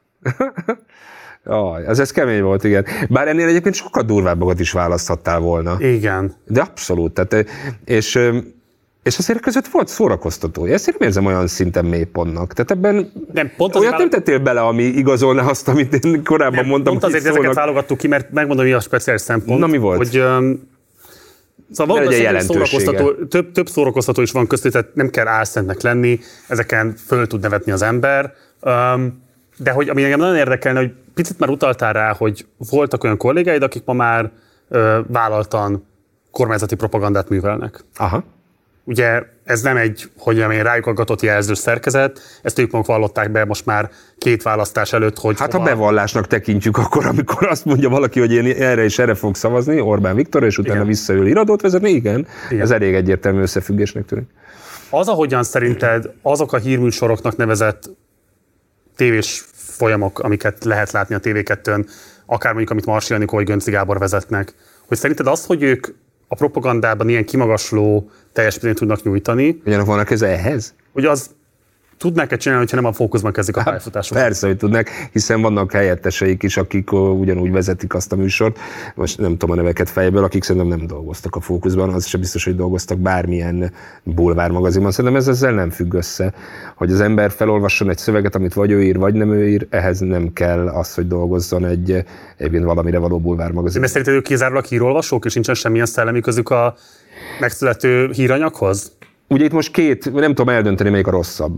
Oh, ez, ez kemény volt, igen. Bár ennél egyébként sokkal durvábbakat is választhattál volna. Igen. De abszolút. Tehát, és, és azért között volt szórakoztató. Ezt én nem érzem olyan szinten mélypontnak. Tehát ebben nem, pont olyat nem tettél bele, ami igazolna azt, amit én korábban nem, mondtam. Pont azért ezeket válogattuk ki, mert megmondom, mi a speciális szempont. Na mi volt? Hogy, um, szóval valóban szórakoztató, több, több szórakoztató is van köztük, tehát nem kell álszentnek lenni, ezeken föl tud nevetni az ember. Um, de hogy ami engem nagyon érdekelne, hogy picit már utaltál rá, hogy voltak olyan kollégáid, akik ma már ö, vállaltan kormányzati propagandát művelnek. Aha. Ugye ez nem egy, hogy én rájuk aggatott jelzős szerkezet, ezt ők maguk vallották be most már két választás előtt, hogy... Hát hova... ha bevallásnak tekintjük akkor, amikor azt mondja valaki, hogy én erre és erre fogok szavazni, Orbán Viktor, és utána igen. visszaül iradót vezetni, igen, igen, ez elég egyértelmű összefüggésnek tűnik. Az, ahogyan szerinted azok a hírműsoroknak nevezett tévés folyamok, amiket lehet látni a té vé kettőn, akár mondjuk, amit Marsi Anikó vagy Gönci Gábor vezetnek, hogy szerinted az, hogy ők a propagandában ilyen kimagasló teljesítményt tudnak nyújtani. Ugyanak vannak köze ehhez? Hogy az tudnák-e csinálni, hogyha nem a fókuszban kezdik a pályafutásokat? Persze, hogy tudnak, hiszen vannak helyetteseik is, akik ugyanúgy vezetik azt a műsort, most nem tudom a neveket fejből, akik szerintem nem dolgoztak a fókuszban, az sem biztos, hogy dolgoztak bármilyen bulvármagazinban. Szerintem ez ezzel nem függ össze, hogy az ember felolvasson egy szöveget, amit vagy ő ír, vagy nem ő ír, ehhez nem kell az, hogy dolgozzon egy egyébként valamire való bulvármagazin. De szerinted ők kizárólag hírolvasók, és nincsen semmilyen szellemi közük a megszülető híranyaghoz? Ugye itt most két, nem tudom eldönteni, melyik a rosszabb.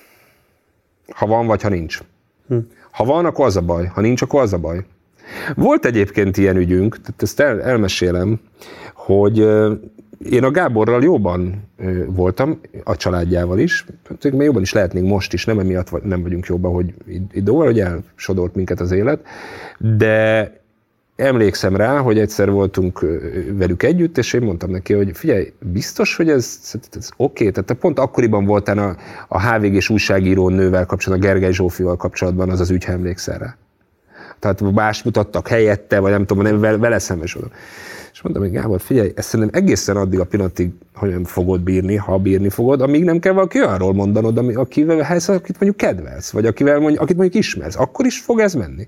Ha van, vagy ha nincs. Hm. Ha van, akkor az a baj. Ha nincs, akkor az a baj. Volt egyébként ilyen ügyünk, tehát ezt el, elmesélem, hogy én a Gáborral jóban voltam, a családjával is, még jobban is lehetnénk most is, nem emiatt nem vagyunk jobban, hogy idóval, hogy elsodolt minket az élet, de emlékszem rá, hogy egyszer voltunk velük együtt, és én mondtam neki, hogy figyelj, biztos, hogy ez, ez oké? Okay? Tehát pont akkoriban voltál a, a há vé gés újságíró nővel kapcsolatban, a Gergely Zsófival kapcsolatban az az ügy, ha emlékszel rá. Tehát más mutattak helyette, vagy nem tudom, nem vele, vele szembesülök. És mondtam, hogy Gábor, figyelj, ezt szerintem egészen addig a pillanatig, hogy nem fogod bírni, ha bírni fogod, amíg nem kell valaki olyanról mondanod, ami, akivel helysz, akit mondjuk kedvelsz, vagy akivel mondjuk, akit mondjuk ismersz, akkor is fog ez menni.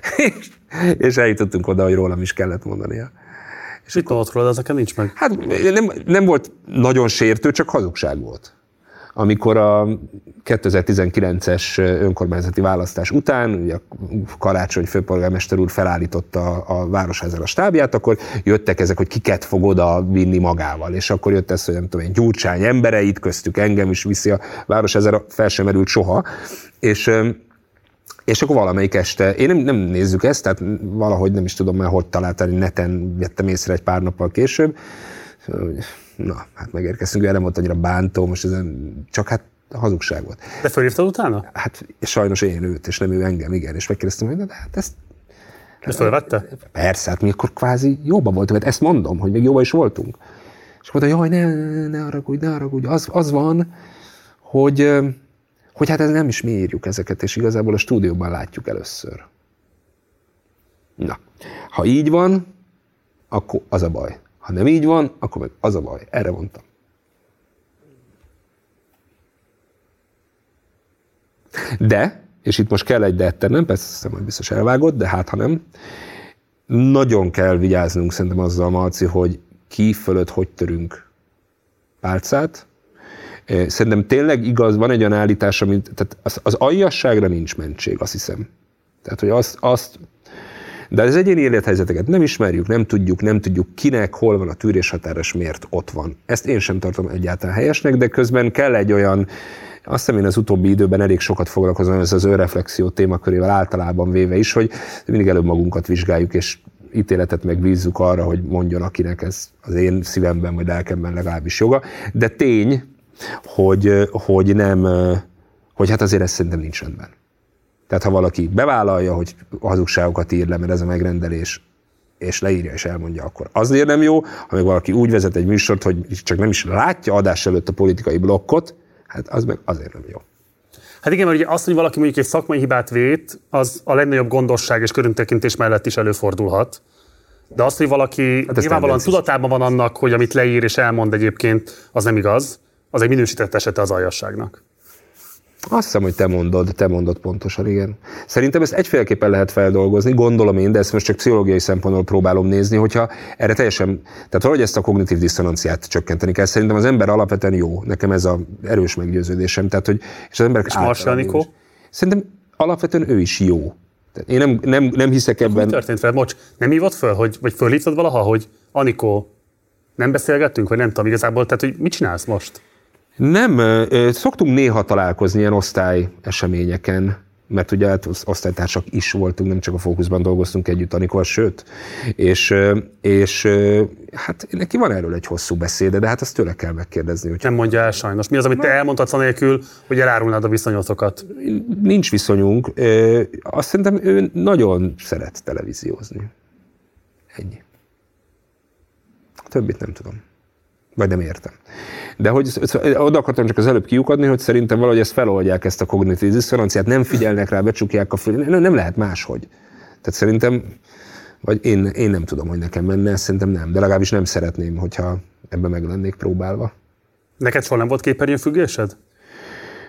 És eljutottunk oda, hogy rólam is kellett mondania. És mit mondott rólad, ezeken nincs meg? Hát nem, nem volt nagyon sértő, csak hazugság volt. Amikor a kétezer-tizenkilences önkormányzati választás után, ugye a Karácsony főpolgármester úr felállította a Városházára a stábját, akkor jöttek ezek, hogy kiket fog oda vinni magával. És akkor jött ez, hogy nem tudom én, Gyurcsány embereit, köztük engem is viszi a Városházára, fel sem merült soha. És, és akkor valamelyik este, én nem, nem nézzük ezt, tehát valahogy nem is tudom már, hogy találtam, neten vettem észre egy pár nappal később. Na, hát megérkeztünk, erre volt annyira bántó, most ezen csak hát hazugság volt. De fölhívtad utána? Hát sajnos én őt, és nem ő engem, igen, és megkérdeztem, hogy na, de hát ezt... Ezt fölvette? Persze, hát mi akkor kvázi jóban voltunk, hát ezt mondom, hogy még jóban is voltunk. És mondta, jaj, ne, ne haragudj, ne haragudj, az, az van, hogy, hogy hát ez nem is mi írjuk ezeket, és igazából a stúdióban látjuk először. Na, ha így van, akkor az a baj. Ha nem így van, akkor meg az a baj. Erre mondtam. De, és itt most kell egy de tennem, persze azt hiszem, hogy biztos elvágott, de hát ha nem, nagyon kell vigyáznunk szerintem azzal, Marci, hogy ki fölött hogy törünk pálcát. Szerintem tényleg igaz, van egy olyan állítás, amit, tehát az, az aljasságra nincs mentség, azt hiszem. Tehát, hogy azt, azt de az egyéni élethelyzeteket nem ismerjük, nem tudjuk, nem tudjuk kinek, hol van a tűréshatár, és miért ott van. Ezt én sem tartom egyáltalán helyesnek, de közben kell egy olyan, azt hiszem én az utóbbi időben elég sokat foglalkozom ez az önreflexió témakörével általában véve is, hogy mindig előbb magunkat vizsgáljuk, és ítéletet megbízzuk arra, hogy mondjon, akinek ez az én szívemben vagy lelkemben legalábbis joga. De tény, hogy, hogy nem, hogy hát azért ez szerintem nincs rendben. Tehát ha valaki bevállalja, hogy hazugságokat ír le, mert ez a megrendelés, és leírja és elmondja, akkor azért nem jó. Ha meg valaki úgy vezet egy műsort, hogy csak nem is látja adás előtt a politikai blokkot, hát az meg azért nem jó. Hát igen, mert ugye azt, hogy valaki mondjuk egy szakmai hibát vét, az a legnagyobb gondosság és körültekintés mellett is előfordulhat. De azt, hogy valaki hát nyilvánvalóan tudatában van annak, hogy amit leír és elmond egyébként, az nem igaz, az egy minősített esete az aljasságnak. Azt hiszem, hogy te mondod, te mondod pontosan, igen. Szerintem ezt egyféleképpen lehet feldolgozni, gondolom én, de ezt most csak pszichológiai szempontból próbálom nézni, hogyha erre teljesen, tehát valahogy ezt a kognitív diszonanciát csökkenteni kell. Szerintem az ember alapvetően jó, nekem ez az erős meggyőződésem. Tehát, hogy, és az emberek és Marshall Nikó? Szerintem alapvetően ő is jó. Én nem, nem, nem hiszek ebben. Mi történt veled? Mocs, nem hívott föl, hogy, vagy fölhívtad valaha, hogy Anikó, nem beszélgettünk, vagy nem tudom igazából, tehát hogy mit csinálsz most? Nem, szoktunk néha találkozni ilyen osztály eseményeken, mert ugye hát osztálytársak is voltunk, nem csak a Fókuszban dolgoztunk együtt Anikóval, sőt, és, és hát neki van erről egy hosszú beszéde, de hát ezt tőle kell megkérdezni. Hogy... Nem mondja el sajnos. Mi az, amit te elmondhatsz anélkül, hogy elárulnád a viszonyotokat? Nincs viszonyunk. Azt szerintem ő nagyon szeret televíziózni. Ennyi. Többit nem tudom. Vagy nem értem. De hogy oda akartam csak az előbb kiukadni, hogy szerintem valahogy ezt feloldják, ezt a kognitív diszonanciát, nem figyelnek rá, becsukják a fül, nem, nem lehet máshogy. Tehát szerintem, vagy én, én nem tudom, hogy nekem menne, szerintem nem, de legalábbis nem szeretném, hogyha ebben meg lennék próbálva. Neked soha nem volt képernyőfüggésed?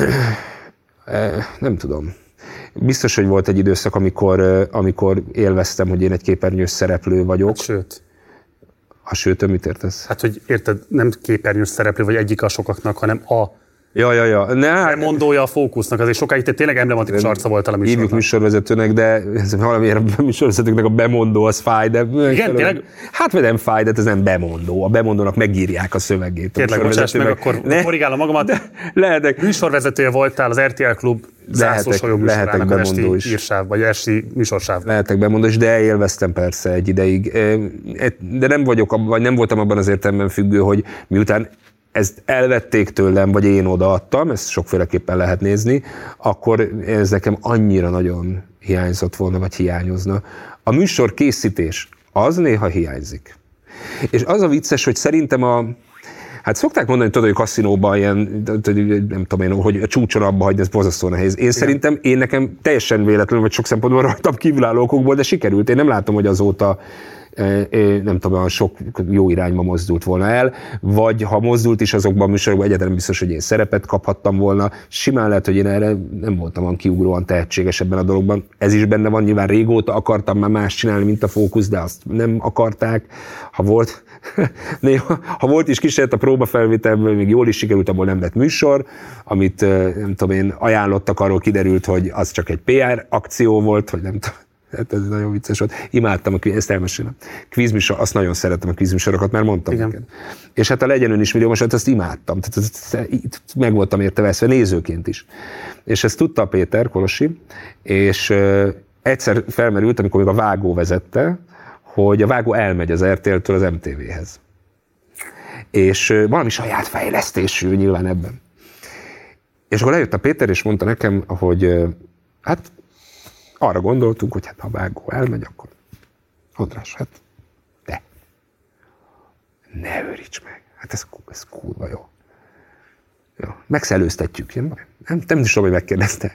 Nem tudom. Biztos, hogy volt egy időszak, amikor, amikor élveztem, hogy én egy képernyős szereplő vagyok. Hát sőt. A sőtön mit értesz? Hát, hogy érted, nem képernyős szereplő vagy egyik a sokaknak, hanem a Ja, ja, ja. Ne, mondója a fókusznak, azért sokáig te tényleg emblematikus arca voltál a műsornak. Hívjuk műsorvezetőnek, de ez valamiért a műsorvezetőknek a bemondó az fáj, de... Igen, tényleg? Hát vagy nem fáj, de ez nem bemondó. A bemondónak megírják a szövegét. Kérlek, bocsáss meg, akkor ne, korrigálom magamat. De, lehetek. Műsorvezetője voltál az er té el Klub zászlós hajó műsorának az esti írsáv, vagy esti műsorsáv. Lehetek bemondós, de élveztem persze egy ideig. De nem vagyok, vagy nem voltam abban az értelemben függő, hogy miután ezt elvették tőlem, vagy én odaadtam, ezt sokféleképpen lehet nézni, akkor ez nekem annyira nagyon hiányzott volna, vagy hiányozna. A műsor készítés, az néha hiányzik. És az a vicces, hogy szerintem a... Hát szokták mondani, tudod, hogy kaszinóban ilyen, nem tudom én, hogy a csúcson abba hagyni, ez borzasztó nehéz. Én Igen. szerintem, én nekem teljesen véletlenül, vagy sok szempontból rajtam kívülálló okokból, de sikerült. Én nem látom, hogy azóta nem tudom, olyan sok jó irányba mozdult volna el, vagy ha mozdult is azokban a műsorokban, egyáltalán biztos, hogy én szerepet kaphattam volna. Simán lehet, hogy én erre nem voltam olyan kiugróan tehetséges ebben a dologban. Ez is benne van, nyilván régóta akartam már más csinálni, mint a Fókusz, de azt nem akarták. Ha volt, néha, ha volt is kísérlet a próbafelvételből, még jól is sikerült, abból nem lett műsor, amit nem tudom én, ajánlottak, arról kiderült, hogy az csak egy pé er akció volt, vagy nem tudom. Hát ez nagyon vicces volt. Imádtam, a, ezt elmesélem. Kvízműsor, azt nagyon szerettem a kvízműsorokat, már mondtam neked. És hát a Legyen Ön is millió, most azt imádtam. Tehát ezt, meg voltam érte veszve, nézőként is. És ezt tudta Péter Kolosi, és uh, egyszer felmerült, amikor még a Vágó vezette, hogy a Vágó elmegy az er té el-től az em té vé-hez. És uh, valami saját fejlesztésű nyilván ebben. És akkor lejött a Péter, és mondta nekem, hogy uh, hát arra gondoltunk, hogy hát ha Vágó elmegy, akkor András, hát te. Ne őríts meg. Hát ez, ez kurva jó. jó. Megszelőztetjük. Nem, nem, nem is tudom, hogy megkérdezte.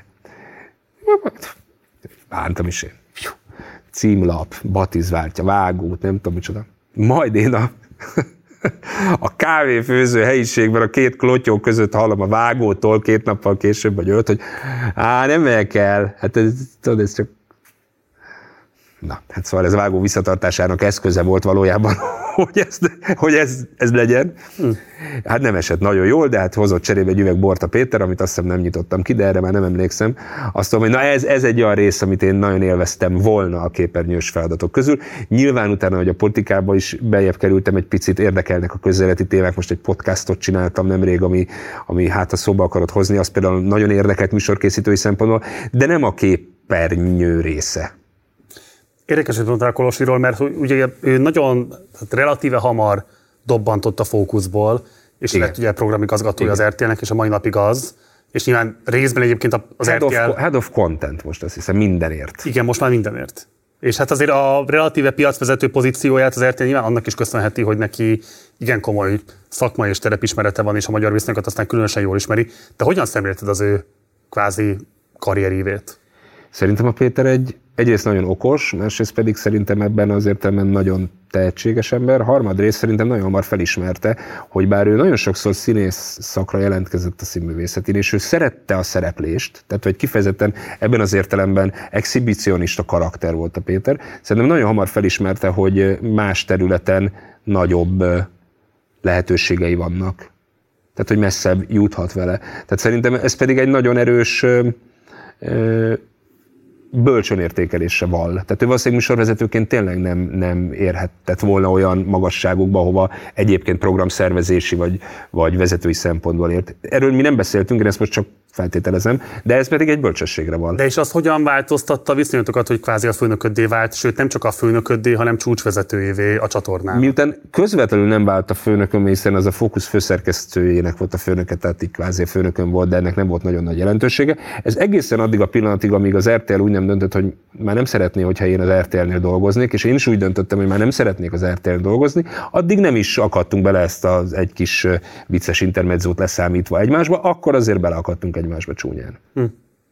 Bántam is én. Címlap, Batizvártya, Vágót, nem tudom micsoda. Majd én a, a kávéfőző helyiségben a két klotyó között hallom a Vágótól két nappal később, vagy öt, hogy á, nem megyek el. Hát ez, tudod, ez csak... Na, hát szóval ez a Vágó visszatartásának eszköze volt valójában, hogy, ez, hogy ez, ez legyen. Hm. Hát nem esett nagyon jól, de hát hozott cserébe egy üveg bort a Péter, amit azt hiszem nem nyitottam ki, de erre már nem emlékszem. Azt tudom, hogy na ez, ez egy olyan rész, amit én nagyon élveztem volna a képernyős feladatok közül. Nyilván utána, hogy a politikába is beljebb kerültem egy picit, érdekelnek a közéleti témák. Most egy podcastot csináltam nemrég, ami, ami hát a szóba akarod hozni, az például nagyon érdekelt műsorkészítői szempontból, de nem a képernyő része. Érdekes, hogy mondtál Kolosiról, mert ugye ő nagyon hát relatíve hamar dobbantott a Fókuszból, és Igen. lett ugye programigazgatója az er té el-nek, és a mai napig az, és nyilván részben egyébként az head er té el... Of, head of content most azt hiszem mindenért. Igen, most már mindenért. És hát azért a relatíve piacvezető pozícióját az er té el nyilván annak is köszönheti, hogy neki igen komoly szakmai és terepismerete van, és a magyar viszonyokat aztán különösen jól ismeri. De hogyan szemlélted az ő kvázi karrierívét? Szerintem a Péter egy egyrészt nagyon okos, másrészt pedig szerintem ebben az értelemben nagyon tehetséges ember. Harmadrészt szerintem nagyon hamar felismerte, hogy bár ő nagyon sokszor színész szakra jelentkezett a színművészetén, és ő szerette a szereplést, tehát hogy kifejezetten ebben az értelemben exhibicionista karakter volt a Péter, szerintem nagyon hamar felismerte, hogy más területen nagyobb lehetőségei vannak. Tehát, hogy messzebb juthat vele. Tehát szerintem ez pedig egy nagyon erős bölcsönértékelésre val. Tehát ő valószínűleg műsorvezetőként tényleg nem, nem érhetett volna olyan magasságokba, hova egyébként programszervezési vagy, vagy vezetői szempontból ért. Erről mi nem beszéltünk, én ezt most csak feltételezem, de ez pedig egy bölcsességre van. De és az hogyan változtatta a viszonyatokat, hogy kvázi a főnököddé vált, sőt nem csak a főnököddé, hanem csúcsvezetőjévé a csatornán? Miután közvetlenül nem vált a főnököm, hiszen az a Fókusz főszerkesztőjének volt a főnöke, tehát így kvázi a főnököm volt, de ennek nem volt nagyon nagy jelentősége. Ez egészen addig a pillanatig, amíg az er té el úgy nem döntött, hogy már nem szeretné, hogyha én az er té el-nél dolgoznék, és én is úgy döntöttem, hogy már nem szeretnék az er té el-nél dolgozni, addig nem is akadtunk bele ezt az egy kis vicces intermedzót leszámítva egymásba, akkor azért beleakadtunk egymásba csúnyán. Hm.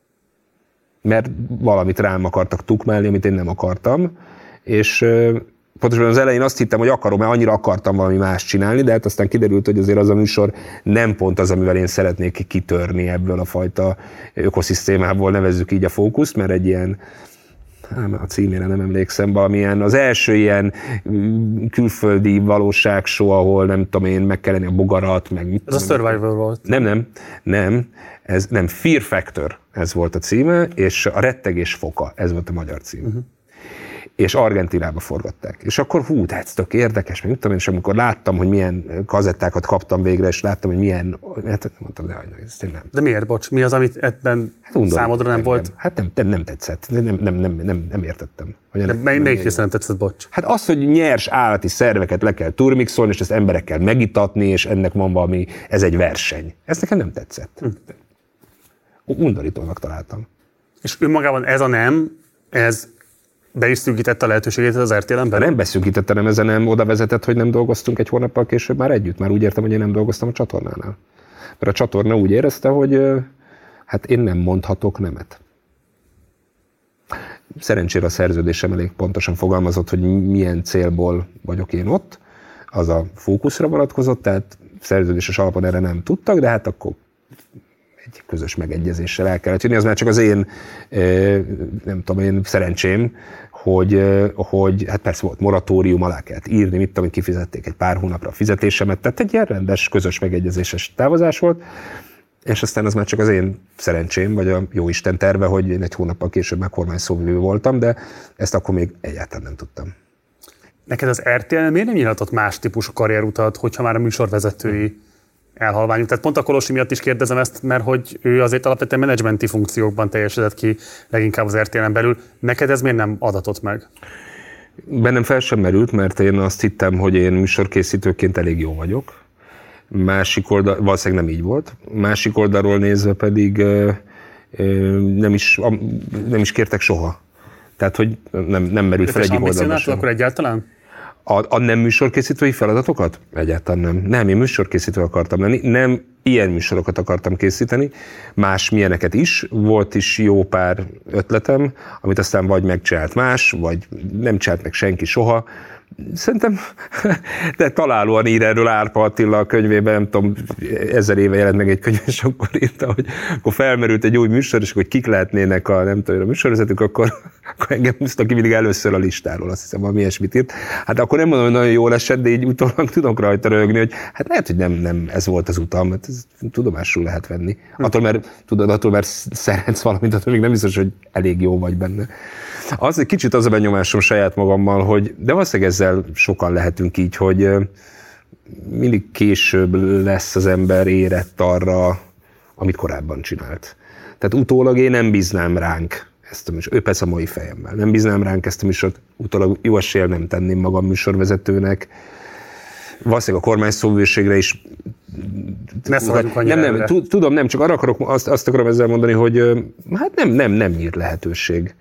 Mert valamit rám akartak tukmálni, amit én nem akartam, és pontosan az elején azt hittem, hogy akarom, mert annyira akartam valami más csinálni, de hát aztán kiderült, hogy azért az a műsor nem pont az, amivel én szeretnék kitörni ebből a fajta ökoszisztémából, nevezzük így a fókuszt, mert egy ilyen, a címére nem emlékszem, valamilyen az első ilyen külföldi valóságshow, ahol nem tudom én, meg kell lenni a bogarat, meg... Ez a Survivor volt. Nem, nem, nem, ez nem, Fear Factor, ez volt a címe, és a rettegés foka, ez volt a magyar cím. Uh-huh. És Argentinába forgatták. És akkor hú, de ez tök érdekes, meg tudom én, és amikor láttam, hogy milyen kazettákat kaptam végre, és láttam, hogy milyen, hát mondtam, de ez nem. De miért, bocs? Mi az, amit ebben hát számodra nem volt? Hát nem, nem, nem tetszett, nem, nem, nem, nem, nem értettem. De mely, melyik része nem tetszett, bocs? Hát az, hogy nyers állati szerveket le kell turmixolni, és ezt emberekkel megitatni, és ennek van valami, ez egy verseny. Ez nekem nem tetszett. Hm. Undorítónak találtam. És önmagában ez a nem, ez be is szűkítette a lehetőségét az er té el-en belül? Nem beszűkítette, nem, ezen nem oda vezetett, hogy nem dolgoztunk egy hónappal később már együtt. Már úgy értem, hogy én nem dolgoztam a csatornánál. Mert a csatorna úgy érezte, hogy hát én nem mondhatok nemet. Szerencsére a szerződésem elég pontosan fogalmazott, hogy milyen célból vagyok én ott. Az a fókuszra vonatkozott, tehát szerződéses alapon erre nem tudtak, de hát akkor egy közös megegyezéssel el kellett jönni. Az már csak az én, nem tudom, én szerencsém, hogy, hogy hát persze volt moratórium, alá kellett írni, mit tudom, hogy kifizették egy pár hónapra a fizetésemet, tehát egy ilyen rendes, közös megegyezéses távozás volt, és aztán az már csak az én szerencsém, vagy a jóisten terve, hogy én egy hónappal később már kormányszóvivő voltam, de ezt akkor még egyáltalán nem tudtam. Neked az er té el miért nem nyílhatott más típusú karrierutat, hogyha már a műsorvezetői elhalványuk? Tehát pont a Kolosi miatt is kérdezem ezt, mert hogy ő azért alapvetően menedzsmenti funkciókban teljesedett ki leginkább az er té el-en belül. Neked ez miért nem adatott meg? Bennem fel sem merült, mert én azt hittem, hogy én műsorkészítőként elég jó vagyok. Másik oldal, valószínűleg nem így volt. Másik oldalról nézve pedig nem is, nem is kértek soha. Tehát, hogy nem, nem merült fel egyik oldalba sem. Akkor egyáltalán? A, a nem műsorkészítői feladatokat? Egyáltalán nem. Nem, én műsorkészítő akartam lenni. Nem ilyen műsorokat akartam készíteni. Más milyeneket is. Volt is jó pár ötletem, amit aztán vagy megcsinált más, vagy nem csinált meg senki soha. Szerintem, de találóan ír erről Árpa Attila a könyvében, nem tudom, ezer éve jelent meg egy könyv, és akkor írta, hogy akkor felmerült egy új műsor, és hogy kik lehetnének a, nem tudom, a műsorvezetők, akkor, akkor engem húztak ki mindig először a listáról, azt hiszem, valami ilyesmit írt. Hát akkor nem mondom, hogy nagyon jól esett, de így utólag tudok rajta röhögni, hogy hát lehet, hogy nem, nem ez volt az utam, mert ez tudomásul lehet venni. Attól, mert tudod, attól, mert szeretsz valamit, attól még nem biztos, hogy elég jó vagy benne. Az egy kicsit az a benyomásom saját magammal, hogy de valószínűleg ezzel sokan lehetünk így, hogy mindig később lesz az ember érett arra, amit korábban csinált. Tehát utólag én nem bíznám ránk ezt a műsort, ő persze a mai fejemmel, nem bíznám ránk ezt a műsort, utólag jó eséllyel nem tenném magam műsorvezetőnek. Valószínűleg a kormányszóvivőségre is ne szaladjunk annyira nem, nem, tudom, nem, csak arra akarok, azt, azt akarom ezzel mondani, hogy hát nem, nem, nem nyílt lehetőség.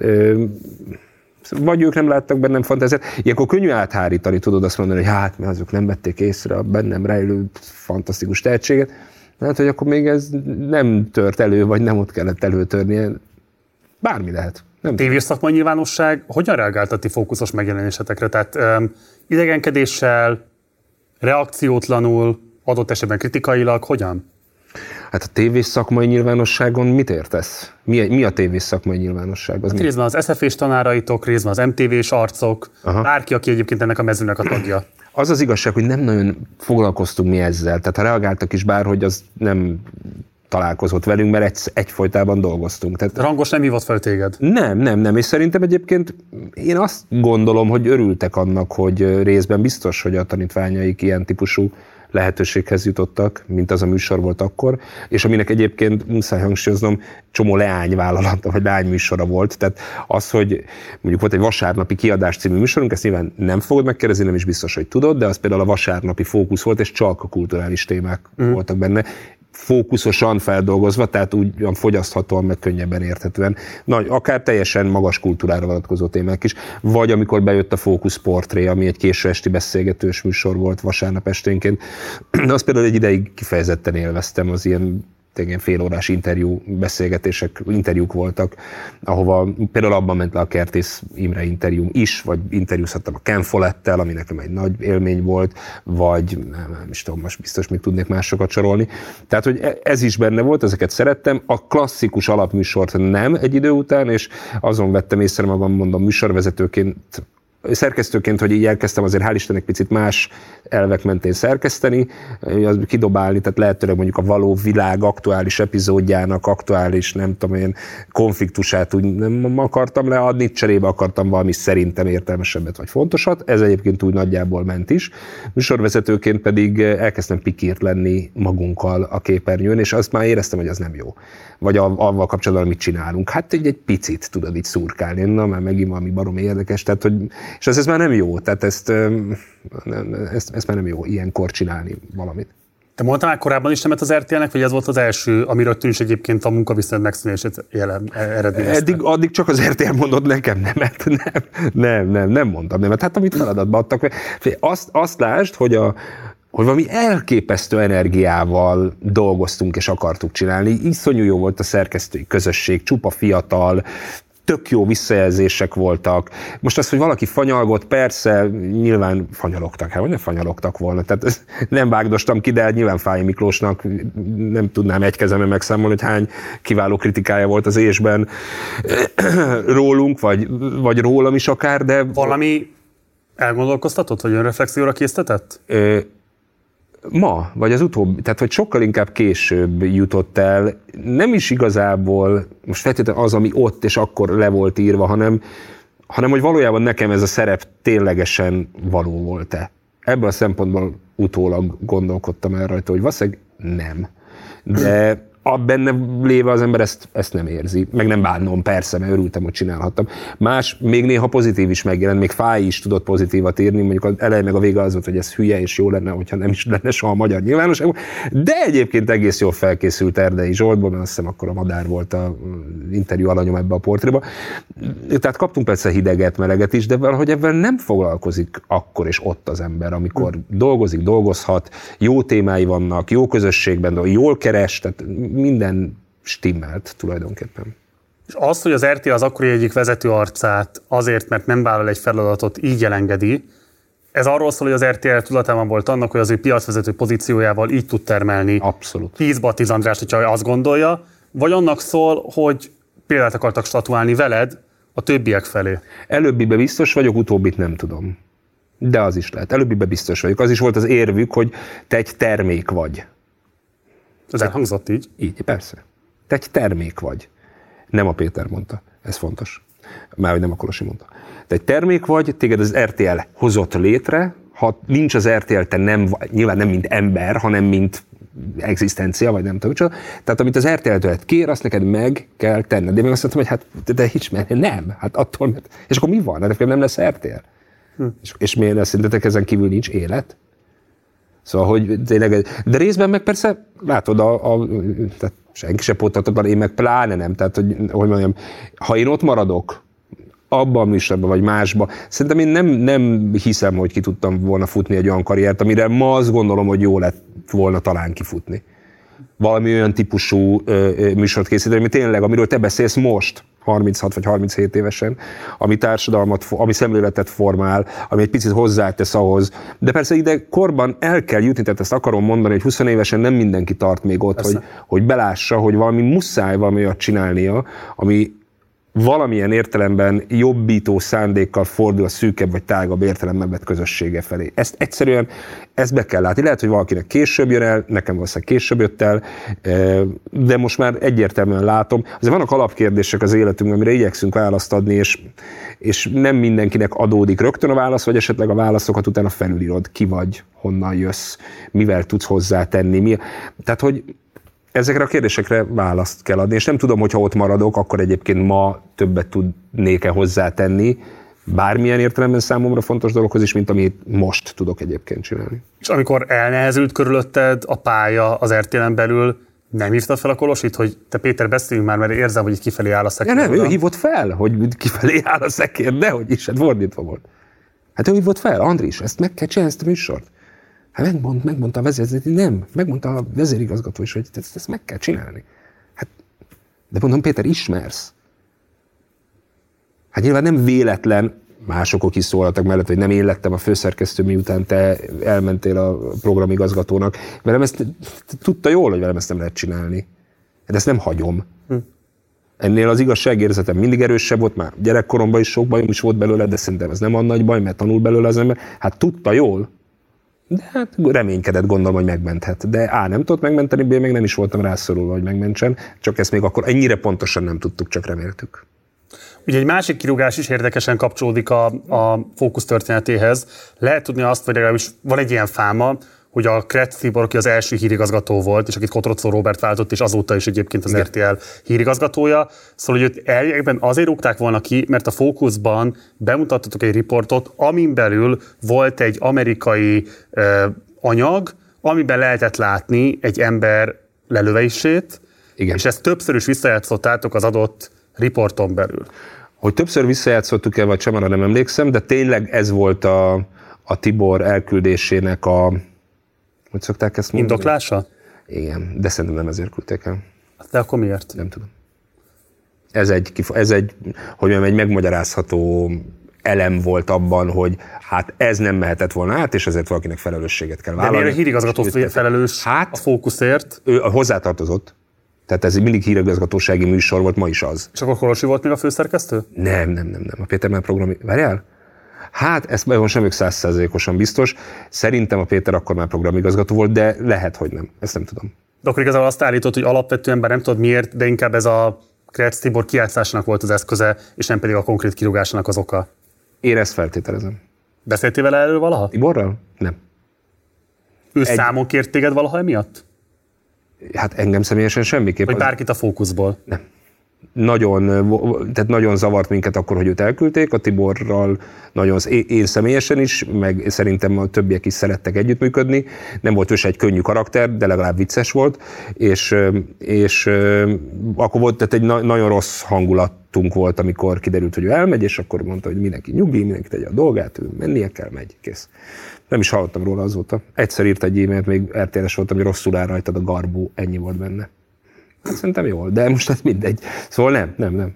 Vagy ők nem láttak bennem fantáziát. Ilyenkor könnyű áthárítani, tudod azt mondani, hogy hát, mert azok nem vették észre a bennem rejlő fantasztikus tehetséget. Hát, hogy akkor még ez nem tört elő, vagy nem ott kellett előtörnie. Bármi lehet. Tévés szakmai nyilvánosság hogyan reagált a ti fókuszos megjelenésetekre? Tehát um, idegenkedéssel, reakciótlanul, adott esetben kritikailag, hogyan? Hát a tévés szakmai nyilvánosságon mit értesz? Mi, mi a tévés szakmai nyilvánosság? Az hát részben az es ef és tanáraitok, részben az em té vés arcok, aha. Bárki, aki egyébként ennek a mezőnek a tagja. Az az igazság, hogy nem nagyon foglalkoztunk mi ezzel. Tehát ha reagáltak is bár, hogy az nem találkozott velünk, mert egy, egyfolytában dolgoztunk. Tehát... Rangos nem hívott fel téged? Nem, nem, nem. És szerintem egyébként én azt gondolom, hogy örültek annak, hogy részben biztos, hogy a tanítványaik ilyen típusú lehetőséghez jutottak, mint az a műsor volt akkor, és aminek egyébként muszáj hangsúlyoznom, csomó leányvállalata, vagy leányműsora volt. Tehát az, hogy mondjuk volt egy vasárnapi kiadás című műsorunk, ezt nyilván nem fogod megkérdezni, nem is biztos, hogy tudod, de az például a vasárnapi fókusz volt, és csak a kulturális témák mm. voltak benne. Fókuszosan feldolgozva, tehát úgy fogyaszthatóan, meg könnyebben érthetően. Nagy, akár teljesen magas kultúrára vonatkozó témák is. Vagy amikor bejött a Fókusz Portré, ami egy késő esti beszélgetős műsor volt vasárnap esténként. De azt például egy ideig kifejezetten élveztem, az ilyen ilyen félórás interjú beszélgetések, interjúk voltak, ahova például abban ment le a Kertész Imre interjú is, vagy interjúzhattam a Ken Follettel, ami nekem egy nagy élmény volt, vagy nem, nem is tudom, most biztos még tudnék másokat sorolni. Tehát, hogy ez is benne volt, ezeket szerettem. A klasszikus alapműsort nem egy idő után, és azon vettem észre magam, mondom, műsorvezetőként, szerkesztőként, hogy így elkezdtem azért hál' Istennek picit más elvek mentén szerkeszteni, kidobálni, tehát lehetőleg mondjuk a való világ aktuális epizódjának, aktuális, nem tudom én, konfliktusát úgy nem akartam leadni, cserébe akartam valami szerintem értelmesebbet vagy fontosat, ez egyébként úgy nagyjából ment is. Műsorvezetőként pedig elkezdtem pikírt lenni magunkkal a képernyőn, és azt már éreztem, hogy az nem jó. Vagy avval kapcsolatban, mit csinálunk. Hát egy, egy picit tudod így szurkálni, na már megint valami baromi érdekes, tehát hogy és ez, ez már nem jó, tehát ezt, ezt, ezt már nem jó ilyenkor csinálni valamit. Te mondtál már korábban is nemet az er té el-nek, vagy ez volt az első, amiről tűn is egyébként a munkaviszonyod megszűnését eredményezte? Eddig, addig csak az er té el mondott nekem nemet, nem, nem, nem, nem mondtam nemet. Hát amit feladatba adtak, azt, azt lásd, hogy a hogy valami elképesztő energiával dolgoztunk és akartuk csinálni. Iszonyú jó volt a szerkesztői közösség, csupa fiatal, tök jó visszajelzések voltak. Most az, hogy valaki fanyalgott, persze, nyilván fanyalogtak, hát vagy ne fanyalogtak volna, tehát nem vágdostam ki, de nyilván Fáy Miklósnak nem tudnám egy kezemben megszámolni, hogy hány kiváló kritikája volt az ésben rólunk, vagy, vagy rólam is akár, de... Valami elgondolkoztatott, vagy önreflexióra késztetett? Ö, Ma, vagy az utóbbi, tehát hogy sokkal inkább később jutott el, nem is igazából most feltétlenül az, ami ott és akkor le volt írva, hanem, hanem hogy valójában nekem ez a szerep ténylegesen való volt-e. Ebből a szempontból utólag gondolkodtam el rajta, hogy valószínűleg nem. De a benne léve az ember ezt, ezt nem érzi. Meg nem bánom, persze, mert örültem, hogy csinálhattam. Más, még néha pozitív is megjelent, még Fáy is tudott pozitívat írni, mondjuk az elej meg a vége az volt, hogy ez hülye és jó lenne, hogyha nem is lenne soha a magyar nyilvánosságban. De egyébként egész jól felkészült Erdei Zsoltból, mert azt hiszem akkor a Madár volt az interjú alanyom ebbe a portréba. Tehát kaptunk persze hideget, meleget is, de valahogy ebben nem foglalkozik akkor és ott az ember, amikor dolgozik, dolgozhat, jó témái vannak, jó közösségben, jól keres, tehát minden stimmelt tulajdonképpen. És az, hogy az er té el az akkori egyik vezető arcát azért, mert nem vállal egy feladatot, így elengedi, ez arról szól, hogy az er té el tudatában volt annak, hogy az ő piacvezető pozíciójával így tud termelni abszolút tíz Batiz Andrást, hogyha azt gondolja, vagy annak szól, hogy példát akartak statuálni veled a többiek felé. Előbbibe biztos vagyok, utóbbit nem tudom. De az is lehet. Előbbibe biztos vagyok. Az is volt az érvük, hogy te egy termék vagy. Ez elhangzott így? Így, persze. Te egy termék vagy. Nem a Péter mondta. Ez fontos. Már hogy nem a Kolosi mondta. Te egy termék vagy, téged az er té el hozott létre, ha nincs az er té el, te nem vagy, nyilván nem mint ember, hanem mint egzisztencia, vagy nem tudom, csak. Tehát amit az er té el-től kér, azt neked meg kell tenned. De én azt mondtam, hogy hát de, de hics, mert nem. Hát attól, mert... És akkor mi van? Hát nem lesz er té el. Hm. És, és miért lesz? Szerintetek ezen kívül nincs élet? Szóval, hogy tényleg, de részben meg persze, látod, a, a, tehát senki se pótoltatlan, én meg pláne nem, tehát, hogy, hogy mondjam, ha én ott maradok, abban a műsorban, vagy másban, szerintem én nem, nem hiszem, hogy ki tudtam volna futni egy olyan karriert, amire ma azt gondolom, hogy jó lett volna talán kifutni. Valami olyan típusú ö, ö, műsort készíteni, ami tényleg, amiről te beszélsz most, harminchat vagy harminchét évesen, ami társadalmat, ami szemléletet formál, ami egy picit hozzátesz ahhoz. De persze ide korban el kell jutni, tehát ezt akarom mondani, hogy húsz évesen nem mindenki tart még ott, hogy, hogy belássa, hogy valami muszáj valami olyat csinálnia, ami valamilyen értelemben jobbító szándékkal fordul a szűkebb vagy tágabb értelemben vett közössége felé. Ezt egyszerűen, ezt be kell látni. Lehet, hogy valakinek később jön el, nekem valószínűleg később jött el, de most már egyértelműen látom. Azért vannak alapkérdések az életünkben, amire igyekszünk választ adni, és, és nem mindenkinek adódik rögtön a válasz, vagy esetleg a válaszokat utána felülírod. Ki vagy, honnan jössz, mivel tudsz hozzátenni. Mi... Tehát, hogy ezekre a kérdésekre választ kell adni, és nem tudom, hogyha ott maradok, akkor egyébként ma többet tudnék-e hozzátenni, bármilyen értelemben számomra fontos dologhoz is, mint amit most tudok egyébként csinálni. És amikor elnehezült körülötted a pálya az er té el-en belül, nem hívtad fel a Kolosit, hogy te Péter, beszéljünk már, mert érzem, hogy itt kifelé áll a szekér. Ja, nem, ő hívott fel, hogy kifelé áll a szekér, dehogy is, hát fordítva volt. Hát ő hívott fel, Andris, ezt meg kell csinálni, ezt a műsort. Hát megmond, megmondta a vezérigazgató, nem, megmondta a vezérigazgató is, hogy ezt, ezt meg kell csinálni. Hát, de mondom, Péter, ismersz. Hát nyilván nem véletlen, másokok is szólaltak mellett, hogy nem én lettem a főszerkesztő, miután te elmentél a programigazgatónak. Velem ezt tudta jól, hogy velem ezt nem lehet csinálni. De ezt nem hagyom. Hm. Ennél az igazságérzetem mindig erősebb volt, már gyerekkoromban is sok bajom is volt belőle, de szerintem ez nem a nagy baj, mert tanul belőle az ember. Hát tudta jól, de hát reménykedett, gondolom, hogy megmenthet. De A, nem tudott megmenteni, B, még nem is voltam rászorulva, hogy megmentsen, csak ezt még akkor ennyire pontosan nem tudtuk, csak reméltük. Ugye egy másik kirúgás is érdekesen kapcsolódik a, a fókusz történetéhez. Lehet tudni azt, vagy legalábbis van egy ilyen fáma, hogy a Kretz Tibor, aki az első hírigazgató volt, és akit Kotrocó Róbert váltott, és azóta is egyébként az er té el hírigazgatója. Szóval, hogy őt elviekben azért rúgták volna ki, mert a Fókuszban bemutattatok egy riportot, amin belül volt egy amerikai uh, anyag, amiben lehetett látni egy ember lelöveisét, igen. És ezt többször is visszajátszottátok az adott riporton belül. Hogy többször visszajátszottuk el, vagy sem, arra nem emlékszem, de tényleg ez volt a, a Tibor elküldésének a, hogy szokták ezt mondani? Indoklása? Igen, de szerintem nem ezért küldték el. De akkor miért? Nem tudom. Ez egy, ez egy, hogy mondjam, egy megmagyarázható elem volt abban, hogy hát ez nem mehetett volna át, és ezért valakinek felelősséget kell vállalni. De miért a hírigazgató felelős hát, a Fókuszért? Ő hozzátartozott. Tehát ez mindig hírigazgatósági műsor volt, ma is az. És akkor Kolosi volt még a főszerkesztő? Nem, nem, nem, nem. A Péter már programi... Várjál? Hát, ezt most nem vagyok száz százalékosan biztos. Szerintem a Péter akkor már programigazgató volt, de lehet, hogy nem. Ezt nem tudom. De akkor igazából azt állított, hogy alapvetően, bár nem tudod miért, de inkább ez a Kretz Tibor kijátszásának volt az eszköze, és nem pedig a konkrét kirúgásának az oka. Én ezt feltételezem. Beszéltél vele erről valaha? Tiborral? Nem. Ő Egy... számon kért téged valaha emiatt? Hát engem személyesen semmiképp. Vagy bárkit a Fókuszból? Nem. Nagyon, tehát nagyon zavart minket akkor, hogy őt elküldték, a Tiborral nagyon, én személyesen is, meg szerintem a többiek is szerettek együttműködni. Nem volt ő se egy könnyű karakter, de legalább vicces volt, és, és akkor volt, tehát egy nagyon rossz hangulatunk volt, amikor kiderült, hogy ő elmegy, és akkor mondta, hogy mindenki nyugi, mindenki tegye a dolgát, ő mennie kell, megy, kész. Nem is hallottam róla azóta. Egyszer írt egy e-mailt, még er té el-es voltam, hogy rosszul áll rajtad a garbó, ennyi volt benne. Szerintem jól, de most ez mindegy. Szóval nem, nem, nem.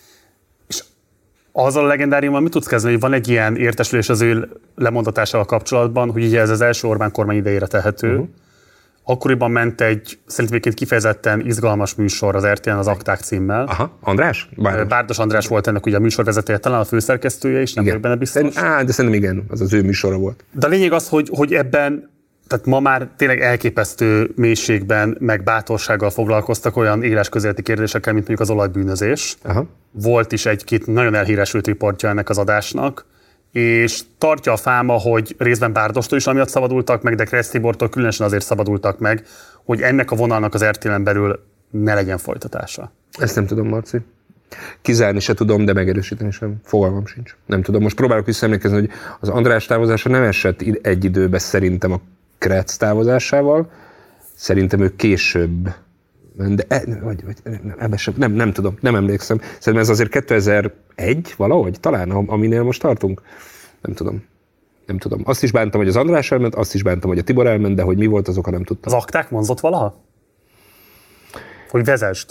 És azzal a legendáriummal mit tudsz kezdeni, hogy van egy ilyen értesülés az ő lemondatásával kapcsolatban, hogy ugye ez az első Orbán kormány idejére tehető. Uh-huh. Akkoriban ment egy szerintem kifejezetten izgalmas műsor az er té el-en az Akták címmel. Aha, András? Bárdos, Bárdos András volt ennek ugye a műsorvezetője, talán a főszerkesztője is, nem vagyok benne biztos. Á, de szerintem igen, az az ő műsora volt. De a lényeg az, hogy, hogy ebben tehát ma már tényleg elképesztő mélységben, meg bátorsággal foglalkoztak olyan éles közéleti kérdésekkel, mint mondjuk az olajbűnözés. Aha. Volt is egy-két nagyon elhíresült riportja ennek az adásnak, és tartja a fáma, hogy részben Bárdostól is amiatt szabadultak meg, de Kretz Tibortól különösen azért szabadultak meg, hogy ennek a vonalnak az er té el-en belül ne legyen folytatása. Ezt nem tudom, Marci. Kizárni se tudom, de megerősíteni sem. Fogalmam sincs. Nem tudom. Most próbálok visszaemlékezni, hogy az András távozása nem esett egy időben szerintem a Kretz távozásával. Szerintem ő később, de e, vagy, vagy, nem, sem, nem, nem tudom, nem emlékszem. Szerintem ez azért kétezer-egy valahogy, talán, aminél most tartunk. Nem tudom. Nem tudom. Azt is bántam, hogy az András elment, azt is bántam, hogy a Tibor elment, de hogy mi volt az oka, nem tudtam. Az Akták vonzott valaha? Hogy vezesd?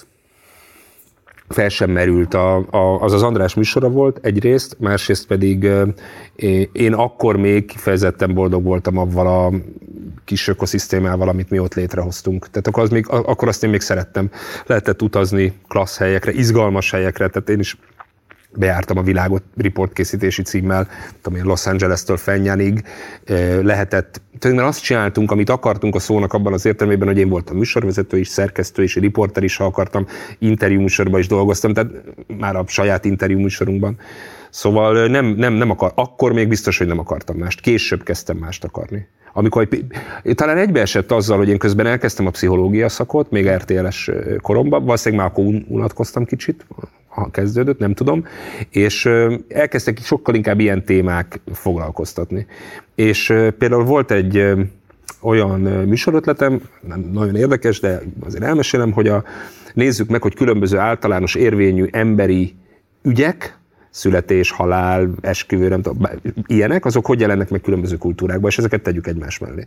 Fel sem merült. A, a, az az András műsora volt egyrészt, másrészt pedig én akkor még kifejezetten boldog voltam avval a kis ökoszisztémával, amit mi ott létrehoztunk. Tehát akkor, az még, akkor azt én még szerettem. Lehetett utazni klassz helyekre, izgalmas helyekre, tehát én is bejártam a világot riportkészítési címmel, tudom én, Los Angeles-től Fennyánig, lehetett, tulajdonképpen azt csináltunk, amit akartunk a szónak abban az értelmében, hogy én voltam műsorvezető is, szerkesztő is, riporter is, ha akartam, interjú műsorban is dolgoztam, tehát már a saját interjú műsorunkban. Szóval nem, nem, nem akar, akkor még biztos, hogy nem akartam mást, később kezdtem mást akarni. Amikor talán egybeesett azzal, hogy én közben elkezdtem a pszichológia szakot, még er té el-es koromban, valószínűleg már akkor unatkoztam kicsit, ha kezdődött, nem tudom, és elkezdtek sokkal inkább ilyen témák foglalkoztatni. És például volt egy olyan műsorötletem, nem nagyon érdekes, de azért elmesélem, hogy a, nézzük meg, hogy különböző általános érvényű emberi ügyek, születés, halál, esküvő, nem tudom, ilyenek, azok hogy jelennek meg különböző kultúrákban, és ezeket tegyük egymás mellé.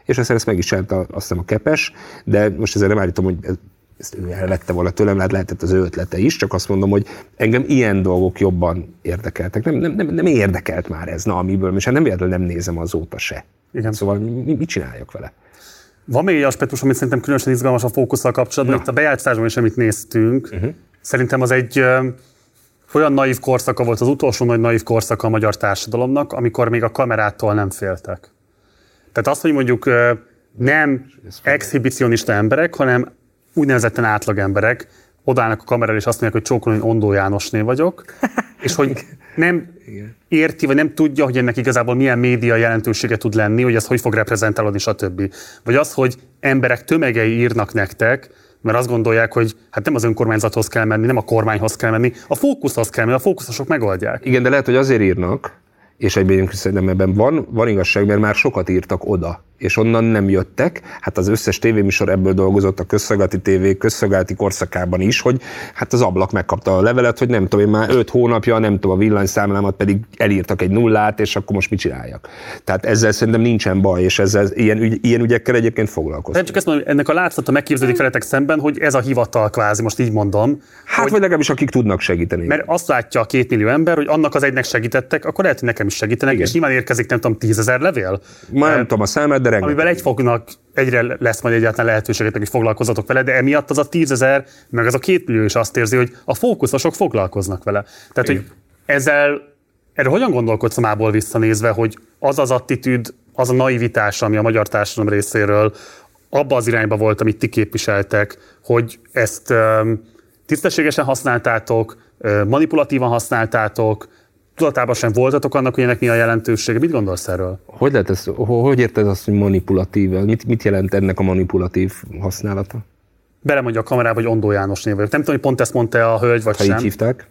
és aztán ezt meg is csinálta azt hiszem a Kepes, de most ezzel nem állítom, hogy ezt ő elvette volna tőlem, hát lehetett az ő ötlete is, csak azt mondom, hogy engem ilyen dolgok jobban érdekeltek. Nem, nem, nem, nem érdekelt már ez, na, amiből, és hát nem véletlenül nem nézem azóta se. Igen. Szóval mit csináljak vele? Van még egy aspektus, amit szerintem különösen izgalmas a fókusszal kapcsolatban. Itt a bejátszásban is, amit néztünk, uh-huh. szerintem az egy ö, olyan naív korszaka volt, az utolsó nagy naív korszaka a magyar társadalomnak, amikor még a kamerától nem féltek. Tehát azt, hogy mondjuk ö, nem exhibicionista emberek, hanem úgynevezetten átlag emberek odállnak a kamerára, és azt mondják, hogy csókolom, hogy Ondó Jánosné vagyok, és hogy nem érti, vagy nem tudja, hogy ennek igazából milyen média jelentősége tud lenni, hogy ez hogy fog reprezentálódni, stb. Vagy az, hogy emberek tömegei írnak nektek, mert azt gondolják, hogy hát nem az önkormányzathoz kell menni, nem a kormányhoz kell menni, a fókuszhoz kell menni, a fókuszosok megoldják. Igen, de lehet, hogy azért írnak, és egyben szerintem ebben van, van igazság, mert már sokat írtak oda, és onnan nem jöttek. Hát az összes tévéműsor ebből dolgozott a közszolgálati tévé közszolgálati korszakában is, hogy hát az ablak megkapta a levelet, hogy nem tudom, én már öt hónapja, nem tudom, a villanyszámlámat pedig elírtak egy nullát, és akkor most mit csináljak. Tehát ezzel szerintem nincsen baj, és ezzel ilyen, ügy, ilyen ügyekkel egyébként foglalkozunk. Csak ezt mondom, ennek a látszata megképződik veletek szemben, hogy ez a hivatal kvázi, most így mondom. Hát hogy, vagy legalábbis akik tudnak segíteni. Mert azt látja a két millió ember, hogy annak az egynek segítettek, akkor lehet, hogy nekem is segítenek, igen. És nyilván érkezik, nem tudom, tízezer levél. Már nem tudom a számát, de rengeteg. Amivel egy fognak, egyre lesz majd egyáltalán lehetőségetek, hogy foglalkozzatok vele, de emiatt az a tízezer, meg az a két millió is azt érzi, hogy a fókuszosok foglalkoznak vele. Tehát, igen. Hogy ezzel, erről hogyan gondolkodsz a mából visszanézve, hogy az az attitűd, az a naivitás, ami a magyar társadalom részéről abba az irányba volt, amit ti képviseltek, hogy ezt um, tisztességesen használtátok, manipulatívan használtátok, tudatában sem voltatok annak, hogy ennek mi a jelentősége. Mit gondolsz erről? Hogy lehet ez, hogy érted azt, hogy manipulatív? Mit, mit jelent ennek a manipulatív használata? Belemondja a kamerába, hogy Ondó Jánosné vagyok. Nem tudom, hogy pont ezt mondta a hölgy, vagy ha sem. Így hívták?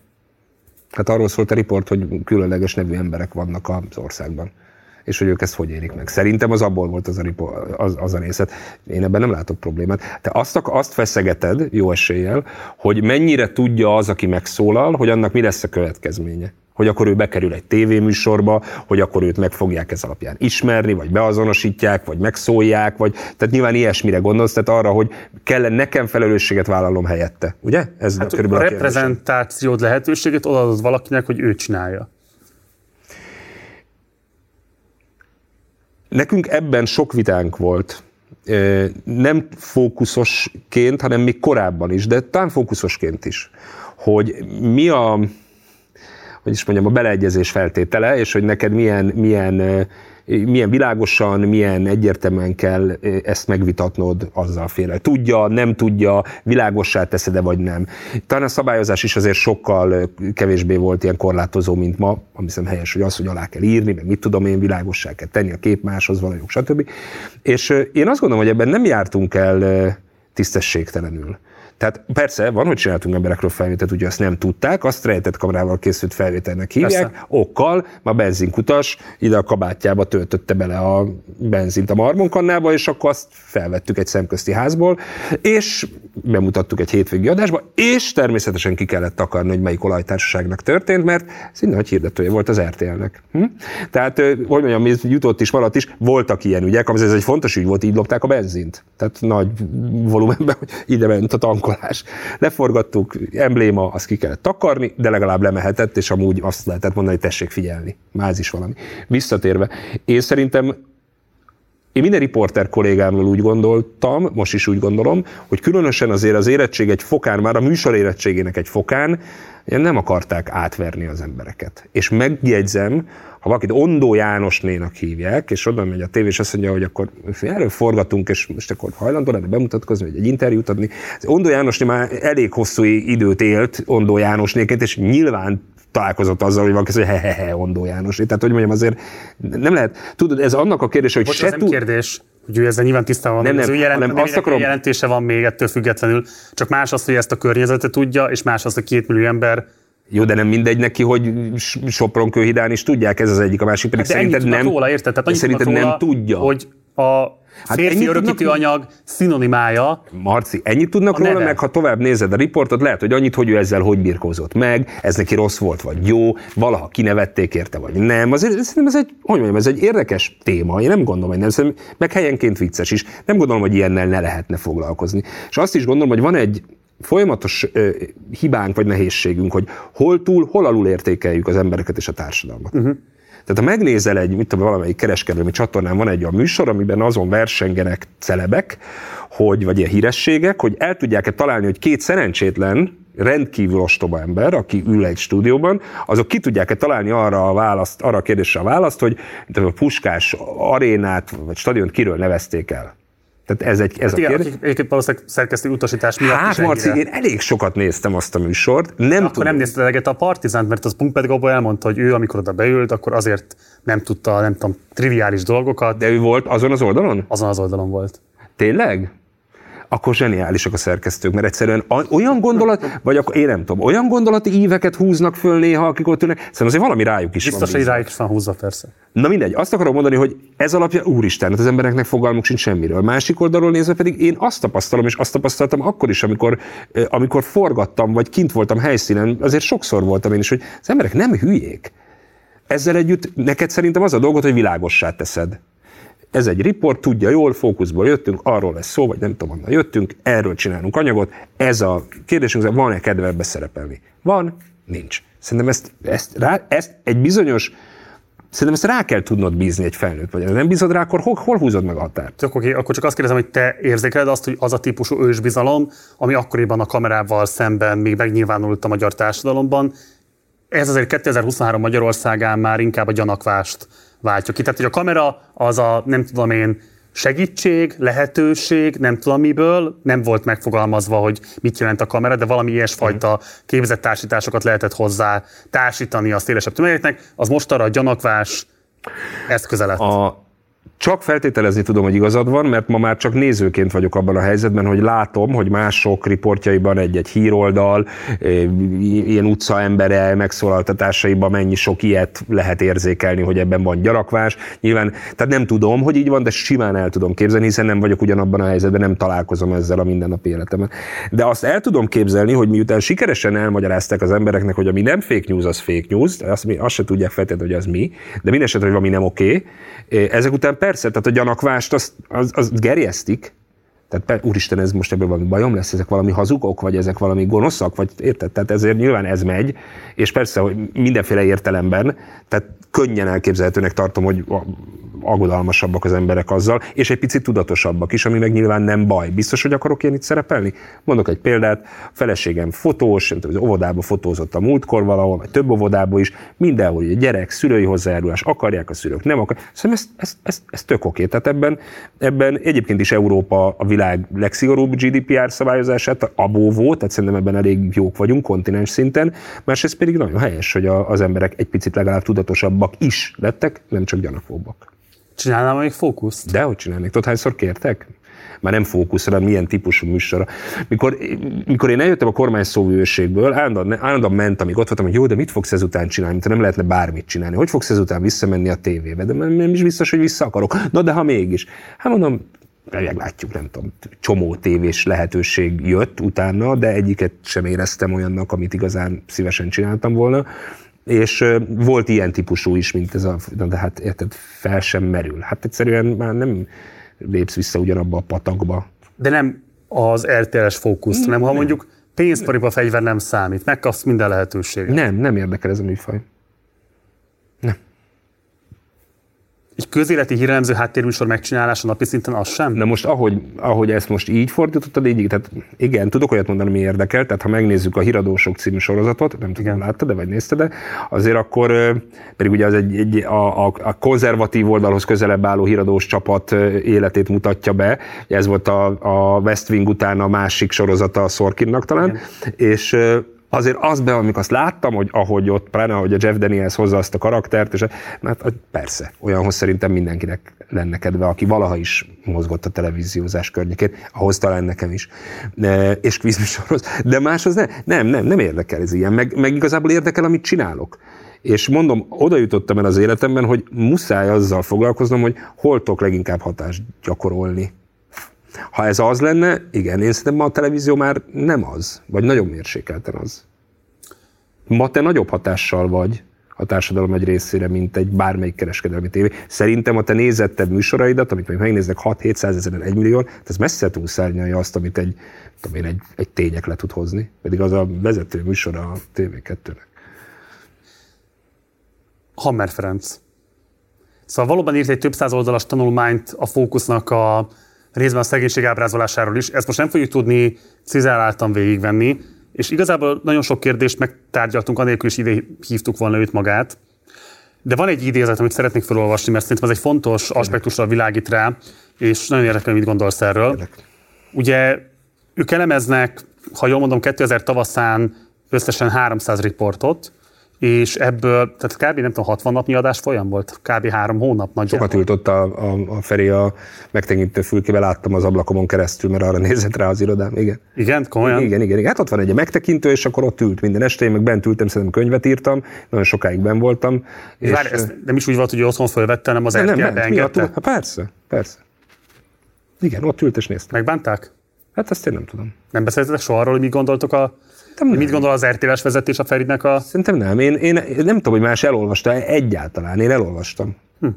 Hát arról szólt a riport, hogy különleges nevű emberek vannak az országban. És hogy ők ezt hogy érik meg. Szerintem az abból volt az a, riport, az, az a részlet. Én ebben nem látok problémát. Te azt, azt feszegeted, jó eséllyel, hogy mennyire tudja az, aki megszólal, hogy annak mi lesz a következménye. Hogy akkor ő bekerül egy tévéműsorba, hogy akkor őt meg fogják ez alapján ismerni, vagy beazonosítják, vagy megszólják, vagy tehát nyilván ilyesmire gondolsz, tehát arra, hogy kell nekem felelősséget vállalom helyette, ugye? Ez hát a, a reprezentációd lehetőségét odaadod valakinek, hogy ő csinálja. Nekünk ebben sok vitánk volt. Nem fókuszosként, hanem még korábban is, de talán fókuszosként is. Hogy mi a, hogy is mondjam, a beleegyezés feltétele, és hogy neked milyen, milyen, milyen világosan, milyen egyértelműen kell ezt megvitatnod azzal féle. Tudja, nem tudja, világossá teszed-e vagy nem. Talán a szabályozás is azért sokkal kevésbé volt ilyen korlátozó, mint ma, ami hiszem helyes, hogy az, hogy alá kell írni, meg mit tudom én, világossá kell tenni a kép máshoz, valójuk, stb. És én azt gondolom, hogy ebben nem jártunk el tisztességtelenül. Tehát persze, van, hogy csináltunk emberekről felvételt, ugye azt nem tudták, azt rejtett kamerával készült felvételnek hívják, persze. Okkal, ma benzinkutas ide a kabátjába töltötte bele a benzint a marmonkannába, és akkor azt felvettük egy szemközti házból, és bemutattuk egy hétvégi adásba, és természetesen ki kellett takarni, hogy melyik olajtársaságnak történt, mert szinte nagy hirdetője volt az er té el-nek. Hm? Tehát, hogy mondjam, jutott is, maradt is, voltak ilyen ügyek, ez egy fontos ügy volt, így lopták a benzint. Tehát nagy volumenben, hogy ide ment a tank. Leforgattuk, embléma, azt ki kellett takarni, de legalább lemehetett, és amúgy azt lehetett mondani, hogy tessék figyelni. Már ez is valami. Visszatérve, én szerintem, én minden riporter kollégámról úgy gondoltam, most is úgy gondolom, hogy különösen azért az érettség egy fokán, már a műsor érettségének egy fokán nem akarták átverni az embereket. És megjegyzem, ha valakit Ondó Jánosnénak hívják, és oda megy a tévé, és azt mondja, hogy akkor erről forgatunk, és most akkor hajlandó lenne bemutatkozni, vagy egy interjút adni. Ondó Jánosné már elég hosszú időt élt Ondó Jánosnéként, és nyilván találkozott azzal, hogy valaki azt mondja, hehehe, Ondó Jánosné. Tehát, hogy mondjam, azért nem lehet, tudod, ez annak a kérdés, hogy Bocs, se tud... nem kérdés, hogy ő ezzel nyilván tisztában van, nem, az ő jelent, nem, azt akarom... jelentése van még ettől függetlenül, csak más az, hogy ezt a környezetet tudja, és más az, hogy két millió ember. Jó, de nem mindegy neki, hogy Sopron-Kőhidán is tudják, ez az egyik, a másik pedig de szerinted nem, róla, érted? Tehát szerinted róla, nem tudja. Hogy a Hát férfi örökítő anyag szinonimája. Marci, ennyit tudnak róla, meg ha tovább nézed a riportot, lehet, hogy annyit, hogy ő ezzel hogy birkózott meg, ez neki rossz volt, vagy jó, valaha kinevették érte, vagy nem. Azért szerintem ez egy, hogy mondjam, ez egy érdekes téma. Én nem gondolom, hogy nem, szerintem, meg helyenként vicces is. Nem gondolom, hogy ilyennel ne lehetne foglalkozni. És azt is gondolom, hogy van egy folyamatos ö, hibánk vagy nehézségünk, hogy hol túl, hol alul értékeljük az embereket és a társadalmat. Uh-huh. Tehát ha megnézel egy, mit tudom, valamelyik kereskedelmi csatornán van egy olyan műsor, amiben azon versengenek celebek, hogy, vagy ilyen hírességek, hogy el tudják-e találni, hogy két szerencsétlen, rendkívül ostoba ember, aki ül egy stúdióban, azok ki tudják-e találni arra a, választ, arra a kérdésre a választ, hogy a Puskás arénát vagy stadiont kiről nevezték el. Tehát ez, egy, ez hát a kérdés. Egyébként valószínűleg szerkesztő utasítás miatt hát, is Marci, én elég sokat néztem azt a műsort. Nem akkor tudom. nem nézted eleget a Partizánt, mert az Punkpet Gabó elmondta, hogy ő, amikor oda beült, akkor azért nem tudta, nem tudom, triviális dolgokat. De ő volt azon az oldalon? Azon az oldalon volt. Tényleg? Akkor zseniálisak a szerkesztők, mert egyszerűen olyan gondolat, vagy akkor én nem tudom, olyan gondolati íveket húznak föl néha, akik ott ülnek, szerintem azért valami rájuk is biztos, van. Biztos, hogy rájuk is van húzva, persze. Na mindegy, azt akarom mondani, hogy ez alapján, úristen, hát az embereknek fogalmuk sincs semmiről. Másik oldalról nézve pedig én azt tapasztalom, és azt tapasztaltam akkor is, amikor, amikor forgattam, vagy kint voltam helyszínen, azért sokszor voltam én is, hogy az emberek nem hülyék. Ezzel együtt neked szerintem az a dolgot, hogy világossá teszed. Ez egy riport, tudja jól, fókuszból jöttünk, arról lesz szó, vagy nem tudom, onnan jöttünk, erről csinálunk anyagot, ez a kérdésünk, van-e kedve ebbe szerepelni? Van, nincs. Szerintem ezt, ezt, rá, ezt egy bizonyos, szerintem ezt rá kell tudnod bízni egy felnőtt, vagy nem bízod rá, akkor hol, hol húzod meg a határt? Oké, okay, akkor csak azt kérdezem, hogy te érzékeled azt, hogy az a típusú ősbizalom, ami akkoriban a kamerával szemben még megnyilvánult a magyar társadalomban, ez azért kétezer-huszonhárom Magyarországán már inkább a gyanakvást váltja ki. Tehát, hogy a kamera az a, nem tudom én, segítség, lehetőség, nem tudom miből, nem volt megfogalmazva, hogy mit jelent a kamera, de valami ilyesfajta képzett társításokat lehetett hozzá társítani a szélesebb tömegeknek, az most arra a gyanakvás eszköze lett. A Csak feltételezni tudom, hogy igazad van, mert ma már csak nézőként vagyok abban a helyzetben, hogy látom, hogy mások riportjaiban egy-egy híroldal, ilyen utcaembere megszólaltatásaiban mennyi sok ilyet lehet érzékelni, hogy ebben van gyanakvás. Nyilván, tehát nem tudom, hogy így van, de simán el tudom képzelni, hiszen nem vagyok ugyanabban a helyzetben, nem találkozom ezzel a mindennapi életemben. De azt el tudom képzelni, hogy miután sikeresen elmagyarázták az embereknek, hogy ami nem fake news, az fake news, azt, azt se tudják feltétlenül, hogy az mi, de minden esetre, hogy valami nem oké. Ezek után persze, tehát a gyanakvást azt, az, az gerjesztik. Tehát úristen, ez most ebből valami bajom lesz, ezek valami hazugok, vagy ezek valami gonoszak, vagy érted? Tehát ezért nyilván ez megy, és persze, hogy mindenféle értelemben, tehát könnyen elképzelhetőnek tartom, hogy aggodalmasabbak az emberek azzal, és egy picit tudatosabbak is, ami meg nyilván nem baj. Biztos, hogy akarok ilyen itt szerepelni? Mondok egy példát, a feleségem fotós, az óvodába fotózott a múltkor valahol, vagy több óvodába is, mindenhol, hogy a gyerek, szülői hozzájárulás, akarják a szülők, nem akar. Szerintem ez, ez, ez, ez tök oké. Tehát ebben, ebben egyébként is Európa a világ legszigorúbb gé dé pé er szabályozását abóvó, tehát szerintem ebben elég jók vagyunk kontinens szinten, másrészt pedig nagyon helyes, hogy a, az emberek egy picit legalább tudatosabbak is lettek, nem csak gyanakvóbbak. Csinálnám még fókuszt? Dehogy csinálnék. Tudod, hányszor kértek? Már nem fókuszra, hanem milyen típusú műsorra. Mikor, mikor én eljöttem a kormány szóvivőségből, állandóan, állandóan ment, amíg ott voltam, hogy jó, de mit fogsz ezután csinálni, mint nem lehetne bármit csinálni. Hogy fogsz ezután visszamenni a tévébe? De nem is biztos, hogy vissza akarok. Na de ha mégis. Hát mondom, meglátjuk, nem tudom, csomó tévés lehetőség jött utána, de egyiket sem éreztem olyannak, amit igazán szívesen csináltam volna. És volt ilyen típusú is, mint ez a, de hát érted, fel sem merül. Hát egyszerűen már nem lépsz vissza ugyanabba a patakba. De nem az er té el-es fókuszt, hanem ha mondjuk pénzparipa fegyver nem számít, megkapsz minden lehetőséget. Nem, nem érdekel ez a műfaj. Nem. Egy közéleti hírelemző háttérműsor megcsinálása napi szinten az sem? Na most, ahogy, ahogy ezt most így fordítottad, így, tehát igen, tudok olyat mondani, mi érdekel, tehát ha megnézzük a Híradósok című sorozatot, nem tudom, láttad, de vagy nézted, de azért akkor, pedig ugye az egy, egy a, a, a konzervatív oldalhoz közelebb álló híradós csapat életét mutatja be, ez volt a, a West Wing után a másik sorozata a Sorkinnak talán, igen. És azért az be, amikor azt láttam, hogy ahogy ott, pláne, ahogy a Jeff Daniels hozza azt a karaktert, és hát persze, olyanhoz szerintem mindenkinek lenne kedve, aki valaha is mozgott a televíziózás környékén, ahhoz talán nekem is, e, és kvízműsorhoz, de máshoz ne, nem, nem, nem érdekel ez ilyen, meg, meg igazából érdekel, amit csinálok. És mondom, oda jutottam el az életemben, hogy muszáj azzal foglalkoznom, hogy hol tudok leginkább hatást gyakorolni. Ha ez az lenne, igen, én szerintem ma a televízió már nem az, vagy nagyon mérsékelten az. Ma te nagyobb hatással vagy a társadalom egy részére, mint egy bármelyik kereskedelmi tévé. Szerintem a te nézettebb műsoraidat, amit még megnéznek hat-hétszázezeren, egy millió, ez messze túl szárnyalja azt, amit egy, tudom én, egy, egy tények le tud hozni. Pedig az a vezető műsora a té vé kettőnek. Hammer Ferenc. Szóval valóban írt egy több száz oldalas tanulmányt a Fókusznak a részben a szegénység ábrázolásáról is. Ezt most nem fogjuk tudni cizelláltan végigvenni, és igazából nagyon sok kérdést megtárgyaltunk, anélkül is ide hívtuk volna őt magát. De van egy idézet, amit szeretnék felolvasni, mert szerintem ez egy fontos aspektusra világít rá, és nagyon érdekel, mit gondolsz erről. Ugye ők elemeznek, ha jól mondom, kétezer tavaszán összesen háromszáz riportot, és ebből, tehát kb. Nem tudom, hatvan napnyi adás folyam volt? Kb. három hónap nagyjából. Sokat ült ott a, a, a Feri a megtekintő fülkével, láttam az ablakomon keresztül, mert arra nézett rá az irodám, igen. Igen, komolyan? Igen, igen, igen. Hát ott van egy megtekintő, és akkor ott ült minden este, én meg bent ültem, szerintem könyvet írtam, nagyon sokáig benn voltam. És várj, ez nem is úgy volt, hogy otthon fölvette, hanem az er té el-be engedte? Hát persze, persze. Igen, ott ült és néztem. Megbánták? Hát ezt én nem tudom. Nem beszéltetek soha arról, hogy mit gondoltok a... Nem, mit gondol az er té el-es vezetés a Ferinek a... Szerintem nem. Én, én nem tudom, hogy más elolvasta egyáltalán. Én elolvastam. Hm.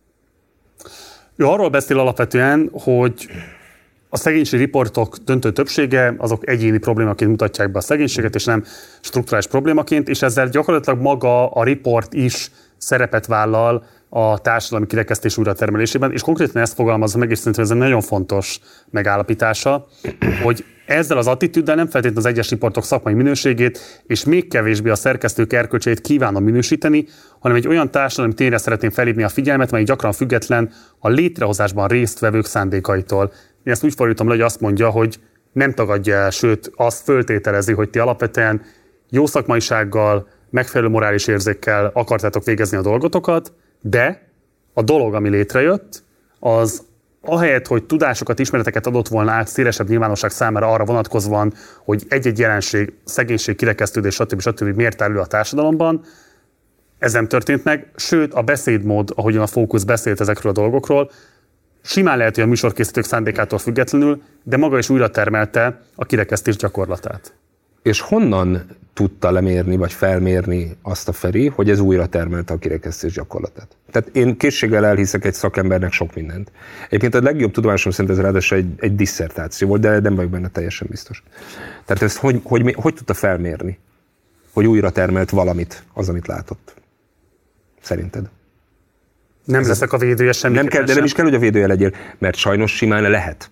Ő arról beszél alapvetően, hogy a szegénységi riportok döntő többsége azok egyéni problémaként mutatják be a szegénységet, és nem strukturális problémaként, és ezzel gyakorlatilag maga a riport is szerepet vállal a társadalmi kirekesztés újratermelésében, és konkrétan ezt fogalmazza meg, és szerintem ez egy nagyon fontos megállapítása, hogy ezzel az attitűddel nem feltétlenül az egyes riportok szakmai minőségét, és még kevésbé a szerkesztők erkölcsét kívánom minősíteni, hanem egy olyan társadalmi tényre szeretném felhívni a figyelmet, mely gyakran független a létrehozásban résztvevők szándékaitól. Én ezt úgy fordítom le, hogy azt mondja, hogy nem tagadja el, sőt azt föltételezi, hogy ti alapvetően jó szakmaisággal, megfelelő morális érzékkel akartátok végezni a dolgotokat, de a dolog, ami létrejött, az ahelyett, hogy tudásokat, ismereteket adott volna át szélesebb nyilvánosság számára arra vonatkozóan, hogy egy-egy jelenség, szegénység, kirekesztődés, stb. stb. Miért áll elő a társadalomban, ez nem történt meg, sőt a beszédmód, ahogyan a Fókusz beszélt ezekről a dolgokról, simán lehet, hogy a műsorkészítők szándékától függetlenül, de maga is újra termelte a kirekesztés gyakorlatát. És honnan tudta lemérni, vagy felmérni azt a Feri, hogy ez újra termelte a kirekesztés gyakorlatát? Tehát én készséggel elhiszek egy szakembernek sok mindent. Egyébként a legjobb tudomásom szerint ez ráadásul egy, egy disszertáció volt, de nem vagyok benne teljesen biztos. Tehát ezt hogy, hogy, hogy, hogy tudta felmérni, hogy újra termelt valamit, az, amit látott? Szerinted? Nem ez leszek a védője semmi. Nem kell, de nem is kell, hogy a védője legyél, mert sajnos simán lehet.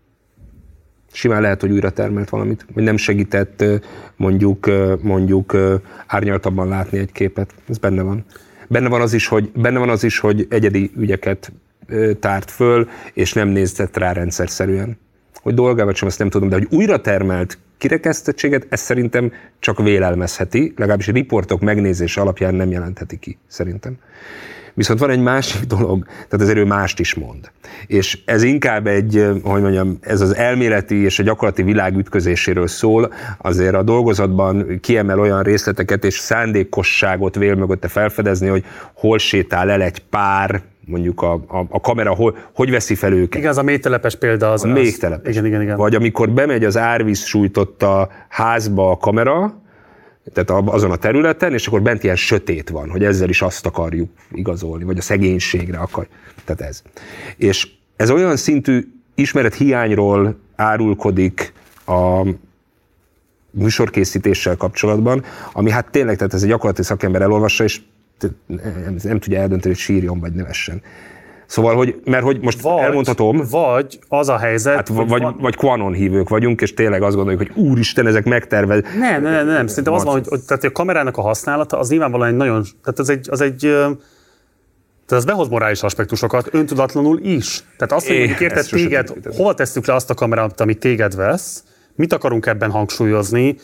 Simán lehet, hogy újra termelt valamit, vagy nem segített mondjuk, mondjuk árnyaltabban látni egy képet. Ez benne van. Benne van az is, hogy, benne van az is, hogy egyedi ügyeket tárt föl, és nem nézett rá rendszerszerűen. Hogy dolgával sem, ezt nem tudom, de hogy újra termelt kirekesztettséget, ez szerintem csak vélelmezheti, legalábbis riportok megnézése alapján nem jelentheti ki, szerintem. Viszont van egy másik dolog, tehát azért ő mást is mond. És ez inkább egy, hogy mondjam, ez az elméleti és a gyakorlati világ ütközéséről szól, azért a dolgozatban kiemel olyan részleteket és szándékosságot vél mögötte felfedezni, hogy hol sétál el egy pár, mondjuk a, a, a kamera, hol, hogy veszi fel őket. Igen, az a mélytelepes példa az. A mélytelepes. Igen, igen, igen. Vagy amikor bemegy az árvíz sújtotta házba a kamera, tehát azon a területen, és akkor bent ilyen sötét van, hogy ezzel is azt akarjuk igazolni, vagy a szegénységre akar. Tehát ez. És ez olyan szintű ismerethiányról árulkodik a műsorkészítéssel kapcsolatban, ami hát tényleg, tehát ez egy gyakorlati szakember elolvassa, és nem, nem tudja eldönteni, hogy sírjon, vagy nevessen. Szóval, hogy, mert hogy most vagy, elmondhatom... Vagy az a helyzet... Hát, vagy, van... vagy QAnon hívők vagyunk, és tényleg azt gondoljuk, hogy úristen, ezek megtervez... Nem, nem, nem, nem. Szerintem az van, hogy, hogy tehát a kamerának a használata az nyilvánvalóan egy nagyon... Tehát az egy... Az egy tehát az behoz morális aspektusokat, öntudatlanul is. Tehát azt, hogy mondjuk érted téged, hova tesszük le azt a kamerát, ami téged vesz, mit akarunk ebben hangsúlyozni,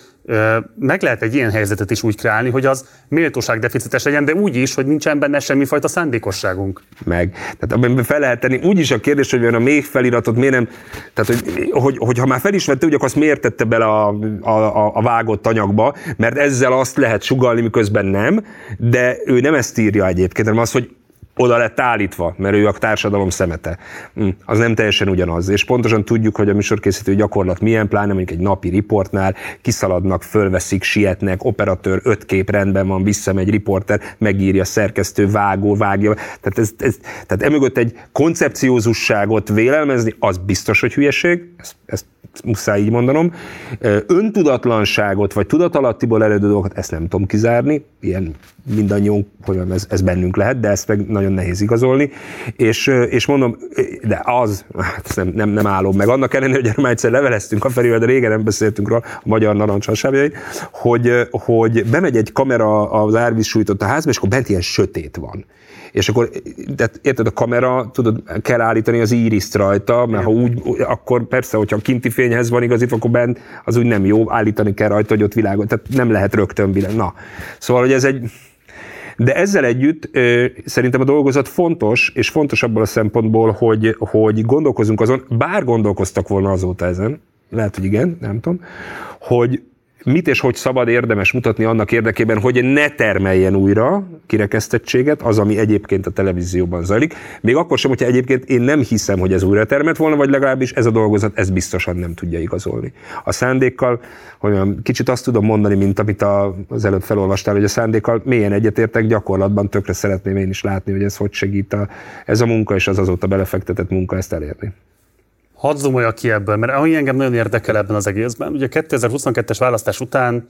meg lehet egy ilyen helyzetet is úgy kreálni, hogy az méltóságdeficites legyen, de úgy is, hogy nincsen benne semmifajta szándékosságunk. Meg. Tehát abban fel lehet tenni. Úgy is a kérdés, hogy a még feliratot miért nem, tehát hogy, hogy, hogy ha már fel is vette, ugye azt miért tette bele a, a, a vágott anyagba, mert ezzel azt lehet sugallni, miközben nem, de ő nem ezt írja egyébként, hanem az, hogy oda lett állítva, mert ő a társadalom szemete. Az nem teljesen ugyanaz. És pontosan tudjuk, hogy a műsorkészítő gyakorlat milyen, pláne mondjuk egy napi riportnál kiszaladnak, fölveszik, sietnek, operatőr, öt kép rendben van, visszamegy, riporter, megírja, szerkesztő, vágó, vágja. Tehát, ez, ez, tehát emögött egy koncepciózusságot vélelmezni, az biztos, hogy hülyeség, ezt, ezt muszáj így mondanom. Öntudatlanságot, vagy tudatalattiból eredő dolgokat, ezt nem tudom kizárni, ilyen mindannyiunk, hogy ez, ez bennünk lehet, de ezt meg nagyon nehéz igazolni, és, és mondom, de az, hát nem, nem, nem állom meg, annak ellenére, hogy már egyszer leveleztünk a Ferivel, de régen nem beszéltünk róla, a magyar narancs hasábjai, hogy, hogy bemegy egy kamera az árvíz sújtott a házba, és akkor bent ilyen sötét van. És akkor, de érted, a kamera, tudod, kell állítani az íriszt rajta, mert ha úgy, akkor persze, hogyha kinti fényhez van igazítva, akkor bent az úgy nem jó, állítani kell rajta, hogy ott világos, tehát nem lehet rögtön világ. Na, szóval, hogy ez egy... De ezzel együtt ö, szerintem a dolgozat fontos, és fontos abból a szempontból, hogy, hogy gondolkozunk azon, bár gondolkoztak volna azóta ezen, lehet, hogy igen, nem tudom, hogy mit és hogy szabad érdemes mutatni annak érdekében, hogy ne termeljen újra kirekesztettséget, az, ami egyébként a televízióban zajlik. Még akkor sem, hogyha egyébként én nem hiszem, hogy ez újra termelt volna, vagy legalábbis ez a dolgozat, ez biztosan nem tudja igazolni. A szándékkal, hogy kicsit azt tudom mondani, mint amit az előbb felolvastál, hogy a szándékkal mélyen egyetértek, gyakorlatban tökre szeretném én is látni, hogy ez hogy segít a, ez a munka és az azóta belefektetett munka ezt elérni. Hadd zoomoljak ki ebből, mert ami engem nagyon érdekel ebben az egészben. Ugye kétezer-huszonkettes választás után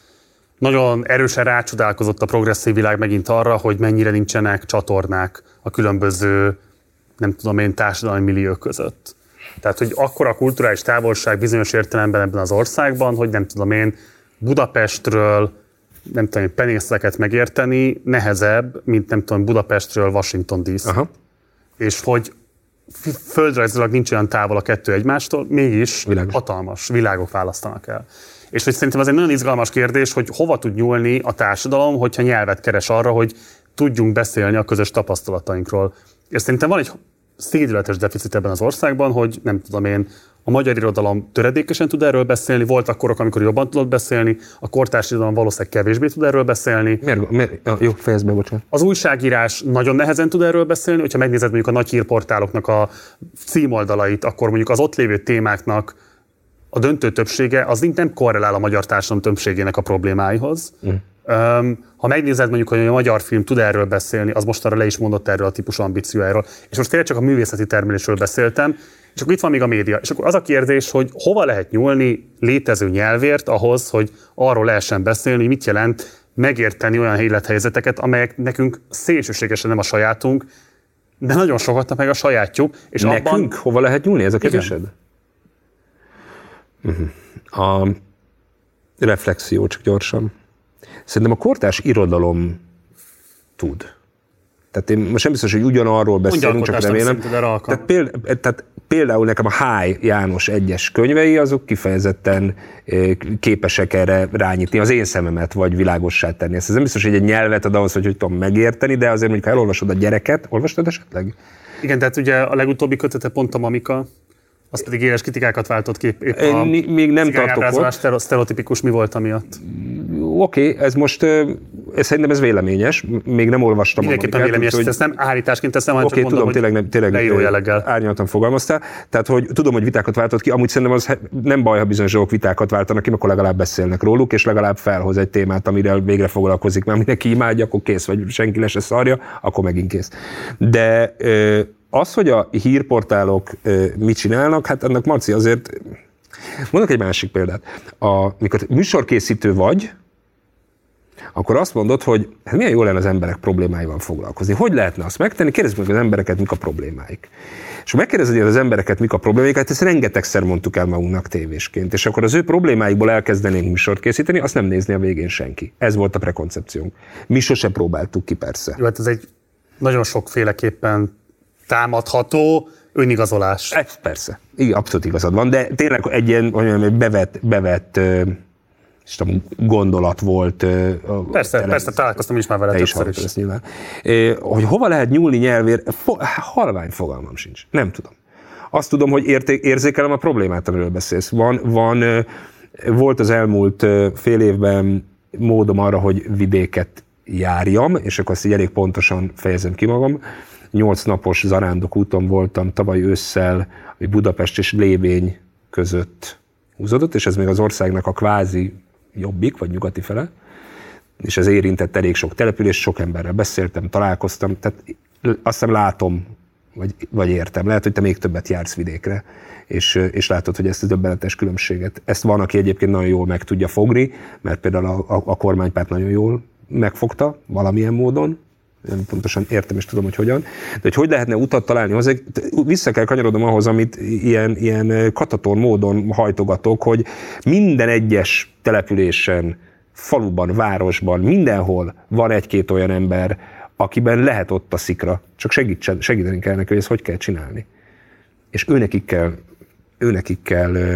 nagyon erősen rácsodálkozott a progresszív világ megint arra, hogy mennyire nincsenek csatornák a különböző, nem tudom én, társadalmi milliók között. Tehát, hogy akkora kulturális távolság bizonyos értelemben ebben az országban, hogy nem tudom én, Budapestről, nem tudom én, penészeket megérteni nehezebb, mint nem tudom, Budapestről Washington dé cé. Aha. És hogy földrajzilag nincs olyan távol a kettő egymástól, mégis Világos. hatalmas világok választanak el. És hogy szerintem ez egy nagyon izgalmas kérdés, hogy hova tud nyúlni a társadalom, hogyha nyelvet keres arra, hogy tudjunk beszélni a közös tapasztalatainkról. És szerintem van egy szédületes deficit ebben az országban, hogy nem tudom én, a magyar irodalom töredékesen tud erről beszélni, voltak korok, amikor jobban tudott beszélni, a kortárs irodalom valószínűleg kevésbé tud erről beszélni. Miért? Miért? Jó, fejezd be, bocsánat. Az újságírás nagyon nehezen tud erről beszélni, hogyha megnézed mondjuk a nagy hírportáloknak a címoldalait, akkor mondjuk az ott lévő témáknak a döntő többsége az nem korrelál a magyar társadalom többségének a problémáihoz. Mm. Um, ha megnézed mondjuk, hogy a magyar film tud erről beszélni, az mostanra le is mondott erről a típusú ambíciójáról. És most tényleg csak a művészeti termelésről beszéltem, és akkor itt van még a média. És akkor az a kérdés, hogy hova lehet nyúlni létező nyelvért ahhoz, hogy arról lehessen beszélni, hogy mit jelent megérteni olyan élethelyzeteket, amelyek nekünk szélsőségesen nem a sajátunk, de nagyon sokatnak meg a sajátjuk. És nekünk? Abban... Hova lehet nyúlni ez a kérdésed? Uh-huh. A reflexió, csak gyorsan. Szerintem a kortárs irodalom tud. Tehát én most nem biztos, hogy ugyanarról beszélünk, csak remélem. Tehát, péld, tehát például nekem a Háj János egyes könyvei, azok kifejezetten képesek erre rányítni az én szememet, vagy világossá tenni. Ez nem biztos, hogy egy nyelvet ad ahhoz, hogy, hogy tudom megérteni, de azért mondjuk, ha elolvasod a Gyereket, olvastad esetleg? Igen, tehát ugye a legutóbbi kötete pont a Mamika, az pedig éles kritikákat váltott ki. Épp a még nem tartok ott. Sztereotipikus mi volt amiatt? Oké, okay, ez most, ez, szerintem ez véleményes, még nem olvastam. Mindenképpen véleményes, hogy... ezt nem állításként teszem, hanem okay, csak mondom, tudom, tényleg, tényleg leíró jelleggel. Árnyaltan fogalmaztál. Tehát, hogy tudom, hogy vitákat váltott ki, amúgy szerintem az nem baj, ha bizonyos dolgok vitákat váltanak ki, akkor legalább beszélnek róluk, és legalább felhoz egy témát, amivel végre foglalkozik, mert mindenki imádja, akkor kész, vagy senki le se szarja, akkor megint kész. De az, hogy a hírportálok mit csinálnak, hát annak Marci azért, mondok egy másik példát. A, mikor műsorkészítő vagy, akkor azt mondod, hogy hát milyen jó lenne az emberek problémáival foglalkozni. Hogy lehetne azt megtenni? Kérdezzük meg az embereket, mik a problémáik. És ha megkérdezed az embereket, mik a problémáik, hát ezt rengetegszer mondtuk el magunknak tévésként. És akkor az ő problémáikból elkezdenénk műsort készíteni, azt nem nézni a végén senki. Ez volt a prekoncepciónk. Mi sose próbáltuk ki, persze. Jó, hát ez egy nagyon sokféleképpen támadható, önigazolás. Ez persze. Igen, abszolút igazad van, de tényleg egy ilyen olyan bevett, bevett és tudom, gondolat volt. Persze, tele, persze, találkoztam is már vele többször is. is. Nyilván. Hogy hova lehet nyúlni nyelvér, halvány fogalmam sincs. Nem tudom. Azt tudom, hogy érté, érzékelem a problémát, amiről beszélsz. Van, van, volt az elmúlt fél évben módom arra, hogy vidéket járjam, és akkor azt így elég pontosan fejezem ki magam. Nyolc napos zarándok úton voltam tavaly ősszel, hogy Budapest és Lévény között húzódott, és ez még az országnak a kvázi jobbik, vagy nyugati fele, és ez érintett elég sok település, sok emberrel beszéltem, találkoztam, tehát azt hiszem látom, vagy, vagy értem. Lehet, hogy te még többet jársz vidékre, és, és látod, hogy ezt a döbbenetes különbséget. Ezt van, aki egyébként nagyon jól meg tudja fogni, mert például a, a, a kormánypárt nagyon jól megfogta valamilyen módon, nem pontosan értem és tudom, hogy hogyan, de hogy hogy lehetne utat találni hozzá, vissza kell kanyarodnom ahhoz, amit ilyen, ilyen kataton módon hajtogatok, hogy minden egyes településen, faluban, városban, mindenhol van egy-két olyan ember, akiben lehet ott a szikra, csak segítsen, segíteni kell neki, hogy ezt hogy kell csinálni. És őnekik kell, őnekik kell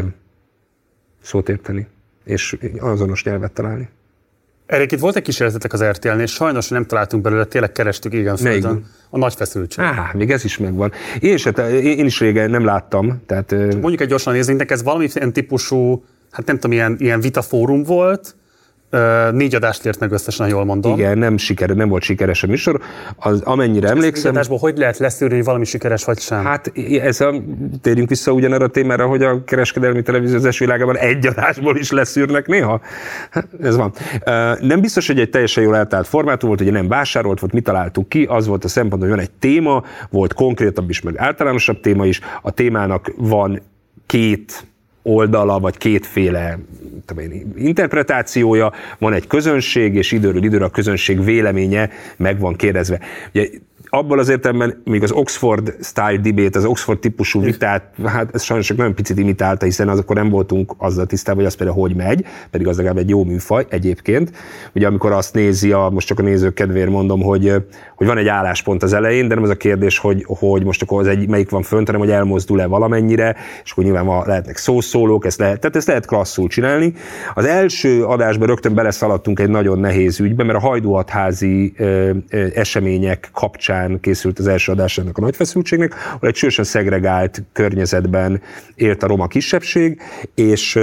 szót érteni, és azonos nyelvet találni. Erik, itt volt egy kísérletetek az er té el-nél, és sajnos nem találtunk belőle, tényleg kerestük igen földön. A nagy feszültség. Á, még ez is megvan. Én is, én is régen nem láttam. Tehát, mondjuk egy gyorsan nézzünk, ez valamilyen típusú, hát nem tudom, ilyen, ilyen vitafórum volt, négy adást ért meg összesen, jól mondom. Igen, nem, siker, nem volt sikeres a műsor. Az, amennyire emlékszem... Négy adásból hogy lehet leszűrni, hogy valami sikeres vagy sem? Hát ez a, térjünk vissza ugyanerre a témára, hogy a kereskedelmi televíziózás világában egy adásból is leszűrnek néha. Ez van. Nem biztos, hogy egy teljesen jól eltalált formátum volt, ugye nem vásárolt volt, mi találtuk ki, az volt a szempont, hogy van egy téma, volt konkrétabb is, meg általánosabb téma is. A témának van két oldala, vagy kétféle én, interpretációja, van egy közönség, és időről időre a közönség véleménye meg van kérdezve. Ugye, abból az értelemben még az Oxford style debate, az Oxford típusú vitát, hát ez sajnos csak nagyon picit imitálta, hiszen az akkor nem voltunk azzal tisztában, hogy az például hogy megy, pedig az legalább egy jó műfaj egyébként. Ugye amikor azt nézi, a, most csak a nézők kedvéért mondom, hogy, hogy van egy álláspont az elején, de nem az a kérdés, hogy, hogy most akkor az egy, melyik van fönt, hanem hogy elmozdul-e valamennyire, és akkor nyilván van, lehetnek szószólók, ezt lehet, tehát ezt lehet klasszul csinálni. Az első adásban rögtön beleszaladtunk egy nagyon nehéz ügybe, mert a hajdúhatházi ö, ö, események kapcsán készült az első adás ennek a nagy feszültségnek, ahol egy sősen szegregált környezetben élt a roma kisebbség, és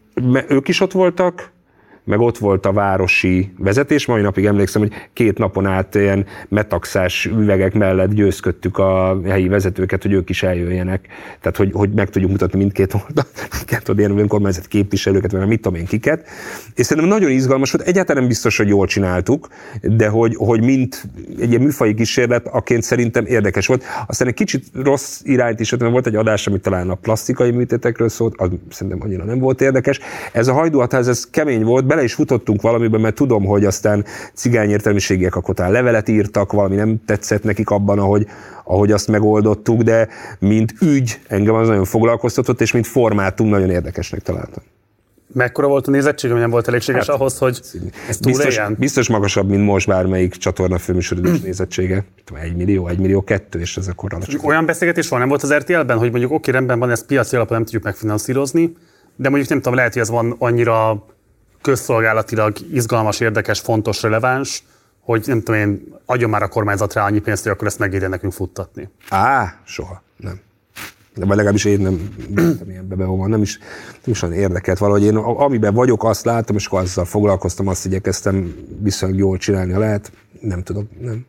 ők is ott voltak, meg ott volt a városi vezetés, mai napig emlékszem, hogy két napon át ilyen metaxás üvegek mellett győzködtük a helyi vezetőket, hogy ők is eljöjjenek. Tehát, hogy, hogy meg tudjuk mutatni mindkét oldalt, mindkét oldalt, ilyen önkormányzat képviselőket, vagy mit tudom én kiket. És szerintem nagyon izgalmas volt, egyáltalán nem biztos, hogy jól csináltuk, de hogy, hogy mint egy ilyen műfaji kísérlet, aként szerintem érdekes volt. Aztán egy kicsit rossz irányt is, mert volt egy adás, ami talán a plastikai műtétekről szólt, az szerintem annyira nem volt érdekes. Ez a hajdúhatház, ez kemény volt, bele is futottunk valamiben, mert tudom, hogy aztán cigány értelmiségiek akkor talán levelet írtak, valami nem tetszett nekik abban, ahogy, ahogy azt megoldottuk, de mint ügy engem az nagyon foglalkoztatott, és mint formátum nagyon érdekesnek találtam. Mekkora volt a nézettség, amilyen volt elégséges hát, ahhoz, hogy ezt biztos, biztos magasabb, mint most bármelyik csatorna főműsoridős nézettsége. Egy millió, egy millió kettő, és ez akkor alacsony. Olyan beszélgetés van, nem volt az er té el-ben, hogy mondjuk oké, rendben van, ezt piaci alapon nem tudjuk megfinanszírozni, de mondjuk nem tudom, lehet, hogy ez van annyira közszolgálatilag izgalmas, érdekes, fontos, releváns, hogy nem tudom én, adjon már a kormányzat rá annyi pénzt, hogy akkor ezt megérje nekünk futtatni. Á, soha, nem. De vagy legalábbis én nem nem ilyen bebeolva, nem is, nem is olyan érdekelt valahogy. Én amiben vagyok, azt láttam, és akkor azzal foglalkoztam, azt igyekeztem viszonylag jól csinálni, ha lehet. Nem tudom, nem.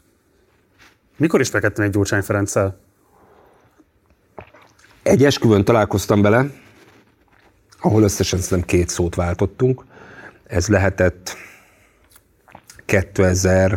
Mikor ismerkedtem egy Gyurcsány Ferenccel? Egy esküvőn találkoztam bele, ahol összesen szerintem két szót váltottunk. Ez lehetett kétezer-egy,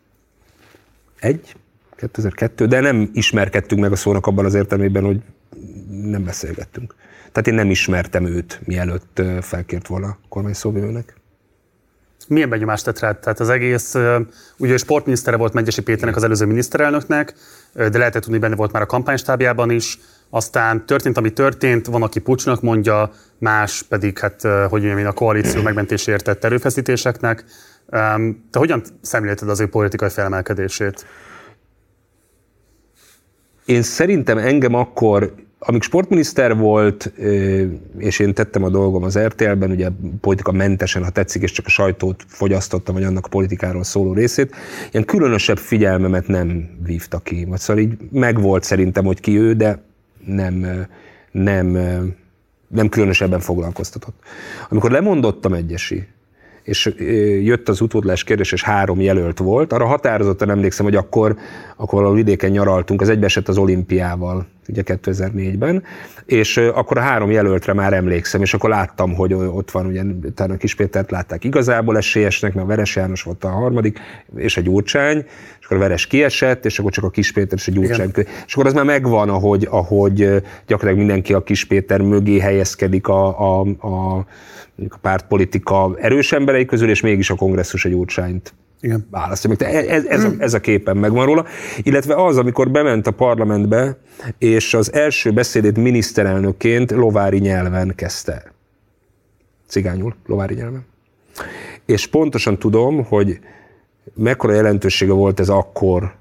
kétezer-kettő, de nem ismerkedtünk meg a szónak abban az értelmében, hogy nem beszélgettünk. Tehát én nem ismertem őt, mielőtt felkért volna a kormányszóvivőnek. Milyen benyomást tett rád? Tehát az egész, ugye sportminisztere volt Mengyesi Péternek, az előző miniszterelnöknek, de lehetett tudni, benne volt már a kampánystábjában is. Aztán történt, ami történt, van, aki pucsnak mondja, más pedig, hát, hogy mondjam én, a koalíció megmentéséért tett erőfeszítéseknek. Te hogyan szemlélted az ő politikai felemelkedését? én szerintem engem akkor, amíg sportminiszter volt, és én tettem a dolgom az er té el-ben, ugye politika mentesen, ha tetszik, és csak a sajtót fogyasztottam, vagy annak a politikáról szóló részét, ilyen különösebb figyelmemet nem vívta ki. Vagy szóval így megvolt szerintem, hogy ki ő, de nem, nem, nem különösebben foglalkoztatott. Amikor lemondottam Egyesi, és jött az utódlás kérdés, és három jelölt volt, arra határozottan emlékszem, hogy akkor, akkor a vidéken nyaraltunk, az egybeesett az olimpiával, ugye kétezer-négyben, és akkor a három jelöltre már emlékszem, és akkor láttam, hogy ott van, ugye talán a Kiss Pétert látták igazából esélyesnek, mert a Veres János volt a harmadik, és a Gyurcsány, és akkor a Veres kiesett, és akkor csak a Kiss Péter és a Gyurcsány. Igen. És akkor az már megvan, ahogy, ahogy gyakorlatilag mindenki a Kiss Péter mögé helyezkedik a, a, a, a pártpolitika erős emberei közül, és mégis a kongresszus a Gyurcsányt igen. választja meg. Ez, ez, a, ez a képen megvan róla. Illetve az, amikor bement a parlamentbe, és az első beszédét miniszterelnökként lovári nyelven kezdte. Cigányul, lovári nyelven. És pontosan tudom, hogy mekkora jelentősége volt ez akkor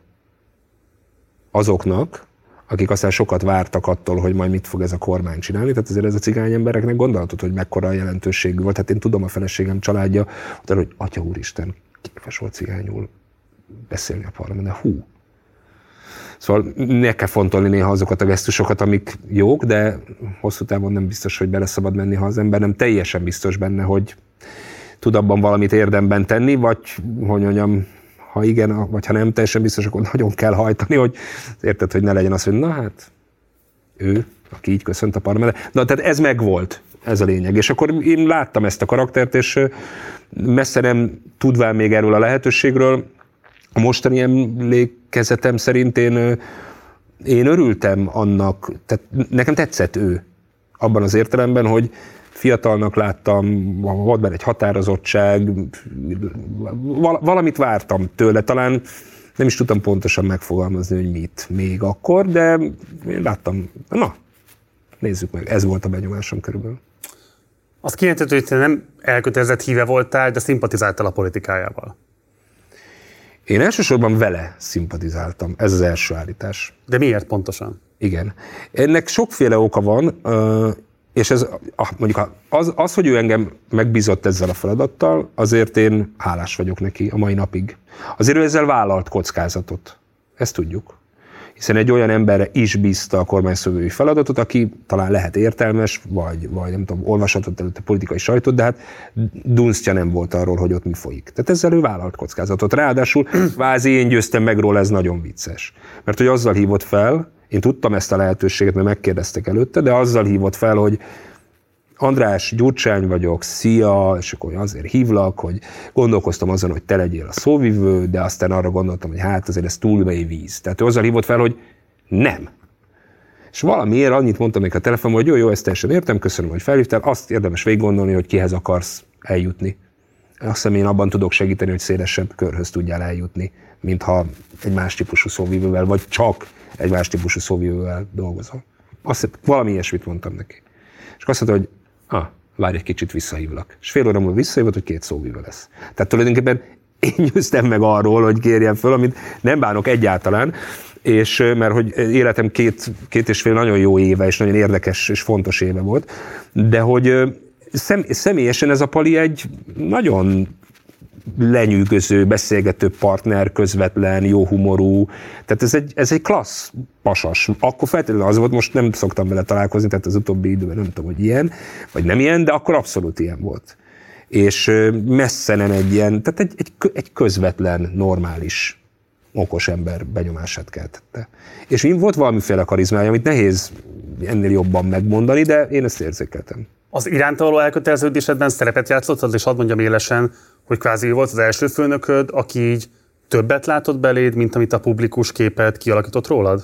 azoknak, akik aztán sokat vártak attól, hogy majd mit fog ez a kormány csinálni. Tehát azért ez a cigány embereknek gondolhatod, hogy mekkora jelentőségű volt. Hát én tudom, a feleségem családja, hogy atya úristen, képes volt cigányul beszélni a parlamentben, hú. Szóval ne kell fontolni néha azokat a gesztusokat, amik jók, de hosszú távon nem biztos, hogy bele szabad menni, ha az ember nem teljesen biztos benne, hogy tud abban valamit érdemben tenni, vagy hogy mondjam, ha igen, vagy ha nem teljesen biztos, akkor nagyon kell hajtani, hogy érted, hogy ne legyen az, hogy na hát, ő, aki így köszönt a parlamentben. Na, tehát ez megvolt, ez a lényeg. És akkor én láttam ezt a karaktert, és messze nem tudván még erről a lehetőségről, a mostani emlékezetem szerint én, én örültem annak, tehát nekem tetszett ő abban az értelemben, hogy fiatalnak láttam, volt benne egy határozottság, valamit vártam tőle, talán nem is tudtam pontosan megfogalmazni, hogy mit még akkor, de én láttam, na, nézzük meg, ez volt a benyomásom körülbelül. Azt kijelentett, hogy te nem elkötelezett híve voltál, de szimpatizáltál a politikájával. Én elsősorban vele szimpatizáltam, ez az első állítás. De miért pontosan? Igen. Ennek sokféle oka van, és ez, mondjuk az, az, hogy ő engem megbízott ezzel a feladattal, azért én hálás vagyok neki a mai napig. Azért ő ezzel vállalt kockázatot. Ezt tudjuk. Hiszen egy olyan emberre is bízta a kormányszövői feladatot, aki talán lehet értelmes, vagy, vagy nem tudom, olvashatott előtte politikai sajtót, de hát dunsztja nem volt arról, hogy ott mi folyik. Tehát ezzel ő vállalt kockázatot. Ráadásul kvázi én győztem meg róla, ez nagyon vicces. Mert hogy azzal hívott fel, én tudtam ezt a lehetőséget, mert megkérdeztek előtte, de azzal hívott fel, hogy András, Gyurcsány vagyok, szia, és akkor azért hívlak, hogy gondolkoztam azon, hogy te legyél a szóvivő, de aztán arra gondoltam, hogy hát azért ez túl mély víz. Tehát ő azzal hívott fel, hogy nem. És valamiért annyit mondtam neki a telefonon, hogy jó, jó, ezt teljesen értem, köszönöm, hogy felhívtál, azt érdemes végig gondolni, hogy kihez akarsz eljutni. Azt hiszem, én abban tudok segíteni, hogy szélesebb körhöz tudjál eljutni, mintha egy más típusú szóvivővel, vagy csak egy más típusú szóvivővel dolgozol. Azt, valami ilyesmit mondtam neki. És azt mondta, hogy ah, várj egy kicsit, visszahívlak. És fél óra múlva visszahívott, hogy két szóvivő lesz. Tehát tulajdonképpen én győztem meg arról, hogy kérjem föl, amit nem bánok egyáltalán, és mert hogy életem két, két és fél nagyon jó éve, és nagyon érdekes és fontos éve volt, de hogy szem, személyesen ez a Pali egy nagyon lenyűgöző, beszélgető partner, közvetlen, jó humorú, tehát ez egy, ez egy klassz pasas. Akkor feltétlenül az volt, most nem szoktam vele találkozni, tehát az utóbbi időben nem tudom, hogy ilyen, vagy nem ilyen, de akkor abszolút ilyen volt. És messze nem egy ilyen, tehát egy, egy, egy közvetlen, normális, okos ember benyomását keltette. És volt valamiféle karizmája, amit nehéz ennél jobban megmondani, de én ezt érzékeltem. Az iránta való elköteleződésedben szerepet játszottad, és hadd mondjam élesen, hogy kvázi volt az első főnököd, aki így többet látott beléd, mint amit a publikus képet kialakított rólad?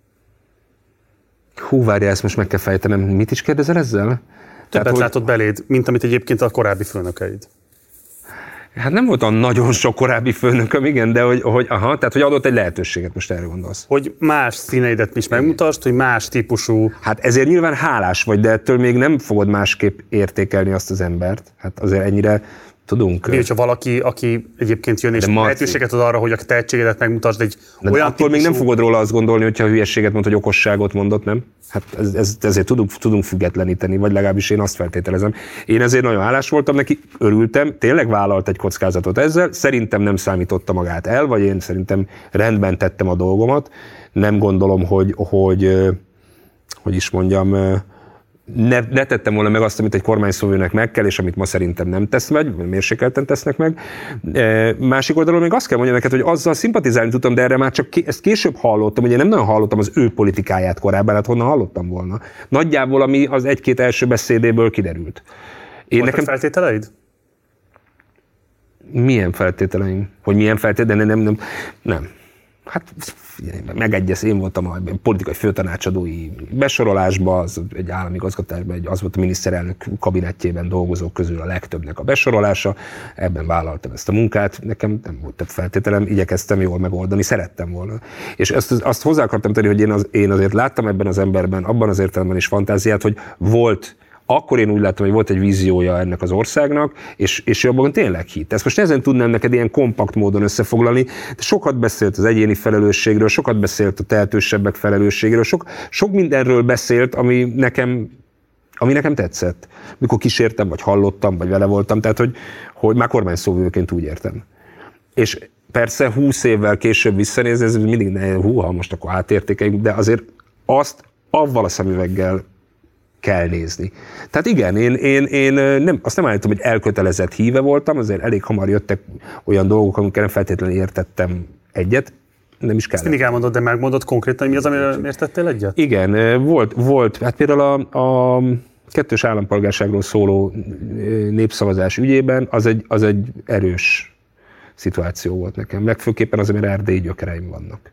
Hú, várjál, ezt most meg kell fejtenem. Mit is kérdezel ezzel? Többet Tehát, hogy... látott beléd, mint amit egyébként a korábbi főnökeid. Hát nem volt olyan nagyon sok korábbi főnököm, igen, de hogy, hogy, aha, tehát, hogy adott egy lehetőséget, most erre gondolsz. Hogy más színeidet is megmutasd, hogy más típusú... Hát ezért nyilván hálás vagy, de ettől még nem fogod másképp értékelni azt az embert. Hát azért ennyire Tudunk. Mi, hogyha valaki, aki egyébként jön, és lehetőséget ad arra, hogy a tehetségedet megmutasd egy de olyan attól típusú... még nem fogod róla azt gondolni, hogyha hülyességet mond, hogy okosságot mondott, nem? Hát ez, ez, ezért tudunk, tudunk függetleníteni, vagy legalábbis én azt feltételezem. Én ezért nagyon hálás voltam neki, örültem, tényleg vállalt egy kockázatot ezzel, szerintem nem számította magát el, vagy én szerintem rendben tettem a dolgomat. Nem gondolom, hogy, hogy, hogy is mondjam, Ne, ne tettem volna meg azt, amit egy kormányszóvivőnek meg kell, és amit ma szerintem nem tesz meg, mérsékelten tesznek meg. E, másik oldalon még azt kell mondjam neked, hogy azzal szimpatizálni tudtam, de erre már csak ké, ezt később hallottam, ugye nem nagyon hallottam az ő politikáját korábban, hát honnan hallottam volna. Nagyjából, ami az egy-két első beszédéből kiderült. Én nekem... feltételeid? Milyen feltételeim? Hogy milyen feltételeim? Nem, nem, nem. Hát megegyez, én voltam a politikai főtanácsadói besorolásban, az egy állami igazgatásban, az volt a miniszterelnök kabinettjében dolgozók közül a legtöbbnek a besorolása, ebben vállaltam ezt a munkát, nekem nem volt több feltételem, igyekeztem jól megoldani, szerettem volna. És azt, azt hozzá akartam tenni, hogy én, az, én azért láttam ebben az emberben, abban az értelemben is fantáziát, hogy volt. Akkor én úgy láttam, hogy volt egy víziója ennek az országnak, és, és abban tényleg hitt. Ezt most ezen tudnám neked ilyen kompakt módon összefoglalni, de sokat beszélt az egyéni felelősségről, sokat beszélt a tehetősebbek felelősségről, sok, sok mindenről beszélt, ami nekem, ami nekem tetszett. Mikor kísértem, vagy hallottam, vagy vele voltam, tehát hogy, hogy már kormányszóvivőként úgy értem. És persze húsz évvel később visszanézni, ez mindig ne, húha, most akkor átértékeljük, de azért azt avval a szemüveggel kell nézni. Tehát igen, én, én, én nem, azt nem állítom, hogy elkötelezett híve voltam, azért elég hamar jöttek olyan dolgok, amikkel nem feltétlenül értettem egyet, nem is kellett. Ezt mindig elmondod, de megmondod konkrétan, mi az, amire értettél egyet? Igen, volt, volt hát például a, a kettős állampolgárságról szóló népszavazás ügyében, az egy, az egy erős szituáció volt nekem. Legfőképpen az, amire erdélyi gyökereim vannak.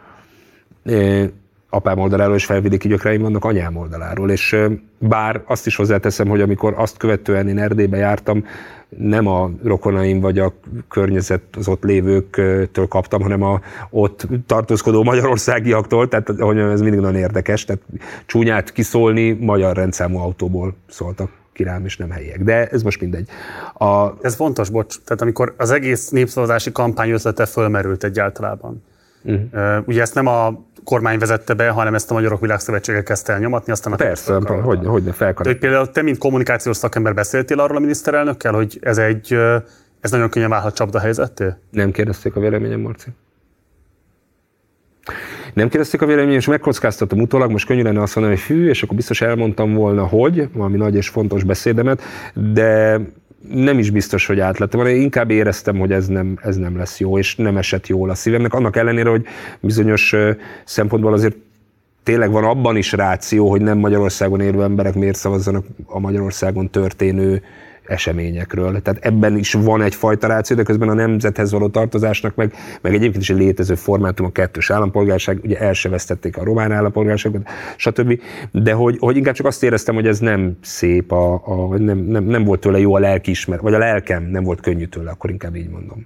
Apám oldaláról és felvidéki gyökereim vannak anyám oldaláról, és bár azt is hozzáteszem, hogy amikor azt követően én Erdélybe jártam, nem a rokonaim vagy a környezet az ott lévőktől kaptam, hanem a ott tartózkodó magyarországiaktól, tehát hogy ez mindig nagyon érdekes, tehát csúnyát kiszólni magyar rendszámú autóból szóltak ki rám, és nem helyiek. De ez most mindegy. A... Ez fontos, bocs, tehát amikor az egész népszavazási kampány ötlete fölmerült egyáltalában. Uh-huh. Uh, ugye ezt nem a kormány vezette be, hanem ezt a Magyarok Világszövetsége kezdte el nyomatni, aztán a... Persze, hogy, hogy ne felkar... De hogy például te, mint kommunikációs szakember beszéltél arról a miniszterelnökkel, hogy ez egy, ez nagyon könnyen válhat csapdahelyzetté? Nem kérdezték a véleményem, Marci. Nem kérdezték a véleményem, és megkockáztatom utólag, most könnyű lenne azt mondani, hogy hű, és akkor biztos elmondtam volna, hogy valami nagy és fontos beszédemet, de nem is biztos, hogy átlettem, hanem inkább éreztem, hogy ez nem, ez nem lesz jó, és nem esett jól a szívemnek, annak ellenére, hogy bizonyos szempontból azért tényleg van abban is ráció, hogy nem Magyarországon élő emberek miért szavazzanak a Magyarországon történő eseményekről. Tehát ebben is van egyfajta ráció, de közben a nemzethez való tartozásnak, meg, meg egyébként is egy létező formátum, a kettős állampolgárság, ugye el se vesztették a román állampolgárságot, stb. De hogy, hogy inkább csak azt éreztem, hogy ez nem szép, a, a, nem, nem, nem volt tőle jó a lelkiismeret, vagy a lelkem nem volt könnyű tőle, akkor inkább így mondom.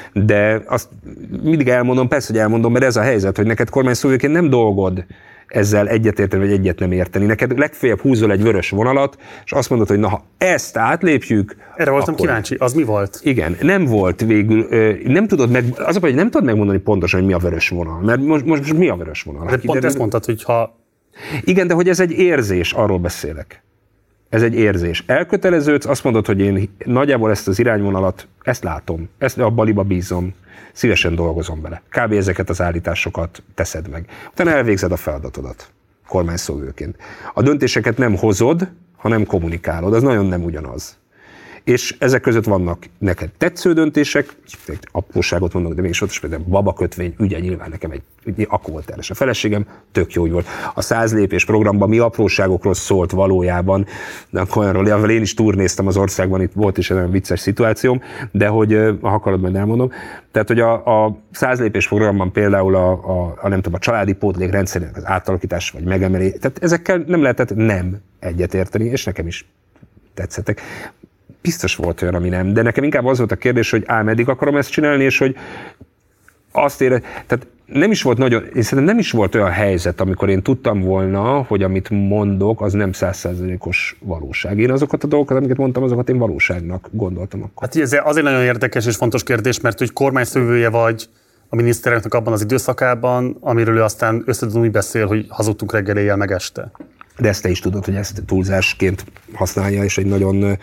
De azt mindig elmondom, persze, hogy elmondom, mert ez a helyzet, hogy neked kormányszóvivőként nem dolgod ezzel egyetérteni, vagy egyet nem érteni. Neked legfeljebb húzol egy vörös vonalat, és azt mondod, hogy na, ha ezt átlépjük... Erre voltam akkor... kíváncsi, az mi volt? Igen, nem volt végül, nem tudod meg, az a, hogy nem tudod megmondani pontosan, hogy mi a vörös vonal, mert most, most mi a vörös vonal? De pont ezt mondtad, hogy ha... Igen, de hogy ez egy érzés, arról beszélek. Ez egy érzés. Elköteleződsz, azt mondod, hogy én nagyjából ezt az irányvonalat, ezt látom, ezt a baliba bízom, szívesen dolgozom bele. Kb. Ezeket az állításokat teszed meg. Utána elvégzed a feladatodat kormányszóvivőként. A döntéseket nem hozod, hanem kommunikálod. Ez nagyon nem ugyanaz. És ezek között vannak neked tetsző döntések, apróságot mondok, de mégis ott is például babakötvény ügye, nyilván nekem egy, akkor volt terhes a feleségem, tök jó volt. A száz lépés programban mi apróságokról szólt valójában, de akkor olyanról, én is turnéztem az országban, itt volt is egy olyan vicces szituációm, de hogy, ha akarod, majd elmondom, tehát, hogy a, a száz lépés programban például a, a, a, nem tudom, a családi pótlék rendszerének az átalakítás vagy megemelés, tehát ezekkel nem lehetett nem egyetérteni, és nekem is tetszettek. Biztos volt olyan, ami nem, de nekem inkább az volt a kérdés, hogy á, meddig akarom ezt csinálni, és hogy azt ére, tehát nem is volt nagyon, én szerintem nem is volt olyan helyzet, amikor én tudtam volna, hogy amit mondok, az nem száz százalékos valóság. Én azokat a dolgokat, amiket mondtam, azokat én valóságnak gondoltam akkor. Hát ez azért nagyon érdekes és fontos kérdés, mert hogy kormányszövője vagy a miniszterelnöknek abban az időszakában, amiről ő aztán összedön úgy beszél, hogy hazudtunk reggel, éjjel, meg este. De ezt te is tudod, hogy ezt túlzásként használja, és egy nagyon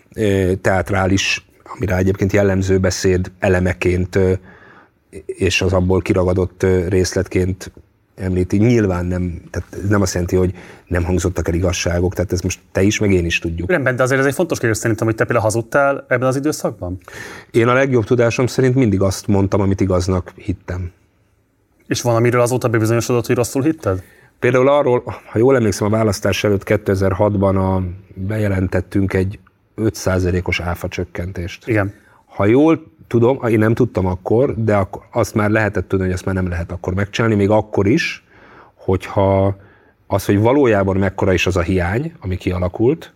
teátrális, amire egyébként jellemző beszéd elemeként és az abból kiragadott részletként említi. Nyilván nem, tehát ez nem azt jelenti, hogy nem hangzottak el igazságok, tehát ez most te is, meg én is tudjuk. Rendben, de azért ez egy fontos kérdés szerintem, hogy te például hazudtál ebben az időszakban? Én a legjobb tudásom szerint mindig azt mondtam, amit igaznak hittem. És van, amiről azóta bebizonyosodott, hogy rosszul hitted? Például arról, ha jól emlékszem, a választás előtt kétezer-hatban a, bejelentettünk egy öt százalékos áfa csökkentést. Igen. Ha jól tudom, én nem tudtam akkor, de ak- azt már lehetett tudni, hogy azt már nem lehet akkor megcsinálni, még akkor is, hogyha az, hogy valójában mekkora is az a hiány, ami kialakult,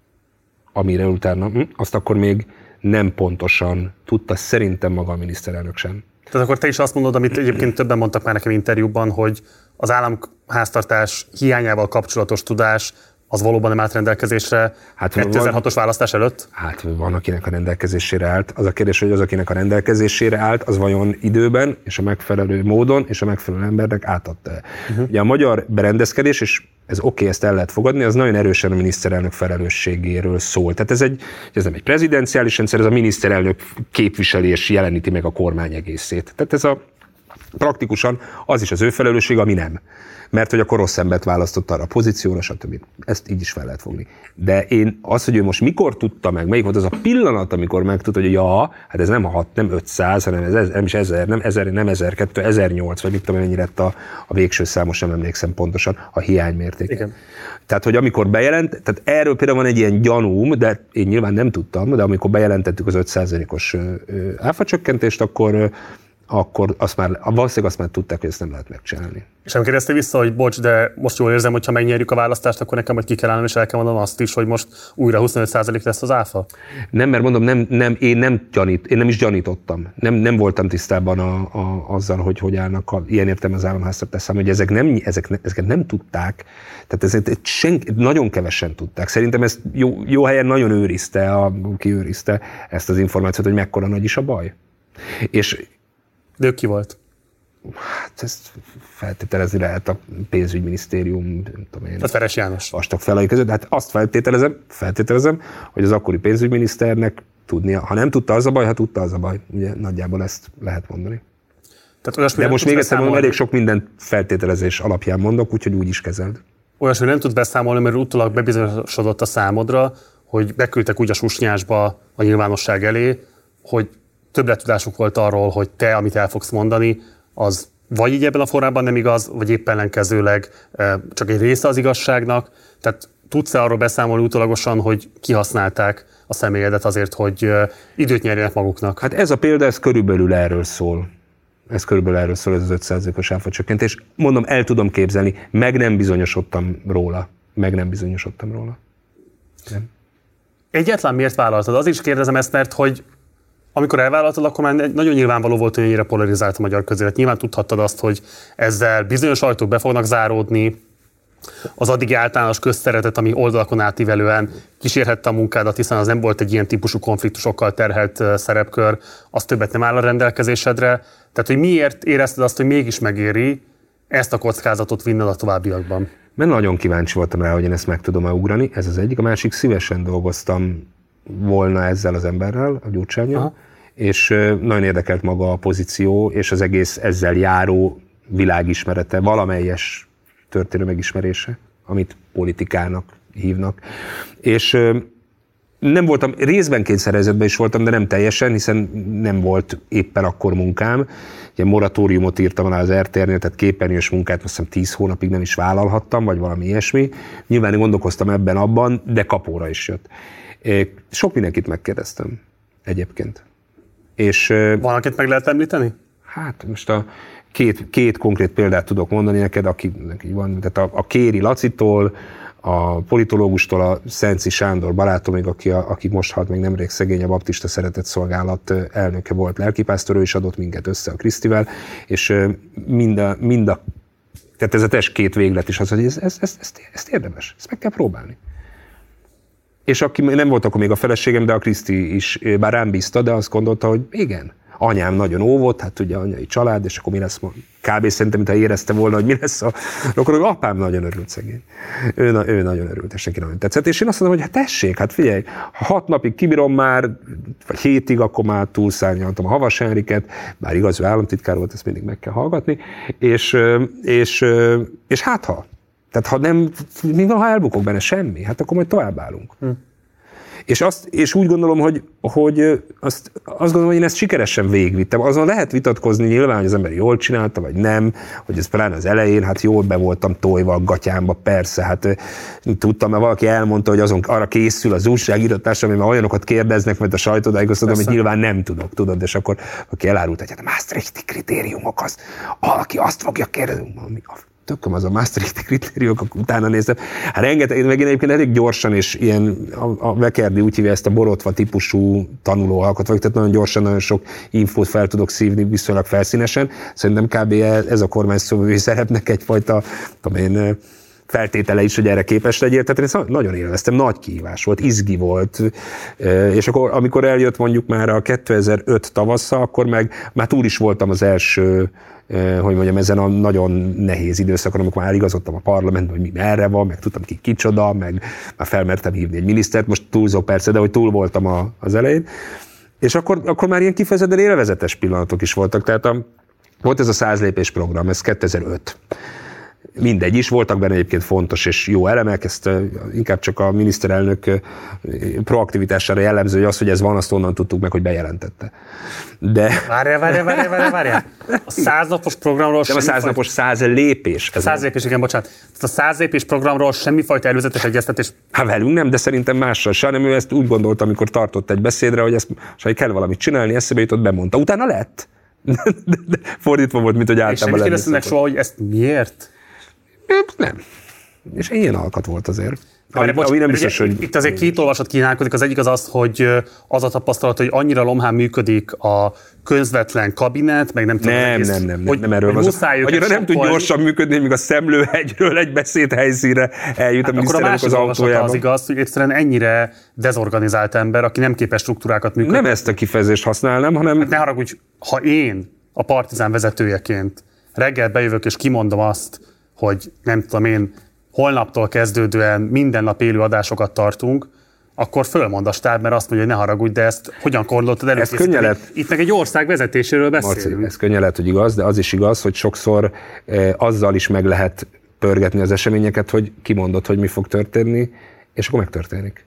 amire utána, azt akkor még nem pontosan tudta szerintem maga a miniszterelnök sem. Tehát akkor te is azt mondod, amit egyébként többen mondtak már nekem interjúban, hogy az államháztartás hiányával kapcsolatos tudás az valóban nem állt rendelkezésre hát kétezer-hatos választás előtt? Hát van, akinek a rendelkezésére állt. Az a kérdés, hogy az, akinek a rendelkezésére állt, az vajon időben és a megfelelő módon és a megfelelő embernek átadta. Uh-huh. Ugye a magyar berendezkedés, és ez oké, okay, ezt el lehet fogadni, az nagyon erősen a miniszterelnök felelősségéről szól. Tehát ez, egy, ez nem egy prezidenciális rendszer, ez a miniszterelnök képviseli és jeleníti meg a kormány egészét. Tehát ez a praktikusan az is az ő felelősség, ami nem. Mert hogy akkor rossz embert választott arra a pozícióra, stb. Ezt így is fel lehet fogni. De én az, hogy ő most mikor tudta meg, melyik volt az a pillanat, amikor megtudta, hogy ja, hát ez nem a hat, nem ötszáz, hanem ez nem is ezer, nem ezer, nem ezerkettő, ezernyolc, vagy mit tudom, mennyi lett a, a végső számos, nem emlékszem pontosan, a hiánymérték. Igen. Tehát, hogy amikor bejelent, tehát erről például van egy ilyen gyanúm, de én nyilván nem tudtam, de amikor bejelentettük az öt százalékos áfacsökkentést, akkor akkor azt már, valószínűleg azt már tudták, hogy ezt nem lehet megcsinálni. És nem kérdezte vissza, hogy bocs, de most jól érzem, hogy ha megnyerjük a választást, akkor nekem majd ki kell állnom, és el kell mondanom azt is, hogy most újra huszonöt százalék lesz az áfa? Nem, mert mondom, nem, nem, én, nem gyanít, én nem is gyanítottam. Nem, nem voltam tisztában a, a, azzal, hogy hogy állnak a, ilyen értem az államháztartás számú, hogy ezek nem, ezek, ezeket nem tudták. Tehát ezeket senki, nagyon kevesen tudták. Szerintem ezt jó, jó helyen nagyon őrizte, a, ki őrizte ezt az információt, hogy mekkora nagy is a baj. És de ő ki volt? Hát ezt feltételezni lehet a pénzügyminisztérium, nem tudom én. Tehát Veres János. Vastag felai között. Hát azt feltételezem, feltételezem, hogy az akkori pénzügyminiszternek tudnia. Ha nem tudta, az a baj, ha tudta, az a baj. Ugye nagyjából ezt lehet mondani. Tehát de most még egyszer mondom, elég sok mindent feltételezés alapján mondok, úgyhogy úgy is kezeld. Olyasmi nem tud beszámolni, mert utólag bebizonyosodott a számodra, hogy beküldtek úgy a susnyásba a nyilvánosság elé, hogy többletudásuk volt arról, hogy te, amit el fogsz mondani, az vagy így ebben a formában nem igaz, vagy éppen ellenkezőleg csak egy része az igazságnak. Tehát tudsz-e arról beszámolni utólagosan, hogy kihasználták a személyedet azért, hogy időt nyerjenek maguknak? Hát ez a példa, ez körülbelül erről szól. Ez körülbelül erről szól, ez az öt százalékos áfacsökkentés. Mondom, el tudom képzelni, meg nem bizonyosodtam róla. Meg nem bizonyosodtam róla. Nem. Egyáltalán miért vállaltad? Az is kérdezem ezt, mert hogy amikor elvállaltad, akkor már nagyon nyilvánvaló volt, hogy ennyire polarizált a magyar közélet. Nyilván tudhattad azt, hogy ezzel bizonyos ajtók be fognak záródni, az addigi általános közszeretet, ami oldalakon átívelően kísérhette a munkádat, hiszen az nem volt egy ilyen típusú konfliktusokkal terhelt szerepkör, az többet nem áll a rendelkezésedre. Tehát, hogy miért érezted azt, hogy mégis megéri ezt a kockázatot vinned a továbbiakban? Mert nagyon kíváncsi voltam rá, hogy én ezt meg tudom-e ugrani, ez az egyik. A másik, szívesen dolgoztam volna ezzel az emberrel, a Gyurcsánnyal, és nagyon érdekelt maga a pozíció, és az egész ezzel járó világismerete, valamelyes történő megismerése, amit politikának hívnak. És nem voltam, részben kényszerhelyzetben is voltam, de nem teljesen, hiszen nem volt éppen akkor munkám. Ilyen moratóriumot írtam alá az er té er-nél, tehát képernyős munkát azt hiszem tíz hónapig nem is vállalhattam, vagy valami ilyesmi. Nyilván gondolkoztam ebben abban, de kapóra is jött. Sok mindenkit megkérdeztem egyébként. És, van, akit meg lehet említeni? Hát most a két, két konkrét példát tudok mondani neked, aki, aki van, tehát a, a Kéri Lacitól, a politológustól a Szenci Sándor barátomig, aki, a, aki most halt még nemrég, szegény, a Baptista Szeretett Szolgálat elnöke volt, lelkipásztor, ő is adott minket össze a Krisztivel, és mind a, mind a tehát ez a test két véglet is az, hogy ez, ez, ez, ez, ezt érdemes, ezt meg kell próbálni. És aki nem volt akkor még a feleségem, de a Kriszti is, bár rám bízta, de azt gondolta, hogy igen, anyám nagyon óvott, hát ugye anyai család, és akkor mi lesz, kb. Szerintem, mintha érezte volna, hogy mi lesz, a, akkor az apám nagyon örült, szegény. Ő, ő nagyon örült, és neki nagyon tetszett. És én azt mondom, hogy hát tessék, hát figyelj, ha hat napig kibírom már, vagy hétig, akkor már túlszárnyaltam a Havas Henriket, bár igaz, ő államtitkár volt, ezt mindig meg kell hallgatni, és, és, és hát ha, tehát ha nem, mi van, ha elbukok benne? Semmi, hát akkor majd továbbállunk. Hm. És, azt, és úgy gondolom, hogy, hogy azt, azt gondolom, hogy én ezt sikeresen végigvittem. Azon lehet vitatkozni nyilván, hogy az ember jól csinálta, vagy nem, hogy ez pláne az elején, hát jól be voltam tojva a gatyámba, persze, hát tudtam, mert valaki elmondta, hogy azon arra készül az újságíratás, amiben olyanokat kérdeznek, mert a sajtótájékoztatón, amit nyilván nem tudok, tudod, és akkor aki elárult, hogy hát a Maastrichti kritériumok az, valaki azt fogja kérdezni, tököm az a Maastrichti kritériumok, utána néztem. Hát rengeteg, meg én egyébként elég gyorsan, és ilyen, a, a Vekerdi úgy hívja ezt a borotva típusú tanulóalkat vagyok, tehát nagyon gyorsan, nagyon sok infót fel tudok szívni viszonylag felszínesen. Szerintem kb. Ez a kormányszóvivői szerepnek egyfajta, tudom én, feltétele is, hogy erre képes legyél. Tehát én ezt nagyon élveztem, nagy kihívás volt, izgi volt, és akkor amikor eljött mondjuk már a kétezer-öt tavasza, akkor meg már túl is voltam az első, hogy mondjam, ezen a nagyon nehéz időszakon, amikor már eligazodtam a parlamentben, hogy mi merre van, meg tudtam ki kicsoda, meg már felmertem hívni egy minisztert, most túlzok persze, de hogy túl voltam a, az elején. És akkor, akkor már ilyen kifejezetten élvezetes pillanatok is voltak. Tehát a, volt ez a száz lépés program, ez kétezer-öt. Mindegy is, voltak benne egyébként fontos és jó elemek, ezt inkább csak a miniszterelnök proaktivitására jellemző, hogy az, hogy ez van, azt onnan tudtuk meg, hogy bejelentette. De... Várjál, várjál, várjál, várjál, várjál. A száznapos programról... Nem a száznapos száz lépés. A száz lépés, igen, bocsánat. Tehát a száz lépés programról semmifajta előzetes egyeztetés. Hát velünk nem, de szerintem mással sem, hanem ő ezt úgy gondolta, amikor tartott egy beszédre, hogy ezt, hogy kell valamit csinálni, eszébe jutott, bemondta. Utána lett. De, de, de fordítva volt, mint hogy általában lenni. És nem soha, hogy ezt miért? Nem. És ilyen alkat volt azért. Ami, bocs, ami nem biztos, ugye, hogy... Itt azért két olvasat kínálkozik. Az egyik az az, hogy az a tapasztalat, hogy annyira lomhán működik a közvetlen kabinet, meg nem tudom, nem, egész, nem, nem, hogy nem erről van. Annyira nem tud gyorsan működni, míg a Szemlőhegyről egy beszédhelyszínre eljut hát a miniszterelnök az autójában. Az igaz, hogy egyszerűen ennyire dezorganizált ember, aki nem képes struktúrákat működni. Nem ezt a kifejezést használnám, hanem... Hát ne haragudj, ha én a Partizán vezetőjeként reggel bejövök és kimondom azt, hogy nem tudom én, holnaptól kezdődően minden nap élő adásokat tartunk, akkor fölmond a stáb, mert azt mondja, hogy ne haragudj, de ezt hogyan korlottad előkészíteni? Itt meg egy ország vezetéséről beszélünk. Marci, ez könnyen lehet, hogy igaz, de az is igaz, hogy sokszor eh, azzal is meg lehet pörgetni az eseményeket, hogy kimondod, hogy mi fog történni, és akkor megtörténik.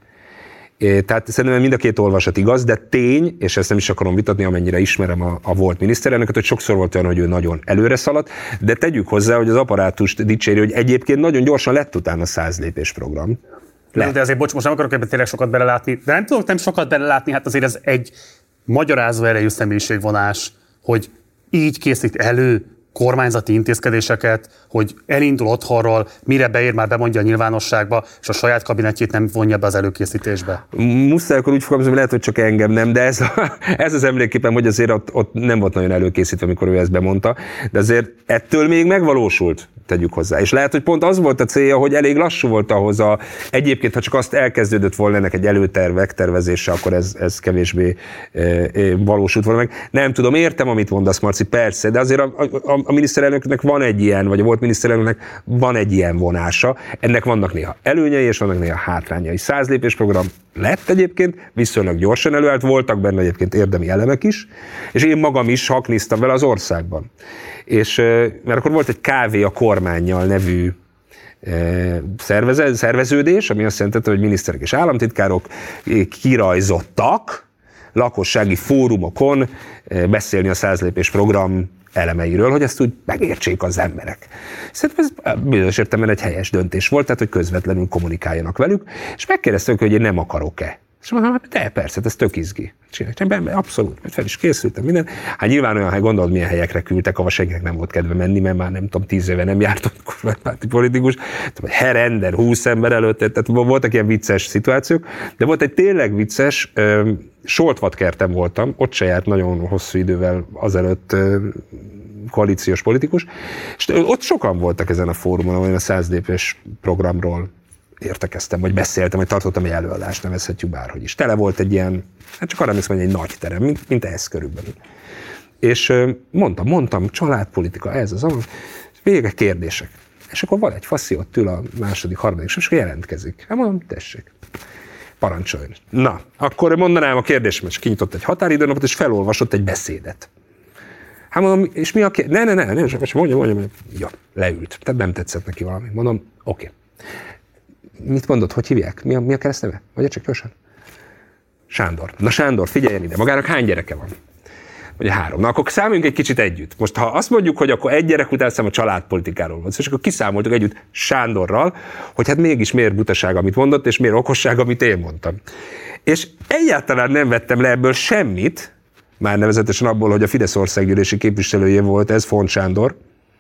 Tehát szerintem mind a két olvasat igaz, de tény, és ezt nem is akarom vitatni, amennyire ismerem a, a volt miniszterelnököt, hogy sokszor volt olyan, hogy ő nagyon előre szaladt, de tegyük hozzá, hogy az apparátust dicséri, hogy egyébként nagyon gyorsan lett utána száz lépés program. Lett. De azért, bocs, most nem akarok ebben tényleg sokat belelátni, de nem tudok nem sokat belelátni, hát azért ez egy magyarázó erejű személyiségvonás, hogy így készít elő kormányzati intézkedéseket, hogy elindul otthonról, mire beér, már bemondja a nyilvánosságba, és a saját kabinetjét nem vonja be az előkészítésbe. Muszáj akkor úgy fogalmazni, lehet, hogy csak engem nem, de ez, a, ez az emléképpen, hogy azért ott, ott nem volt nagyon előkészítve, amikor ő ezt bemondta, de azért ettől még megvalósult, tegyük hozzá. És lehet, hogy pont az volt a célja, hogy elég lassú volt ahhoz a, egyébként, ha csak azt elkezdődött volna ennek egy előtervek tervezése, akkor ez, ez kevésbé e, e, valósult volna meg. Nem tudom, értem, amit mondasz, Marci, persze, de azért a, a, a miniszterelnöknek van egy ilyen, vagy a volt miniszterelnöknek van egy ilyen vonása. Ennek vannak néha előnyei, és vannak néha hátrányai. Száz lépés program lett egyébként, viszonylag gyorsan előállt, voltak benne egyébként érdemi elemek is, és én magam is hakniztam vele az országban. És, mert akkor volt egy Kávé a kormánnyal nevű szerveze, szerveződés, ami azt jelenti, hogy miniszterek és államtitkárok kirajzottak lakossági fórumokon beszélni a száz lépés program elemeiről, hogy ezt úgy megértsék az emberek. Szerintem ez bizonyos értelemben egy helyes döntés volt, tehát hogy közvetlenül kommunikáljanak velük, és megkérdeztük, hogy én nem akarok-e És mondom, de persze, ez tök izgi. Csinálj, abszolút, mert fel is készültem minden. Hát nyilván olyan, hogy gondolod, milyen helyekre küldtek, ahol senkinek nem volt kedve menni, mert már nem tudom, tíz éve nem járt kormánypárti politikus. Herender, húsz ember előtt, tehát voltak ilyen vicces szituációk, de volt egy tényleg vicces, Soltvatkerten voltam, ott se járt nagyon hosszú idővel azelőtt koalíciós politikus, és ott sokan voltak ezen a fórumon, ahol én a száz dé pés programról értekeztem, vagy beszéltem, vagy tartottam egy előadást, nevezhetjük bárhogy is. Tele volt egy ilyen, hát csak arra emlékszem, hogy egy nagy terem, mint, mint ez körülbelül. És mondtam, mondtam, családpolitika, ez az, az, vége kérdések. És akkor van egy faszi, ott ül a második, harmadik, és akkor jelentkezik. Hát mondom, tessék, parancsoljon. Na, akkor mondanám a kérdésemet, és kinyitott egy határidőnapot, és felolvasott egy beszédet. Hát mondom, és mi a kérdés? Ne, ne, ne, ne, mondja, mondja, mondja. Ja, leült. Tehát nem tetszett neki valami. Mondom, oké. Okay. Mit mondod, hogy hívják? Mi a, mi a keresztneve? Vagy csak gyorsan? Sándor. Na Sándor, figyeljen ide, magának hány gyereke van? Ugye három. Na akkor számoljunk egy kicsit együtt. Most ha azt mondjuk, hogy akkor egy gyerek után szám a családpolitikáról volt, és akkor kiszámoltuk együtt Sándorral, hogy hát mégis miért butaság, amit mondott, és miért okosság, amit én mondtam. És egyáltalán nem vettem le ebből semmit, már nevezetesen abból, hogy a Fidesz országgyűlési képviselője volt ez, Font Sándor,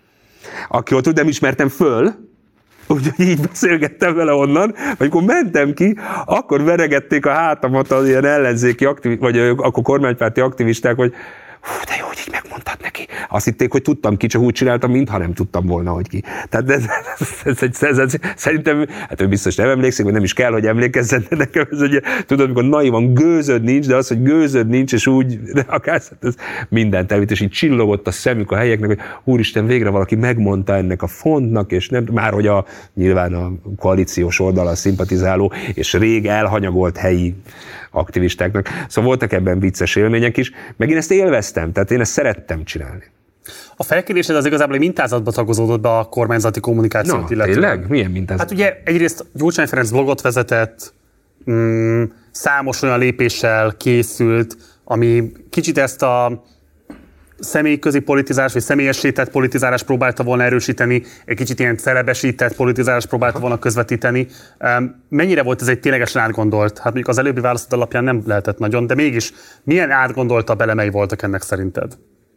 aki ott nem ismertem föl, úgyhogy így beszélgettem vele onnan, amikor mentem ki, akkor veregették a hátamat az ilyen ellenzéki aktivisták, vagy akkor kormánypárti aktivisták, hogy hú, de jó, hogy így megmondtad neki. Azt hitték, hogy tudtam ki, csak úgy csináltam, mintha nem tudtam volna, hogy ki. Tehát ez, ez, ez, ez, ez, szerintem, hát ő biztos nem emlékszik, vagy nem is kell, hogy emlékezzen, de nekem ez egy, tudod, amikor naivan gőzöd nincs, de az, hogy gőzöd nincs, és úgy reagálsz, hát ez mindent elvitt, és így csillogott a szemük a helyeknek, hogy úristen, végre valaki megmondta ennek a Fontnak, és nem, már hogy a, nyilván a koalíciós oldalon szimpatizáló, és rég elhanyagolt helyi aktivistáknak. Szóval voltak ebben vicces élmények is, meg én ezt élveztem, tehát én ezt szerettem csinálni. A felkérésed az igazából egy mintázatba tagozódott be a kormányzati kommunikációt no, illetően. Tényleg? Milyen mintázat? Hát ugye egyrészt Gyurcsány Ferenc blogot vezetett, mm, számos olyan lépéssel készült, ami kicsit ezt a személyközi politizálás, vagy személyesített politizálást próbálta volna erősíteni, egy kicsit ilyen celebesített politizálást próbálta volna közvetíteni. Mennyire volt ez egy ténylegesen átgondolt? Hát mondjuk az előbbi választod alapján nem lehetett nagyon, de mégis milyen átgondoltabb elemei voltak ennek szerinted?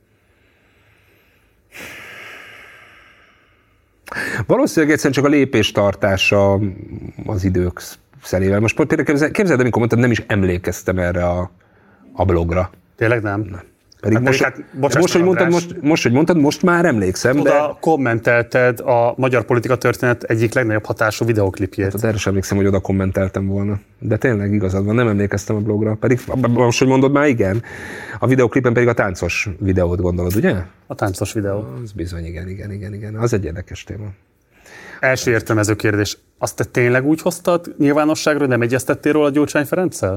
Valószínűleg egyszerűen csak a lépéstartása az idők szelével. Most például képzeld, amikor mondtam, nem is emlékeztem erre a, a blogra. Tényleg nem? Nem. Pedig hát most, hát, bocsáss, most, hogy mondtad, most, most, hogy mondtad, most már emlékszem, oda de... kommentelted a magyar politika történet egyik legnagyobb hatású videoklipjét. Hát erre sem emlékszem, hogy oda kommenteltem volna. De tényleg igazad van, nem emlékeztem a blogra. Pedig most, hogy mondod, már igen. A videoklipen pedig a táncos videót gondolod, ugye? A táncos videó. Az bizony, igen, igen, igen, igen. Az egy érdekes téma. Első értelmező kérdés. Azt te tényleg úgy hoztad nyilvánosságra, hogy nem egyeztettél róla Gyurcsány Ferenccel?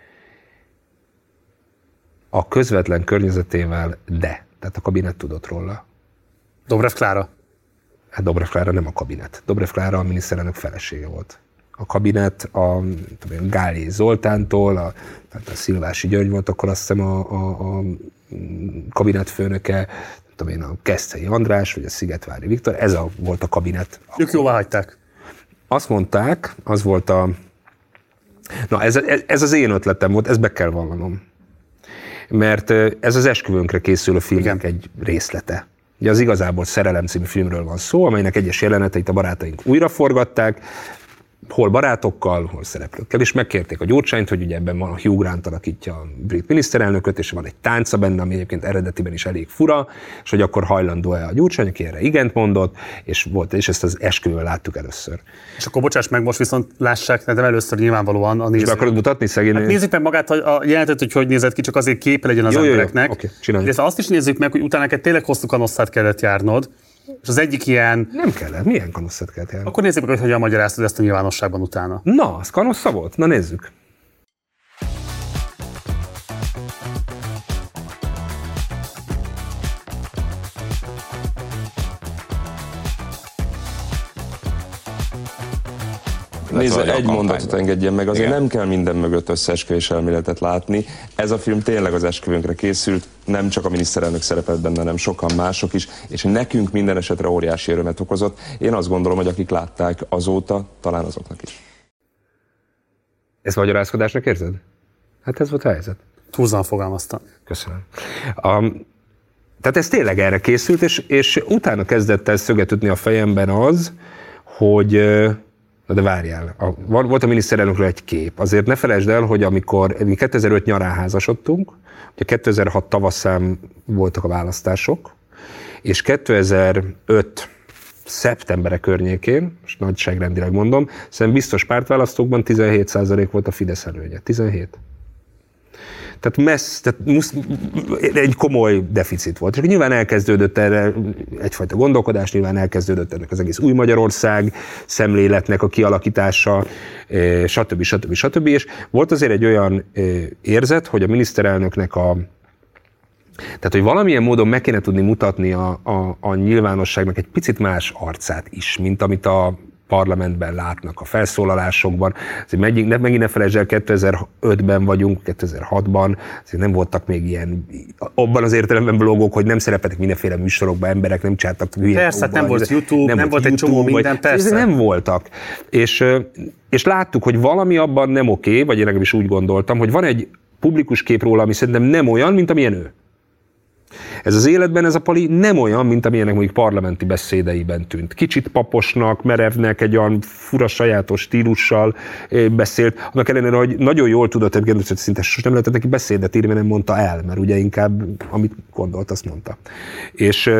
A közvetlen környezetével, de. Tehát a kabinet tudott róla. Dobrev Klára? Hát Dobrev Klára nem a kabinet. Dobrev Klára a miniszterelnök felesége volt. A kabinet a tudom, Gáli Zoltántól, a, tehát a Szilvási György volt, akkor azt hiszem a, a, a kabinetfőnöke, tudom én, a Keszthelyi András, vagy a Szigetvári Viktor, ez a, volt a kabinet. Ők jóvá hagyták? Azt mondták, az volt a... Na, ez, ez az én ötletem volt, ezt be kell vallanom. Mert ez az esküvőnkre készülő filmnek egy részlete. Ugye az Igazából Szerelem című filmről van szó, amelynek egyes jeleneteit a barátaink újraforgatták, hol barátokkal, hol szereplőkkel, és megkérték a Gyurcsányt, hogy ugye ebben van a Hugh Grant alakítja a brit miniszterelnököt, és van egy tánca benne, ami egyébként eredetiben is elég fura, és hogy akkor hajlandó-e a Gyurcsány, aki erre igent mondott, és volt, és ezt az esküvőn láttuk először. És akkor bocsáss meg, most viszont lássák, de először nyilvánvalóan a nézők. És be akarod mutatni szegény? Hát nézzük meg magát a jelenetet, hogy hogy nézett ki, csak azért képe legyen az jó, embereknek. Jó, jó. Okay, csináljuk. És azt is nézzük meg, hogy utána neked tényleg hosszú kanosszát kellett járnod. És az egyik ilyen... Nem kellett. Milyen kanosszát kellett járni? Akkor nézzük meg, hogy hogyan magyaráztad ezt a nyilvánosságban utána. Na, az kanossza volt? Na nézzük. Nézze, egy mondatot engedjen meg, azért igen. Nem kell minden mögött összeesküvés elméletet látni. Ez a film tényleg az esküvőnkre készült, nem csak a miniszterelnök szerepelt benne, hanem sokan mások is, és nekünk minden esetre óriási örömet okozott. Én azt gondolom, hogy akik látták azóta, talán azoknak is. Ezt magyarázkodásnak érzed? Hát ez volt a helyzet. Túlzan fogalmaztam. Köszönöm. Um, tehát ez tényleg erre készült, és, és utána kezdett el szöget ütni a fejemben az, hogy, na de várjál, a, volt a miniszterelnökről egy kép. Azért ne felejtsd el, hogy amikor mi kétezer-öt nyarán házasodtunk, ugye kétezer-hat tavaszán voltak a választások, és kétezer-öt szeptembere környékén, most nagyságrendileg mondom, szerintem biztos pártválasztókban tizenhét százalék volt a Fidesz előnye. tizenhét. Tehát messz, tehát musz, egy komoly deficit volt. És nyilván elkezdődött erre egyfajta gondolkodás, nyilván elkezdődött ennek az egész új Magyarország szemléletnek a kialakítása, stb. stb. stb. És volt azért egy olyan érzet, hogy a miniszterelnöknek a Tehát, hogy valamilyen módon meg kéne tudni mutatni a, a, a nyilvánosságnak egy picit más arcát is, mint amit a parlamentben látnak, a felszólalásokban. Azért megint, megint ne felejtsd el, kétezer-ötben vagyunk, kétezer-hatban, azért nem voltak még ilyen, abban az értelemben blogok, hogy nem szerepeltek mindenféle műsorokban, emberek nem csináltak hülye. Persze, nem volt YouTube, nem, nem volt egy csomó minden, vagy, persze. Nem voltak. És, és láttuk, hogy valami abban nem oké, vagy én legalábbis úgy gondoltam, hogy van egy publikus kép róla, ami szerintem nem olyan, mint amilyen ő. Ez az életben, ez a Pali nem olyan, mint amilyenek mondjuk parlamenti beszédeiben tűnt. Kicsit paposnak, merevnek, egy olyan fura sajátos stílussal beszélt, annak ellenére, hogy nagyon jól tudott, hogy szinte sosem nem lehetett neki beszédet írni, mert nem mondta el, mert ugye inkább amit gondolt, azt mondta. És,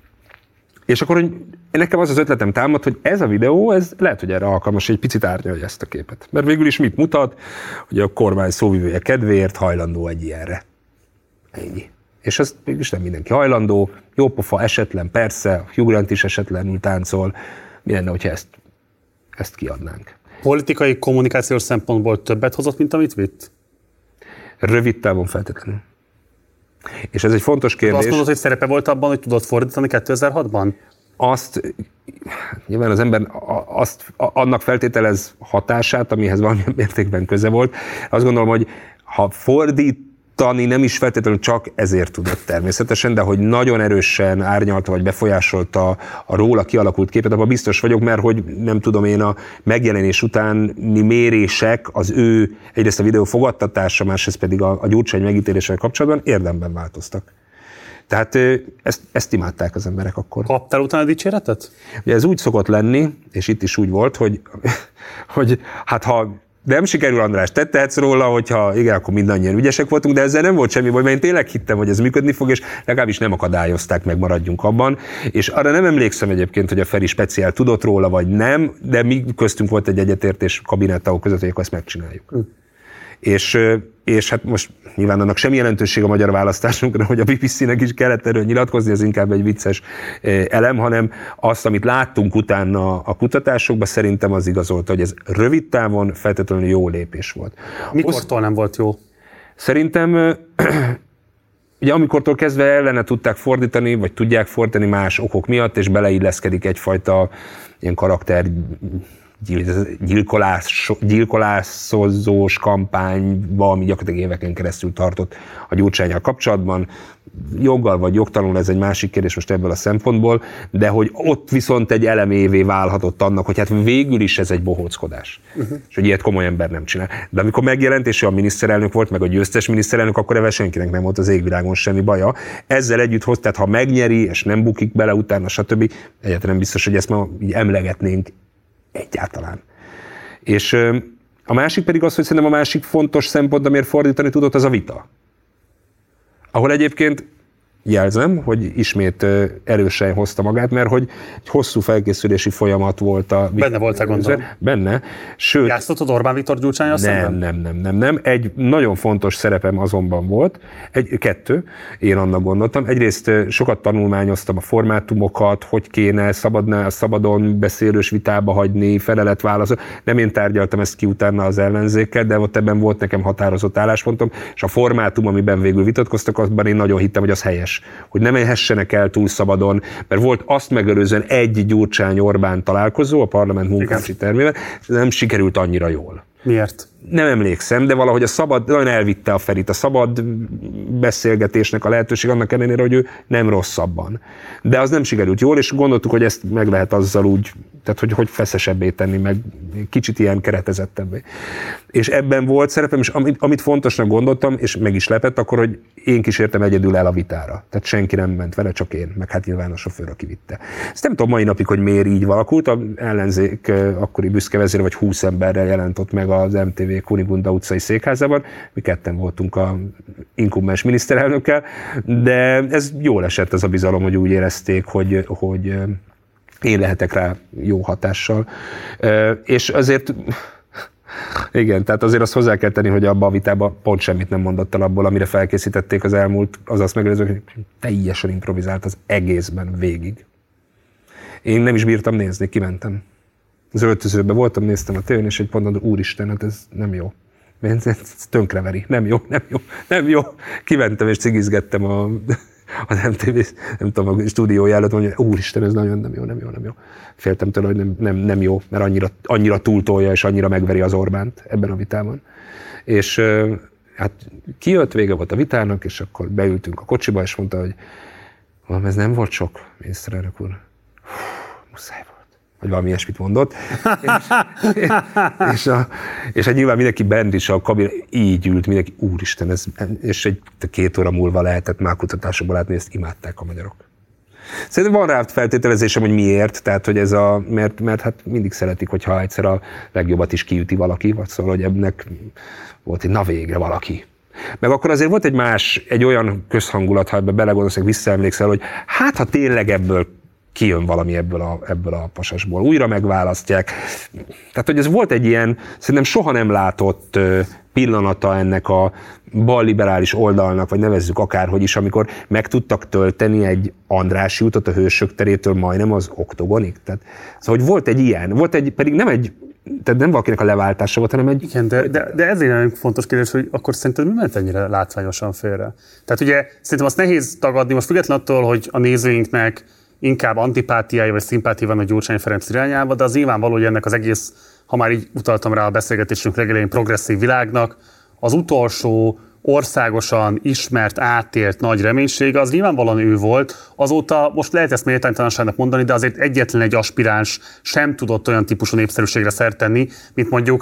és akkor hogy nekem az az ötletem támad, hogy ez a videó, ez lehet, hogy erre alkalmas, egy picit árnyalja ezt a képet. Mert végül is mit mutat, hogy a kormány szóvivője kedvéért hajlandó egy ilyenre. Ennyi. És ez mégis nem mindenki hajlandó, jópofa, esetlen, persze, Hugh Grant is esetlenül táncol, mi lenne, hogyha ezt, ezt kiadnánk. Politikai, kommunikációs szempontból többet hozott, mint amit vitt? Rövid távon feltétlenül. És ez egy fontos kérdés. De azt mondod, hogy szerepe volt abban, hogy tudott fordítani kétezer-hatban? Azt, nyilván az ember azt, annak feltételez hatását, amihez valamilyen mértékben köze volt. Azt gondolom, hogy ha fordít, Tani nem is feltétlenül csak ezért tudott természetesen, de hogy nagyon erősen árnyalta vagy befolyásolta a róla kialakult képet, abban biztos vagyok, mert hogy nem tudom én, a megjelenés utáni mérések, az ő egyrészt a videó fogadtatása, másrészt pedig a, a Gyurcsány megítéléssel kapcsolatban érdemben változtak. Tehát ezt, ezt imádták az emberek akkor. Kaptál utána dicséretet? Ugye ez úgy szokott lenni, és itt is úgy volt, hogy, hogy hát ha de nem sikerül, András, te tehetsz róla, hogyha igen, akkor mindannyian ügyesek voltunk, de ezzel nem volt semmi baj, mert én tényleg hittem, hogy ez működni fog, és legalábbis nem akadályozták meg, maradjunk abban. És arra nem emlékszem egyébként, hogy a Feri speciál tudott róla, vagy nem, de mi köztünk volt egy egyetértés kabinettagok között, hogy akkor ezt megcsináljuk. Mm. És, és hát most nyilván annak semmi jelentőség a magyar választásunkra, hogy a bé bé cé-nek is kellett erről nyilatkozni, ez inkább egy vicces elem, hanem azt, amit láttunk utána a kutatásokban, szerintem az igazolta, hogy ez rövid távon feltétlenül jó lépés volt. Mikortól nem volt jó? Szerintem, ugye amikortól kezdve ellene tudták fordítani, vagy tudják fordítani más okok miatt, és beleilleszkedik egyfajta ilyen karakter gyilkolás, gyilkolászozós kampányba, ami gyakorlatilag éveken keresztül tartott a Gyurcsánnyal kapcsolatban. Joggal vagy jogtalanul, ez egy másik kérdés most ebből a szempontból, de hogy ott viszont egy elemévé válhatott annak, hogy hát végül is ez egy bohóckodás. Uh-huh. És hogy ilyet komoly ember nem csinál. De amikor megjelent, és ő a miniszterelnök volt, meg a győztes miniszterelnök, akkor ebben senkinek nem volt az égvilágon semmi baja. Ezzel együtt hoz, tehát ha megnyeri, és nem bukik bele utána, stb. Egyáltalán biztos, hogy ezt ma így emlegetnénk egyáltalán. És a másik pedig az, hogy szerintem a másik fontos szempont, amiért fordítani tudott, az a vita. Ahol egyébként jelzem, hogy ismét erősen hozta magát, mert hogy egy hosszú felkészülési folyamat volt a... Benne voltál, gondolom. Benne. Sőt... Játsztottad Orbán Viktor Gyurcsánnyal szemben? Nem, nem, nem, nem, nem. Egy nagyon fontos szerepem azonban volt, egy, kettő, én annak gondoltam. Egyrészt sokat tanulmányoztam a formátumokat, hogy kéne szabadna, szabadon beszélős vitába hagyni, feleletválaszol. Nem én tárgyaltam ezt ki utána az ellenzékkel, de ott ebben volt nekem határozott álláspontom, és a formátum, amiben végül vitatkoztak, azban én nagyon hittem, hogy az helyes. Hogy nem menhessenek el túl szabadon, mert volt azt megelőzően egy Gyurcsány-Orbán találkozó a parlament munkácsi termével, ez nem sikerült annyira jól. Miért? nem emlékszem, de valahogy a szabad, nagyon elvitte a Ferit, a szabad beszélgetésnek a lehetőség annak ellenére, hogy ő nem rosszabban. De az nem sikerült jól, és gondoltuk, hogy ezt meg lehet azzal úgy, tehát hogy, hogy feszesebbé tenni, meg kicsit ilyen keretezettebbé. És ebben volt szerepem, és amit, amit fontosnak gondoltam, és meg is lepett, akkor, hogy én kísértem egyedül el a vitára. Tehát senki nem ment vele, csak én, meg hát nyilván a sofőr, aki vitte. Ezt nem tudom mai napig, hogy miért így valakult. A ellenzék akkori büszkevezér, vagy húsz emberrel jelent ott meg az em té vé Kunigunda utcai székházában. Mi ketten voltunk a inkubens miniszterelnökkel, de ez jól esett ez a bizalom, hogy úgy érezték, hogy, hogy én lehetek rá jó hatással. És azért, igen, tehát azért azt hozzá kell tenni, hogy abban a vitában pont semmit nem mondott el abból, amire felkészítették az elmúlt, az azt megelőző, hogy teljesen improvizált az egészben végig. Én nem is bírtam nézni, kimentem. Az öltözőben voltam, néztem a tévén, és egy pont mondom, úristen, hát ez nem jó. Ez, ez tönkreveri, nem jó, nem jó, nem jó. Kimentem és cigizgettem a, az em té vé, nem tudom, a stúdiója előtt, mondja, úristen, ez nagyon nem jó, nem jó, nem jó. Féltem tőle, hogy nem, nem, nem jó, mert annyira, annyira túltolja, és annyira megveri az Orbánt ebben a vitában. És hát kijött, vége volt a vitának, és akkor beültünk a kocsiba, és mondta, hogy ez nem volt sok, miniszterelnök úr. Muszáj volt. Vagy valami ilyesmit mondott. és, és, a, és egy nyilván mindenki bent is a kabin így ült, mindenki, úristen, ez, és egy két óra múlva lehetett már kutatásokból látni, ezt imádták a magyarok. Szerintem van rá feltételezésem, hogy miért, tehát hogy ez a, mert, mert hát mindig szeretik, hogyha egyszer a legjobbat is kiüti valaki, vagy szóval, hogy ennek volt egy na végre valaki. Meg akkor azért volt egy más, egy olyan közhangulat, ha ebbe belegondolsz, hogy visszaemlékszel, hogy hát ha tényleg ebből kijön valami ebből a, ebből a pasasból, újra megválasztják. Tehát, hogy ez volt egy ilyen, szerintem soha nem látott pillanata ennek a balliberális oldalnak, vagy nevezzük akárhogy is, amikor meg tudtak tölteni egy Andrássy útot a Hősök terétől majdnem az Oktogonig. Tehát, szóval, hogy volt egy ilyen, volt egy, pedig nem egy, tehát nem valakinek a leváltása volt, hanem egy... Igen, de, de, de ezért nagyon fontos kérdés, hogy akkor szerinted mi ment ennyire látványosan félre? Tehát ugye szerintem azt nehéz tagadni, most függetlenül attól, hogy a nézőinknek inkább antipátiája vagy szimpátia van a Gyurcsány Ferenc irányába, de az nyilvánvaló, hogy ennek az egész, ha már így utaltam rá a beszélgetésünk legelején, progresszív világnak, az utolsó országosan ismert, átélt nagy reménysége, az nyilvánvalóan ő volt. Azóta most lehet ezt méltánytalanságnak mondani, de azért egyetlen egy aspiráns sem tudott olyan típusú népszerűségre szert tenni, mint mondjuk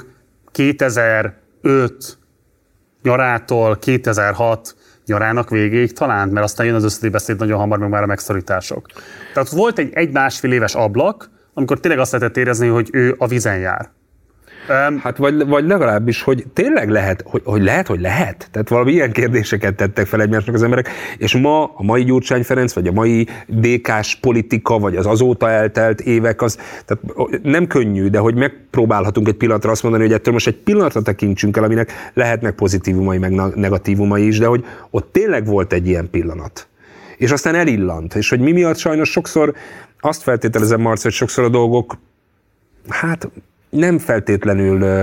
kétezer-öt nyarától kétezer-hat nyarának végéig talán, mert aztán jön az összedi beszéd nagyon hamar, meg már a megszorítások. Tehát volt egy egy-másfél éves ablak, amikor tényleg azt lehetett érezni, hogy ő a vizen jár. Um, hát vagy, vagy legalábbis, hogy tényleg lehet, hogy, hogy lehet, hogy lehet. Tehát valami ilyen kérdéseket tettek fel egymásnak az emberek, és ma a mai Gyurcsány Ferenc, vagy a mai dé ká-s politika, vagy az azóta eltelt évek, az tehát nem könnyű, de hogy megpróbálhatunk egy pillanatra azt mondani, hogy ettől most egy pillanatra tekintsünk el, aminek lehetnek pozitívumai, meg negatívumai is, de hogy ott tényleg volt egy ilyen pillanat. És aztán elillant. És hogy mi miatt sajnos sokszor, azt feltételezem, Marci, hogy sokszor a dolgok, hát nem feltétlenül ö,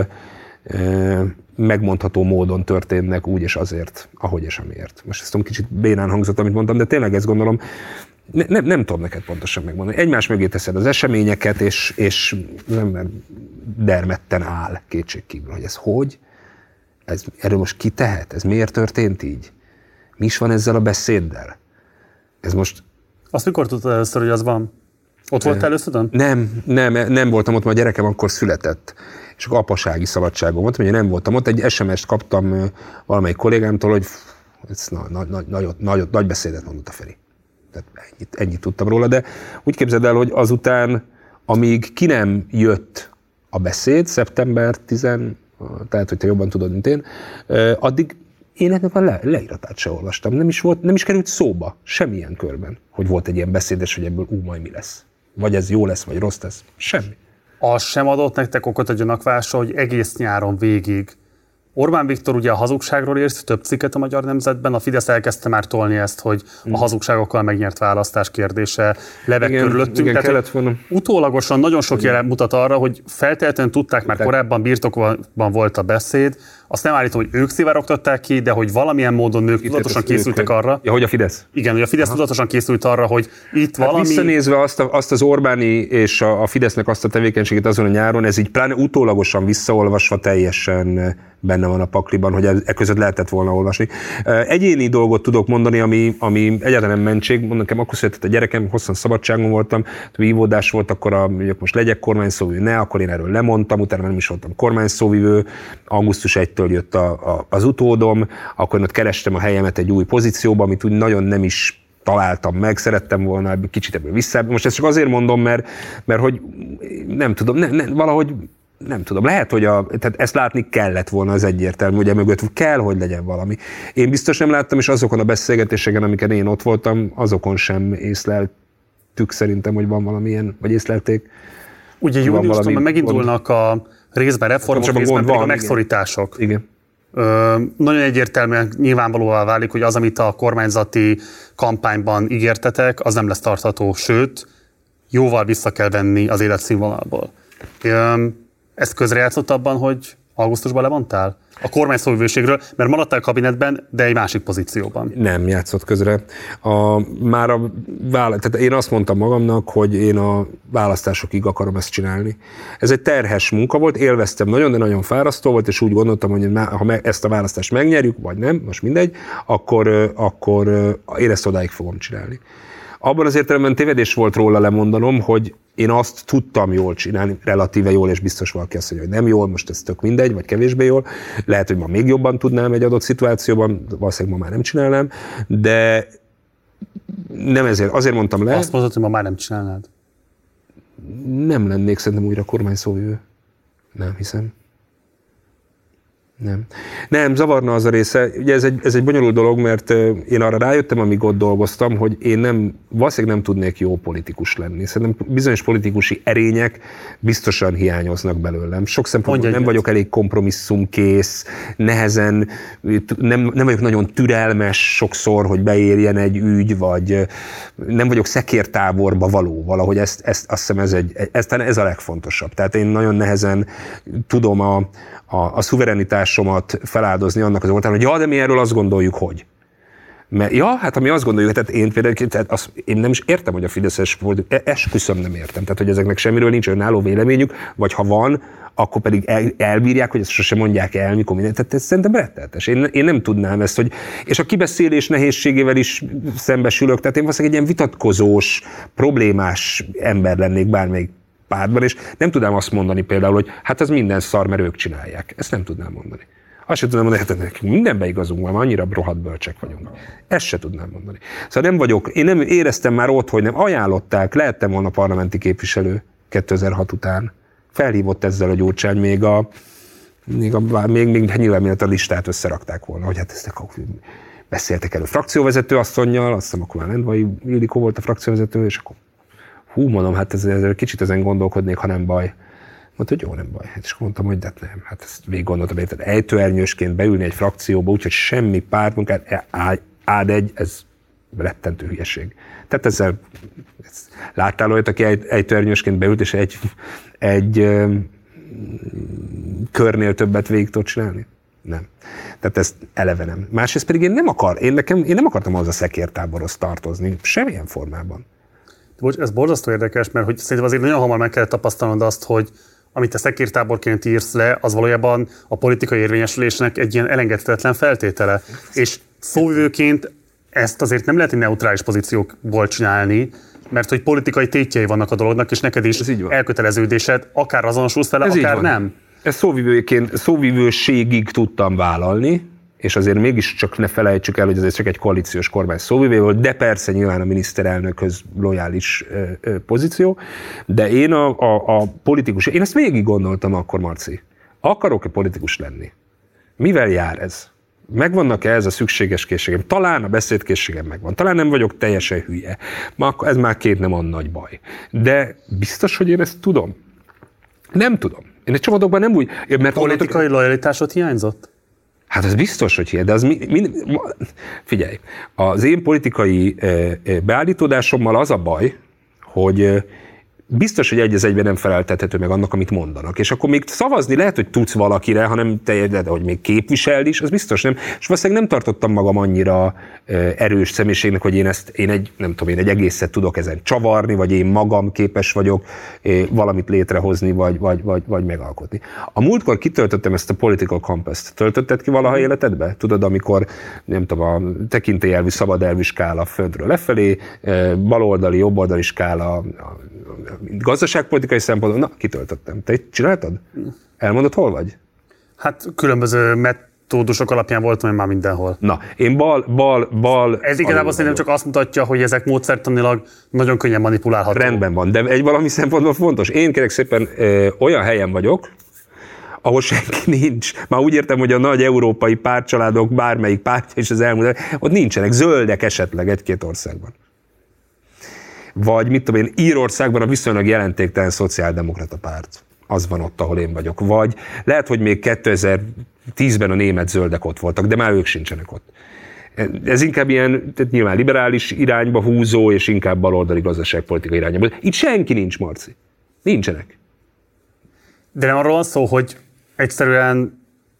ö, megmondható módon történnek úgy és azért, ahogy és amiért. Most ezt tudom, kicsit bénán hangzott, amit mondtam, de tényleg ezt gondolom, ne, nem, nem tudom neked pontosan megmondani. Egymás mögé teszed az eseményeket, és, és nem dermedten áll kétségkívül, hogy ez hogy, ez, erről most ki tehet, ez miért történt így? Mi is van ezzel a beszéddel? Ez most... Azt mikor tudtad először, hogy az van? Ott voltál először? Nem, nem, nem voltam ott, mert a gyerekem akkor született. És akkor apasági szabadságom volt, mert én nem voltam ott. Egy es em est kaptam valamelyik kollégámtól, hogy ez na, na, na, nagy, nagy, nagy beszédet mondott a Feri. Tehát ennyit, ennyit tudtam róla, de úgy képzeld el, hogy azután, amíg ki nem jött a beszéd, szeptember tizedike, tehát, hogy te jobban tudod, mint én, addig én ennek a le, leíratát se olvastam. Nem is, volt, nem is került szóba, semmilyen körben, hogy volt egy ilyen beszédes, hogy ebből ú, majd mi lesz. Vagy ez jó lesz, vagy rossz lesz. Semmi. Az sem adott nektek okot a gyanakvásra, hogy egész nyáron végig Orbán Viktor ugye a hazugságról írt több cikket a Magyar Nemzetben, a Fidesz elkezdte már tolni ezt, hogy a hazugságokkal megnyert választás kérdése leveg körülöttünk. Igen, kellett volna. Utólagosan nagyon sok jelen mutat arra, hogy feltétlenül tudták, már korábban birtokban volt a beszéd, azt nem állítom, hogy ők szivárogtatták ki, de hogy valamilyen módon nők itt tudatosan készültek ők, arra. Ja, hogy a Fidesz? Igen, hogy a Fidesz Aha. tudatosan készült arra, hogy itt hát valami... Visszanézve azt, a, azt az Orbáni és a, a Fidesznek azt a tevékenységét azon a nyáron, ez így pláne utólagosan visszaolvasva teljesen benne van a pakliban, hogy e között lehetett volna olvasni. Egyéni dolgot tudok mondani, ami, ami egyáltalán nem mentség. Mondom, nekem akkor született a gyerekem, hosszan szabadságon voltam, vívódás volt, akkor a, hogy most legyek kormányszóvivő, ne, akkor én erről lemondtam, utána nem is voltam kormányszovivé, augusztus elsejétől jött a, a, az utódom, akkor én ott kerestem a helyemet egy új pozícióba, amit úgy nagyon nem is találtam meg, szerettem volna kicsit ebből vissza. Most ezt csak azért mondom, mert, mert hogy nem tudom, ne, ne, valahogy nem tudom, lehet, hogy a, tehát ezt látni kellett volna, az egyértelmű, ugye mögött kell, hogy legyen valami. Én biztos nem láttam, és azokon a beszélgetéseken, amiken én ott voltam, azokon sem észleltük szerintem, hogy van valamilyen, vagy észlelték. Ugye júniustól megindulnak a részben reformok, részben gond pedig van, a megszorítások. Igen. Ö, nagyon egyértelműen nyilvánvalóvá válik, hogy az, amit a kormányzati kampányban ígértetek, az nem lesz tartható, sőt, jóval vissza kell venni az életszínvonalból. Ö, ezt közrejátszott abban, hogy augusztusban lemondtál? A kormányszóvivőségről, mert maradtál kabinetben, de egy másik pozícióban. Nem játszott közre. A, már a, tehát én azt mondtam magamnak, hogy én a választásokig akarom ezt csinálni. Ez egy terhes munka volt, élveztem nagyon, de nagyon fárasztó volt, és úgy gondoltam, hogy ha ezt a választást megnyerjük, vagy nem, most mindegy, akkor, akkor én ezt odáig fogom csinálni. Abban az értelemben tévedés volt róla lemondanom, hogy én azt tudtam jól csinálni, relatíve jól, és biztos valaki azt mondja, hogy nem jól, most ez tök mindegy, vagy kevésbé jól. Lehet, hogy ma még jobban tudnám egy adott szituációban, valószínűleg ma már nem csinálnám, de nem ezért, azért mondtam le. Azt mondod, hogy ma már nem csinálnád? Nem lennék szerintem újra kormányszóvivő. Nem hiszem. Nem. Nem, zavarna az a része. Ugye ez egy, ez egy bonyolult dolog, mert én arra rájöttem, amíg ott dolgoztam, hogy én nem, valószínűleg nem tudnék jó politikus lenni. Szerintem bizonyos politikusi erények biztosan hiányoznak belőlem. Sok szempontból nem vagyok elég kompromisszumkész, nehezen, nem, nem vagyok nagyon türelmes sokszor, hogy beérjen egy ügy, vagy nem vagyok szekértáborba való. Valahogy ezt, ezt, azt hiszem ez, egy, ez, ez a legfontosabb. Tehát én nagyon nehezen tudom a, a, a szuverenitásomat feláldozni annak az oltárán, hogy ja, de mi erről azt gondoljuk, hogy. Mert, ja, hát ami azt gondoljuk, tehát én például, tehát azt, én nem is értem, hogy a fideszes volt, esküszöm nem értem, tehát hogy ezeknek semmiről nincs önálló véleményük, vagy ha van, akkor pedig el, elbírják, hogy ezt sosem mondják el, mikor minden. Tehát ez szerintem rettenetes. Én, én nem tudnám ezt, hogy... És a kibeszélés nehézségével is szembesülök, tehát én valószínűleg egy ilyen vitatkozós, problémás ember lennék bármelyik pártban, és nem tudnám azt mondani például, hogy hát az minden szar, mert ők csinálják. Ezt nem tudnám mondani. Azt sem tudnám mondani, hát nekünk mindenben igazunk van, annyira rohadt bölcsek vagyunk. Ezt se tudnám mondani. Szóval nem vagyok, én nem éreztem már ott, hogy nem ajánlották, lehettem volna parlamenti képviselő kétezer-hat után. Felhívott ezzel a Gyurcsány, még a, még, a, még, még nyilván miatt a listát összerakták volna, hogy hát ezt beszéltek elő frakcióvezető asszonnyal, azt hiszem akkor már Lendvai Ildikó volt a frakcióvezető, és akkor hú, mondom, hát ez, ez, kicsit ezen gondolkodnék, ha nem baj. Mondta, hogy jó, nem baj. Hát és mondtam, hogy de nem. Hát ezt végig gondoltam, hogy ejtőernyősként beülni egy frakcióba, úgyhogy semmi pártmunkát, ád egy, ez rettentő hülyeség. Tehát ezzel, ez, láttál olyat, aki ejtőernyősként beült, és egy, egy ö, körnél többet végig tud csinálni? Nem. Tehát ezt eleve nem. Másrészt pedig én nem, akar, én nekem, én nem akartam az a szekértáborhoz tartozni, semmilyen formában. Bocs, ez borzasztó érdekes, mert hogy szerintem azért nagyon hamar meg kellett tapasztalnod azt, hogy amit te szekértáborként írsz le, az valójában a politikai érvényesülésnek egy ilyen elengedhetetlen feltétele. És szóvivőként ezt azért nem lehet egy neutrális pozíciókból csinálni, mert hogy politikai tétjei vannak a dolognak, és neked is elköteleződésed, akár azonosulsz vele, ez akár nem. Ezt szóvivőként, szóvivőségig tudtam vállalni, és azért mégiscsak ne felejtsük el, hogy ez csak egy koalíciós kormány szóvivő volt, de persze nyilván a miniszterelnökhöz lojális ö, ö, pozíció, de én a, a, a politikus, én ezt végig gondoltam akkor, Marci. Akarok-e politikus lenni? Mivel jár ez? Megvannak-e ez a szükséges készségem? Talán a beszédkészségem megvan, talán nem vagyok teljesen hülye. Ez már két nem olyan nagy baj. De biztos, hogy én ezt tudom? Nem tudom. Én egy csomódokban nem úgy... Mert politikai onnatok... lojalitásod hiányzott? Hát ez biztos, hogy hiány, de az mi, mi, figyelj, az én politikai beállítódásommal az a baj, hogy biztos, hogy egy az egyben nem feleltethető meg annak, amit mondanak. És akkor még szavazni lehet, hogy tudsz valakire, hanem te, de hogy még képviseld is, az biztos nem. És valószínűleg nem tartottam magam annyira erős személyiségnek, hogy én ezt, én egy, nem tudom, én egy egészet tudok ezen csavarni, vagy én magam képes vagyok valamit létrehozni, vagy, vagy, vagy, vagy megalkotni. A múltkor kitöltöttem ezt a political compass-t. Töltötted ki valaha életedbe? Tudod, amikor, nem tudom, a tekintélyelvű, szabadelvű skála földről lefelé, baloldali, jobboldali skála, gazdaságpolitikai szempontból, na, kitöltöttem. Te csináltad? Elmondod, hol vagy? Hát különböző metódusok alapján voltam én már mindenhol. Na, én bal, bal, bal... Ez igazából szerintem csak azt mutatja, hogy ezek módszertanilag nagyon könnyen manipulálhatók. Rendben van, de egy valami szempontból fontos. Én kérlek szépen ö, olyan helyen vagyok, ahol senki nincs. Már úgy értem, hogy a nagy európai pártcsaládok bármelyik pártja is az elmúlt, ott nincsenek, zöldek esetleg egy-két országban. Vagy mit tudom én, Írországban a viszonylag jelentéktelen szociáldemokrata párt. Az van ott, ahol én vagyok. Vagy lehet, hogy még kétezer-tízben a német zöldek ott voltak, de már ők sincsenek ott. Ez inkább ilyen, tehát nyilván liberális irányba húzó, és inkább baloldali gazdaságpolitikai irányba. Itt senki nincs, Marci. Nincsenek. De nem arról van szó, hogy egyszerűen...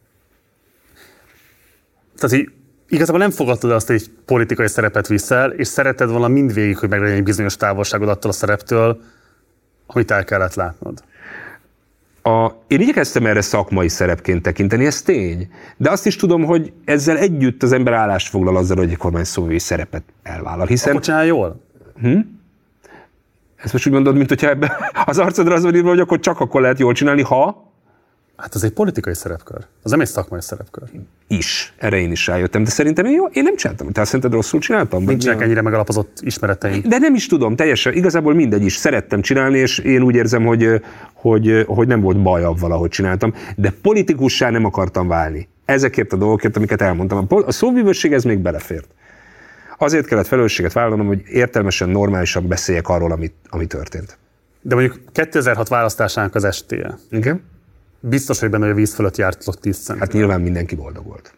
Tehát így igazából nem fogadtad azt, hogy egy politikai szerepet viszel, és szereted volna mindvégig, hogy meglegyen egy bizonyos távolságod attól a szereptől, amit el kellett látnod. A, én igyekeztem erre szakmai szerepként tekinteni, ez tény. De azt is tudom, hogy ezzel együtt az ember állást foglal azzal, hogy egy kormányszóvivői szerepet elvállal. Hiszen... Akkor csinálj jól? Hm? Ezt most úgy mondod, mint hogyha ebben az arcodra az van írva, hogy akkor csak akkor lehet jól csinálni, ha... Hát az egy politikai szerepkör. Az nem egy szakmai szerepkör. Is. Erre én is rájöttem. De szerintem én, jó, én nem csináltam. Te azt szerinted rosszul csináltam? Nincsenek ennyire megalapozott ismereteim. De nem is tudom, teljesen. Igazából mindegy is. Szerettem csinálni, és én úgy érzem, hogy, hogy, hogy nem volt baj avval, ahogy csináltam. De politikussá nem akartam válni. Ezekért a dolgokért, amiket elmondtam. A szóvivőség ez még belefért. Azért kellett felelősséget vállalnom, hogy értelmesen, normálisan beszéljek arról, amit, ami történt. De mondjuk kétezer-hat választásának az estéje. Igen. Biztos, hogy benne, hogy a víz fölött jártatok tíz cent. Hát nyilván mindenki boldog volt.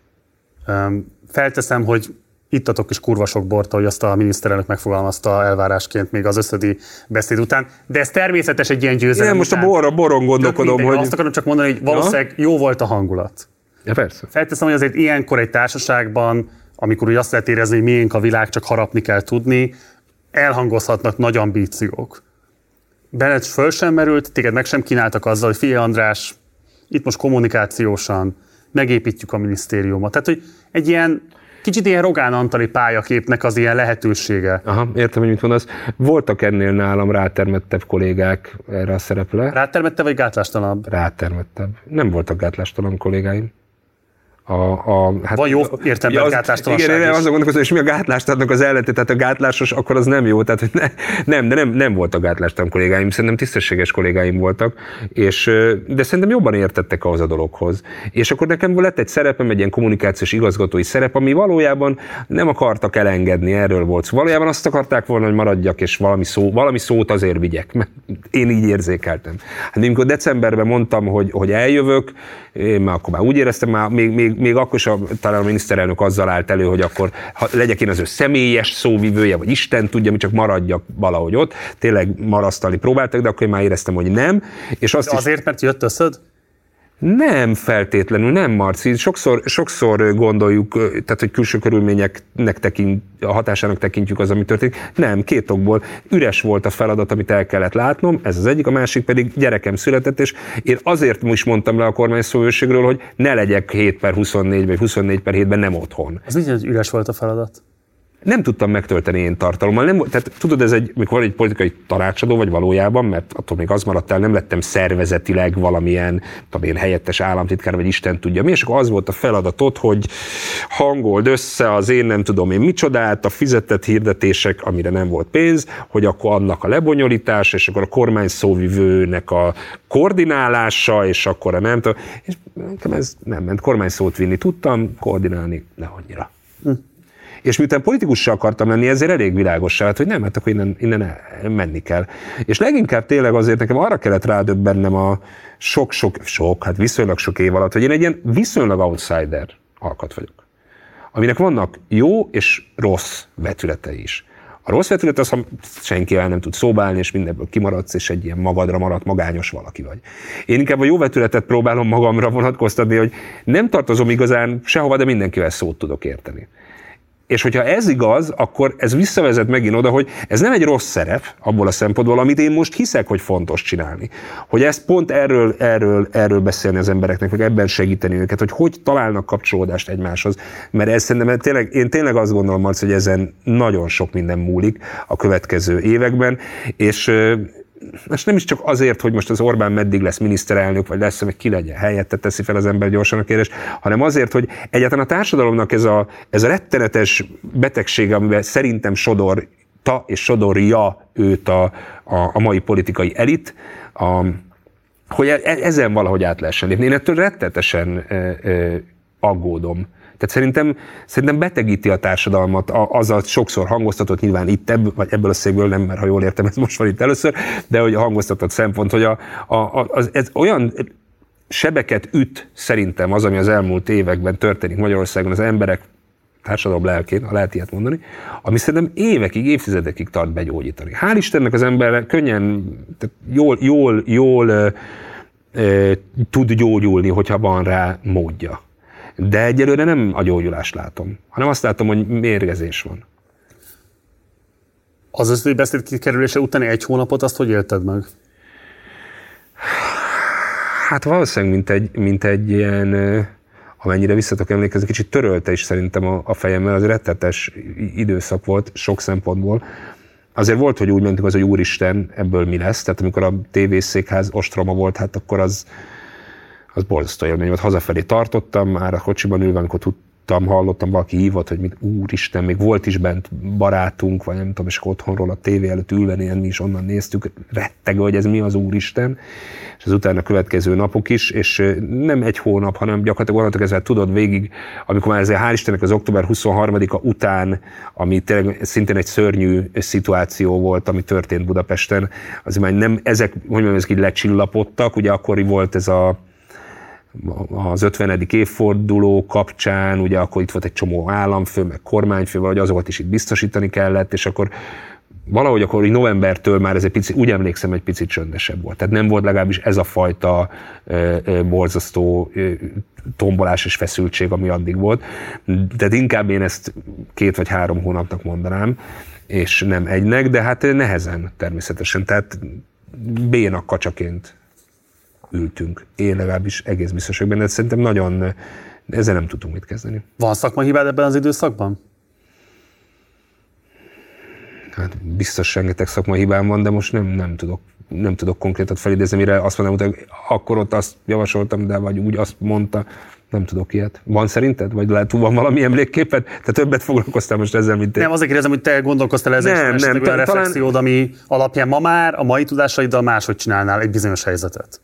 Felteszem, hogy ittatok is kurva sok bort, ahogy azt a miniszterelnök megfogalmazta elvárásként még az összödi beszéd után. De ez természetes egy ilyen győzelem. Nem, most a borra, boron gondolkodom, hogy... Azt akarom csak mondani, hogy valószínűleg ja? jó volt a hangulat. Ja, persze. Felteszem, hogy azért ilyenkor egy társaságban, amikor úgy azt lehet érezni, hogy miénk a világ, csak harapni kell tudni, elhangozhatnak nagy ambíciók. Benned föl sem merült, téged meg sem kínáltak azzal, hogy figyelj András, itt most kommunikációsan megépítjük a minisztériumot. Tehát, hogy egy ilyen kicsit ilyen Rogán Antali pályaképnek az ilyen lehetősége. Aha, értem, hogy mit mondasz. Voltak ennél nálam rátermettebb kollégák erre a szerepre. Rátermettebb vagy gátlástalanabb? Rátermettebb. Nem voltak gátlástalan kollégáim. A, a, hát, Van jó értelemben ja, gátlástalanság igen, is. Igen, azon gondolkozom, és mi a gátlástalannak az ellentét, tehát a gátlásos, akkor az nem jó, tehát hogy ne, nem, de nem, nem voltak gátlástalan kollégáim, szerintem tisztességes kollégáim voltak, és, de szerintem jobban értettek ahhoz a dologhoz. És akkor nekem lett egy szerepem, egy ilyen kommunikációs igazgatói szerep, ami valójában nem akartak elengedni, erről volt szó. Valójában azt akarták volna, hogy maradjak, és valami, szó, valami szót azért vigyek, mert én így érzékeltem. Hát amikor decemberben mondtam, hogy, hogy eljövök, én már akkor már úgy éreztem, már még, még Még akkor is a, talán a miniszterelnök azzal állt elő, hogy akkor ha legyek én az ő személyes szóvivője, vagy Isten tudja, mi csak maradjak valahogy ott. Tényleg marasztalni próbáltak, de akkor én már éreztem, hogy nem. És azt de azért, is... mert jött összöd? Nem feltétlenül, nem, Marci. Sokszor, sokszor gondoljuk, tehát, hogy külső körülményeknek tekint, a hatásának tekintjük az, ami történik. Nem, két okból. Üres volt a feladat, amit el kellett látnom, ez az egyik, a másik pedig gyerekem született, és én azért is mondtam le a kormányszóvivőségről, hogy ne legyek hét per huszonnégy, vagy huszonnégy per hétben nem otthon. Az így, hogy üres volt a feladat? Nem tudtam megtölteni én tartalommal. Nem, tehát tudod, ez egy, mikor egy politikai tanácsadó vagy valójában, mert attól még az maradt el, nem lettem szervezetileg valamilyen, tudom én, helyettes államtitkár, vagy Isten tudja mi, és akkor az volt a feladatod, hogy hangold össze az én nem tudom én micsodát, a fizetett hirdetések, amire nem volt pénz, hogy akkor annak a lebonyolítása, és akkor a kormányszóvivőnek a koordinálása, és akkor a nem tudom, és ez nem ment, kormányszót vinni tudtam, koordinálni ne annyira. Hm. És miután politikussal akartam lenni, ezért elég világossá lett, hogy nem, hát akkor innen, innen menni kell. És leginkább tényleg azért nekem arra kellett rádöbbennem a sok-sok, sok, hát viszonylag sok év alatt, hogy én egy ilyen viszonylag outsider alkat vagyok. Aminek vannak jó és rossz vetületei is. A rossz vetület az, ha senkivel nem tud szóba állni, és mindenből kimaradsz, és egy ilyen magadra maradt, magányos valaki vagy. Én inkább a jó vetületet próbálom magamra vonatkoztatni, hogy nem tartozom igazán sehova, de mindenkivel szót tudok érteni. És hogyha ez igaz, akkor ez visszavezet megint oda, hogy ez nem egy rossz szerep abból a szempontból, amit én most hiszek, hogy fontos csinálni. Hogy ezt pont erről, erről, erről beszélni az embereknek, meg ebben segíteni őket, hogy hogy találnak kapcsolódást egymáshoz. Mert ez szerintem tényleg, én tényleg azt gondolom, Marci, hogy ezen nagyon sok minden múlik a következő években, és most nem is csak azért, hogy most az Orbán meddig lesz miniszterelnök, vagy lesz, meg ki legyen helyette, teszi fel az ember gyorsan a kérdést, hanem azért, hogy egyáltalán a társadalomnak ez a, ez a rettenetes betegsége, amiben szerintem sodorta és sodorja őt a, a, a mai politikai elit, a, hogy ezen valahogy át lehessen lépni. Én ettől rettenetesen aggódom. Tehát szerintem, szerintem betegíti a társadalmat, az a sokszor hangoztatott, nyilván itt ebb, vagy ebből a székből nem, mert ha jól értem, ez most van itt először, de hogy a hangoztatott szempont, hogy a, a, az, ez olyan sebeket üt szerintem az, ami az elmúlt években történik Magyarországon az emberek társadalom lelkén, ha lehet ilyet mondani, ami szerintem évekig, évtizedekig tart begyógyítani. Hál' Istennek az ember könnyen, tehát jól, jól, jól e, e, tud gyógyulni, hogyha van rá módja. De egyelőre nem a gyógyulást látom, hanem azt látom, hogy mérgezés van. Az összes beszéd kikerülése utáni egy hónapot, azt hogy élted meg? Hát valószínűleg, mint egy, mint egy ilyen, amennyire visszatok emlékezni, kicsit törölte is szerintem a, a fejemmel, az rettetes időszak volt sok szempontból. Azért volt, hogy úgy mentünk az, hogy úristen, ebből mi lesz, tehát amikor a tévészékház ostroma volt, hát akkor az az borzasztó élmény volt. Hazafelé tartottam, már a kocsiban ülve, amikor tudtam, hallottam, valaki hívott, hogy mit, úristen, még volt is bent barátunk, vagy nem tudom, és otthonról a tévé előtt ülve, mi is onnan néztük, rettegő, hogy ez mi az úristen, és az utána a következő napok is, és nem egy hónap, hanem gyakorlatilag onnantól kezdve tudod végig, amikor már ezzel hál' Istennek az október huszonharmadika után, ami tényleg szintén egy szörnyű szituáció volt, ami történt Budapesten, azért már nem, ezek, hogy mondjam, ezek így lecsillapodtak, ugye akkor volt ez a az ötvenedik évforduló kapcsán, ugye akkor itt volt egy csomó államfő, meg kormányfő, vagy azokat is itt biztosítani kellett, és akkor valahogy akkor így novembertől már ez egy picit, úgy emlékszem, egy picit csöndesebb volt. Tehát nem volt legalábbis ez a fajta ö, ö, borzasztó ö, tombolás és feszültség, ami addig volt. Tehát inkább én ezt két vagy három hónapnak mondanám, és nem egynek, de hát nehezen természetesen. Tehát bénak kacsaként ültünk. Én legalábbis egész biztos vagyok benne, de szerintem nagyon, ezzel nem tudtunk mit kezdeni. Van szakmai hibád ebben az időszakban? Hát biztos rengeteg szakmai hibám van, de most nem, nem, tudok, nem tudok konkrétat felidézni, mire azt mondom, hogy akkor ott azt javasoltam, de vagy úgy azt mondta, nem tudok ilyet. Van szerinted? Vagy lehet, van valami emlékképed? Te többet foglalkoztál most ezzel, mint én. Nem, azért kérdezem, hogy te gondolkoztál ezzel, nem, és nem, olyan reflexiód, talán... ami alapján ma már a mai tudásaiddal máshogy csinálnál egy bizonyos helyzetet.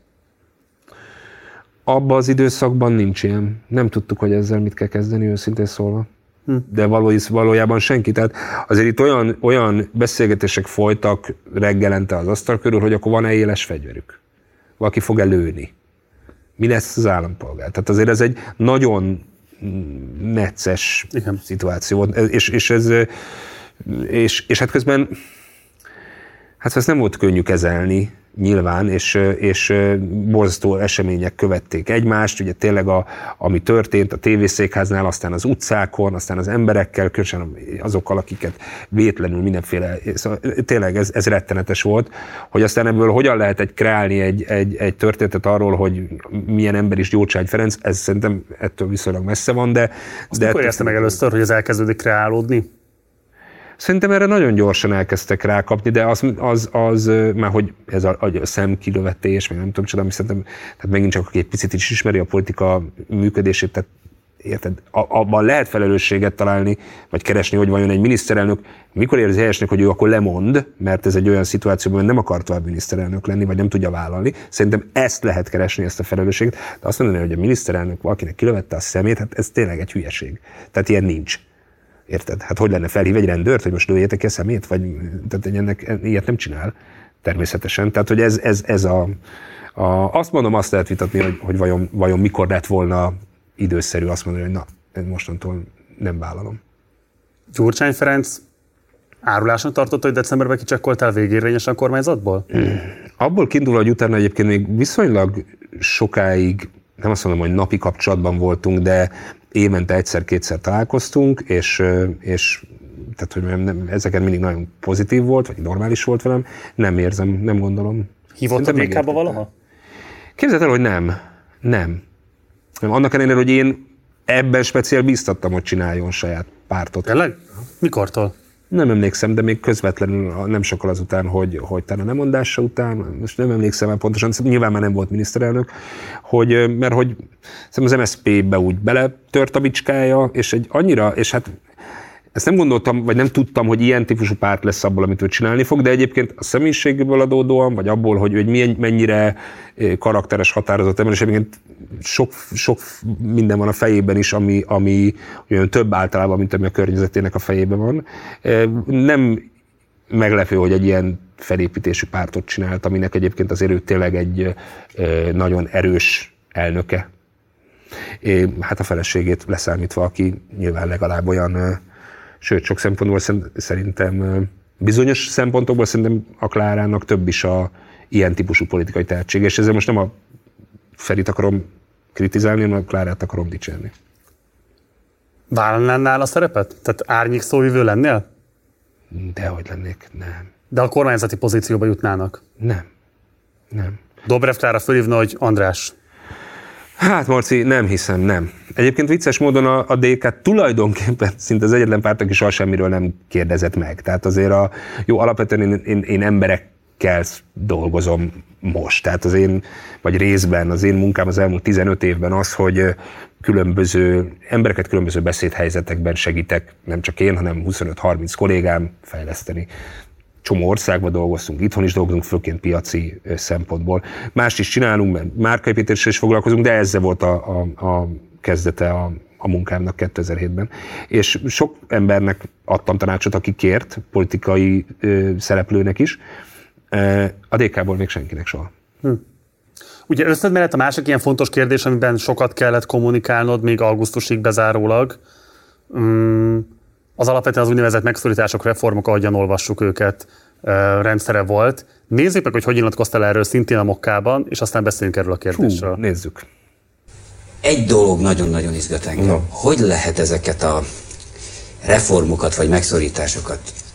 Abban az időszakban nincs ilyen. Nem tudtuk, hogy ezzel mit kell kezdeni, őszintén szólva. Hm. De valójában senki. Tehát azért itt olyan, olyan beszélgetések folytak reggelente az asztal körül, hogy akkor van-e éles fegyverük? Valaki fog-e lőni? Mi lesz az állampolgár? Tehát azért ez egy nagyon necces Igen. szituáció volt. És, és, ez, és, és hát közben hát ezt nem volt könnyű kezelni, nyilván, és, és borzasztó események követték egymást, ugye tényleg a, ami történt a tévészékháznál, aztán az utcákon, aztán az emberekkel, különösen azokkal, akiket vétlenül mindenféle, szóval tényleg ez, ez rettenetes volt, hogy aztán ebből hogyan lehet egy kreálni egy, egy, egy történetet arról, hogy milyen ember is Gyurcsány Ferenc, ez szerintem ettől viszonylag messze van, de... Azt de mikor érezte meg először, hogy ez elkezdődik kreálódni? Szerintem erre nagyon gyorsan elkezdtek rákapni, de az, az, az már hogy ez a, a szemkilövetés, meg nem tudom csoda, ami szerintem, tehát megint csak egy picit is ismeri a politika működését, tehát érted, abban lehet felelősséget találni, vagy keresni, hogy vajon egy miniszterelnök mikor érzi helyesnek, hogy ő akkor lemond, mert ez egy olyan szituációban nem akar tovább miniszterelnök lenni, vagy nem tudja vállalni. Szerintem ezt lehet keresni, ezt a felelősséget, de azt mondani, hogy a miniszterelnök valakinek kilövette a szemét, hát ez tényleg egy hülyeség. Tehát ilyen nincs. Érted? Hát hogy lenne, felhív egy rendőrt, hogy most lőjétek ki a szemét? Vagy, tehát ennek ilyet nem csinál természetesen. Tehát, hogy ez, ez, ez a, a... Azt mondom, azt lehet vitatni, hogy, hogy vajon, vajon mikor lett volna időszerű azt mondani, hogy na, mostantól nem vállalom. Gyurcsány Ferenc árulásnak tartotta, hogy decemberben kicsekkoltál végérvényesen a kormányzatból? Abból kiindul, hogy utána egyébként még viszonylag sokáig, nem azt mondom, hogy napi kapcsolatban voltunk, de évente egyszer-kétszer találkoztunk, és, és tehát, hogy nem, ezeken mindig nagyon pozitív volt, vagy normális volt velem. Nem érzem, nem gondolom. Hívott a bé ká-ba valaha? Képzeld el, hogy nem. Nem. nem. Annak ellenére, hogy én ebben speciál bíztattam, hogy csináljon saját pártot. Tényleg? Mikortól? Nem emlékszem, de még közvetlenül nem sokkal azután, hogy, hogy talán a lemondása után, most nem emlékszem el pontosan, nyilván már nem volt miniszterelnök, hogy, mert hogy az em es zé pé-be úgy beletört a bicskája, és egy annyira, és hát ezt nem gondoltam, vagy nem tudtam, hogy ilyen típusú párt lesz abból, amit ő csinálni fog, de egyébként a személyiségéből adódóan, vagy abból, hogy, hogy milyen, mennyire karakteres, határozott ember, és egyébként sok, sok minden van a fejében is, ami, ami olyan több általában, mint ami a környezetének a fejében van. Nem meglepő, hogy egy ilyen felépítésű pártot csinált, aminek egyébként azért ő tényleg egy nagyon erős elnöke. Hát a feleségét leszámítva, aki nyilván legalább olyan, sőt, sok szempontból szerintem, bizonyos szempontokból szerintem a Klárának több is a ilyen típusú politikai tehetség, és ezzel most nem a Ferit akarom kritizálni, hanem a Klárát akarom dicsérni. Vállalnál nála a szerepet? Tehát árnyék szóvivő lennél? Dehogy lennék, nem. De a kormányzati pozícióba jutnának? Nem. Nem. Dobrev Klára fölhívna, hogy András. Hát, Marci, nem hiszem, nem. Egyébként vicces módon a, a dé ká tulajdonképpen szinte az egyetlen párt, aki soha semmiről nem kérdezett meg. Tehát azért a, jó, alapvetően én, én, én emberekkel dolgozom most. Tehát az én, vagy részben az én munkám az elmúlt tizenöt évben az, hogy különböző embereket különböző beszédhelyzetekben segítek, nem csak én, hanem huszonöt-harminc kollégám fejleszteni. Csomó országban dolgoztunk, itthon is dolgozunk, főként piaci szempontból. Mást is csinálunk, mert márkaépítéssel is foglalkozunk, de ezzel volt a, a, a kezdete a, a munkámnak kétezer-hétben. És sok embernek adtam tanácsot, aki kért, politikai ö, szereplőnek is. A dé ká-ból még senkinek soha. Hm. Ugye összed mellett a másik ilyen fontos kérdés, amiben sokat kellett kommunikálnod, még augusztusig bezárólag, az alapvetően az úgynevezett megszorítások, reformok, ahogyan olvassuk őket, rendszere volt. Nézzük meg, hogy hogy nyilatkoztál erről szintén a Mokkában, és aztán beszéljünk erről a kérdésről. Hú, nézzük. Egy dolog nagyon-nagyon izgat engem. No. Hogy lehet ezeket a reformokat vagy megszorításokat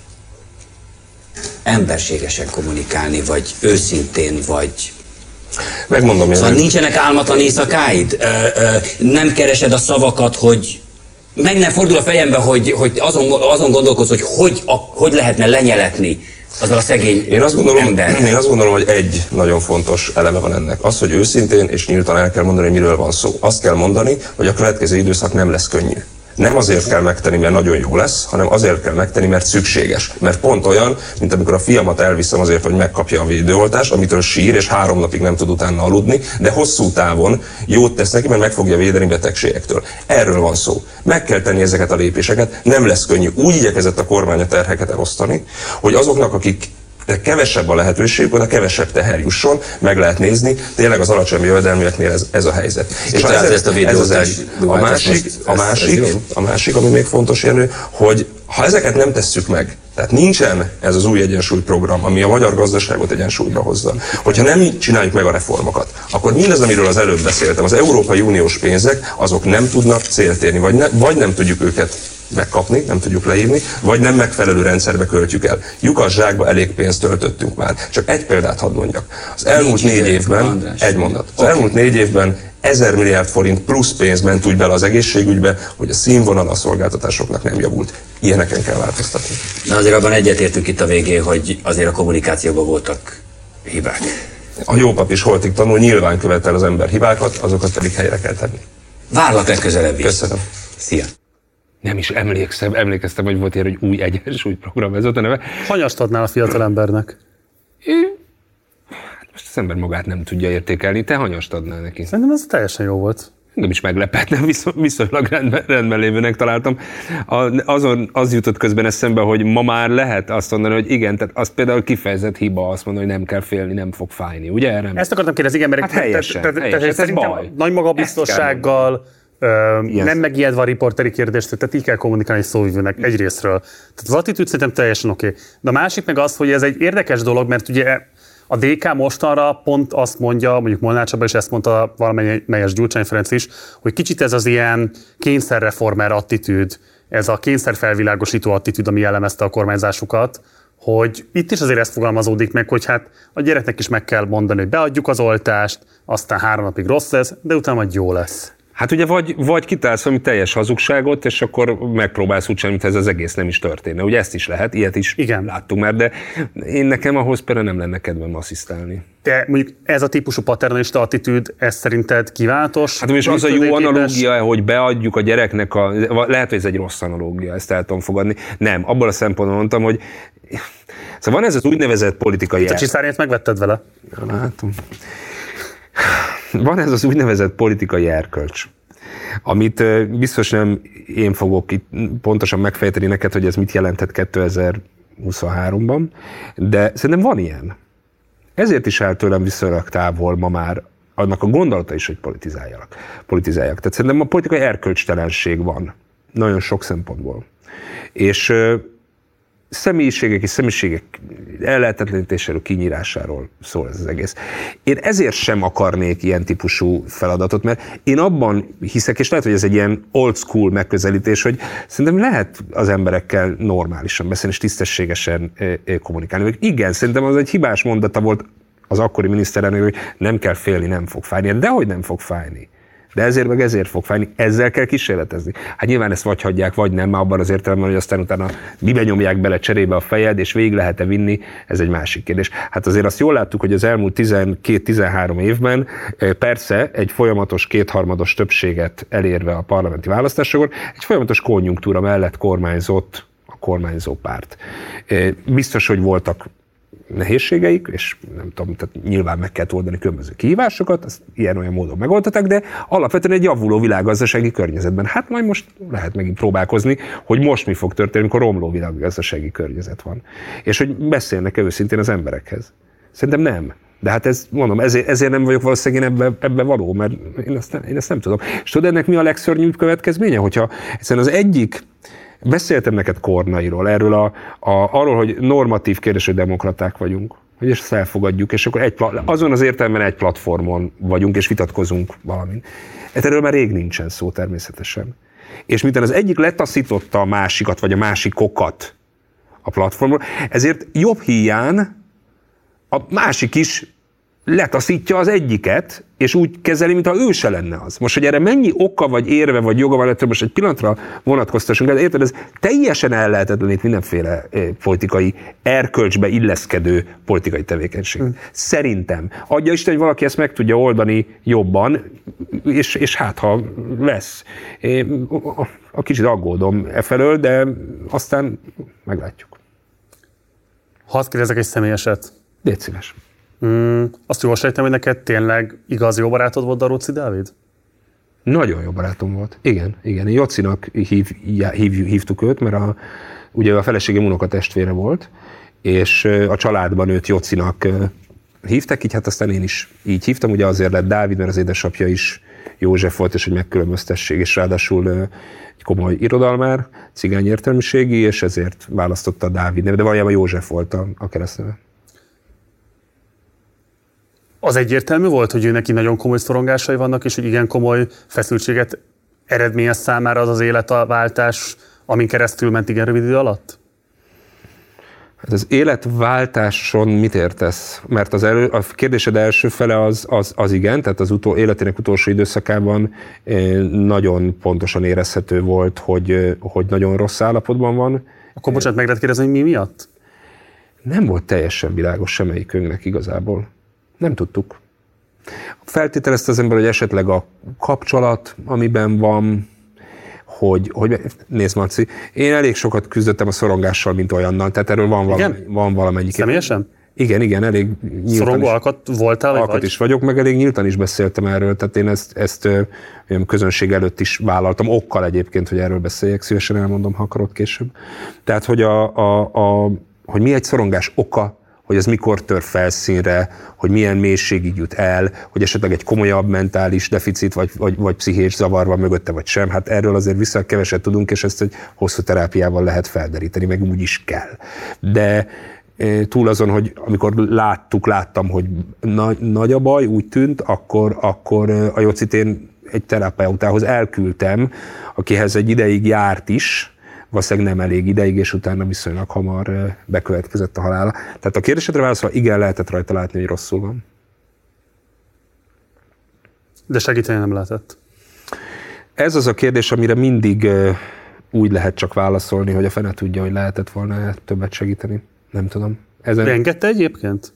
emberségesen kommunikálni, vagy őszintén, vagy... Megmondom én. Szóval nincsenek álmatlan éjszakáid? Ö, ö, nem keresed a szavakat, hogy... Meg nem fordul a fejembe, hogy, hogy azon, azon gondolkozz, hogy hogy, a, hogy lehetne lenyeletni azzal a szegény én azt gondolom, ember. Én azt gondolom, hogy egy nagyon fontos eleme van ennek. Az, hogy őszintén és nyíltan el kell mondani, hogy miről van szó. Azt kell mondani, hogy a következő időszak nem lesz könnyű. Nem azért kell megtenni, mert nagyon jó lesz, hanem azért kell megtenni, mert szükséges. Mert pont olyan, mint amikor a fiamat elviszem azért, hogy megkapja a védőoltást, amitől sír, és három napig nem tud utána aludni, de hosszú távon jót tesz neki, mert meg fogja védeni betegségektől. Erről van szó. Meg kell tenni ezeket a lépéseket, nem lesz könnyű. Úgy igyekezett a kormány a terheket elosztani, hogy azoknak, akik de kevesebb a lehetőség, oda kevesebb teher jusson, meg lehet nézni, tényleg az alacsony jövedelműeknél ez, ez a helyzet. És ha ez, ezt a ez a másik, a másik, a másik, ami még fontos, Jenő, hogy ha ezeket nem tesszük meg, tehát nincsen ez az új egyensúlyprogram, ami a magyar gazdaságot egyensúlyba hozza. Hogyha nem csináljuk meg a reformokat, akkor mindez, amiről az előbb beszéltem, az Európai Uniós pénzek, azok nem tudnak célt érni, vagy, ne, vagy nem tudjuk őket megkapni, nem tudjuk leírni, vagy nem megfelelő rendszerbe költjük el. Lyukas zsákba elég pénzt töltöttünk már. Csak egy példát hadd mondjak. Az elmúlt négy évben, egy mondat, az elmúlt négy évben ezer milliárd forint plusz pénz ment úgy bele az egészségügybe, hogy a színvonal a szolgáltatásoknak nem javult. Ilyeneken kell változtatni. Na azért abban egyetértünk itt a végén, hogy azért a kommunikációban voltak hibák. A jó pap is holtig tanul, nyilván követel az ember hibákat, azokat pedig helyre kell tenni. Várlak legközelebb is. Köszönöm. Szia. Nem is emlékszem, emlékeztem, hogy volt ilyen, hogy új egyensúlyprogram, ez volt a neve. Hanyast adnál a fiatal embernek? É, hát most az ember magát nem tudja értékelni, te hanyast adnál neki. Szerintem ez teljesen jó volt. Engem is meglepett, nem viszonylag rendben, rendben lévőnek találtam. A, azon az jutott közben eszembe, hogy ma már lehet azt mondani, hogy igen, tehát az például kifejezett hiba azt mondani, hogy nem kell félni, nem fog fájni, ugye? Nem? Ezt akartam kérdezni, igen, mert hát helyesen, te, te, helyesen, te, ez baj. Nagy magabiztossággal Ö, nem megijedve a riporteri kérdést, tehát így kell kommunikálni egy szóvivőnek egyrésztről. Tehát az attitűd szerintem teljesen oké. Okay. De a másik meg az, hogy ez egy érdekes dolog, mert ugye a dé ká mostanra pont azt mondja, mondjuk Molnár Csaba is ezt mondta valamelyes Gyurcsány Ferenc is, hogy kicsit ez az ilyen kényszerreformer attitűd, ez a kényszerfelvilágosító attitűd, ami jellemezte a kormányzásukat, hogy itt is azért ezt fogalmazódik meg, hogy hát a gyereknek is meg kell mondani, hogy beadjuk az oltást, aztán három napig rossz lesz, de utána majd jó lesz. Hát ugye vagy, vagy kitálsz valami teljes hazugságot, és akkor megpróbálsz úgy csinálni, mintha ez az egész nem is történne. Ugye ezt is lehet, ilyet is Igen. láttunk már, de én nekem ahhoz például nem lenne kedvem asszisztálni. De mondjuk ez a típusú paternalista attitűd, ez szerinted kívánatos? Hát és az a jó analógia, hogy beadjuk a gyereknek a... Lehet, hogy ez egy rossz analógia, ezt el tudom fogadni. Nem, abból a szempontból mondtam, hogy szóval van ez az úgynevezett politikai... Itt a csiszárnyát megvetted vele? Ja, látom. Van ez az úgynevezett politikai erkölcs, amit biztos nem én fogok itt pontosan megfejteni neked, hogy ez mit jelentett kétezer-huszonháromban, de szerintem van ilyen. Ezért is áll tőlem viszonylag távol ma már annak a gondolata is, hogy politizáljanak. politizáljak. Tehát szerintem a politikai erkölcstelenség van. Nagyon sok szempontból. És személyiségek és személyiségek ellehetetlenítéséről, kinyírásáról szól ez az egész. Én ezért sem akarnék ilyen típusú feladatot, mert én abban hiszek, és lehet, hogy ez egy ilyen old school megközelítés, hogy szerintem lehet az emberekkel normálisan beszélni, és tisztességesen kommunikálni. Igen, szerintem az egy hibás mondata volt az akkori miniszterelnök, hogy nem kell félni, nem fog fájni. Dehogy nem fog fájni. De ezért meg ezért fog fájni, ezzel kell kísérletezni. Hát nyilván ezt vagy hagyják, vagy nem, már abban az értelemben, hogy aztán utána mibe nyomják bele cserébe a fejed, és végig lehet-e vinni, ez egy másik kérdés. Hát azért azt jól láttuk, hogy az elmúlt tizenkét-tizenhárom évben persze egy folyamatos kétharmados többséget elérve a parlamenti választásokon, egy folyamatos konjunktúra mellett kormányzott a kormányzó párt. Biztos, hogy voltak nehézségeik, és nem tudom, tehát nyilván meg kell oldani különböző kihívásokat, azt ilyen-olyan módon megoldották, de alapvetően egy javuló világgazdasági környezetben. Hát majd most lehet megint próbálkozni, hogy most mi fog történni, amikor romló világgazdasági környezet van. És hogy beszélnek-e őszintén az emberekhez. Szerintem nem. De hát ez, mondom, ezért, ezért nem vagyok valószínűleg ebbe, ebbe való, mert én ezt, nem, én ezt nem tudom. És tudod, ennek mi a legszörnyűbb következménye? Hogyha egyszerűen az egyik, beszéltem neked Kornairól, erről a, a, arról, hogy normatív kérdés, hogy demokraták vagyunk, hogy ezt elfogadjuk, és akkor egy, azon az értelemben egy platformon vagyunk, és vitatkozunk valamin. Erről már rég nincsen szó természetesen. És miután az egyik letaszította a másikat, vagy a másikokat a platformon, ezért jobb hiány a másik is letaszítja az egyiket, és úgy kezeli, mintha ő se lenne az. Most, hogy erre mennyi oka, vagy érve, vagy joga van, most egy pillanatra vonatkoztassunk, de érted, ez teljesen ellehetetlenít mindenféle politikai erkölcsbe illeszkedő politikai tevékenység. Hmm. Szerintem. Adja Isten, hogy valaki ezt meg tudja oldani jobban, és, és hát, ha lesz. Én a kicsit aggódom e felől, de aztán meglátjuk. Hadd kérdezek egy személyeset. Légy szíves. Mm, azt jól sejtem, hogy neked tényleg igaz jó barátod volt Daróczi Dávid? Nagyon jó barátom volt. Igen, igen. Jocinak hív, hív, hívtuk őt, mert a, ugye a feleségem unokatestvére volt, és a családban őt Jocinak hívták, így hát aztán én is így hívtam. Ugye azért lett Dávid, mert az édesapja is József volt, és egy megkülönböztesség, és ráadásul egy komoly irodalmár, cigány értelmiségi, és ezért választotta a Dávid neve, de valójában József volt a, a keresztneve. Az egyértelmű volt, hogy ő neki nagyon komoly szorongásai vannak, és hogy igen komoly feszültséget eredményez számára az az életváltás, amin keresztül ment igen rövid idő alatt? Hát az életváltáson mit értesz? Mert az elő, a kérdésed első fele az, az, az igen, tehát az utol, életének utolsó időszakában nagyon pontosan érezhető volt, hogy, hogy nagyon rossz állapotban van. Akkor bocsánat, meg lehet kérdezni, hogy mi miatt? Nem volt teljesen világos semmelyikünknek igazából. Nem tudtuk. Feltételezte az ember, hogy esetleg a kapcsolat, amiben van, hogy, hogy nézd, Marci, én elég sokat küzdöttem a szorongással, mint olyannal, tehát erről van, valami, van valamelyik. Személyesen? Igen, igen, elég nyíltan. Szorongó alkat voltál, vagy alkat is vagyok, meg elég nyíltan is beszéltem erről, tehát én ezt, ezt közönség előtt is vállaltam, okkal egyébként, hogy erről beszéljek, szívesen elmondom, ha akarod később. Tehát, hogy, a, a, a, hogy mi egy szorongás oka, hogy ez mikor tör felszínre, hogy milyen mélységig jut el, hogy esetleg egy komolyabb mentális deficit vagy, vagy, vagy pszichés zavar van mögötte, vagy sem. Hát erről azért viszont keveset tudunk, és ezt egy hosszú terápiával lehet felderíteni, meg úgy is kell. De túl azon, hogy amikor láttuk, láttam, hogy nagy, nagy a baj, úgy tűnt, akkor, akkor a Jocit én egy terapeutához elküldtem, akihez egy ideig járt is, valószínűleg nem elég ideig, és utána viszonylag hamar bekövetkezett a halála. Tehát a kérdésedre válaszolva, igen, lehetett rajta látni, hogy rosszul van. De segíteni nem lehetett? Ez az a kérdés, amire mindig úgy lehet csak válaszolni, hogy a fene tudja, hogy lehetett volna többet segíteni. Nem tudom. Ezen... Engedte egyébként?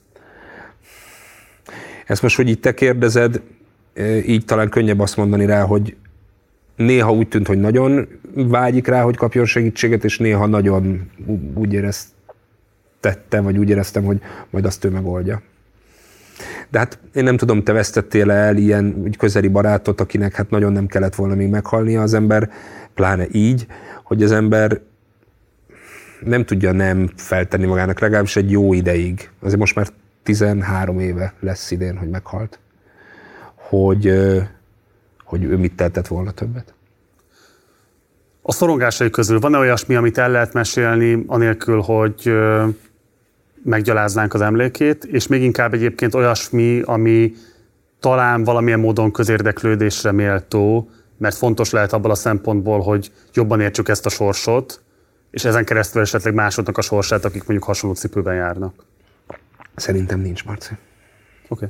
Ezt most, hogy így te kérdezed, így talán könnyebb azt mondani rá, hogy néha úgy tűnt, hogy nagyon vágyik rá, hogy kapjon segítséget, és néha nagyon úgy éreztettem, vagy úgy éreztem, hogy majd azt ő megoldja. De hát én nem tudom, te vesztettél el ilyen közeli barátot, akinek hát nagyon nem kellett volna még meghalnia az ember, pláne így, hogy az ember nem tudja nem feltenni magának legalábbis egy jó ideig. Azért most már tizenhárom éve lesz idén, hogy meghalt. Hogy, hogy ő mit tehetett volna többet. A szorongásai közül van-e olyasmi, amit el lehet mesélni, anélkül, hogy meggyaláznánk az emlékét, és még inkább egyébként olyasmi, ami talán valamilyen módon közérdeklődésre méltó, mert fontos lehet abból a szempontból, hogy jobban értsük ezt a sorsot, és ezen keresztül esetleg másoknak a sorsát, akik mondjuk hasonló cipőben járnak. Szerintem nincs, Marci. Oké. Okay.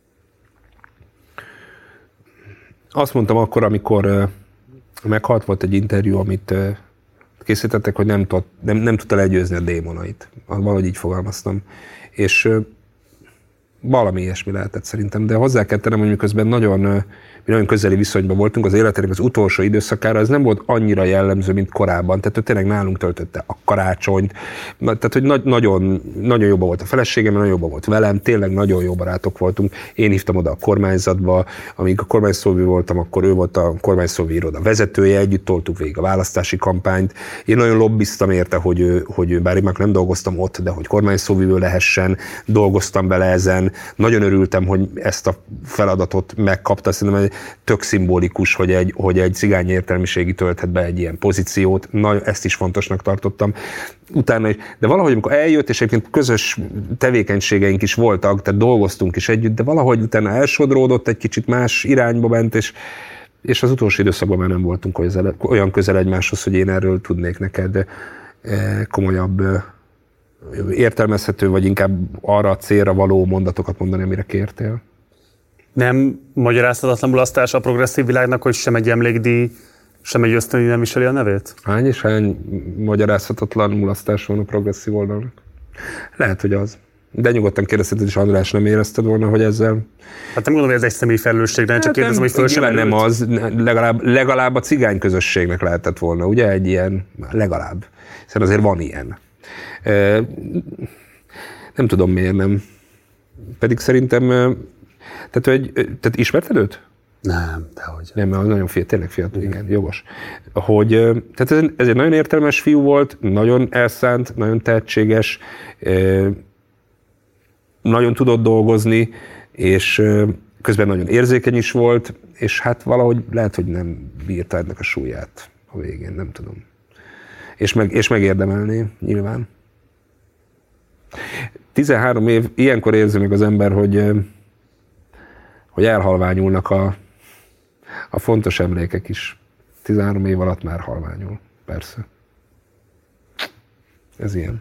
Azt mondtam akkor, amikor uh, meghalt, volt egy interjú, amit uh, készítettek, hogy nem, tud, nem, nem tudta legyőzni a démonait. Valahogy így fogalmaztam. És uh, valami ilyesmi lehetett szerintem, de hozzá kell tennem, hogy miközben nagyon, uh, nagyon közeli viszonyban voltunk az életének az utolsó időszakára, ez nem volt annyira jellemző, mint korábban. Tehát ő tényleg nálunk töltötte a karácsonyt, tehát hogy na- nagyon, nagyon jobban volt a feleségem, nagyon jobban volt velem, tényleg nagyon jó barátok voltunk. Én hívtam oda a kormányzatba, amíg a kormányszóvivő voltam, akkor ő volt a kormányszóvivő iroda vezetője, együtt toltuk végig a választási kampányt. Én nagyon lobbiztam érte, hogy ő, hogy ő, bár én már nem dolgoztam ott, de hogy kormányszóvivő lehessen, dolgoztam bele ezen. Nagyon örültem, hogy ezt a feladatot megkapta, szerintem tök szimbolikus, hogy egy, hogy egy cigány értelmiségi tölthet be egy ilyen pozíciót. Na, ezt is fontosnak tartottam. Utána is, de valahogy, amikor eljött, és egyébként közös tevékenységeink is voltak, tehát dolgoztunk is együtt, de valahogy utána elsodródott, egy kicsit más irányba ment, és, és az utolsó időszakban már nem voltunk olyan közel egymáshoz, hogy én erről tudnék neked komolyabb, értelmezhető, vagy inkább arra a célra való mondatokat mondani, amire kértél. Nem magyarázhatatlan mulasztás a progresszív világnak, hogy sem egy emlékdíj, sem egy ösztöndíj nem viseli a nevét? Hány és hány magyarázhatatlan mulasztás van a progresszív oldalnak? Lehet, hogy az. De nyugodtan kérdezheted, és András, nem érezted volna, hogy ezzel... Hát nem gondolom, hogy ez egy személyi felelősség, de hát csak kérdezem, hogy föl sem nem az, legalább, legalább a cigány közösségnek lehetett volna, ugye? Egy ilyen, legalább. Hiszen azért van ilyen. E, nem tudom, miért nem. Pedig szerintem... Tehát, hogy, tehát ismerted őt? Nem, dehogy. Nem, mert nagyon fiatal, tényleg fiatal, igen, igen, jogos. Hogy, tehát ez, ez egy nagyon értelmes fiú volt, nagyon elszánt, nagyon tehetséges, nagyon tudott dolgozni, és közben nagyon érzékeny is volt, és hát valahogy lehet, hogy nem bírta ennek a súlyát a végén, nem tudom. És, meg, és megérdemelné, nyilván. tizenhárom év, ilyenkor érzi meg az ember, hogy hogy elhalványulnak a, a fontos emlékek is. tizenhárom év alatt már halványul, persze. Ez ilyen.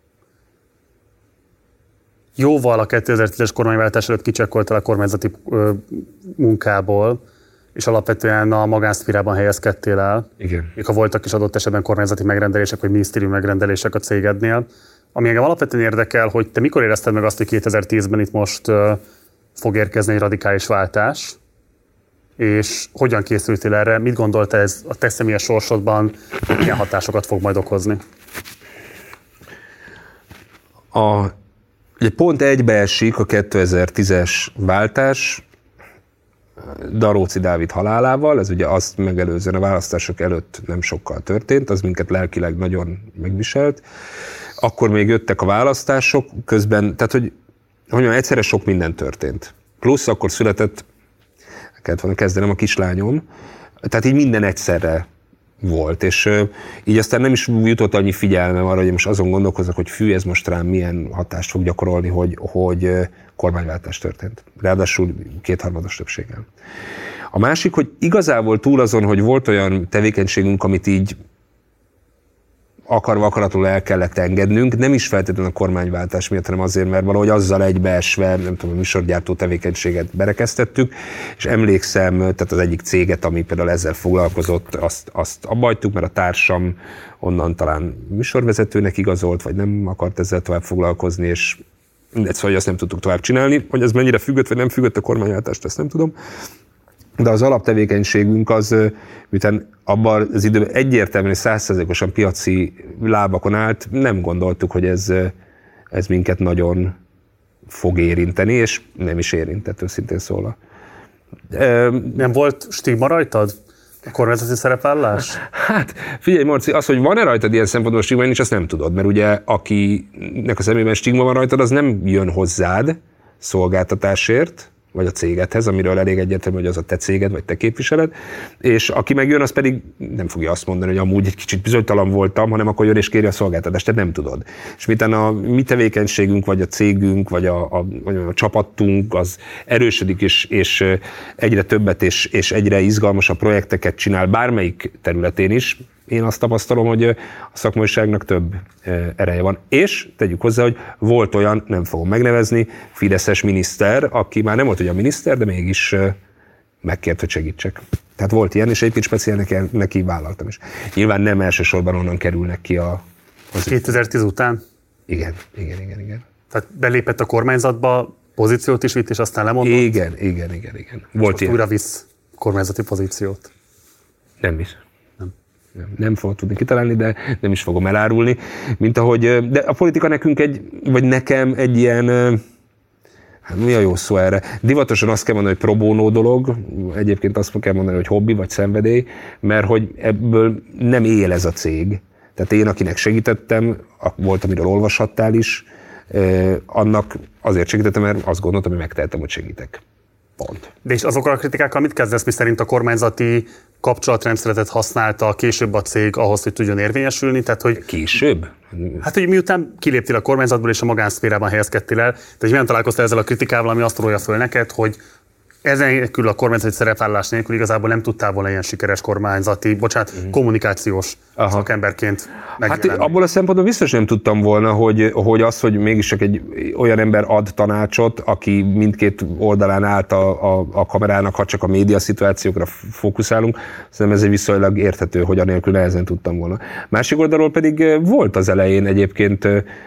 Jóval a kétezer-tízes kormányváltás előtt kicsekkoltál a kormányzati ö, munkából, és alapvetően a magánszférában helyezkedtél el. Igen. Még ha voltak is adott esetben kormányzati megrendelések, vagy minisztériumi megrendelések a cégednél. Ami engem alapvetően érdekel, hogy te mikor érezted meg azt, hogy kétezer-tízben itt most ö, fog érkezni egy radikális váltás, és hogyan készültél erre? Mit gondolt ez a te személyes sorsodban, milyen hatásokat fog majd okozni? A, ugye pont egybeesik a kétezer-tízes váltás Daróczi Dávid halálával, ez ugye azt megelőzően a választások előtt nem sokkal történt, az minket lelkileg nagyon megviselt. akkor még jöttek a választások, közben, tehát hogy, hogy mondjam, egyszerre sok minden történt. Plusz akkor született, kellett volna kezdenem a kislányom, tehát így minden egyszerre volt, és uh, így aztán nem is jutott annyi figyelmem arra, hogy most azon gondolkozok, hogy fű, ez most rám milyen hatást fog gyakorolni, hogy, hogy uh, kormányváltás történt. Ráadásul kétharmados többséggel. A másik, hogy igazából túl azon, hogy volt olyan tevékenységünk, amit így akarva akaratul el kellett engednünk, nem is feltétlenül a kormányváltás miatt, hanem azért, mert valahogy azzal egybeesve, nem tudom, a műsorgyártó tevékenységet berekeztettük, és emlékszem, tehát az egyik céget, ami például ezzel foglalkozott, azt, azt abba hagytuk, mert a társam onnan talán műsorvezetőnek igazolt, vagy nem akart ezzel tovább foglalkozni, és mindegy, szóval azt nem tudtuk tovább csinálni. Hogy ez mennyire függött, vagy nem függött a kormányváltást, ezt nem tudom. De az alaptevékenységünk az, miután abban az időben egyértelműen száz százalékosan piaci lábakon állt, nem gondoltuk, hogy ez, ez minket nagyon fog érinteni, és nem is érintett, őszintén szólva. Nem volt stigma rajtad? A kormányzati szerepvállás? Hát figyelj, Marci, az, hogy van-e rajtad ilyen szempontból stigma, én is azt nem tudod, mert ugye akinek a szemében stigma van rajtad, az nem jön hozzád szolgáltatásért, vagy a cégedhez, amiről elég egyértelmű, hogy az a te céged, vagy te képviseled, és aki megjön, az pedig nem fogja azt mondani, hogy amúgy egy kicsit bizonytalan voltam, hanem akkor jön és kéri a szolgáltatást, te nem tudod. És miután a mi tevékenységünk, vagy a cégünk, vagy a, a, a csapatunk az erősödik, és, és egyre többet, és, és egyre izgalmasabb projekteket csinál bármelyik területén is, én azt tapasztalom, hogy a szakmaiságnak több ereje van. És tegyük hozzá, hogy volt olyan, nem fogom megnevezni, fideszes miniszter, aki már nem volt ugyan miniszter, de mégis megkért, hogy segítsek. Tehát volt ilyen, és egyébként speciál neki, neki vállaltam is. Nyilván nem elsősorban onnan kerülnek ki a... Az kétezer-tíz után? Igen, igen, igen, igen. Tehát belépett a kormányzatba, pozíciót is vitt, és aztán lemondott? Igen, igen, igen, igen. Volt és ilyen. Újra visz kormányzati pozíciót? Nem visz. Nem, nem fogom tudni kitalálni, de nem is fogom elárulni. Mint ahogy, de a politika nekünk egy, vagy nekem egy ilyen, hát mi a jó szó erre? Divatosan azt kell mondani, hogy pro bono dolog, egyébként azt kell mondani, hogy hobbi vagy szenvedély, mert hogy ebből nem él ez a cég. Tehát én, akinek segítettem, volt, amiről olvashattál is, annak azért segítettem, mert azt gondoltam, hogy megtehetem, hogy segítek. Pont. De és azokkal a kritikákkal mit kezdesz, mi szerint a kormányzati kapcsolatrendszeretet használta később a cég ahhoz, hogy tudjon érvényesülni? Tehát, hogy később? Hát, hogy miután kiléptél a kormányzatból és a magánszférában helyezkedtél el, tehát milyen találkoztál ezzel a kritikával, ami azt rólja föl neked, hogy ezen nélkül a kormányzati szerepvállás nélkül igazából nem tudtál volna ilyen sikeres kormányzati, bocsánat, mm. kommunikációs Aha. szakemberként megjelenni. Hát abból a szempontból biztos nem tudtam volna, hogy, hogy az, hogy mégis csak egy olyan ember ad tanácsot, aki mindkét oldalán állt a, a, a kamerának, ha csak a média szituációkra fókuszálunk, szerintem ez egy viszonylag érthető, hogy anélkül nehezen tudtam volna. Másik oldalról pedig volt az elején egyébként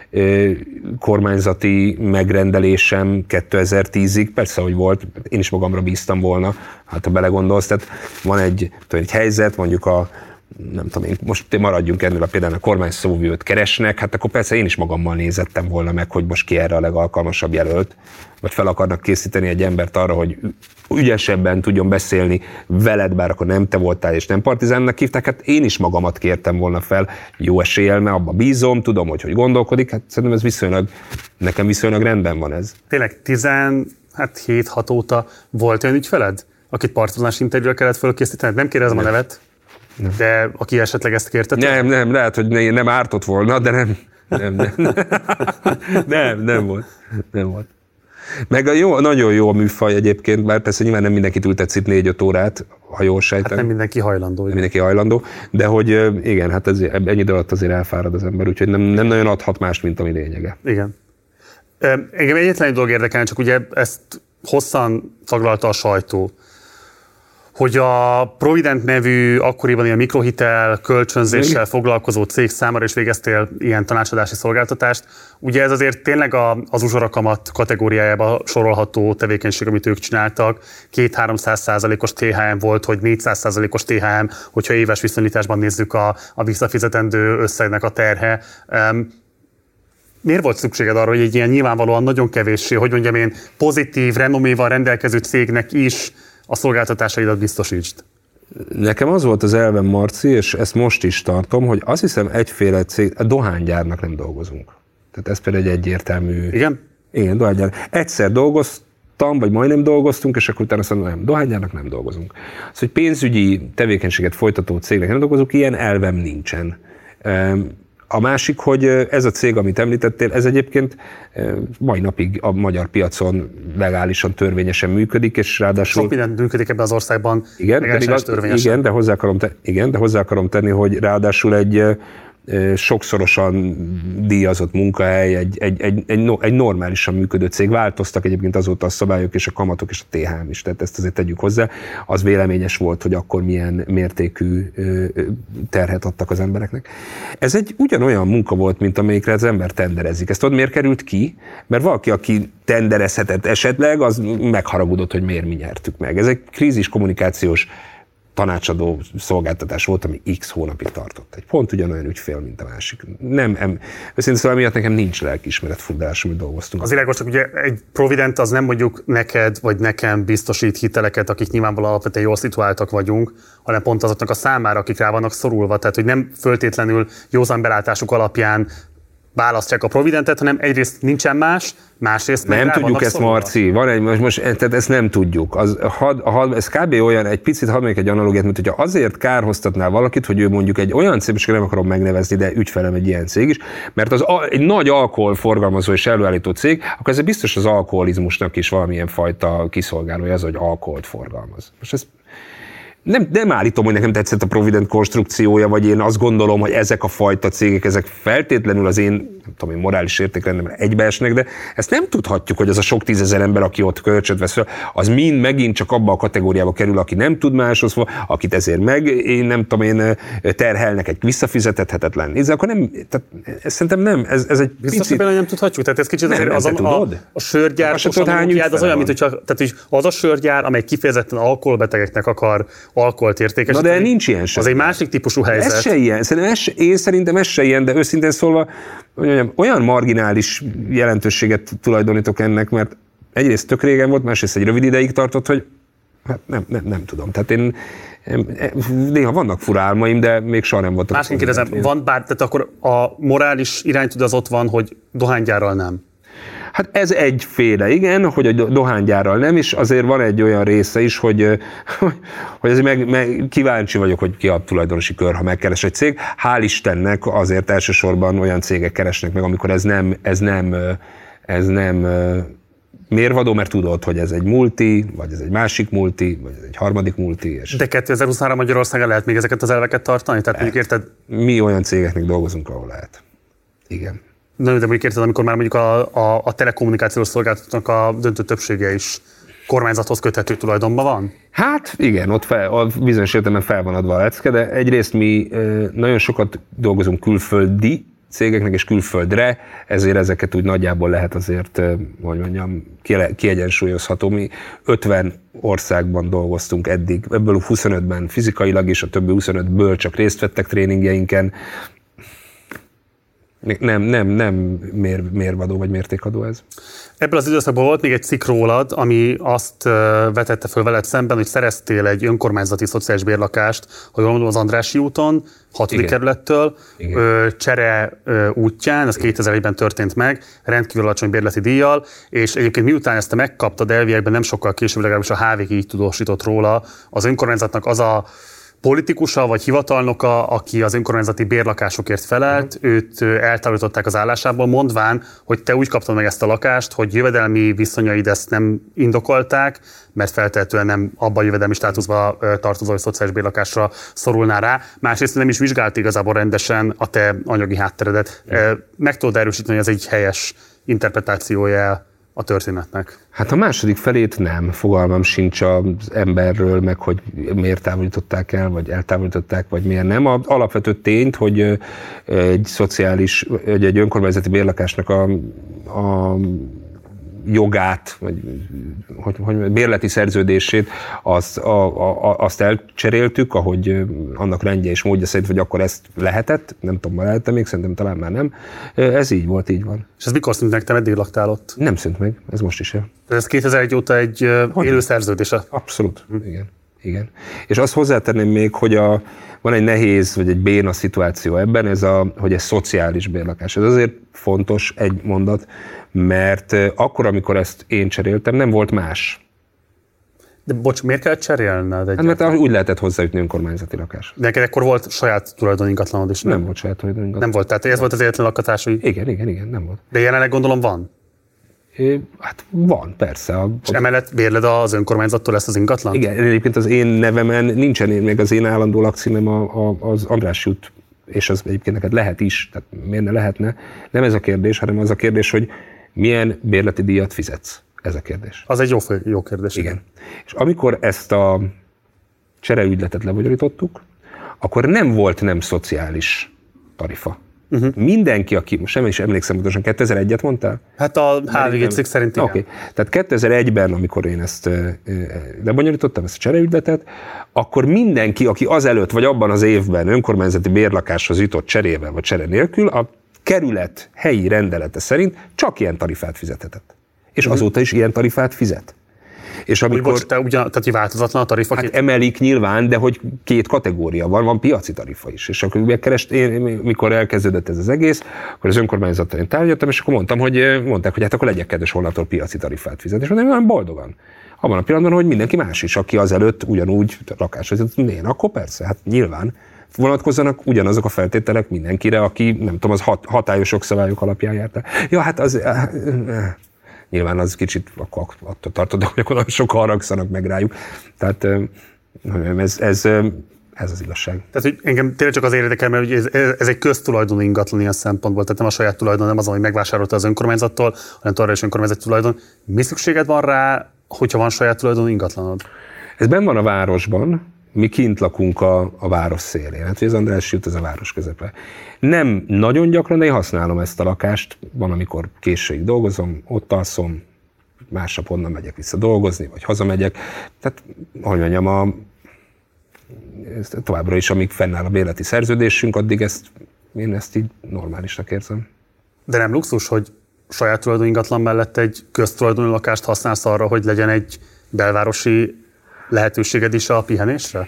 kormányzati megrendelésem kétezer-tízig, persze, hogy volt, én is magamra bíztam volna, hát ha belegondolsz, tehát van egy, egy helyzet, mondjuk a, nem tudom én, most maradjunk ennél a például a kormány szóvivőt keresnek, hát akkor persze én is magammal nézettem volna meg, hogy most ki erre a legalkalmasabb jelölt, vagy fel akarnak készíteni egy embert arra, hogy ügyesebben tudjon beszélni veled, bár akkor nem te voltál és nem partizánnak hívták, hát én is magamat kértem volna fel, jó eséllyel, mert abba bízom, tudom, hogy hogy gondolkodik, hát szerintem ez viszonylag, nekem viszonylag rendben van ez. Tényleg tizenhét-hat óta volt olyan ügyfeled, akit partizáns interjúra kellett fölkészítened? Nem kérdezem nem. a nevet, nem. De aki esetleg ezt kérte? Nem, nem, lehet, hogy nem ártott volna, de nem. Nem, nem, nem, nem volt. Nem volt. Meg a jó, nagyon jó a műfaj egyébként, bár persze nyilván nem mindenkit ültetsz itt négy-öt órát, ha jól sejtem. Hát nem mindenki hajlandó. Nem mindenki hajlandó, de hogy igen, hát ez, ennyi idő alatt azért elfárad az ember, úgyhogy nem, nem nagyon adhat más, mint ami lényege. Igen. Engem egyetlen egy dolog érdekel, csak ugye ezt hosszan taglalta a sajtó, hogy a Provident nevű akkoriban ilyen mikrohitel kölcsönzéssel foglalkozó cég számára is végeztél ilyen tanácsadási szolgáltatást. Ugye ez azért tényleg a, az uzsorakamat kategóriájába sorolható tevékenység, amit ők csináltak. két-háromszáz százalékos té há em volt, hogy négyszáz százalékos té há em, hogyha éves viszonyításban nézzük a, a visszafizetendő összegnek a terhe. Um, Miért volt szükséged arra, hogy egy ilyen nyilvánvalóan nagyon kevéssé, hogy mondjam én, pozitív, renoméval rendelkező cégnek is a szolgáltatásaidat biztosítsd? Nekem az volt az elvem, Marci, és ezt most is tartom, hogy azt hiszem egyféle cég, a dohánygyárnak nem dolgozunk. Tehát ez például egy egyértelmű... Igen? Igen, dohánygyár. Egyszer dolgoztam, vagy majdnem dolgoztunk, és akkor utána azt mondom, nem, dohánygyárnak nem dolgozunk. Az, hogy pénzügyi tevékenységet folytató cégnek nem dolgozunk, ilyen elvem nincsen. A másik, hogy ez a cég, amit említettél, ez egyébként mai napig a magyar piacon legálisan, törvényesen működik, és ráadásul... Sok minden működik ebben az országban, igen, legálisan és törvényesen. Igen, de hozzá akarom, te, igen, de hozzá akarom tenni, hogy ráadásul egy sokszorosan díjazott munkahely, egy, egy, egy, egy, egy normálisan működő cég. Változtak egyébként azóta a szabályok és a kamatok és a té há em is, tehát ezt azért tegyük hozzá. Az véleményes volt, hogy akkor milyen mértékű terhet adtak az embereknek. Ez egy ugyanolyan munka volt, mint amelyikre az ember tenderezik. Ezt tudod, miért került ki? Mert valaki, aki tenderezhetett esetleg, az megharagudott, hogy miért mi nyertük meg. Ez egy krízis kommunikációs tanácsadó szolgáltatás volt, ami x hónapig tartott. Egy pont ugyanolyan ügyfél, mint a másik. Nem, em, őszintén szóval miatt nekem nincs lelkiismeret furdalás, amit dolgoztunk. Az világos, csak ugye egy Provident az nem mondjuk neked vagy nekem biztosít hiteleket, akik nyilvánvalóan alapvetően jól szituáltak vagyunk, hanem pont azoknak a számára, akik rá vannak szorulva. Tehát, hogy nem föltétlenül józan belátásuk alapján választják a Providentet, hanem egyrészt nincsen más, másrészt nem tudjuk ezt, szorulva. Marci. Van egy, most, most tehát ezt nem tudjuk. Az, had, had, ez kb. Olyan, egy picit hadd mondjuk egy analógiát, mint hogyha azért kárhoztatnál valakit, hogy ő mondjuk egy olyan cég, és nem akarom megnevezni, de ügyfelem egy ilyen cég is, mert az egy nagy alkoholforgalmazó és előállító cég, akkor ez biztos az alkoholizmusnak is valamilyen fajta kiszolgálója az, hogy alkoholt forgalmaz. Most ez Nem, nem állítom, hogy nekem tetszett a Provident konstrukciója, vagy én azt gondolom, hogy ezek a fajta cégek, ezek feltétlenül az én, nem tudom, én morális értékrendemre egybeesnek, de ezt nem tudhatjuk, hogy az a sok tízezer ember, aki ott kölcsönt vesz fel, az mind megint csak abba a kategóriába kerül, aki nem tud máshoz, akit ezért meg, én nem tudom, én terhelnek egy visszafizethetetlen. Ez akkor nem, tehát ez szerintem nem, ez, ez egy picit... nem tudhatjuk, tehát ez kicsit nem, az nem, a, a, a sörgyár, az olyan, mint hogyha, tehát az a sörgyár, amely kifejezetten alkoholbetegeknek akar alkoholt értékesíteni. Na de nincs ilyen sem. Az egy másik típusú helyzet. Ez se ilyen. Szerintem ez se, én szerintem ez se ilyen, de őszintén szólva mondjam, olyan marginális jelentőséget tulajdonítok ennek, mert egyrészt tök régen volt, másrészt egy rövid ideig tartott, hogy hát nem, nem, nem tudom. Tehát én néha vannak fura álmaim, de még soha nem voltak. Másként kérdezem, van bár, tehát akkor a morális iránytűd az ott van, hogy dohánygyárral nem. Hát ez egyféle, igen, hogy a dohánygyárral nem, és azért van egy olyan része is, hogy, hogy azért meg, meg kíváncsi vagyok, hogy ki a tulajdonosi kör, ha megkeres egy cég. Hál' Istennek azért elsősorban olyan cégek keresnek meg, amikor ez nem, ez nem, ez nem mérvadó, mert tudod, hogy ez egy multi, vagy ez egy másik multi, vagy ez egy harmadik multi. És de kétezer-huszonhárom Magyarországon lehet még ezeket az elveket tartani? Tehát mondjuk érted? Mi olyan cégeknek dolgozunk, ahol lehet. Igen. De, de mondjuk érted, amikor már mondjuk a, a, a telekommunikációs szolgáltatónak a döntő többsége is kormányzathoz köthető tulajdonban van? Hát igen, ott fel, a bizonyos értelemben fel van adva a lecke, de egyrészt mi nagyon sokat dolgozunk külföldi cégeknek és külföldre, ezért ezeket úgy nagyjából lehet azért, hogy mondjam, kiegyensúlyozható. Mi ötven országban dolgoztunk eddig, ebből huszonötben fizikailag, és a többi huszonötből csak részt vettek tréningjeinken. Nem, nem, nem mér, mérvadó vagy mértékadó ez. Ebből az időszakban volt még egy cikk rólad, ami azt vetette föl veled szemben, hogy szereztél egy önkormányzati szociális bérlakást, hogy mondom, az Andrássy úton, hatodik kerülettől, ö, Csere ö, útján, ez kétezer-egyben történt meg, rendkívül alacsony bérleti díjjal, és egyébként miután ezt te megkaptad, elviekben nem sokkal később, legalábbis a há vé gé így tudósított róla, az önkormányzatnak az a politikusa vagy hivatalnoka, aki az önkormányzati bérlakásokért felelt, uh-huh. őt eltávolították az állásából, mondván, hogy te úgy kaptad meg ezt a lakást, hogy jövedelmi viszonyaid ezt nem indokolták, mert feltehetően nem abban a jövedelmi státuszban tartozó, hogy szociális bérlakásra szorulnál rá. Másrészt nem is vizsgált igazából rendesen a te anyagi hátteredet. Uh-huh. Meg tudod erősíteni, hogy ez egy helyes interpretációja a történetnek? Hát a második felét nem, fogalmam sincs az emberről, meg hogy miért távolították el, vagy eltávolították, vagy miért nem. Az alapvető tényt, hogy egy szociális, egy, egy önkormányzati bérlakásnak a, a jogát, vagy hogy, hogy bérleti szerződését, azt, a, a, azt elcseréltük, ahogy annak rendje és módja szerint, hogy akkor ezt lehetett, nem tudom, ma lehetett még, szerintem talán már nem. Ez így volt, így van. És ez mikor szűnt meg, te meddig laktál ott? Nem szűnt meg, ez most is el. Ez kétezer-egy óta egy hogy élő szerződése? Abszolút, hm. igen. Igen. És azt hozzátenném még, hogy a, van egy nehéz, vagy egy béna szituáció ebben, ez a, hogy ez szociális bérlakás. Ez azért fontos egy mondat, mert akkor, amikor ezt én cseréltem, nem volt más. De bocs, miért kellett cserélned? Hát mert úgy lehetett hozzáütni önkormányzati lakás. De neked akkor volt saját tulajdon ingatlanod is, nem? Nem volt saját tulajdon ingatlan. Nem volt, tehát ez volt az egyetlen lakhatás, hogy... Igen, igen, igen, nem volt. De jelenleg gondolom van? É, hát van, persze. A, és emellett bérled az önkormányzattól ezt az ingatlant? Igen, egyébként az én nevemen nincsen, még az én állandó lakcímem a, a, az András út, és az egyébként neked lehet is, tehát miért ne lehetne. Nem ez a kérdés, hanem az a kérdés, hogy milyen bérleti díjat fizetsz. Ez a kérdés. Az egy jó, jó kérdés. Igen. És amikor ezt a csereügyletet lebonyolítottuk, akkor nem volt nem szociális tarifa. Uh-huh. Mindenki, aki, most sem is emlékszem, pontosan kétezer-egyet mondtál? Hát a há vé gé cikk szerint igen. Okay. Tehát kétezer-egyben, amikor én ezt lebonyolítottam, ezt a csereügyletet, akkor mindenki, aki azelőtt vagy abban az évben önkormányzati bérlakáshoz jutott cserével vagy csere nélkül, a kerület helyi rendelete szerint csak ilyen tarifát fizethetett. És uh-huh. azóta is ilyen tarifát fizet. És amikor... Bocs, te ugyan, tehát változatlan a tarifa? Hát emelik nyilván, de hogy két kategória van, van piaci tarifa is. És akkor megkerest, én, mikor elkezdődött ez az egész, akkor az önkormányzattal én tárgyaltam, és akkor mondtam, hogy mondták, hogy hát akkor legyek kedves holnaptól piaci tarifát fizet. És mondtam, hogy boldogan. Abban a pillanatban, hogy mindenki más is, aki azelőtt ugyanúgy lakáshoz jutott, én, akkor persze, hát nyilván vonatkozzanak ugyanazok a feltételek mindenkire, aki nem tudom, az hat, hatályos jogszabályok alapján járt el. Ja, hát az... Nyilván az kicsit attól tartod, hogy akkor nagyon sokan haragszanak meg rájuk. Tehát ez, ez, ez az igazság. Tehát, hogy engem tényleg csak az érdekel, mert ez, ez egy köztulajdonú ingatlan ilyen szempontból, tehát nem a saját tulajdon, nem az, hogy megvásárolta az önkormányzattól, hanem továbbra is önkormányzati tulajdon. Mi szükséged van rá, hogyha van saját tulajdonú ingatlanod? Ez benn van a városban, mi kint lakunk a, a város szélén. Hát, hogy az András út, ez a város közepe. Nem nagyon gyakran, de én használom ezt a lakást. Van, amikor későig dolgozom, ott alszom, másnap onnan megyek vissza dolgozni, vagy hazamegyek. Tehát, hogy mondjam, a, továbbra is, amíg fennáll a bérleti szerződésünk, addig ezt, én ezt így normálisnak érzem. De nem luxus, hogy saját tulajdonú ingatlan mellett egy köztulajdonú lakást használsz arra, hogy legyen egy belvárosi lehetőséged is a pihenésre?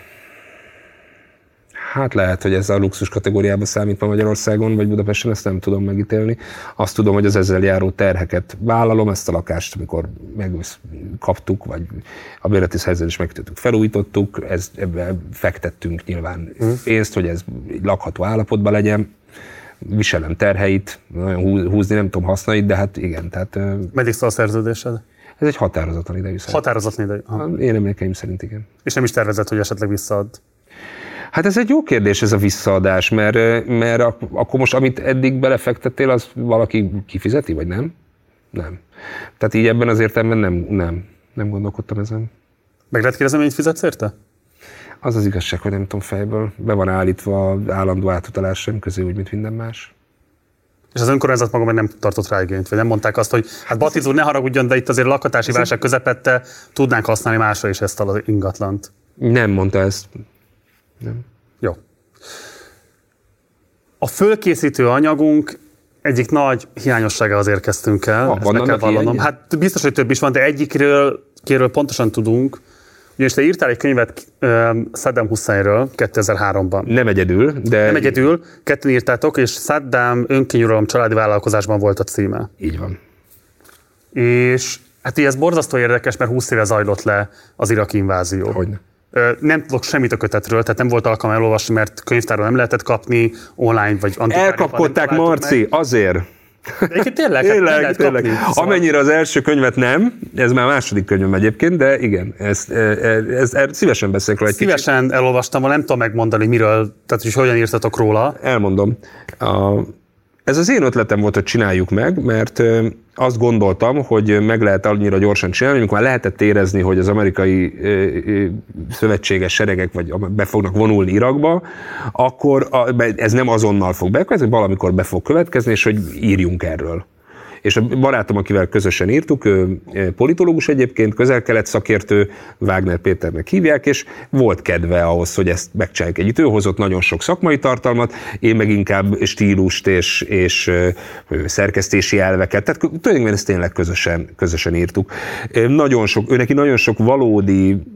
Hát lehet, hogy ez a luxus kategóriába számít ma Magyarországon, vagy Budapesten, ezt nem tudom megítélni. Azt tudom, hogy az ezzel járó terheket vállalom, ezt a lakást, amikor megkaptuk, vagy a bérleti szerződést megkötöttük, felújítottuk, ez, ebben fektettünk nyilván pénzt, hogy ez lakható állapotban legyen. Viselem terheit, nagyon húzni nem tudom használni, de hát igen. Tehát, meddig szól a szerződésed? Ez egy határozatlan idejű szerződés. Határozatlan idejű? Aha. Én emlékeim szerint igen. És nem is tervezett, hogy esetleg visszaad? Hát ez egy jó kérdés, ez a visszaadás, mert, mert akkor most, amit eddig belefektettél, az valaki kifizeti, vagy nem? Nem. Tehát így ebben az értelemben nem, nem, nem gondolkodtam ezen. Meg lehet kérdezni, mennyit fizetsz érte? Az az igazság, hogy nem tudom fejből. Be van állítva állandó átutalás sem közé, úgy, mint minden más. És az önkormányzat maga meg nem tartott rá igényt, vagy nem mondták azt, hogy hát Batiz úr, ne haragudjon, de itt azért lakhatási válság közepette tudnánk használni másra is ezt az ingatlant. Nem mondta ezt. Nem. Jó. A fölkészítő anyagunk egyik nagy hiányosságához érkeztünk el. Ah, van kell vallanom. Hát biztos, hogy több is van, de egyikről kiről pontosan tudunk. Ugyanis te írtál egy könyvet um, Saddam Husseinről kétezer-háromban. Nem egyedül, de... Nem egyedül, ketten írtátok, és Saddam önkényuralom családi vállalkozásban volt a címe. Így van. És hát így ez borzasztó érdekes, mert húsz éve zajlott le az iraki invázió. Hogyne. Nem tudok semmit a kötetről, tehát nem volt alkalmam elolvasni, mert könyvtárban nem lehetett kapni, online vagy antikváriumban. Elkapkodták, Marci, meg. Azért. Egyébként tényleg, tényleg, hát tényleg. Kapni, szóval. Amennyire az első könyvet nem, ez már a második könyvem egyébként, de igen, ezt, ezt, ezt szívesen beszélek róla egy szívesen kicsit. Szívesen elolvastam, nem tudom megmondani, miről, tehát hogy hogyan írtatok róla. Elmondom. A, ez az én ötletem volt, hogy csináljuk meg, mert azt gondoltam, hogy meg lehet annyira gyorsan csinálni, amikor már lehetett érezni, hogy az amerikai szövetséges seregek vagy be fognak vonulni Irakba, akkor ez nem azonnal fog bekövetkezni, valamikor be fog következni, és hogy írjunk erről. És a barátom, akivel közösen írtuk, ő politológus egyébként, közel-kelet szakértő, Wagner Péternek hívják, és volt kedve ahhoz, hogy ezt megcsináljuk együtt. Ő hozott nagyon sok szakmai tartalmat, én meg inkább stílust és, és szerkesztési elveket. Tehát tulajdonképpen ezt tényleg közösen, közösen írtuk. Nagyon sok, ő neki nagyon sok valódi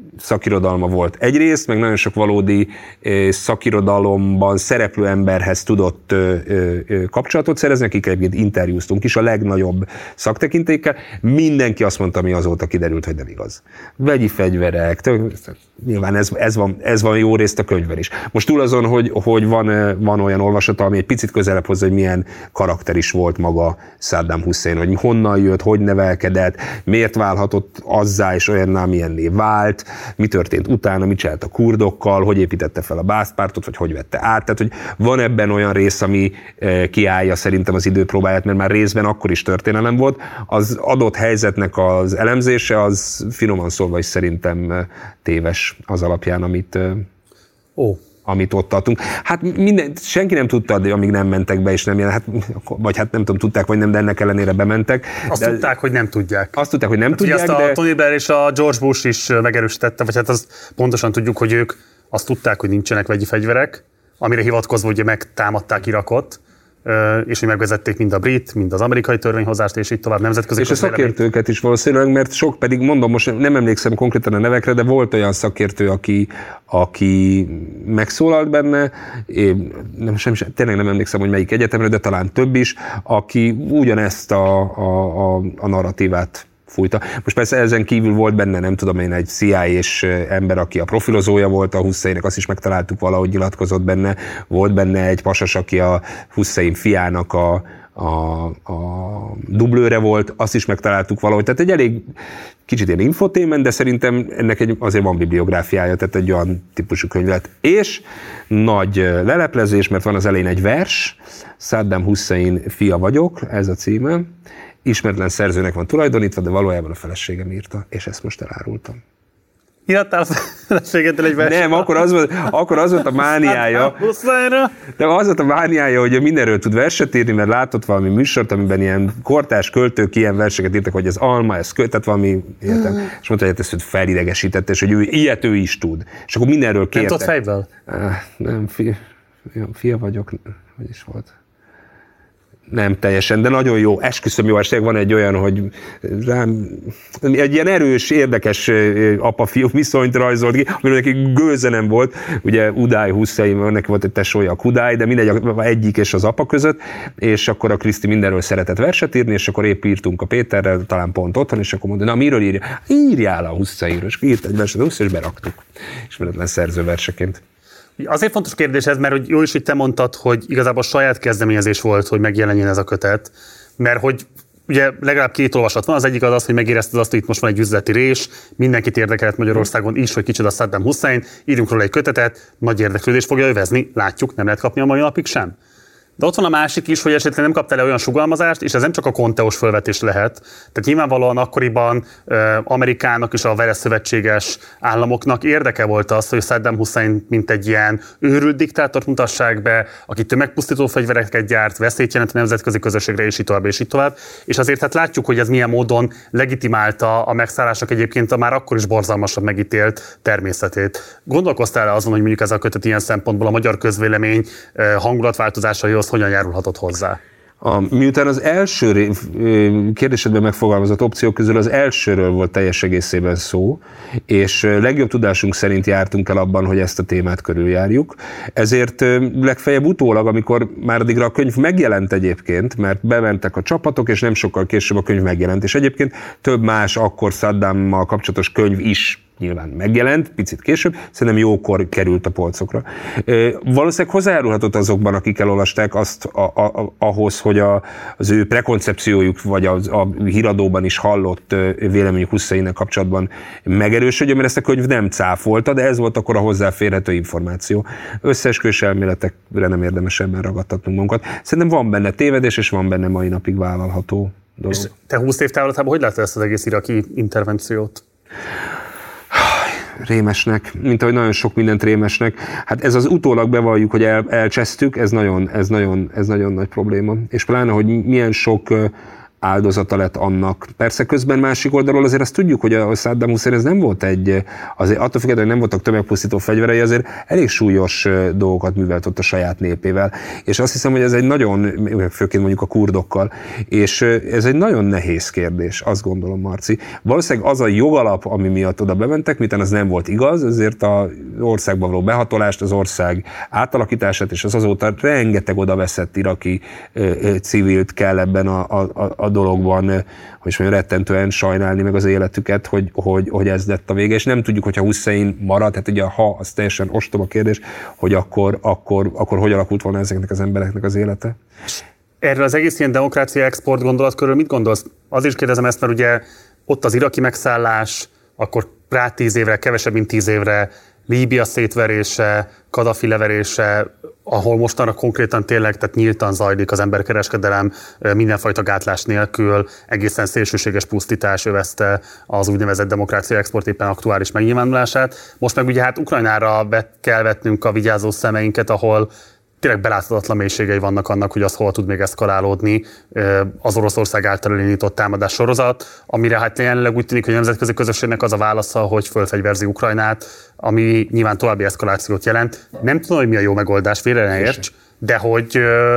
szakirodalma volt egyrészt, meg nagyon sok valódi szakirodalomban szereplő emberhez tudott kapcsolatot szerezni, akikkel egyébként interjúztunk is a legnagyobb szaktekintékkel. Mindenki azt mondta, ami azóta kiderült, hogy nem igaz. Vegyi fegyverek, tök, nyilván ez, ez, van, ez van jó részt a könyvben is. Most túl azon, hogy, hogy van, van olyan olvasata, ami egy picit közelebb hozzá, hogy milyen karakter is volt maga Saddam Hussein, hogy honnan jött, hogy nevelkedett, miért válhatott azzá és olyanná, milyenné vált, mi történt utána, mit csinált a kurdokkal, hogy építette fel a Bászpártot, vagy hogy vette át. Tehát, hogy van ebben olyan rész, ami kiállja szerintem az időpróbáját, mert már részben akkor is történelem volt. Az adott helyzetnek az elemzése, az finoman szólva is szerintem téves az alapján, amit, oh. amit ott adtunk. Hát minden, senki nem tudta, amíg nem mentek be, és nem jelen, hát, vagy hát nem tudom, tudták, vagy nem, de ennek ellenére bementek. Azt de, tudták, hogy nem tudják. Azt tudták, hogy nem hát, tudják, azt de... a Tony Blair és a George Bush is megerősítette, vagy hát azt pontosan tudjuk, hogy ők azt tudták, hogy nincsenek vegyi fegyverek, amire hivatkozva ugye megtámadták Irakot, és hogy megvezették mind a brit, mind az amerikai törvényhozást, és így tovább nemzetközi. És a szakértőket is valószínűleg, mert sok pedig, mondom, most nem emlékszem konkrétan a nevekre, de volt olyan szakértő, aki, aki megszólalt benne, én nem, sem, tényleg nem emlékszem, hogy melyik egyetemre, de talán több is, aki ugyanezt a, a, a, a narratívát fújta. Most persze ezen kívül volt benne, nem tudom én, egy C I A-s ember, aki a profilozója volt a Husseinnek, azt is megtaláltuk, valahogy nyilatkozott benne. Volt benne egy pasas, aki a Hussein fiának a, a, a dublőre volt, azt is megtaláltuk valahogy. Tehát egy elég kicsit ilyen infotainment, de szerintem ennek egy, azért van bibliográfiája, tehát egy olyan típusú könyvet. És nagy leleplezés, mert van az elején egy vers, Saddam Hussein fia vagyok, ez a címe. Ismeretlen szerzőnek van tulajdonítva, de valójában a feleségem írta, és ezt most elárultam. Írtál a feleségeddel egy verset? Nem, akkor az volt, akkor az volt a mániája. De az volt a mániája, hogy mindenről tud verset írni, mert látott valami műsort, amiben ilyen kortárs költők ilyen verseket írtak, hogy ez alma, ez költ, tehát valami értem. Mm. És mondta, hogy ezt felidegesítette, és hogy ő, ilyet ő is tud. És akkor mindenről kérte. Nem tudod fejből? Nem, fia, fia vagyok, hogy is volt. Nem teljesen, de nagyon jó. Esküszöm, jó esték, van egy olyan, hogy rám, egy ilyen erős, érdekes apa-fiú viszonyt rajzolt ki, amiről neki gőze nem volt. Ugye Uday Hussein, neki volt egy tesója, a Kudály, de mindegy, egyik és az apa között, és akkor a Kriszti mindenről szeretett verset írni, és akkor épp írtunk a Péterrel, talán pont otthon, és akkor mondta, na miről írja? Írjál a Husseinről, és írt egy verset, és beraktuk. Ismeretlen szerzőverseként. Azért fontos kérdés ez, mert hogy jó is, hogy te mondtad, hogy igazából saját kezdeményezés volt, hogy megjelenjen ez a kötet, mert hogy ugye legalább két olvasat van, az egyik az az, hogy megérezted azt, hogy itt most van egy üzleti rés, mindenkit érdekelt Magyarországon is, hogy kicsoda Saddam Hussein, írjunk róla egy kötetet, nagy érdeklődés fogja övezni, látjuk, nem lehet kapni a mai napig sem. De ott van a másik is, hogy esetleg nem kaptál le olyan sugalmazást, és ez nem csak a konteós fölvetés lehet. Tehát nyilvánvalóan akkoriban uh, Amerikának és a vele szövetséges államoknak érdeke volt az, hogy Saddam Hussein mint egy ilyen őrült diktátort mutassák be, aki tömegpusztító fegyvereket gyárt, veszélyt jelent a nemzetközi közösségre, és így tovább, és így tovább. És azért hát látjuk, hogy ez milyen módon legitimálta a megszállásnak egyébként a már akkor is borzalmasabb megítélt természetét. Gondolkoztál-e azon, hogy mondjuk ez a kötet ilyen szempontból a magyar közvélemény uh, hangulatváltozásaihoz hogyan járulhatott hozzá? A, miután az első kérdésedben megfogalmazott opciók közül az elsőről volt teljes egészében szó, és legjobb tudásunk szerint jártunk el abban, hogy ezt a témát körüljárjuk. Ezért legfeljebb utólag, amikor már addigra a könyv megjelent egyébként, mert bementek a csapatok, és nem sokkal később a könyv megjelent, és egyébként több más akkor Saddammal kapcsolatos könyv is nyilván megjelent, picit később, szerintem jókor került a polcokra. Valószínűleg hozzájárulhatott azokban, akik elolvasták azt a, a, ahhoz, hogy a, az ő prekoncepciójuk, vagy a, a híradóban is hallott véleményük Husseinnel kapcsolatban megerősödjön, mert ezt a könyv nem cáfolta, de ez volt akkor a hozzáférhető információ. Összeesküvés elméletekre nem érdemes ebben ragadtatnunk magunkat. Szerintem van benne tévedés, és van benne mai napig vállalható dolog. És te húsz év távlatában hogy látod ezt az egész iraki intervenciót? Rémesnek, mint ahogy nagyon sok mindent rémesnek. Hát ez az utólag bevalljuk, hogy el, elcsesztük, ez nagyon, ez, nagyon, ez nagyon nagy probléma. És pláne, hogy milyen sok áldozata lett annak. Persze közben másik oldalról azért azt tudjuk, hogy a Saddam Hussein ez nem volt egy, azért attól függetlenül, hogy nem voltak tömegpusztító fegyverei, azért elég súlyos dolgokat művelt ott a saját népével. És azt hiszem, hogy ez egy nagyon, főként mondjuk a kurdokkal, és ez egy nagyon nehéz kérdés, azt gondolom, Marci. Valószínűleg az a jogalap, ami miatt oda bementek, miután az nem volt igaz, ezért az országba való behatolást, az ország átalakítását, és az azóta rengeteg oda veszett iraki civilt kell ebben a, a, a dologban, hogy is mondjam, rettentően sajnálni meg az életüket, hogy, hogy, hogy ez lett a vége, és nem tudjuk, hogyha Hussein marad, hát ugye ha, az teljesen ostoba kérdés, hogy akkor, akkor, akkor hogy alakult volna ezeknek az embereknek az élete. Erről az egész ilyen demokrácia export gondolat körül mit gondolsz? Azért is kérdezem ezt, mert ugye ott az iraki megszállás, akkor rá tíz évre, kevesebb, mint tíz évre, Líbia szétverése, Kadafi leverése, ahol mostanra konkrétan tényleg, tehát nyíltan zajlik az emberkereskedelem mindenfajta gátlás nélkül, egészen szélsőséges pusztítás övezte az úgynevezett demokrácia export éppen aktuális megnyilvánulását. Most meg ugye hát Ukrajnára vet, kell vetnünk a vigyázó szemeinket, ahol tényleg beláthatatlan mélységei vannak annak, hogy az hol tud még eszkalálódni az Oroszország által elindított támadás sorozat, amire hát jelenleg úgy tűnik, hogy a nemzetközi közösségnek az a válasza, hogy fölfegyverzi Ukrajnát, ami nyilván további eszkalációt jelent. Nem tudom, hogy mi a jó megoldás, félre ne érts, de hogy,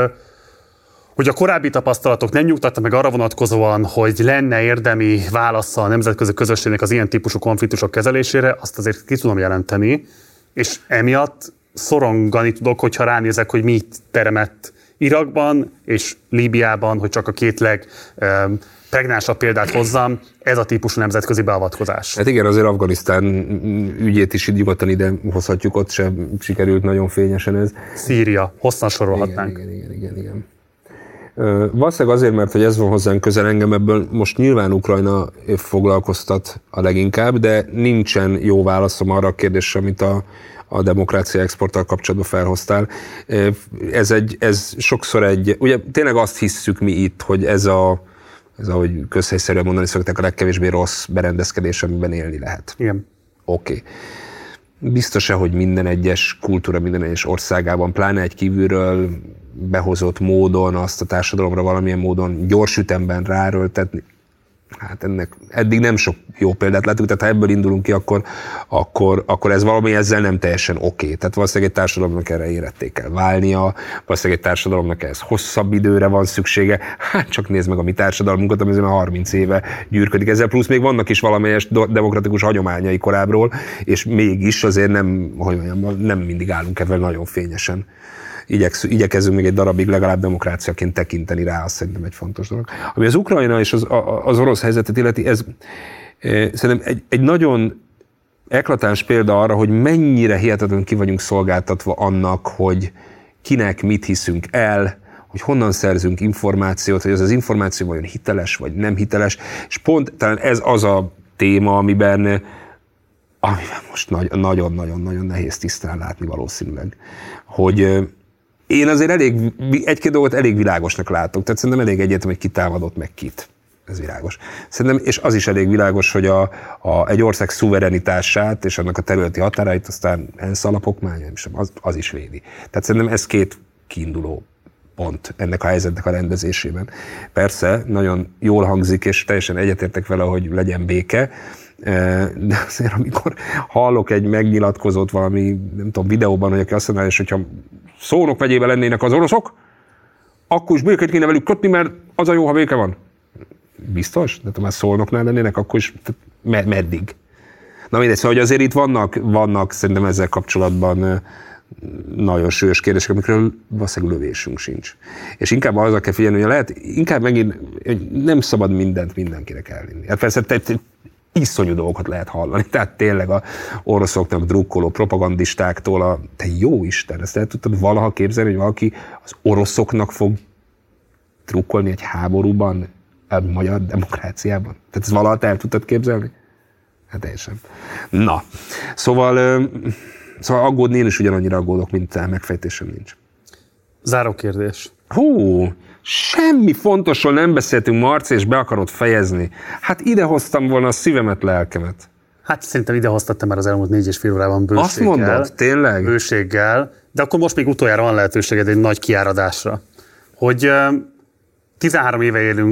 hogy a korábbi tapasztalatok nem nyugtattak meg arra vonatkozóan, hogy lenne érdemi válasza a nemzetközi közösségnek az ilyen típusú konfliktusok kezelésére, azt azért ki tudom jelenteni, és emiatt szorongani tudok, hogyha ránézek, hogy mi teremett Irakban és Líbiában, hogy csak a két legpregnánsabb példát hozzam, ez a típusú nemzetközi beavatkozás. Hát igen, azért Afganisztán ügyét is nyugodtan ide hozhatjuk, ott sem sikerült nagyon fényesen ez. Szíria, hosszan sorolhatnánk. Igen, igen, igen, igen, igen. Valószínűleg azért, mert hogy ez van hozzánk közel, engem ebből most nyilván Ukrajna foglalkoztat a leginkább, de nincsen jó válaszom arra a kérdésre, amit a a demokrácia exporttal kapcsolatban felhoztál. Ez, egy, ez sokszor egy, ugye tényleg azt hisszük mi itt, hogy ez a, ez ahogy közhelyszerűen mondani szokták, a legkevésbé rossz berendezkedés, amiben élni lehet. Igen. Oké. Okay. Biztos-e, hogy minden egyes kultúra, minden egyes országában, pláne egy kívülről behozott módon, azt a társadalomra valamilyen módon gyors ütemben ráröltetni? Hát ennek eddig nem sok jó példát láttuk, tehát ha ebből indulunk ki, akkor, akkor, akkor ez valami ezzel nem teljesen oké. Okay. Tehát valószínűleg egy társadalomnak erre éretté kell válnia, valószínűleg egy társadalomnak ez hosszabb időre van szüksége. Hát csak nézd meg a mi társadalmunkat, ami már harminc éve gyűrködik ezzel, plusz még vannak is valamelyes demokratikus hagyományai korábbról, és mégis azért nem, hogy mondjam, nem mindig állunk ebben nagyon fényesen. Igyeksz, igyekezzünk még egy darabig legalább demokráciaként tekinteni rá, azt szerintem egy fontos dolog. Ami az Ukrajna és az, az orosz helyzetet illeti, ez e, szerintem egy, egy nagyon eklatáns példa arra, hogy mennyire hihetetlenül ki vagyunk szolgáltatva annak, hogy kinek mit hiszünk el, hogy honnan szerzünk információt, hogy az az információ vajon hiteles vagy nem hiteles, és pont talán ez az a téma, amiben amiben most nagyon-nagyon-nagyon nehéz tisztán látni valószínűleg, hogy én azért elég, egy-két dolgot elég világosnak látok, tehát szerintem elég egyetem, hogy ki támadott meg kit. Ez világos. Szerintem, és az is elég világos, hogy a, a, egy ország szuverenitását és annak a területi határait aztán ENSZ alapokmánya, az, az is védi. Tehát szerintem ez két kiinduló pont ennek a helyzetnek a rendezésében. Persze, nagyon jól hangzik, és teljesen egyetértek vele, hogy legyen béke, de azért amikor hallok egy megnyilatkozót valami, nem tudom, videóban, hogy aki azt mondja, és hogyha Szónok megyében lennének az oroszok, akkor is békét kéne velük kötni, mert az a jó, ha béke van. Biztos? De ha már Szolnoknál lennének, akkor is med- meddig? Na mindegy, szóval, hogy azért itt vannak, vannak szerintem ezzel kapcsolatban nagyon súlyos kérdések, amikről valószínűleg lövésünk sincs. És inkább azzal kell figyelni, hogy lehet, inkább megint nem szabad mindent mindenkinek elvinni. Hát persze te, te, iszonyú dolgokat lehet hallani. Tehát tényleg a oroszoknak drukkoló propagandistáktól a, te jó Isten, ezt el tudtad valaha képzelni, hogy valaki az oroszoknak fog drukkolni egy háborúban, a magyar demokráciában? Tehát ezt valaha el tudtad képzelni? Hát teljesen. Na, szóval, szóval aggódni én is ugyanannyira aggódok, mint te, megfejtésem nincs. Záró kérdés. Hú, semmi fontosról nem beszéltünk, Marci, és be akarod fejezni. Hát ide hoztam volna a szívemet, lelkemet. Hát szerintem ide hoztad te már az elmúlt négy és fél órában bőséggel. Azt mondod? Tényleg? Bőséggel. De akkor most még utoljára van lehetőséged egy nagy kiáradásra. Hogy tizenhárom éve élünk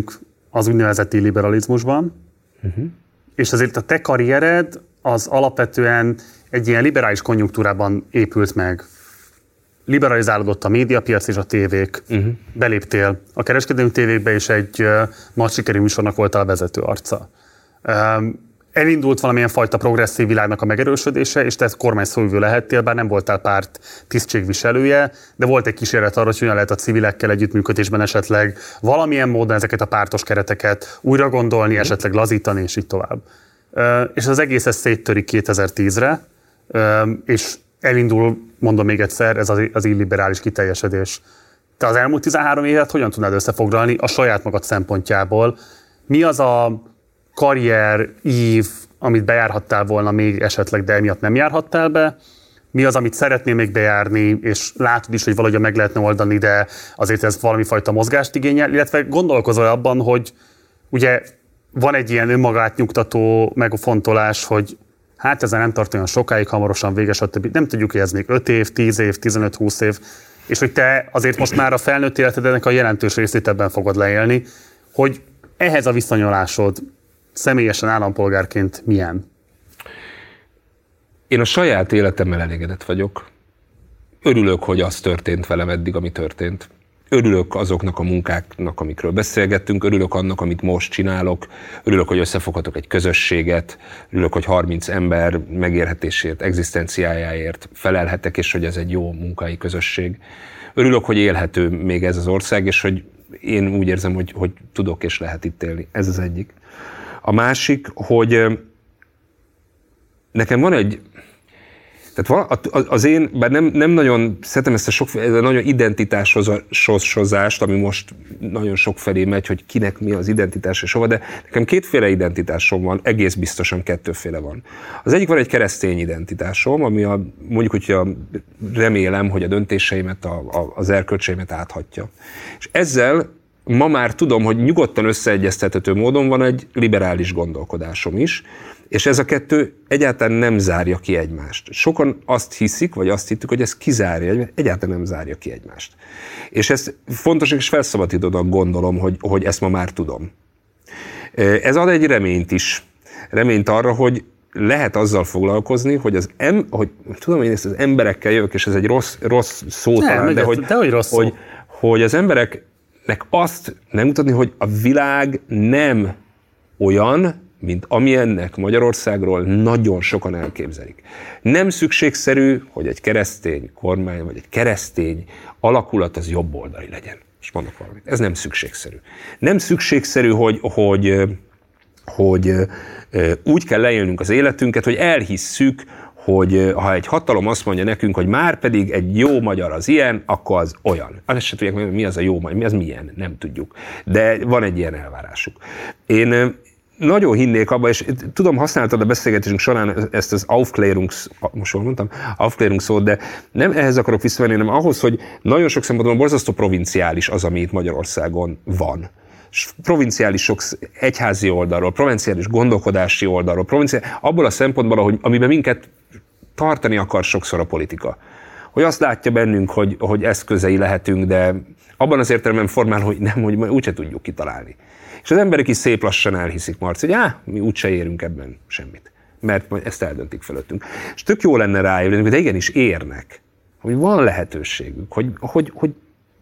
az úgynevezett illiberalizmusban, uh-huh. és azért a te karriered az alapvetően egy ilyen liberális konjunktúrában épült meg. Liberalizálódott a médiapiac és a tévék. Uh-huh. Beléptél a kereskedelmi tévékbe, és egy uh, nagy sikerű műsornak voltál a vezető arca. Um, elindult valamilyen fajta progresszív világnak a megerősödése, és te kormányszóvivő lehettél, bár nem voltál párt tisztségviselője, de volt egy kísérlet arra, hogy hogyan lehet a civilekkel együttműködésben esetleg valamilyen módon ezeket a pártos kereteket újra gondolni, esetleg lazítani, és így tovább. És az egész ez széttörik kétezer-tízre, és elindul, mondom még egyszer, ez az illiberális kiteljesedés. Te az elmúlt tizenhárom évet hogyan tudnád összefoglalni a saját magad szempontjából? Mi az a karrier, ív, amit bejárhattál volna még esetleg, de emiatt nem járhattál be? Mi az, amit szeretnél még bejárni, és látod is, hogy valahogy meg lehetne oldani, de azért ez valami fajta mozgást igényel, illetve gondolkozol abban, hogy ugye van egy ilyen önmagát nyugtató megfontolás, hogy hát ezzel nem tart olyan sokáig, hamarosan véges, stb. Nem tudjuk, hogy ez még öt év, tíz év, tizenöt, húsz év, és hogy te azért most már a felnőtt életednek a jelentős részét ebben fogod leélni, hogy ehhez a viszonyulásod személyesen állampolgárként milyen? Én a saját életemmel elégedett vagyok. Örülök, hogy az történt velem eddig, ami történt. Örülök azoknak a munkáknak, amikről beszélgettünk, örülök annak, amit most csinálok, örülök, hogy összefoghatok egy közösséget, örülök, hogy harminc ember megélhetésért, egzisztenciájáért felelhetek, és hogy ez egy jó munkai közösség. Örülök, hogy élhető még ez az ország, és hogy én úgy érzem, hogy, hogy tudok és lehet itt élni. Ez az egyik. A másik, hogy nekem van egy, tehát az én, bár nem, nem nagyon szeretem ezt a sok, ez a nagyon identitáshozást, ami most nagyon sok felé megy, hogy kinek mi az identitás és hova, de nekem kétféle identitásom van, egész biztosan kettőféle van. Az egyik van egy keresztény identitásom, ami a, mondjuk, hogy a, remélem, hogy a döntéseimet, a, a, az erkölcseimet áthatja. És ezzel ma már tudom, hogy nyugodtan összeegyeztethető módon van egy liberális gondolkodásom is, és ez a kettő egyáltalán nem zárja ki egymást. Sokan azt hiszik, vagy azt hittük, hogy ez kizárja egymást, egyáltalán nem zárja ki egymást. És ezt fontos és felszabadítónak gondolom, hogy, hogy ezt ma már tudom. Ez ad egy reményt is. Reményt arra, hogy lehet azzal foglalkozni, hogy az em, hogy tudom, hogy én ezt az emberekkel jövök, és ez egy rossz, rossz szó nem, talán, de, hogy, de hogy, rossz hogy, hogy az embereknek azt nem mutatni, hogy a világ nem olyan, mint amilyennek Magyarországról nagyon sokan elképzelik. Nem szükségszerű, hogy egy keresztény kormány, vagy egy keresztény alakulat az jobboldali legyen. És mondok valamit. Ez nem szükségszerű. Nem szükségszerű, hogy, hogy, hogy úgy kell leélnünk az életünket, hogy elhisszük, hogy ha egy hatalom azt mondja nekünk, hogy már pedig egy jó magyar az ilyen, akkor az olyan. Azt se tudják, mi az a jó magyar, mi az milyen, nem tudjuk. De van egy ilyen elvárásuk. Én nagyon hinnék abba, és tudom, használtad a beszélgetésünk során ezt az Aufklärung, most jól mondtam, Aufklärung szót, de nem ehhez akarok visszavenni, hanem ahhoz, hogy nagyon sok szempontból borzasztó provinciális az, ami itt Magyarországon van. Provinciális sok egyházi oldalról, provinciális gondolkodási oldalról, provinciális, abból a szempontból, ahogy, amiben minket tartani akar sokszor a politika. Hogy azt látja bennünk, hogy, hogy eszközei lehetünk, de abban az értelemben formál, hogy nem, hogy úgyse tudjuk kitalálni. És az emberek is szép lassan elhiszik, Marci, hogy á, mi úgyse érünk ebben semmit, mert majd ezt eldöntik fölöttünk. És tök jó lenne rájövni, de igenis érnek, hogy van lehetőségük, hogy, hogy, hogy,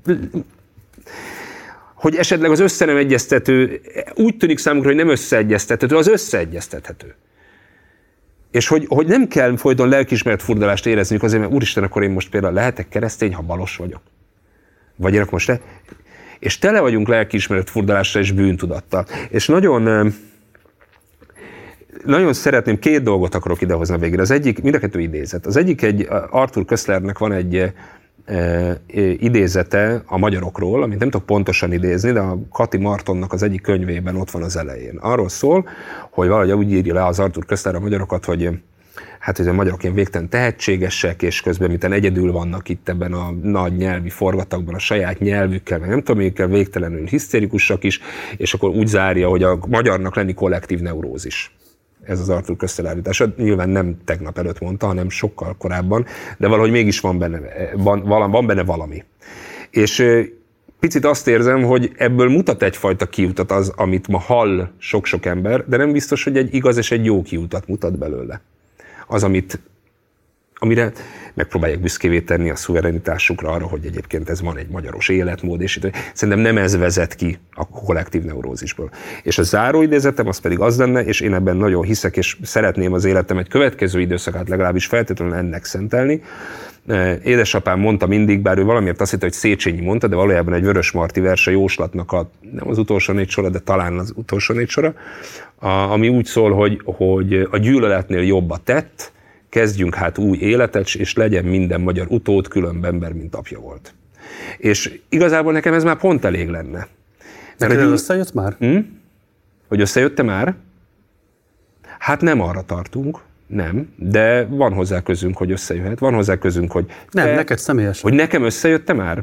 hogy esetleg az össze nem egyeztető, úgy tűnik számukra, hogy nem összeegyeztethető, az összeegyeztethető. És hogy, hogy nem kell folyton lelkiismeret furdalást érezniük azért, mert úristen, akkor én most például lehetek keresztény, ha balos vagyok. Vagy én akkor most le... És tele vagyunk lelkiismeret furdalással és bűntudattal. És nagyon, nagyon szeretném, két dolgot akarok idehozni a végére. Az egyik, mind a kettő idézet. Az egyik egy, Arthur Koestlernek van egy e, e, idézete a magyarokról, amit nem tudok pontosan idézni, de a Kati Martonnak az egyik könyvében ott van az elején. Arról szól, hogy valahogy úgy írja le az Arthur Koestler a magyarokat, hogy hát, hogy a magyarok ilyen végtelen tehetségesek, és közben miten egyedül vannak itt ebben a nagy nyelvi forgatagban, a saját nyelvükkel, meg nem tudom, mikkel végtelenül hisztérikusak is, és akkor úgy zárja, hogy a magyarnak lenni kollektív neurózis. Ez az Arthur Koestler állítása. Nyilván nem tegnap előtt mondta, hanem sokkal korábban, de valahogy mégis van benne, van, van benne valami. És picit azt érzem, hogy ebből mutat egyfajta kiutat az, amit ma hall sok-sok ember, de nem biztos, hogy egy igaz és egy jó kiutat mutat belőle. Az, amit, amire megpróbálják büszkévé tenni a szuverenitásukra arra, hogy egyébként ez van egy magyaros életmód, és itt, szerintem nem ez vezet ki a kollektív neurózisból. És a záróidézetem az pedig az lenne, és én ebben nagyon hiszek, és szeretném az életem egy következő időszakát legalábbis feltétlenül ennek szentelni. Édesapám mondta mindig, bár ő valamiért azt hitte, hogy Széchenyi mondta, de valójában egy Vörösmarty verse jóslatnak a, nem az utolsó négy sora, de talán az utolsó négy sora, a, ami úgy szól, hogy, hogy a gyűlöletnél jobb a tett, kezdjünk hát új életet, és legyen minden magyar utód különb ember, mint apja volt. És igazából nekem ez már pont elég lenne. Mert hogy összejött már? Hm? Hogy összejötte már? Hát nem arra tartunk. Nem, de van hozzá közünk, hogy összejöhet. Van hozzá közünk, hogy... Nem, te, neked személyesen. Hogy nekem összejötte már?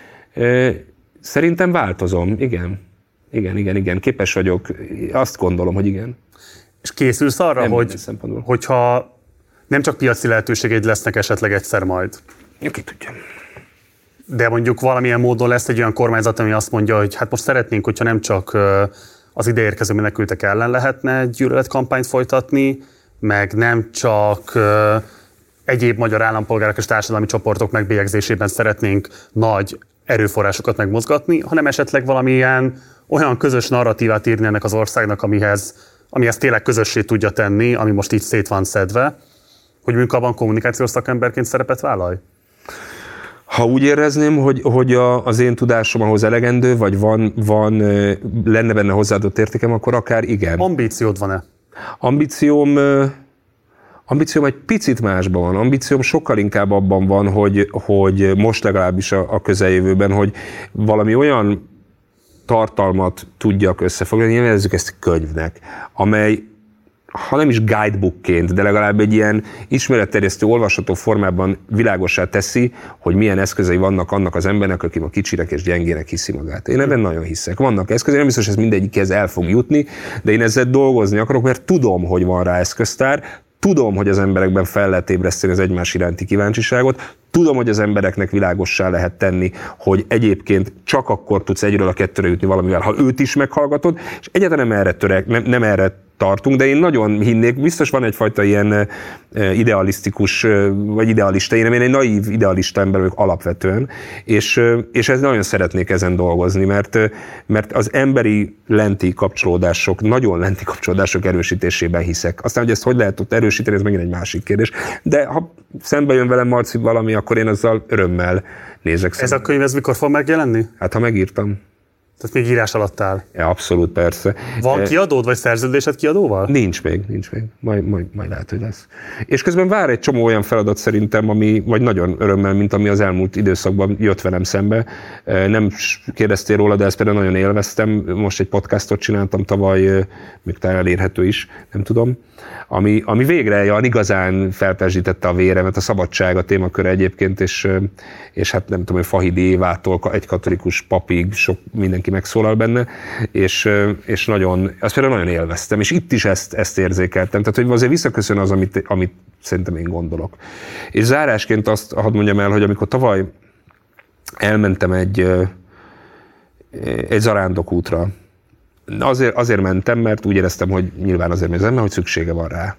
Szerintem változom, igen. Igen, igen, igen. Képes vagyok. Azt gondolom, hogy igen. És készülsz arra, nem hogy, hogyha nem csak piaci lehetőségeid lesznek esetleg egyszer majd. Ki tudja. De mondjuk valamilyen módon lesz egy olyan kormányzat, ami azt mondja, hogy hát most szeretnénk, hogyha nem csak az ideérkező menekültek ellen lehetne gyűlöletkampányt folytatni, meg nem csak uh, egyéb magyar állampolgárok és társadalmi csoportok megbélyegzésében szeretnénk nagy erőforrásokat megmozgatni, hanem esetleg valamilyen olyan közös narratívát írni ennek az országnak, amihez, amihez tényleg közössé tudja tenni, ami most így szét van szedve, hogy mondjuk abban kommunikációs szakemberként szerepet vállalj? Ha úgy érezném, hogy, hogy a, az én tudásom ahhoz elegendő, vagy van, van, lenne benne hozzáadott értékem, akkor akár igen. Ambíciód van-e? Ambícióm, ambícióm egy picit másban van. Ambícióm sokkal inkább abban van, hogy, hogy most legalábbis a, a közeljövőben, hogy valami olyan tartalmat tudjak összefoglalni, nevezzük ezt könyvnek, amely, ha nem is guidebookként, de legalább egy ilyen ismeretterjesztő, olvasható formában világossá teszi, hogy milyen eszközei vannak annak az embernek, aki ma kicsinek és gyengének hiszi magát. Én ebben nagyon hiszek. Vannak eszközei, nem biztos, hogy ez mindegyikhez el fog jutni, de én ezzel dolgozni akarok, mert tudom, hogy van rá eszköztár, tudom, hogy az emberekben fel lehet ébreszteni az egymás iránti kíváncsiságot, tudom, hogy az embereknek világossá lehet tenni, hogy egyébként csak akkor tudsz egyről a kettőre jutni valamivel, ha őt is meghallgatod, és egyáltalán nem erre törek, nem, nem erre tartunk, de én nagyon hinnék, biztos van egyfajta ilyen idealisztikus, vagy idealista, én egy naív idealista ember vagyok alapvetően, és, és ez nagyon szeretnék ezen dolgozni, mert, mert az emberi lenti kapcsolódások, nagyon lenti kapcsolódások erősítésében hiszek. Aztán, hogy ezt hogy lehet ott erősíteni, ez megint egy másik kérdés. De ha szembe jön velem, Marci, valami, akkor én azzal örömmel nézek szembe. Ez a könyv, ez mikor fog megjelenni? Hát, ha megírtam. Tehát még írás alatt áll? Ja, abszolút, persze. Van kiadód, vagy szerződésed kiadóval? Nincs még, nincs még. Majd, majd, majd lehet, hogy lesz. És közben vár egy csomó olyan feladat szerintem, ami, vagy nagyon örömmel, mint ami az elmúlt időszakban jött velem szembe. Nem kérdeztél róla, de ezt például nagyon élveztem. Most egy podcastot csináltam tavaly, még talán elérhető is, nem tudom. Ami, ami végre ja, igazán felperzsítette a véremet, a szabadság a témaköre egyébként, és, és hát nem tudom, hogy Fahidi Évától egy katolikus papig sok mindenki megszólal benne, és, és nagyon, azt például nagyon élveztem, és itt is ezt, ezt érzékeltem, tehát hogy azért visszaköszön az, amit, amit szerintem én gondolok. És zárásként azt hadd mondjam el, hogy amikor tavaly elmentem egy, egy zarándokútra, Azért, azért mentem, mert úgy éreztem, hogy nyilván azért mentem, hogy szüksége van rá.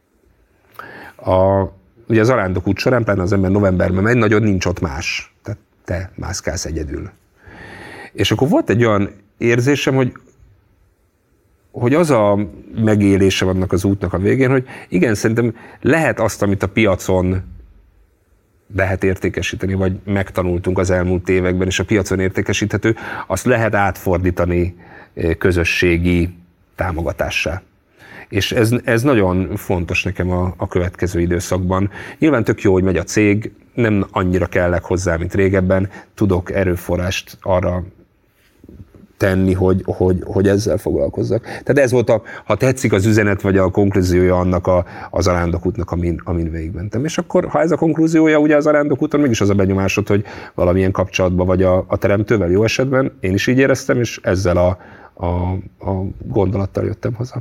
A, ugye az arándokút során, pláne az ember novemberben megy, nagyon nincs ott más. Tehát te mászkálsz egyedül. És akkor volt egy olyan érzésem, hogy, hogy az a megélése vannak az útnak a végén, hogy igen, szerintem lehet azt, amit a piacon lehet értékesíteni, vagy megtanultunk az elmúlt években, és a piacon értékesíthető, azt lehet átfordítani közösségi támogatássá. És ez, ez nagyon fontos nekem a, a következő időszakban. Nyilván tök jó, hogy megy a cég, nem annyira kellek hozzá, mint régebben, tudok erőforrást arra tenni, hogy, hogy, hogy ezzel foglalkozzak. Tehát ez volt a, ha tetszik az üzenet, vagy a konklúziója annak a, az arándokútnak, amin, amin végigmentem. És akkor, ha ez a konklúziója, ugye az arándokúton mégis az a benyomásod, hogy valamilyen kapcsolatban vagy a, a teremtővel jó esetben, én is így éreztem, és ezzel a, a, a gondolattal jöttem haza.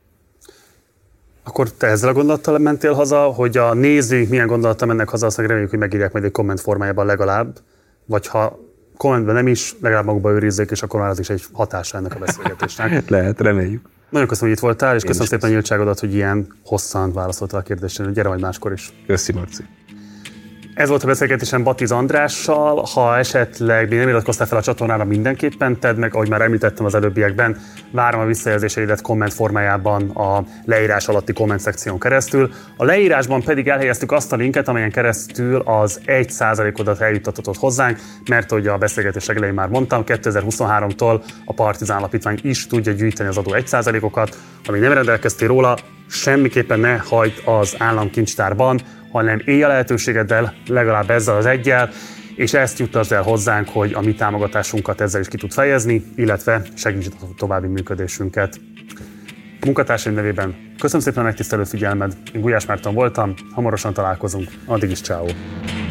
Akkor te ezzel a gondolattal mentél haza, hogy a nézőink milyen gondolattal mennek haza, azt reméljük, hogy megírják majd egy komment formájában legalább, vagy ha kommentben nem is, legalább magukba őrizzék, és akkor már az is egy hatása ennek a beszélgetésnek. Lehet, reméljük. Nagyon köszönöm, hogy itt voltál, és Én köszönöm szépen a nyíltságodat, hogy ilyen hosszan válaszoltál a kérdésre. Gyere majd máskor is. Köszi, Marci. Ez volt a beszélgetésem Batiz Andrással. Ha esetleg még nem iratkoztál fel a csatornára, mindenképpen tedd meg, ahogy már említettem az előbbiekben, várom a visszajelzéseidet komment formájában a leírás alatti komment szekción keresztül. A leírásban pedig elhelyeztük azt a linket, amelyen keresztül az egy százalékodat eljuttathatod hozzánk, mert hogy a beszélgetés elején már mondtam, kétezer-huszonháromtól a Partizán Alapítvány is tudja gyűjteni az adó egy százalékokat. Amíg nem rendelkeztél róla, semmiképpen ne hagyd az államkincstárban, hanem élj a lehetőségeddel, legalább ezzel az eggyel, és ezt juttasd el hozzánk, hogy a mi támogatásunkat ezzel is ki tud fejezni, illetve segítsd a további működésünket. Munkatársaim nevében köszönöm szépen a megtisztelő figyelmed, én Gulyás Márton voltam, hamarosan találkozunk, addig is ciao.